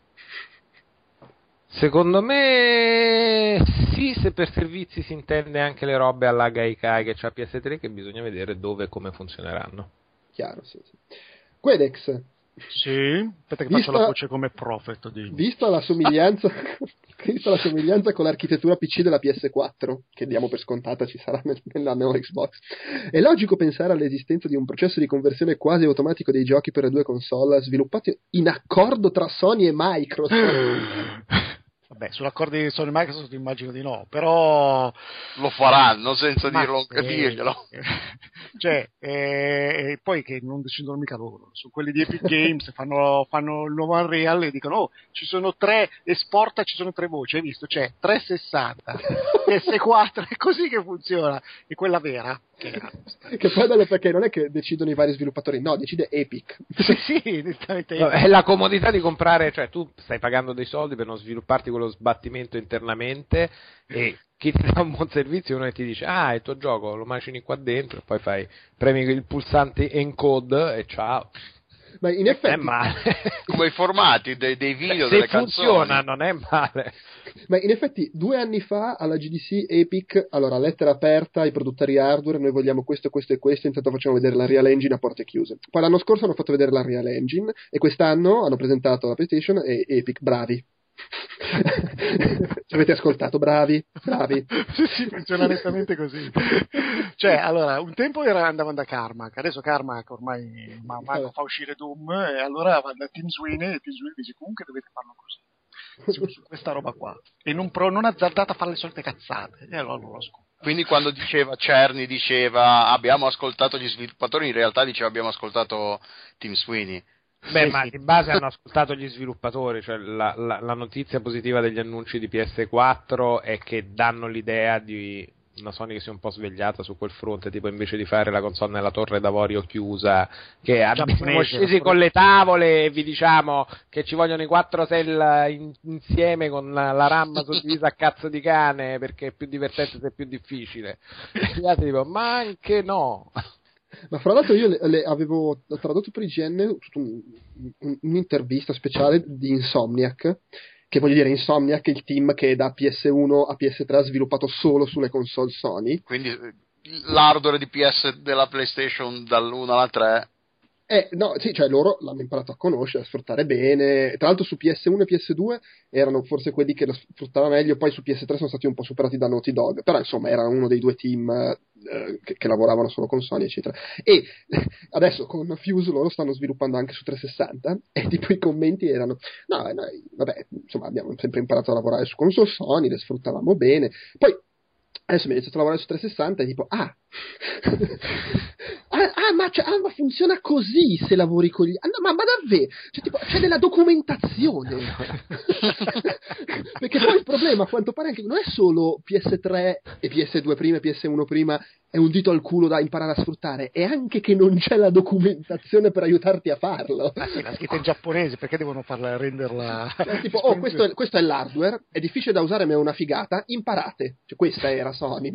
Secondo me sì, se per servizi si intende anche le robe alla Gaikai che c'ha P S tre, che bisogna vedere dove e come funzioneranno. Chiaro, sì, sì. Quedex. Sì, aspetta che vista, faccio la voce come Prophet. Di... Vista la somiglianza vista la somiglianza con l'architettura P C della P S quattro, che diamo per scontata ci sarà nel, nella nuova Xbox, è logico pensare all'esistenza di un processo di conversione quasi automatico dei giochi per le due console sviluppati in accordo tra Sony e Microsoft. Vabbè, sull'accordo di Sony e Microsoft immagino di no, però lo faranno senza ma, dirlo, eh, dirglielo. Cioè, eh, e poi che non decidono mica loro, su quelli di Epic Games fanno, fanno il nuovo Unreal e dicono oh, ci sono tre, esporta, ci sono tre voci, hai visto? C'è trecentosessanta, P S quattro, è così che funziona, e quella vera. Che, che poi bello perché non è che decidono i vari sviluppatori, no, decide Epic. Sì, esattamente. È la comodità di comprare, cioè tu stai pagando dei soldi per non svilupparti quello sbattimento internamente e chi ti dà un buon servizio uno che ti dice ah, il tuo gioco lo macini qua dentro e poi fai premi il pulsante encode e ciao. Ma in effetti è male. Come i formati dei, dei video, se delle funziona canzoni. Non è male. Ma in effetti due anni fa alla G D C Epic, allora lettera aperta ai produttori hardware, noi vogliamo questo, questo e questo, intanto facciamo vedere la Real Engine a porte chiuse. Poi l'anno scorso hanno fatto vedere la Real Engine e quest'anno hanno presentato la PlayStation e Epic, bravi. Ci avete ascoltato, bravi, bravi. Sì, sì, funziona nettamente così. Cioè, allora, un tempo era, andavano da Carmack, adesso Carmack ormai man mano fa uscire Doom, e allora va da Tim Sweeney, e Tim Sweeney dice comunque dovete farlo così, su, su questa roba qua, e non, pro, non azzardate a fare le solite cazzate, e allora lo ascolto. Quindi quando diceva Cerny diceva abbiamo ascoltato gli sviluppatori, in realtà diceva abbiamo ascoltato Tim Sweeney. Beh, Eh, ma sì. di base hanno ascoltato gli sviluppatori, cioè la, la, la notizia positiva degli annunci di P S quattro è che danno l'idea di una Sony che si è un po' svegliata su quel fronte, tipo invece di fare la console nella torre d'avorio chiusa, che abbiamo scesi con le tavole e vi diciamo che ci vogliono i quattro cell in, insieme con la, la RAM suddivisa a cazzo di cane perché è più divertente se è più difficile. E gli altri tipo, ma anche no. Ma fra l'altro io le, le avevo tradotto per I G N un, un, un'intervista speciale di Insomniac, che voglio dire Insomniac è il team che da P S uno a P S tre ha sviluppato solo sulle console Sony. Quindi l'hardware di P S della PlayStation dall'uno alla tre. Eh, no, sì, cioè loro l'hanno imparato a conoscere, a sfruttare bene. Tra l'altro su P S uno e P S due erano forse quelli che lo sfruttavano meglio, poi su P S tre sono stati un po' superati da Naughty Dog, però insomma era uno dei due team eh, che, che lavoravano solo con Sony, eccetera. E adesso con Fuse loro stanno sviluppando anche su trecentosessanta e tipo i commenti erano no, noi, vabbè, insomma abbiamo sempre imparato a lavorare su console Sony, le sfruttavamo bene. Poi adesso mi ho iniziato a lavorare su trecentosessanta e tipo, ah, ah, ah, ma, cioè, ah, ma funziona così se lavori con gli... Ah, no, ma, ma davvero? Cioè, tipo, c'è della documentazione. Perché poi il problema, a quanto pare, anche non è solo P S tre e P S due prima e P S uno prima è un dito al culo da imparare a sfruttare, è anche che non c'è la documentazione per aiutarti a farlo. Ma sì, la scritta in giapponese, perché devono farla, renderla... Cioè, tipo, oh, questo è, questo è l'hardware, è difficile da usare ma è una figata, imparate. Cioè, questa era Sony.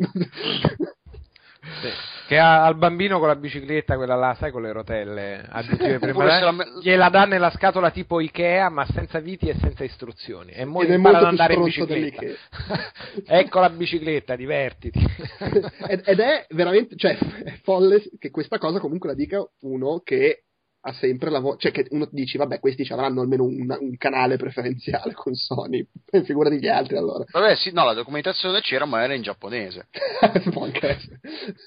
Sì. Che ha al bambino con la bicicletta, quella là, sai, con le rotelle additive prima, la... gliela dà nella scatola tipo Ikea, ma senza viti e senza istruzioni. E mo' Ed è impara ad molto andare in più bicicletta. dell'Ikea. Ecco la bicicletta, divertiti. ed, ed è veramente, cioè, è folle che questa cosa comunque la dica uno che ha sempre la voce, cioè che uno dici vabbè questi ci avranno almeno un, un canale preferenziale con Sony, figura di gli altri allora. Vabbè sì, no, la documentazione c'era ma era in giapponese. Può anche essere.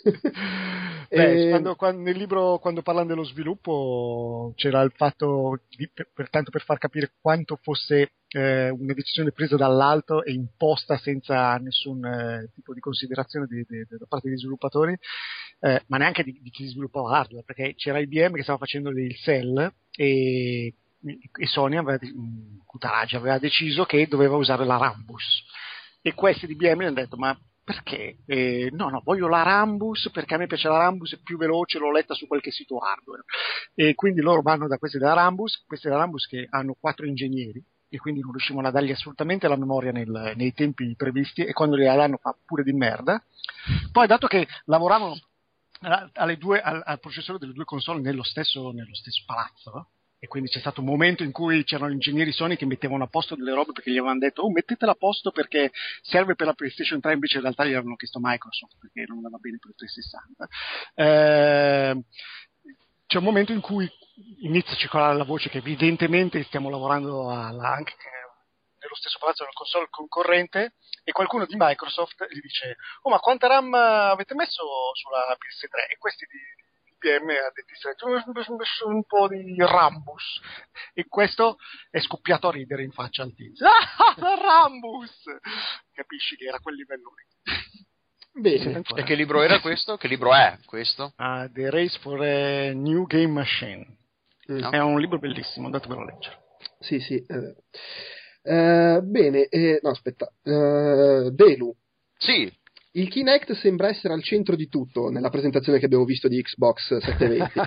Beh, e... quando, quando, nel libro quando parlano dello sviluppo c'era il fatto di, per, per tanto per far capire quanto fosse eh, una decisione presa dall'alto e imposta senza nessun eh, tipo di considerazione di, di, di, da parte degli sviluppatori, eh, ma neanche di, di chi sviluppava l'hardware, perché c'era I B M che stava facendo il cell e, e Sony aveva, Kutaragi aveva deciso che doveva usare la Rambus, e questi di I B M hanno detto ma perché? Eh, no, no, voglio la Rambus perché a me piace la Rambus, è più veloce, l'ho letta su qualche sito hardware. E quindi loro vanno da questi della Rambus, questi della Rambus che hanno quattro ingegneri e quindi non riuscivano a dargli assolutamente la memoria nel, nei tempi previsti, e quando gliela danno fa pure di merda. Poi dato che lavoravano alle due, al, al processore delle due console nello stesso, nello stesso palazzo, e quindi c'è stato un momento in cui c'erano gli ingegneri Sony che mettevano a posto delle robe perché gli avevano detto oh mettetela a posto perché serve per la PlayStation tre, invece in realtà gli avevano chiesto Microsoft perché non andava bene per il trecentosessanta. Eh, c'è un momento in cui inizia a circolare la voce che evidentemente stiamo lavorando alla, anche nello stesso palazzo della console concorrente, e qualcuno di Microsoft gli dice oh ma quanta RAM avete messo sulla P S tre? E questi di I B M ha detto ho messo un po' di Rambus, e questo è scoppiato a ridere in faccia al tizio. Ah, Rambus! Capisci che era a quel livello lì. Bene. E che libro era questo? Che libro è questo? Uh, The Race for a New Game Machine. Mm. È un libro bellissimo, andatevelo a leggere. Sì, sì. Eh. Uh, bene, eh, no aspetta. Uh, Delu. Sì. Il Kinect sembra essere al centro di tutto nella presentazione che abbiamo visto di Xbox settecentoventi.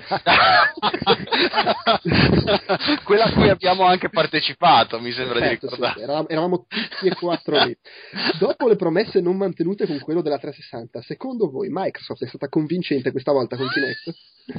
Quella a cui abbiamo anche partecipato, mi sembra certo, di ricordare. Sì, eravamo, eravamo tutti e quattro lì. Dopo le promesse non mantenute con quello della trecentosessanta, secondo voi Microsoft è stata convincente questa volta con Kinect?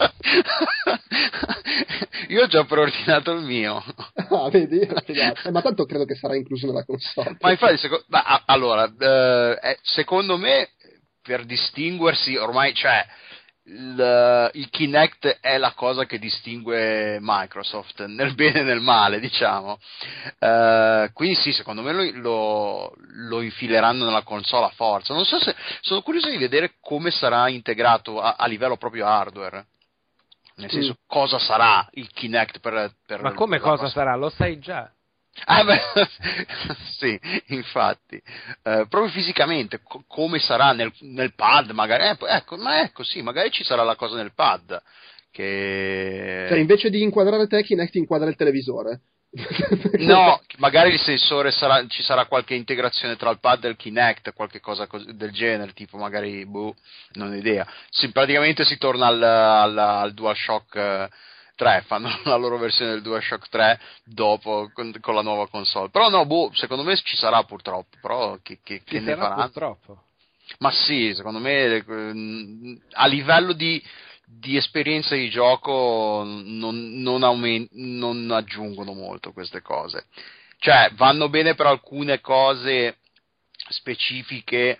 Io ho già preordinato il mio. Ah, vedi? Eh, ma tanto credo che sarà incluso nella console. Ma infatti, seco- ma, allora, eh, secondo me, per distinguersi, ormai, cioè, il, il Kinect è la cosa che distingue Microsoft nel bene e nel male, diciamo. Uh, quindi sì, secondo me lo, lo, lo infileranno nella console a forza. Non so se sono curioso di vedere come sarà integrato a, a livello proprio hardware. Nel senso, mm. cosa sarà il Kinect per, per ma come per cosa sarà? Lo sai già. Ah, beh, sì, infatti, eh, proprio fisicamente co- come sarà nel, nel pad, magari, eh, ecco, ma ecco, sì, magari ci sarà la cosa nel pad, che... Cioè, invece di inquadrare te, Kinect inquadra il televisore. No, magari il sensore sarà, ci sarà qualche integrazione tra il pad e il Kinect, qualche cosa cos- del genere, tipo magari, boh, non ho idea. Sì, praticamente si torna al, al, al DualShock eh, tre, fanno la loro versione del DualShock tre dopo con, con la nuova console. Però no, boh, secondo me ci sarà purtroppo, però che, che, che ne faranno? Purtroppo. Ma sì, secondo me a livello di, di esperienza di gioco non, non, aument- non aggiungono molto queste cose. Cioè, vanno bene per alcune cose specifiche,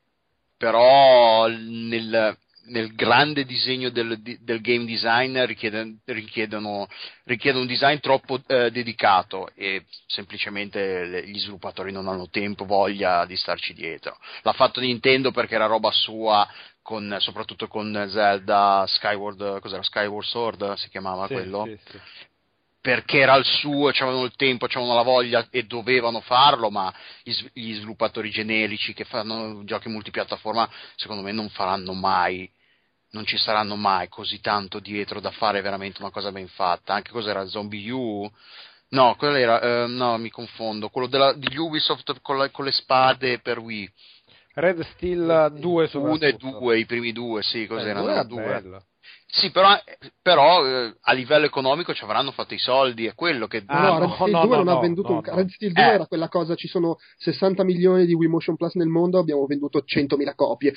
però nel... nel grande disegno del, del game design richiede, richiedono, richiedono un design troppo eh, dedicato e semplicemente le, gli sviluppatori non hanno tempo, voglia di starci dietro. L'ha fatto Nintendo perché era roba sua, con, soprattutto con Zelda Skyward, cos'era? Skyward Sword si chiamava sì, quello? Sì, sì. Perché era il suo, c'avevano il tempo, c'avevano la voglia e dovevano farlo, ma gli sviluppatori generici che fanno giochi multipiattaforma secondo me non faranno mai, non ci saranno mai così tanto dietro da fare veramente una cosa ben fatta. Anche cos'era Zombie U? No, quello era, eh, no mi confondo, quello della, di Ubisoft con, la, con le spade per Wii. Red Steel due soprattutto. Uno e due, i primi due, sì, cos'erano? Eh, due. due. Sì, però, però eh, a livello economico ci avranno fatto i soldi, è quello che... Ah, no, Red Steel no, due no, non no, ha venduto no, un ca- no. Red Steel due Eh. era quella cosa, ci sono sessanta milioni di Wii Motion Plus nel mondo, abbiamo venduto centomila copie.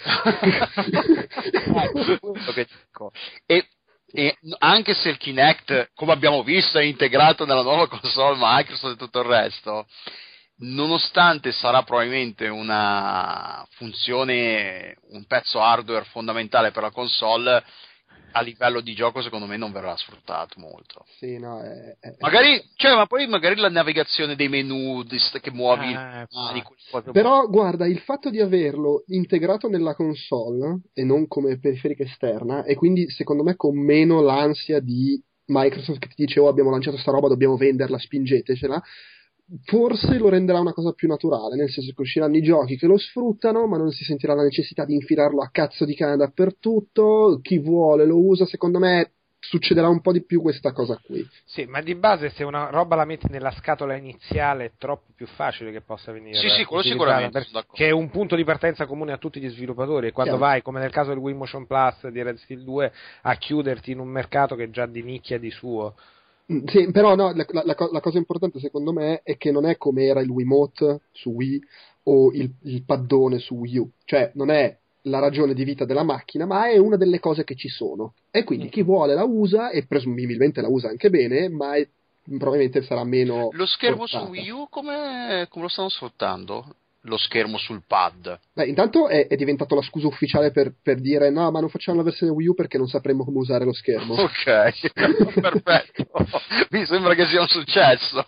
e, e anche se il Kinect, come abbiamo visto, è integrato nella nuova console Microsoft e tutto il resto, nonostante sarà probabilmente una funzione, un pezzo hardware fondamentale per la console, a livello di gioco secondo me non verrà sfruttato molto. Sì, no, è, è... Magari, cioè, ma poi magari la navigazione dei menu di st- che muovi, Eh, mani, cose... Però guarda, il fatto di averlo integrato nella console e non come periferica esterna, e quindi secondo me con meno l'ansia di Microsoft che ti dice oh abbiamo lanciato sta roba, dobbiamo venderla, spingetecela, forse lo renderà una cosa più naturale, nel senso che usciranno i giochi che lo sfruttano, ma non si sentirà la necessità di infilarlo a cazzo di cane dappertutto, chi vuole lo usa. Secondo me succederà un po' di più questa cosa qui. Sì, ma di base se una roba la metti nella scatola iniziale è troppo più facile che possa venire. Sì, sì, quello sicuramente, per, che è un punto di partenza comune a tutti gli sviluppatori, e quando Chiaro. vai, come nel caso del Wii Motion Plus di Red Steel due, a chiuderti in un mercato che è già di nicchia di suo. Sì, però no, la, la, la cosa importante secondo me è che non è come era il Wiimote su Wii o il, il paddone su Wii U, cioè non è la ragione di vita della macchina, ma è una delle cose che ci sono, e quindi chi vuole la usa e presumibilmente la usa anche bene, ma è, probabilmente sarà meno lo schermo forzata. su Wii U come, come lo stanno sfruttando? Lo schermo sul pad? Beh, intanto è, è diventato la scusa ufficiale per, per dire no, ma non facciamo la versione Wii U perché non sapremo come usare lo schermo. Ok, perfetto, mi sembra che sia un successo.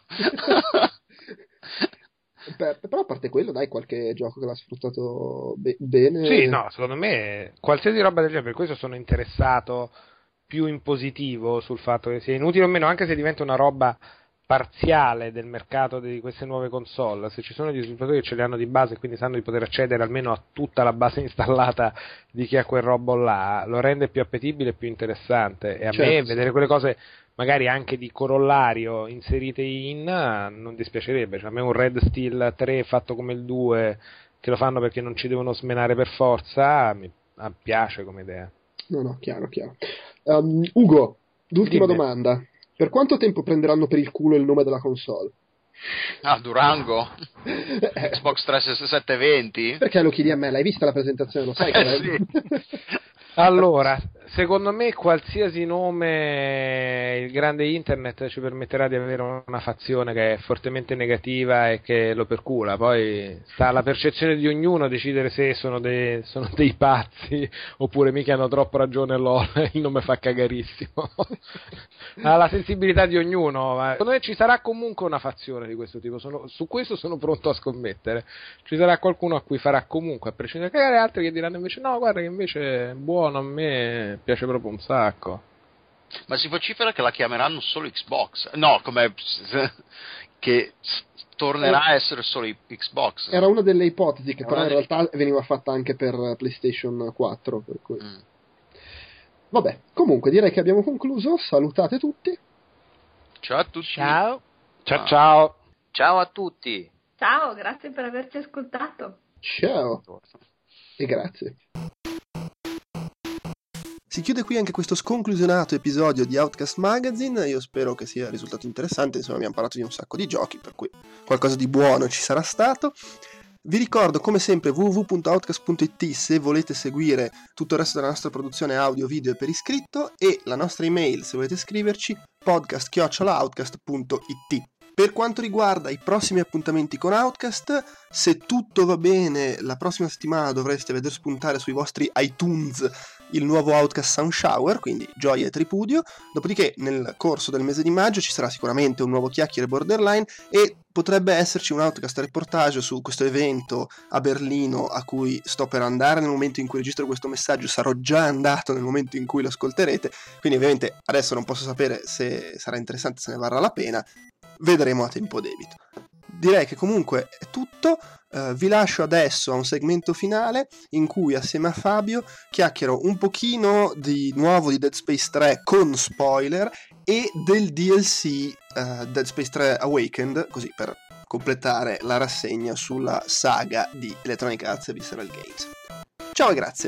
Beh, però a parte quello, dai, qualche gioco che l'ha sfruttato be- bene. Sì, no, secondo me qualsiasi roba del genere, per questo sono interessato più in positivo sul fatto che sia inutile o meno, anche se diventa una roba parziale del mercato di queste nuove console. Se ci sono gli sviluppatori che ce le hanno di base e quindi sanno di poter accedere almeno a tutta la base installata di chi ha quel robo là, lo rende più appetibile e più interessante, e a certo, me sì. vedere quelle cose magari anche di corollario inserite in non dispiacerebbe. Cioè, a me un Red Steel tre fatto come il due, che lo fanno perché non ci devono smenare per forza, mi ah, piace come idea. No, no, chiaro, chiaro. Um, Ugo, l'ultima Dimmi. domanda. Per quanto tempo prenderanno per il culo il nome della console? Ah, Durango? Xbox trecentoventi? Perché lo chiedi a me? L'hai vista la presentazione? Lo sai che Eh, sì. Allora, secondo me qualsiasi nome il grande internet ci permetterà di avere una fazione che è fortemente negativa e che lo percula, poi sta alla percezione di ognuno decidere se sono, dei, sono dei pazzi oppure mica hanno troppo ragione, LOL, il nome fa cagarissimo. Alla sensibilità di ognuno, ma secondo me ci sarà comunque una fazione di questo tipo, sono, su questo sono pronto a scommettere, ci sarà qualcuno a cui farà comunque a prescindere cagare, altri che diranno invece no, guarda che invece è buono, a me piace proprio un sacco. Ma si vocifera che la chiameranno solo Xbox, no, come che tornerà a essere solo Xbox. Era una delle ipotesi che Era però in delle... realtà veniva fatta anche per PlayStation quattro, per cui... Mm. Vabbè, comunque direi che abbiamo concluso, salutate tutti. Ciao a tutti. Ciao. Ciao ciao. Ciao a tutti. Ciao, grazie per averci ascoltato. Ciao. E grazie. Si chiude qui anche questo sconclusionato episodio di Outcast Magazine, io spero che sia risultato interessante, insomma abbiamo parlato di un sacco di giochi, per cui qualcosa di buono ci sarà stato. Vi ricordo come sempre w w w punto outcast punto i t se volete seguire tutto il resto della nostra produzione audio, video e per iscritto, e la nostra email se volete scriverci podcast chiocciola outcast punto i t. Per quanto riguarda i prossimi appuntamenti con Outcast, se tutto va bene, la prossima settimana dovreste vedere spuntare sui vostri iTunes il nuovo Outcast Sound Shower, quindi gioia e tripudio. Dopodiché nel corso del mese di maggio ci sarà sicuramente un nuovo Chiacchiere Borderline e potrebbe esserci un Outcast reportage su questo evento a Berlino a cui sto per andare. Nel momento in cui registro questo messaggio sarò già andato nel momento in cui lo ascolterete, quindi ovviamente adesso non posso sapere se sarà interessante, se ne varrà la pena. Vedremo a tempo debito. Direi che comunque è tutto, uh, vi lascio adesso a un segmento finale in cui assieme a Fabio chiacchiero un pochino di nuovo di Dead Space tre con spoiler e del D L C uh, Dead Space tre Awakened, così per completare la rassegna sulla saga di Electronic Arts e Visceral Games. Ciao e grazie!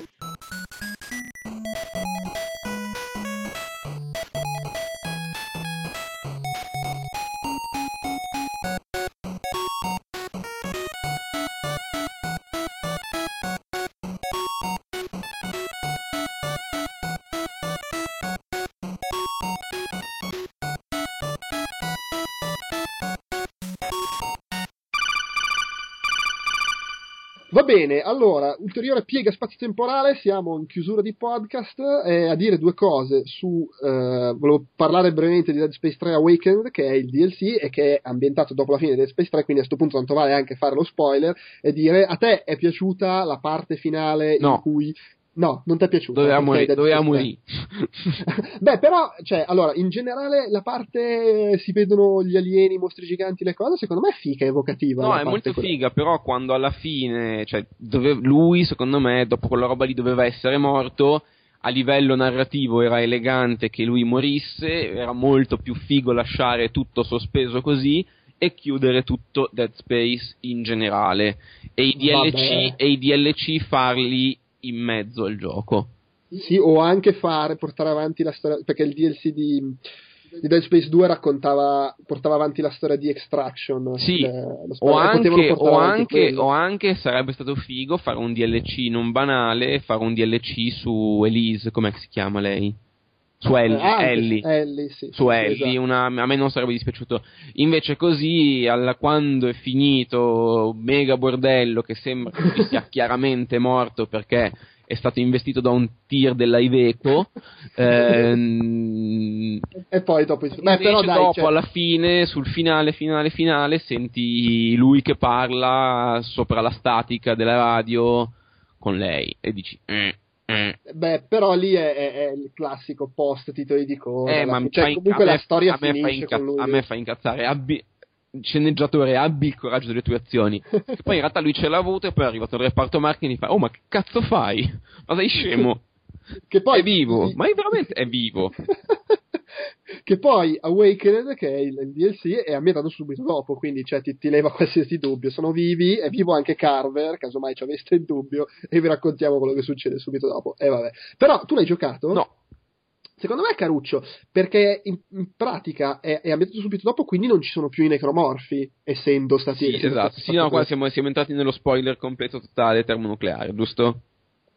Va bene, allora, ulteriore piega spazio-temporale, siamo in chiusura di podcast, eh, a dire due cose su, eh, volevo parlare brevemente di Dead Space tre Awakened, che è il D L C e che è ambientato dopo la fine di Dead Space tre, quindi a questo punto tanto vale anche fare lo spoiler e dire, a te è piaciuta la parte finale no. in cui... No, non ti è piaciuto. Doveva morire. Doveva morire. Beh, però, cioè, allora, in generale la parte si vedono gli alieni, i mostri giganti, le cose, secondo me è figa, è evocativa. No, è molto quella. figa, però quando alla fine, cioè, dove, lui, secondo me, dopo quella roba lì doveva essere morto, a livello narrativo era elegante che lui morisse, era molto più figo lasciare tutto sospeso così e chiudere tutto Dead Space in generale. E i D L C, e i D L C farli in mezzo al gioco. Sì, o anche fare, portare avanti la storia, perché il D L C di, di Dead Space due raccontava, portava avanti la storia di Extraction. Sì, le, o, anche, o, anche, o anche sarebbe stato figo fare un D L C non banale, fare un D L C su Elise, com'è che si chiama lei? Su Ellie, ah, Ellie. Ellie sì, su sì, Ellie, esatto. una, a me non sarebbe dispiaciuto. Invece così, alla, quando è finito mega bordello che sembra che sia chiaramente morto perché è stato investito da un tier della Iveco ehm, e poi dopo, beh, però dai, dopo cioè... alla fine, sul finale finale finale senti lui che parla sopra la statica della radio con lei e dici mm. Mm. Beh, però lì è, è, è il classico post titoli di coda. Eh, ma cioè, comunque me, la storia a me finisce inca- con lui. A me fa incazzare. Abbi, sceneggiatore, abbi il coraggio delle tue azioni. Che poi in realtà lui ce l'ha avuto e poi è arrivato il reparto marketing e fa: oh, ma che cazzo fai? Ma sei scemo? Che poi è vivo, ma è veramente è vivo. Che poi Awakened, che è il, il D L C, è ambientato subito dopo, quindi cioè, ti, ti leva qualsiasi dubbio. Sono vivi, è vivo anche Carver, casomai ci aveste il dubbio, e vi raccontiamo quello che succede subito dopo. E eh, vabbè. Però tu l'hai giocato? No. Secondo me è caruccio, perché in, in pratica è, è ambientato subito dopo, quindi non ci sono più i necromorfi, essendo stati... Sì, esatto. Sì, no, qua siamo, siamo entrati nello spoiler completo totale termonucleare, giusto?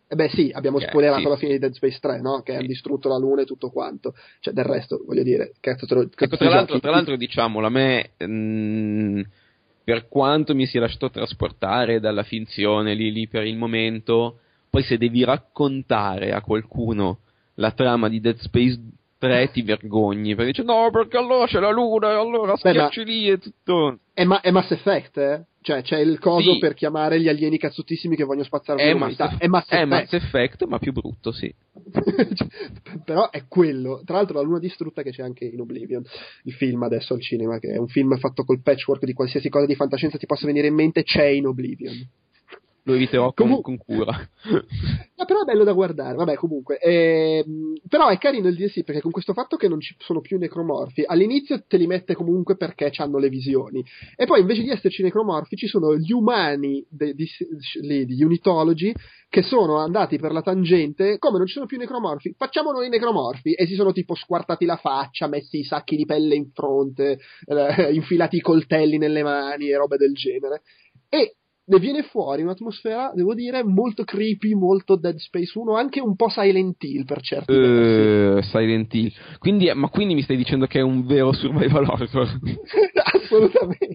Eh beh sì, abbiamo Okay, spoilerato sì. la fine di Dead Space tre, no? Che Sì. hanno distrutto la luna e tutto quanto. Cioè, del resto, voglio dire, cazzo te lo, Ecco, cazzo tra te l'altro, giochi. tra l'altro diciamolo, a me, mh, per quanto mi sia lasciato trasportare dalla finzione lì lì per il momento, poi se devi raccontare a qualcuno la trama di Dead Space tre ti vergogni, perché dice no, perché allora c'è la luna, e allora Beh, ma- schiacci lì e tutto. È, ma- è Mass Effect, eh? Cioè, c'è il coso Sì. per chiamare gli alieni cazzutissimi che vogliono spazzare via È l'umanità. Mass, È Mass è Effect. Mass Effect, ma più brutto, sì. Cioè, però è quello. Tra l'altro la luna distrutta che c'è anche in Oblivion, il film adesso al cinema, che è un film fatto col patchwork di qualsiasi cosa di fantascienza ti possa venire in mente, c'è in Oblivion. Lo eviterò con, Comu- con cura. Ma però è bello da guardare, vabbè comunque ehm, però è carino il D L C perché con questo fatto che non ci sono più necromorfi all'inizio te li mette comunque perché hanno le visioni e poi invece di esserci necromorfi ci sono gli umani de, di, di, di Unitology che sono andati per la tangente, come non ci sono più necromorfi facciamo noi necromorfi, e si sono tipo squartati la faccia, messi i sacchi di pelle in fronte, eh, infilati i coltelli nelle mani e robe del genere, e ne viene fuori un'atmosfera, devo dire, molto creepy, molto Dead Space uno, anche un po' Silent Hill per certi versi. Uh, Silent Hill. Quindi, ma quindi mi stai dicendo che è un vero survival horror? Assolutamente.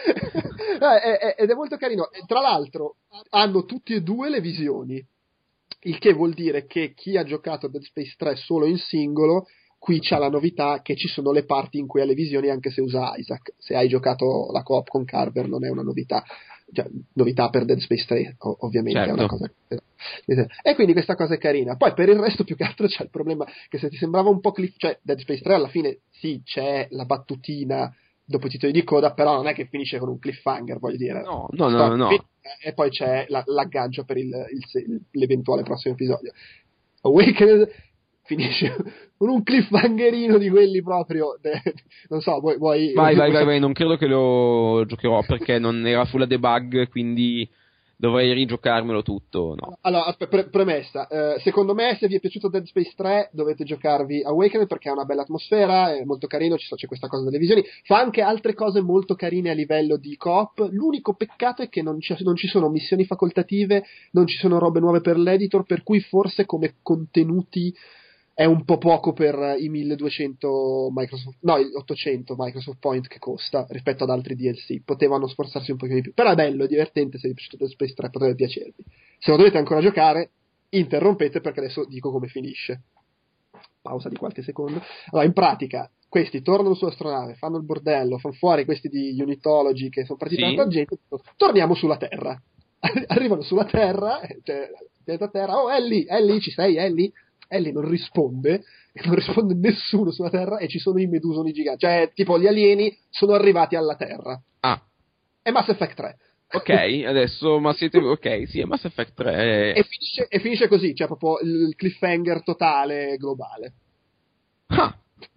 Eh, eh, ed è molto carino. Tra l'altro hanno tutti e due le visioni, il che vuol dire che chi ha giocato Dead Space tre solo in singolo, qui c'ha la novità che ci sono le parti in cui ha le visioni anche se usa Isaac. Se hai giocato la co-op con Carver non è una novità. Cioè, novità per Dead Space tre, ov- ovviamente Certo. è una cosa. E quindi questa cosa è carina. Poi per il resto, più che altro, c'è il problema che se ti sembrava un po' cliff, cioè Dead Space tre alla fine sì, c'è la battutina dopo i titoli di coda, però non è che finisce con un cliffhanger, voglio dire. No, no, no, Sto- no. E poi c'è la- l'aggancio per il, il- l'eventuale prossimo episodio. Awakened finisce con un cliffhangerino di quelli proprio de- non so, vuoi, vuoi Vai, vai, vai, vai, non credo che lo giocherò perché non era sulla debug, quindi dovrei rigiocarmelo tutto, no. Allora, aspe- pre- premessa, eh, secondo me se vi è piaciuto Dead Space tre dovete giocarvi Awakened perché ha una bella atmosfera, è molto carino, ci so- c'è questa cosa delle visioni, fa anche altre cose molto carine a livello di co-op, l'unico peccato è che non ci, non ci sono missioni facoltative, non ci sono robe nuove per l'editor, per cui forse come contenuti è un po' poco per i milleduecento Microsoft, no, i ottocento Microsoft Point che costa rispetto ad altri D L C. Potevano sforzarsi un pochino di più. Però è bello, è divertente, se vi è piaciuto Dead Space tre potrebbe piacervi. Se lo dovete ancora giocare, interrompete perché adesso dico come finisce. Pausa di qualche secondo. Allora, in pratica, questi tornano sull'astronave, fanno il bordello, fanno fuori questi di Unitology che sono partiti Sì. dalla tangente, torniamo sulla Terra. Arrivano sulla Terra, cioè, pianeta Terra, oh Ellie, Ellie, ci sei, Ellie? Ellie non risponde, non risponde nessuno sulla Terra e ci sono i medusoni giganti, cioè tipo gli alieni sono arrivati alla Terra. Ah, È Mass Effect tre. ok, adesso, ma siete, ok, sì, è Mass Effect tre. E finisce, e finisce così, cioè proprio il cliffhanger totale globale. Ah.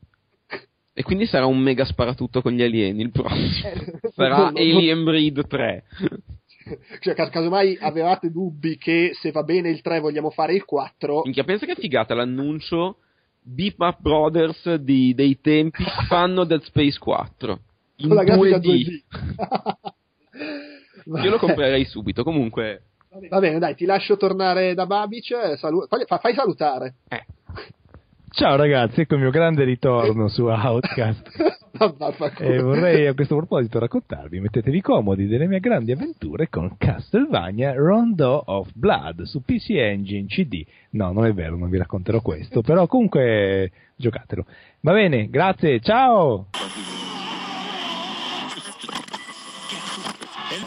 E quindi sarà un mega sparatutto con gli alieni il prossimo. Eh, Sarà no, no, Alien Breed tre. Cioè, cas- casomai avevate dubbi che se va bene il tre vogliamo fare il quattro. Minchia, pensa che figata l'annuncio Beep Up Brothers di, dei tempi fanno Dead Space quattro in Con la grafica due D. due D. Io lo comprerei subito. Comunque, Va bene, dai, ti lascio tornare da Babic. Salu- fai, fai salutare. eh, Ciao ragazzi, ecco il mio grande ritorno su Outcast. E vorrei a questo proposito raccontarvi, mettetevi comodi, delle mie grandi avventure con Castlevania Rondo of Blood su P C Engine C D. No, non è vero, non vi racconterò questo, però comunque giocatelo. Va bene, grazie, ciao!